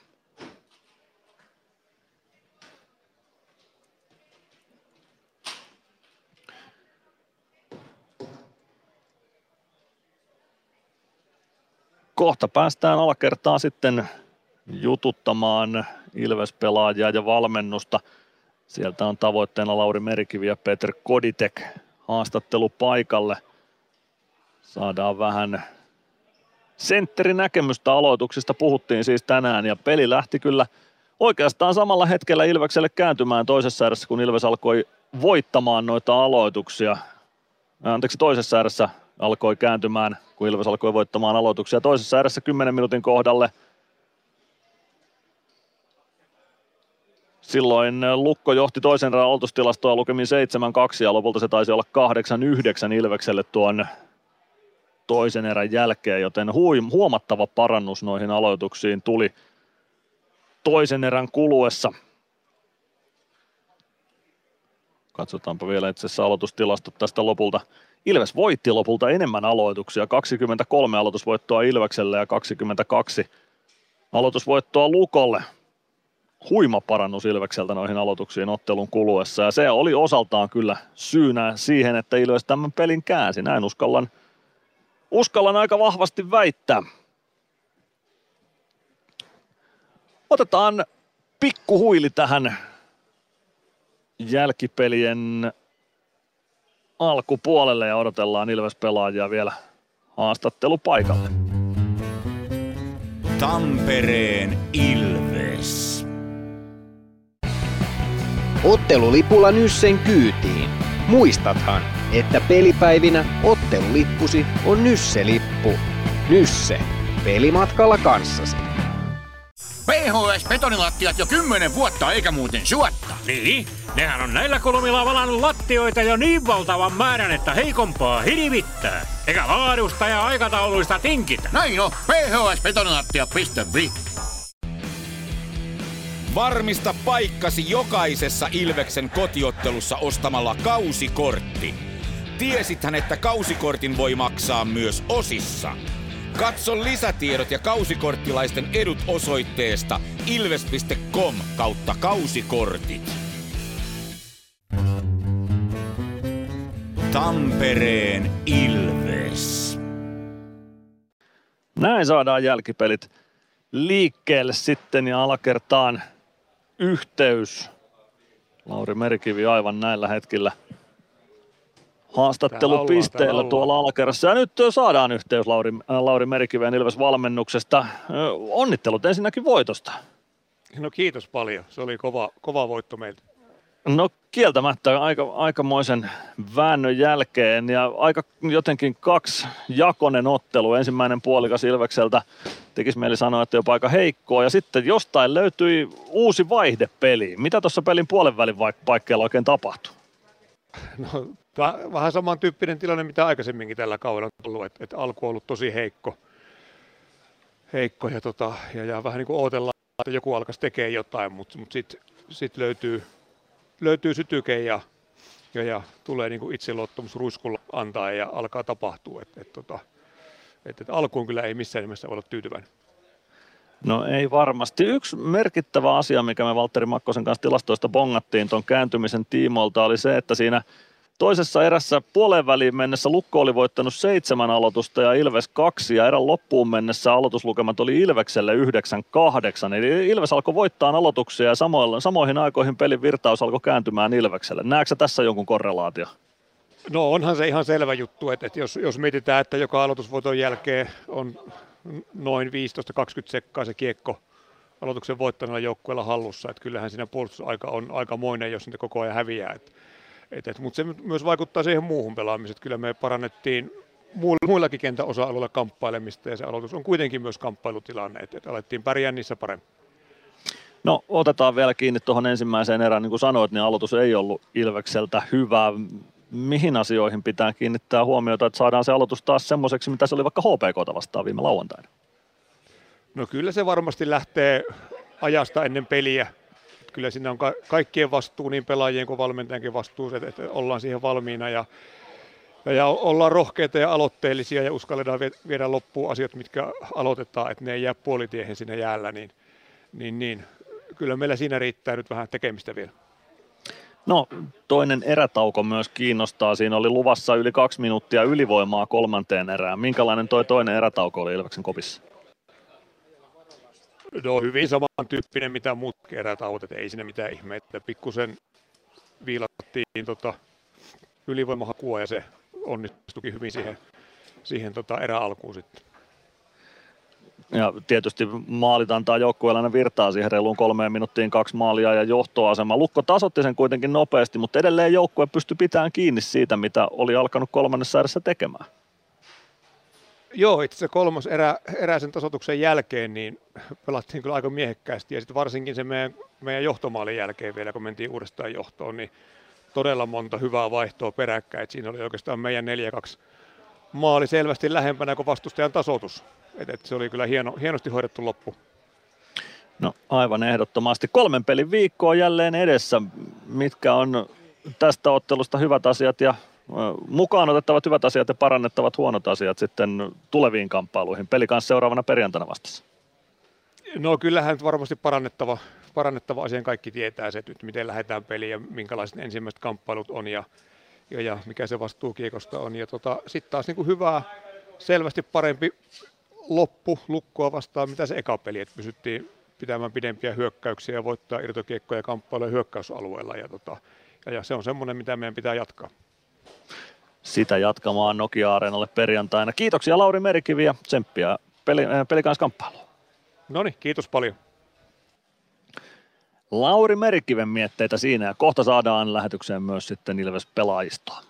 Kohta päästään alakertaan sitten jututtamaan Ilves-pelaajia ja valmennusta. Sieltä on tavoitteena Lauri Merikivi ja Peter Koditek haastattelu paikalle. Saadaan vähän sentterinäkemystä aloituksista, puhuttiin siis tänään ja peli lähti kyllä oikeastaan samalla hetkellä Ilvekselle kääntymään toisessa erässä, kun Ilves alkoi voittamaan noita aloituksia. Toisessa erässä alkoi kääntymään, kun Ilves alkoi voittamaan aloituksia. Toisessa erässä 10 minuutin kohdalle. Silloin Lukko johti toisen erän aloitustilastoa lukemin 7-2 ja lopulta se taisi olla 8-9 Ilvekselle tuon toisen erän jälkeen, joten huomattava parannus noihin aloituksiin tuli toisen erän kuluessa. Katsotaanpa vielä itse asiassa aloitustilastot tästä lopulta. Ilves voitti lopulta enemmän aloituksia, 23 aloitusvoittoa Ilvekselle ja 22 aloitusvoittoa Lukolle. Huima parannus Ilvekseltä noihin aloituksiin ottelun kuluessa ja se oli osaltaan kyllä syynä siihen, että Ilves tämän pelin käänsi. Näin uskallan aika vahvasti väittää. Otetaan pikku huili tähän jälkipelien alkupuolelle ja odotellaan Ilves-pelaajia vielä haastattelupaikalle. Tampereen Ilves. Ottelulipulla Nyssen kyytiin. Muistathan, että pelipäivinä ottelulippusi on Nysse-lippu. Nysse. Pelimatkalla kanssasi. PHS-betonilattiat jo 10 vuotta eikä muuten suotta. Niin, nehän on näillä kolmilla valannut lattioita jo niin valtavan määrän, että heikompaa hirvittää. Eikä laadusta ja aikatauluista tinkitä. Näin on, phsbetonilattia.fi. Varmista paikkasi jokaisessa Ilveksen kotiottelussa ostamalla kausikortti. Tiesithän, että kausikortin voi maksaa myös osissa. Katso lisätiedot ja kausikorttilaisten edut osoitteesta ilves.com/kausikortit. Tampereen Ilves. Näin saadaan jälkipelit liikkeelle sitten ja alakertaan yhteys. Lauri Merikivi aivan näillä hetkillä haastattelupisteellä tuolla alakerrassa. Ja nyt saadaan yhteys Lauri Merikiveen Ilves-valmennuksesta. Onnittelut ensinnäkin voitosta. No kiitos paljon. Se oli kova voitto meiltä. No kieltämättä aikamoisen väännön jälkeen ja aika jotenkin kaksijakoinen ottelu. Ensimmäinen puolikas Ilvekseltä tekisi mieli sanoa, että jopa aika heikkoa ja sitten jostain löytyi uusi vaihde peliin. Mitä tuossa pelin puolenvälin paikkeilla oikein tapahtui? No vähän samantyyppinen tilanne, mitä aikaisemminkin tällä kaudella on tullut, että alku on ollut tosi heikko ja vähän niin kuin odotellaan, että joku alkaisi tekemään jotain, mutta sitten löytyy sytyke ja tulee niin kuin itseluottamus ruiskulla antaa ja alkaa tapahtua. Alkuun kyllä ei missään nimessä olla tyytyväinen. No ei varmasti. Yksi merkittävä asia, mikä me Valtteri Makkosen kanssa tilastoista bongattiin tuon kääntymisen tiimoilta, oli se, että siinä toisessa erässä puoleen väliin mennessä Lukko oli voittanut 7 aloitusta ja Ilves 2 ja erän loppuun mennessä aloituslukemat oli Ilvekselle 9-8. Eli Ilves alkoi voittaa aloituksia ja samoihin aikoihin pelin virtaus alkoi kääntymään Ilvekselle. Näetkö tässä jonkun korrelaatio? No onhan se ihan selvä juttu, että jos mietitään, että joka aloitusvoiton jälkeen on noin 15-20 sekkaa se kiekko aloituksen voittaneella joukkueella hallussa, että kyllähän siinä puolustusaika on aikamoinen, jos niitä koko ajan häviää. Mutta se myös vaikuttaa siihen muuhun pelaamiseen. Kyllä me parannettiin muillakin kentän osa-alueilla kamppailemista ja se aloitus on kuitenkin myös kamppailutilanne, että alettiin pärjää niissä paremmin. No otetaan vielä kiinni tuohon ensimmäiseen erään. Niin kuin sanoit, niin aloitus ei ollut Ilvekseltä hyvä. Mihin asioihin pitää kiinnittää huomiota, että saadaan se aloitus taas semmoiseksi, mitä se oli vaikka HPK:ta vastaan viime lauantaina? No kyllä se varmasti lähtee ajasta ennen peliä. Kyllä siinä on kaikkien vastuu, niin pelaajien kuin valmentajankin vastuu, että ollaan siihen valmiina ja ollaan rohkeita ja aloitteellisia ja uskalletaan viedä loppuun asiat, mitkä aloitetaan, että ne ei jää puolitiehen siinä jäällä, niin kyllä meillä siinä riittää nyt vähän tekemistä vielä. No toinen erätauko myös kiinnostaa. Siinä oli luvassa yli 2 minuuttia ylivoimaa kolmanteen erään. Minkälainen toi toinen erätauko oli Ilveksen kopissa? No hyvin samantyyppinen mitä muut erätauot, ei siinä mitään ihmeitä. Pikkusen viilattiin ylivoimahakua ja se onnistuikin hyvin siihen eräalkuun sitten. Ja tietysti maalit antaa joukkueelle aina virtaa siihen reiluun 3 minuuttiin 2 maalia ja johtoasema. Lukko tasoitti sen kuitenkin nopeasti, mutta edelleen joukkue pystyi pitämään kiinni siitä, mitä oli alkanut kolmannessa erässä tekemään. Joo, itse asiassa kolmas erä sen tasoituksen jälkeen niin pelattiin kyllä aika miehekkäästi ja sitten varsinkin se meidän johtomaalin jälkeen vielä, kun mentiin uudestaan johtoon, niin todella monta hyvää vaihtoa peräkkäin. Et siinä oli oikeastaan meidän 4-2 maali selvästi lähempänä kuin vastustajan tasoitus. Et se oli kyllä hienosti hoidettu loppu. No aivan ehdottomasti. 3 pelin viikkoa jälleen edessä. Mitkä on tästä ottelusta hyvät asiat ja mukaan otettavat hyvät asiat ja parannettavat huonot asiat sitten tuleviin kamppailuihin? Peli kanssa seuraavana perjantaina vastassa. No kyllähän varmasti parannettava asian kaikki tietää se, että miten lähdetään peliin ja minkälaiset ensimmäiset kamppailut on ja mikä se vastuu kiekosta on. Ja sitten taas niin kuin hyvää, selvästi parempi loppu Lukkoa vastaan, mitä se eka peli, että pysyttiin pitämään pidempiä hyökkäyksiä ja voittaa irtokiekkoja kamppailuja hyökkäysalueella. Ja se on semmoinen, mitä meidän pitää jatkaa. Sitä jatkamaan Nokia-areenalle perjantaina. Kiitoksia Lauri Merikivi ja tsemppiä pelikansskamppailuun. Noniin, kiitos paljon. Lauri Merikiven mietteitä siinä ja kohta saadaan lähetykseen myös sitten Ilves-pelaajistoa.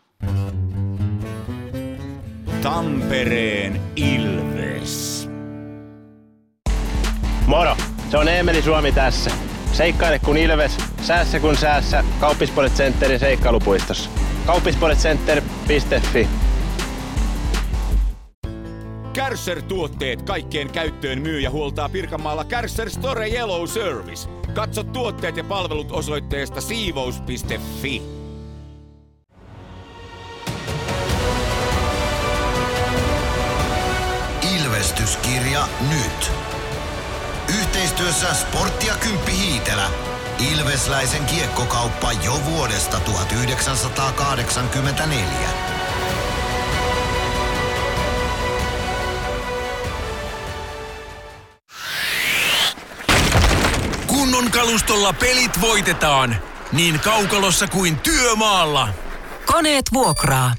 Tampereen Ilves. Moro, se on Eemeli Suomi tässä. Seikkaile kun Ilves, säässä kun säässä. Kauppisports Centerin seikkailupuistossa. Kauppisportscenter.fi. Kärcher-tuotteet kaikkeen käyttöön myy ja huoltaa Pirkanmaalla Kärcher Store Yellow Service. Katso tuotteet ja palvelut osoitteesta siivous.fi. Ilvestyskirja nyt. Yhteistyössä Sportti ja Kymppi Hiitelä. Ilvesläisen kiekkokauppa jo vuodesta 1984. kunnon kalustolla pelit voitetaan. Niin kaukalossa kuin työmaalla. Koneet vuokraa.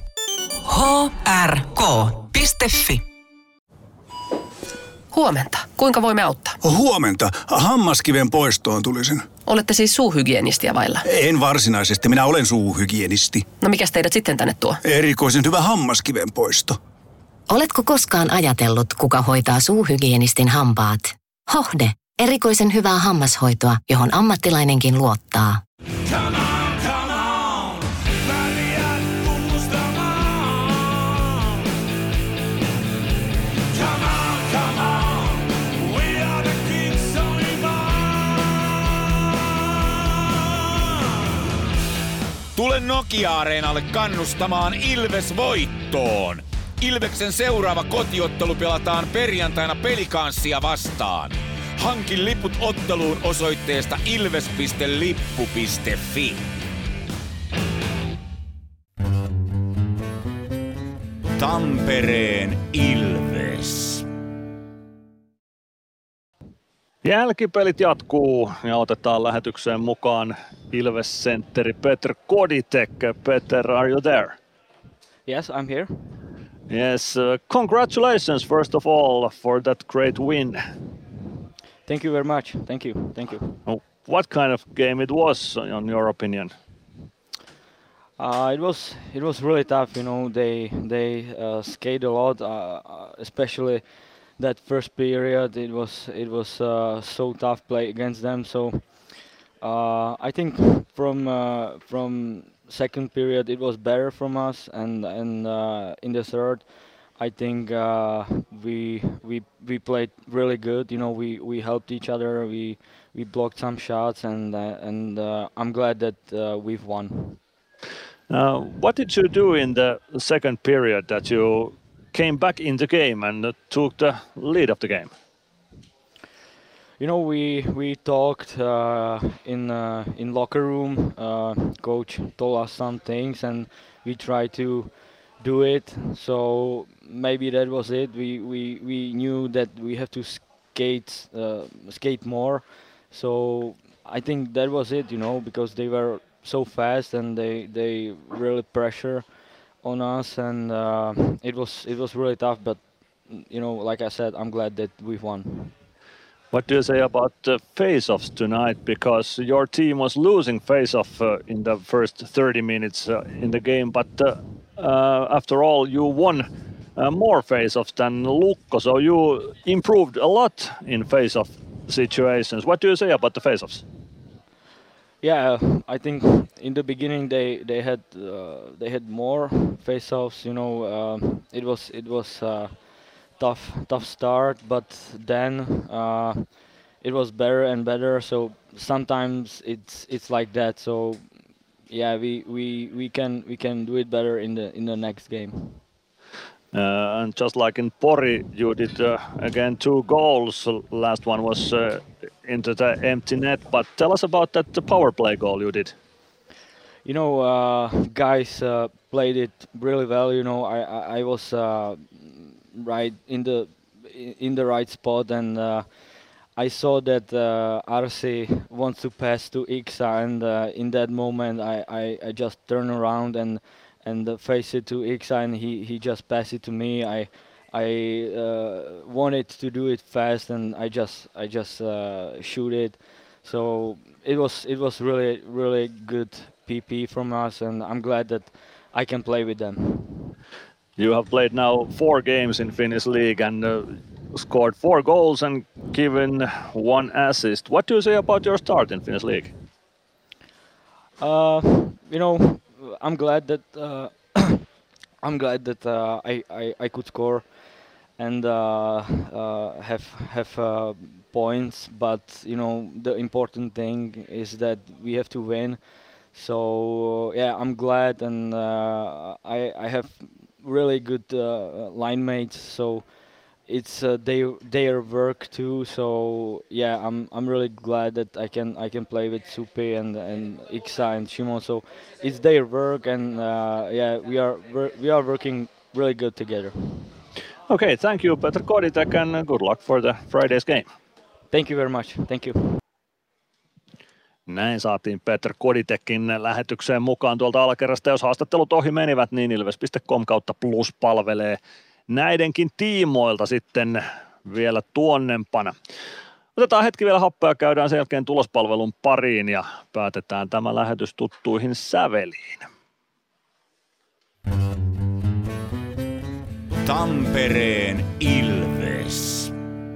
hrk.fi. Huomenta. Kuinka voimme auttaa? Huomenta. Hammaskiven poistoon tulisin. Olette siis suuhygienistia vailla? En varsinaisesti. Minä olen suuhygienisti. No mikäs teidät sitten tänne tuo? Erikoisen hyvä hammaskiven poisto. Oletko koskaan ajatellut, kuka hoitaa suuhygienistin hampaat? Hohde. Erikoisen hyvää hammashoitoa, johon ammattilainenkin luottaa. Tule Nokia-areenalle kannustamaan Ilves voittoon. Ilveksen seuraava kotiottelu pelataan perjantaina Pelikanssia vastaan. Hankin liput otteluun osoitteesta ilves.lippu.fi. Tampereen Ilves. Jälkipelit jatkuu ja otetaan lähetykseen mukaan Ilves-sentteri Petr Koditek. Peter, are you there? Yes, I'm here. Yes, congratulations first of all for that great win. Thank you very much. Thank you. What kind of game it was, in your opinion? It was really tough. You know, they skated a lot, especially that first period. It was so tough play against them. So I think from second period it was better from us, and in the third, I think we played really good. You know, we helped each other. We blocked some shots, and I'm glad that we've won. What did you do in the second period that you came back in the game and took the lead of the game? You know, we talked in locker room. Coach told us some things, and we tried to do it. So maybe that was it. We knew that we have to skate more. So I think that was it. You know, because they were so fast and they really pressure on us, and it was really tough. But you know, like I said, I'm glad that we won. What do you say about the face-offs tonight? Because your team was losing face-off in the first 30 minutes in the game, but after all, you won more face-offs than Lukko, so you improved a lot in face-off situations. What do you say about the face-offs? Yeah, I think in the beginning they had more face-offs. You know, it was tough start, but then it was better and better. So sometimes it's like that. So yeah, we can do it better in the next game. And just like in Pori, you did again 2 goals. Last one was into the empty net. But tell us about that power play goal you did. You know, guys played it really well. You know, I was right in the right spot, and I saw that Arsi wants to pass to Iksa, and in that moment I just turned around and face it to Iksa, and he just passed it to me. I wanted to do it fast, and I just shoot it. So it was really good PP from us, and I'm glad that I can play with them. You have played now 4 games in Finnish League and scored 4 goals and given 1 assist. What do you say about your start in Finnish League? You know, I'm glad that I could score and have points. But you know, the important thing is that we have to win. So yeah, I'm glad, and I have really good line mates. So it's their work too. So yeah, I'm really glad that I can play with Supi and Iksa and Shimon. So it's their work, and yeah, we are working really good together. Okay, thank you, Petr Koditek, and good luck for the Friday's game. Thank you very much. Thank you. Näin saatiin Petr Koditekin lähetykseen mukaan tuolta alakerrasta. Jos haastattelut ohi menivät, niin ilves.com kautta plus palvelee näidenkin tiimoilta sitten vielä tuonnempana. Otetaan hetki vielä happea, käydään sen jälkeen tulospalvelun pariin ja päätetään tämä lähetys tuttuihin säveliin. Tampereen Ilves.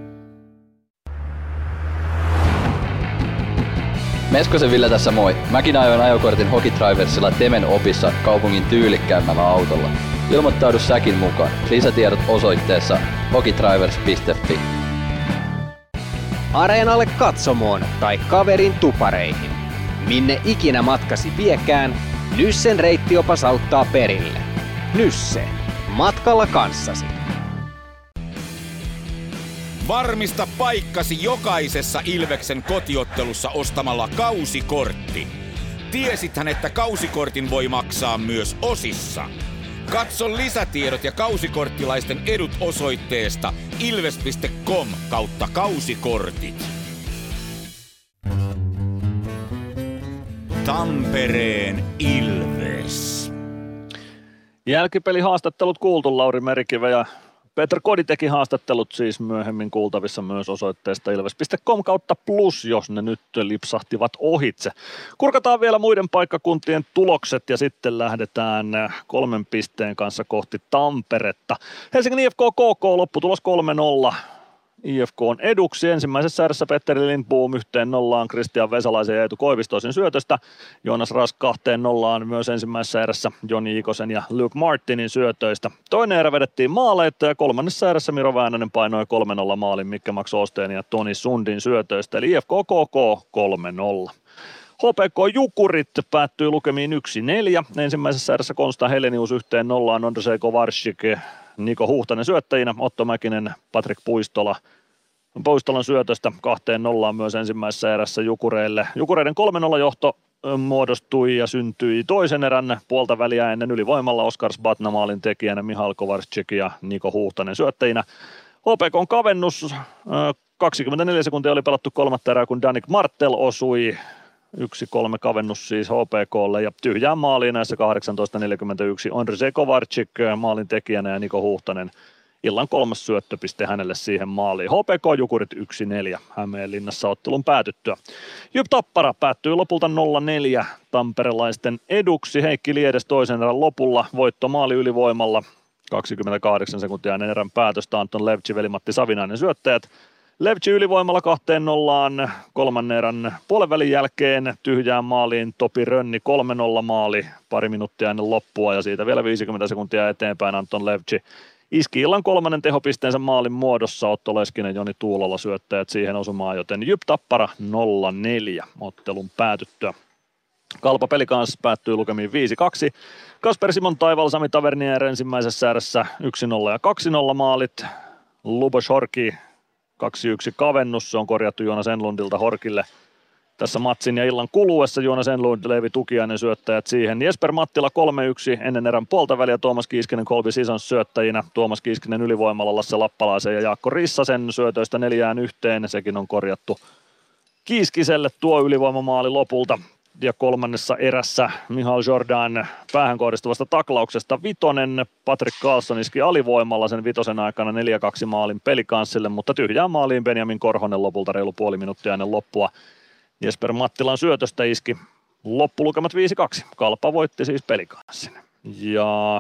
Meskosen Ville tässä moi. Mäkin ajoin ajokortin Hokitriversilla Temen opissa kaupungin tyylikkäämmällä autolla. Ilmoittaudu säkin mukaan. Lisätiedot osoitteessa hokitrivers.fi. Areenalle katsomoon tai kaverin tupareihin. Minne ikinä matkasi viekään, Nyssen reittiopas auttaa perille. Nysse. Matkalla kanssasi. Varmista paikkasi jokaisessa Ilveksen kotiottelussa ostamalla kausikortti. Tiesithän, että kausikortin voi maksaa myös osissa. Katso lisätiedot ja kausikorttilaisten edut osoitteesta ilves.com/kausikortit. Tampereen Ilves. Jälkipelihaastattelut kuultu, Lauri Merikive ja Petr Koditekin haastattelut siis myöhemmin kuultavissa myös osoitteesta ilves.com/plus, jos ne nyt lipsahtivat ohitse. Kurkataan vielä muiden paikkakuntien tulokset ja sitten lähdetään 3 pisteen kanssa kohti Tamperetta. Helsingin IFK KK lopputulos 3-0. IFK on eduksi. Ensimmäisessä erässä Petteri Lindboom 1-0 Kristian Vesalaisen ja Eetu Koivistoisen syötöstä. Joonas Rask 2-0 myös ensimmäisessä erässä Joni Ikosen ja Luke Martinin syötöistä. Toinen erä vedettiin maaleita ja kolmannessa erässä Miro Väänänen painoi 3-0 maalin Mikke Max Osteen ja Toni Sundin syötöistä. Eli IFK KK 3-0. HPK Jukurit päättyi lukemiin 1-4. Ensimmäisessä erässä Konsta Helenius 1-0 Ondrzej Kovarsik, Niko Huhtanen syöttäjinä, Otto Mäkinen, Patrik Puistolan syötöstä 2-0 myös ensimmäisessä erässä Jukureille. Jukureiden 3-0 johto muodostui ja syntyi toisen erän puolta väliä ennen ylivoimalla Oskar Sbatna maalin tekijänä, Mihail Kovarsik ja Niko Huhtanen syöttäjinä. HPK:n kavennus 24 sekuntia oli pelattu kolmatta erää, kun Danik Martel osui 1-3 kavennus siis HPK:lle ja tyhjään maaliin näissä 18.41 Ondrzej Kovarsik maalin tekijänä ja Niko Huhtanen illan 3. syöttöpiste hänelle siihen maaliin. HPK Jukurit 1-4 Hämeenlinnassa ottelun päätyttyä. Jyp Tappara päättyi lopulta 0-4 tamperelaisten eduksi. Heikki Liedes toisen erän lopulla voittomaali ylivoimalla 28 sekuntia ennen erän päätöstä Anton Levci, Veli-Matti Savinainen syöttäjät. Levci ylivoimalla 2-0 kolmannen erän puolenvälin jälkeen tyhjään maaliin Topi Rönni 3-0 maali pari minuuttia ennen loppua ja siitä vielä 50 sekuntia eteenpäin Anton Levci iski illan 3. tehopisteensä maalin muodossa. Otto Leskinen, Joni Tuulola syöttäjät siihen osumaan, joten Jyp Tappara 0-4 ottelun päätyttyä. Kalpa Pelikans päättyy lukemiin 5-2. Kasper Simon Taival, Sami Tavernier ensimmäisessä erässä 1-0 ja 2-0 maalit. Lubos Horki 2-1 kavennus, se on korjattu Joonas Enlundilta Horkille tässä matsin ja illan kuluessa. Joonas Enlund, Leevi Tukiainen syöttäjät siihen. Jesper Mattila 3-1 ennen erän puolta väliä, Tuomas Kiiskinen, Kolbi Sisons syöttäjinä. Tuomas Kiiskinen ylivoimalla Lasse Lappalaisen ja Jaakko Rissasen syötöistä 4-1, sekin on korjattu Kiiskiselle tuo ylivoimamaali lopulta. Ja kolmannessa erässä Mihail Jordan päähän kohdistuvasta taklauksesta vitonen. Patrick Carlson iski alivoimalla sen vitosen aikana 4-2 maalin Pelikanssille, mutta tyhjään maaliin Benjamin Korhonen lopulta reilu puoli minuuttia ennen loppua. Jesper Mattilan syötöstä iski loppulukemat 5-2. Kalpa voitti siis Pelikanssin. Ja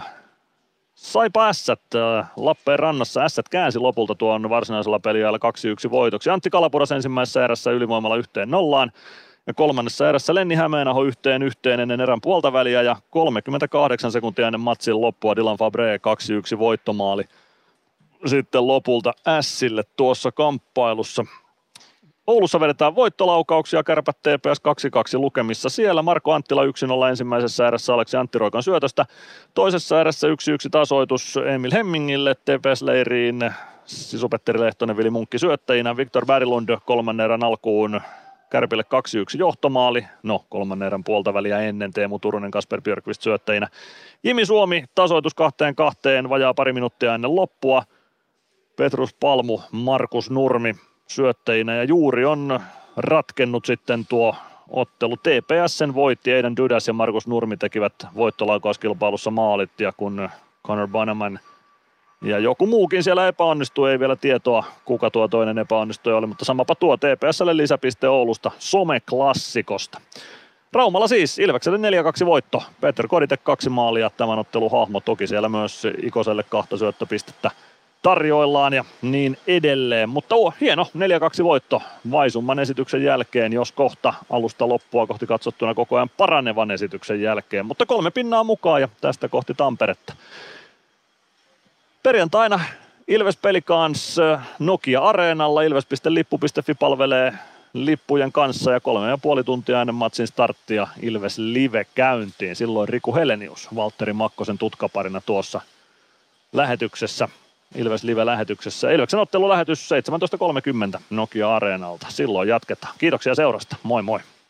Saipa Ässät Lappeenrannassa. Ässät käänsi lopulta tuon varsinaisella peliajalla 2-1 voitoksi. Antti Kalapuras ensimmäisessä erässä ylivoimalla 1-0. Ja kolmannessa erässä Lenni Hämeenaho 1-1 ennen erän puolta väliä ja 38 sekuntia ennen matsin loppua Dylan Fabre 2-1 voittomaali sitten lopulta Ässille tuossa kamppailussa. Oulussa vedetään voittolaukauksia, Kärpät TPS 2-2 lukemissa siellä. Marko Anttila 1-0 ensimmäisessä erässä Aleksi Anttiroikan syötöstä. Toisessa erässä 1-1 tasoitus Emil Hemmingille TPS-leiriin. Sisu-Petteri Lehtonen, Vili Munkki syöttäjinä. Viktor Berglund kolmannen erän alkuun Kärpille 2-1 johtomaali. No, kolmannen erän puolta väliä ennen Teemu Turunen, Kasper Björkvist syöttäjinä. Jimi Suomi tasoitus 2-2 vajaa pari minuuttia ennen loppua. Petrus Palmu, Markus Nurmi syöttäjinä ja juuri on ratkennut sitten tuo ottelu. TPS sen voitti, Aiden Dudas ja Markus Nurmi tekivät voittolaukauskilpailussa maalit, ja kun Connor Bannerman ja joku muukin siellä epäonnistui, ei vielä tietoa kuka tuo toinen epäonnistuja oli, mutta samapa tuo TPSlle lisäpiste Oulusta someklassikosta. Raumalla siis Ilvekselle 4-2 voitto. Peter Koditek 2 maalia, tämän ottelun hahmo, toki siellä myös Ikoselle 2 syöttöpistettä tarjoillaan ja niin edelleen, mutta hieno 4-2 voitto vaisumman esityksen jälkeen, jos kohta alusta loppua kohti katsottuna koko ajan paranevan esityksen jälkeen, mutta 3 pinnaa mukaan ja tästä kohti Tamperetta. Perjantaina Ilves Pelicans Nokia-areenalla, ilves.lippu.fi palvelee lippujen kanssa ja 3,5 tuntia ennen matsin starttia Ilves Live käyntiin. Silloin Riku Helenius, Valtteri Makkosen tutkaparina tuossa lähetyksessä, Ilves Live-lähetyksessä. Ilveksen ottelulähetys 17.30 Nokia-areenalta. Silloin jatketaan. Kiitoksia seurasta. Moi moi!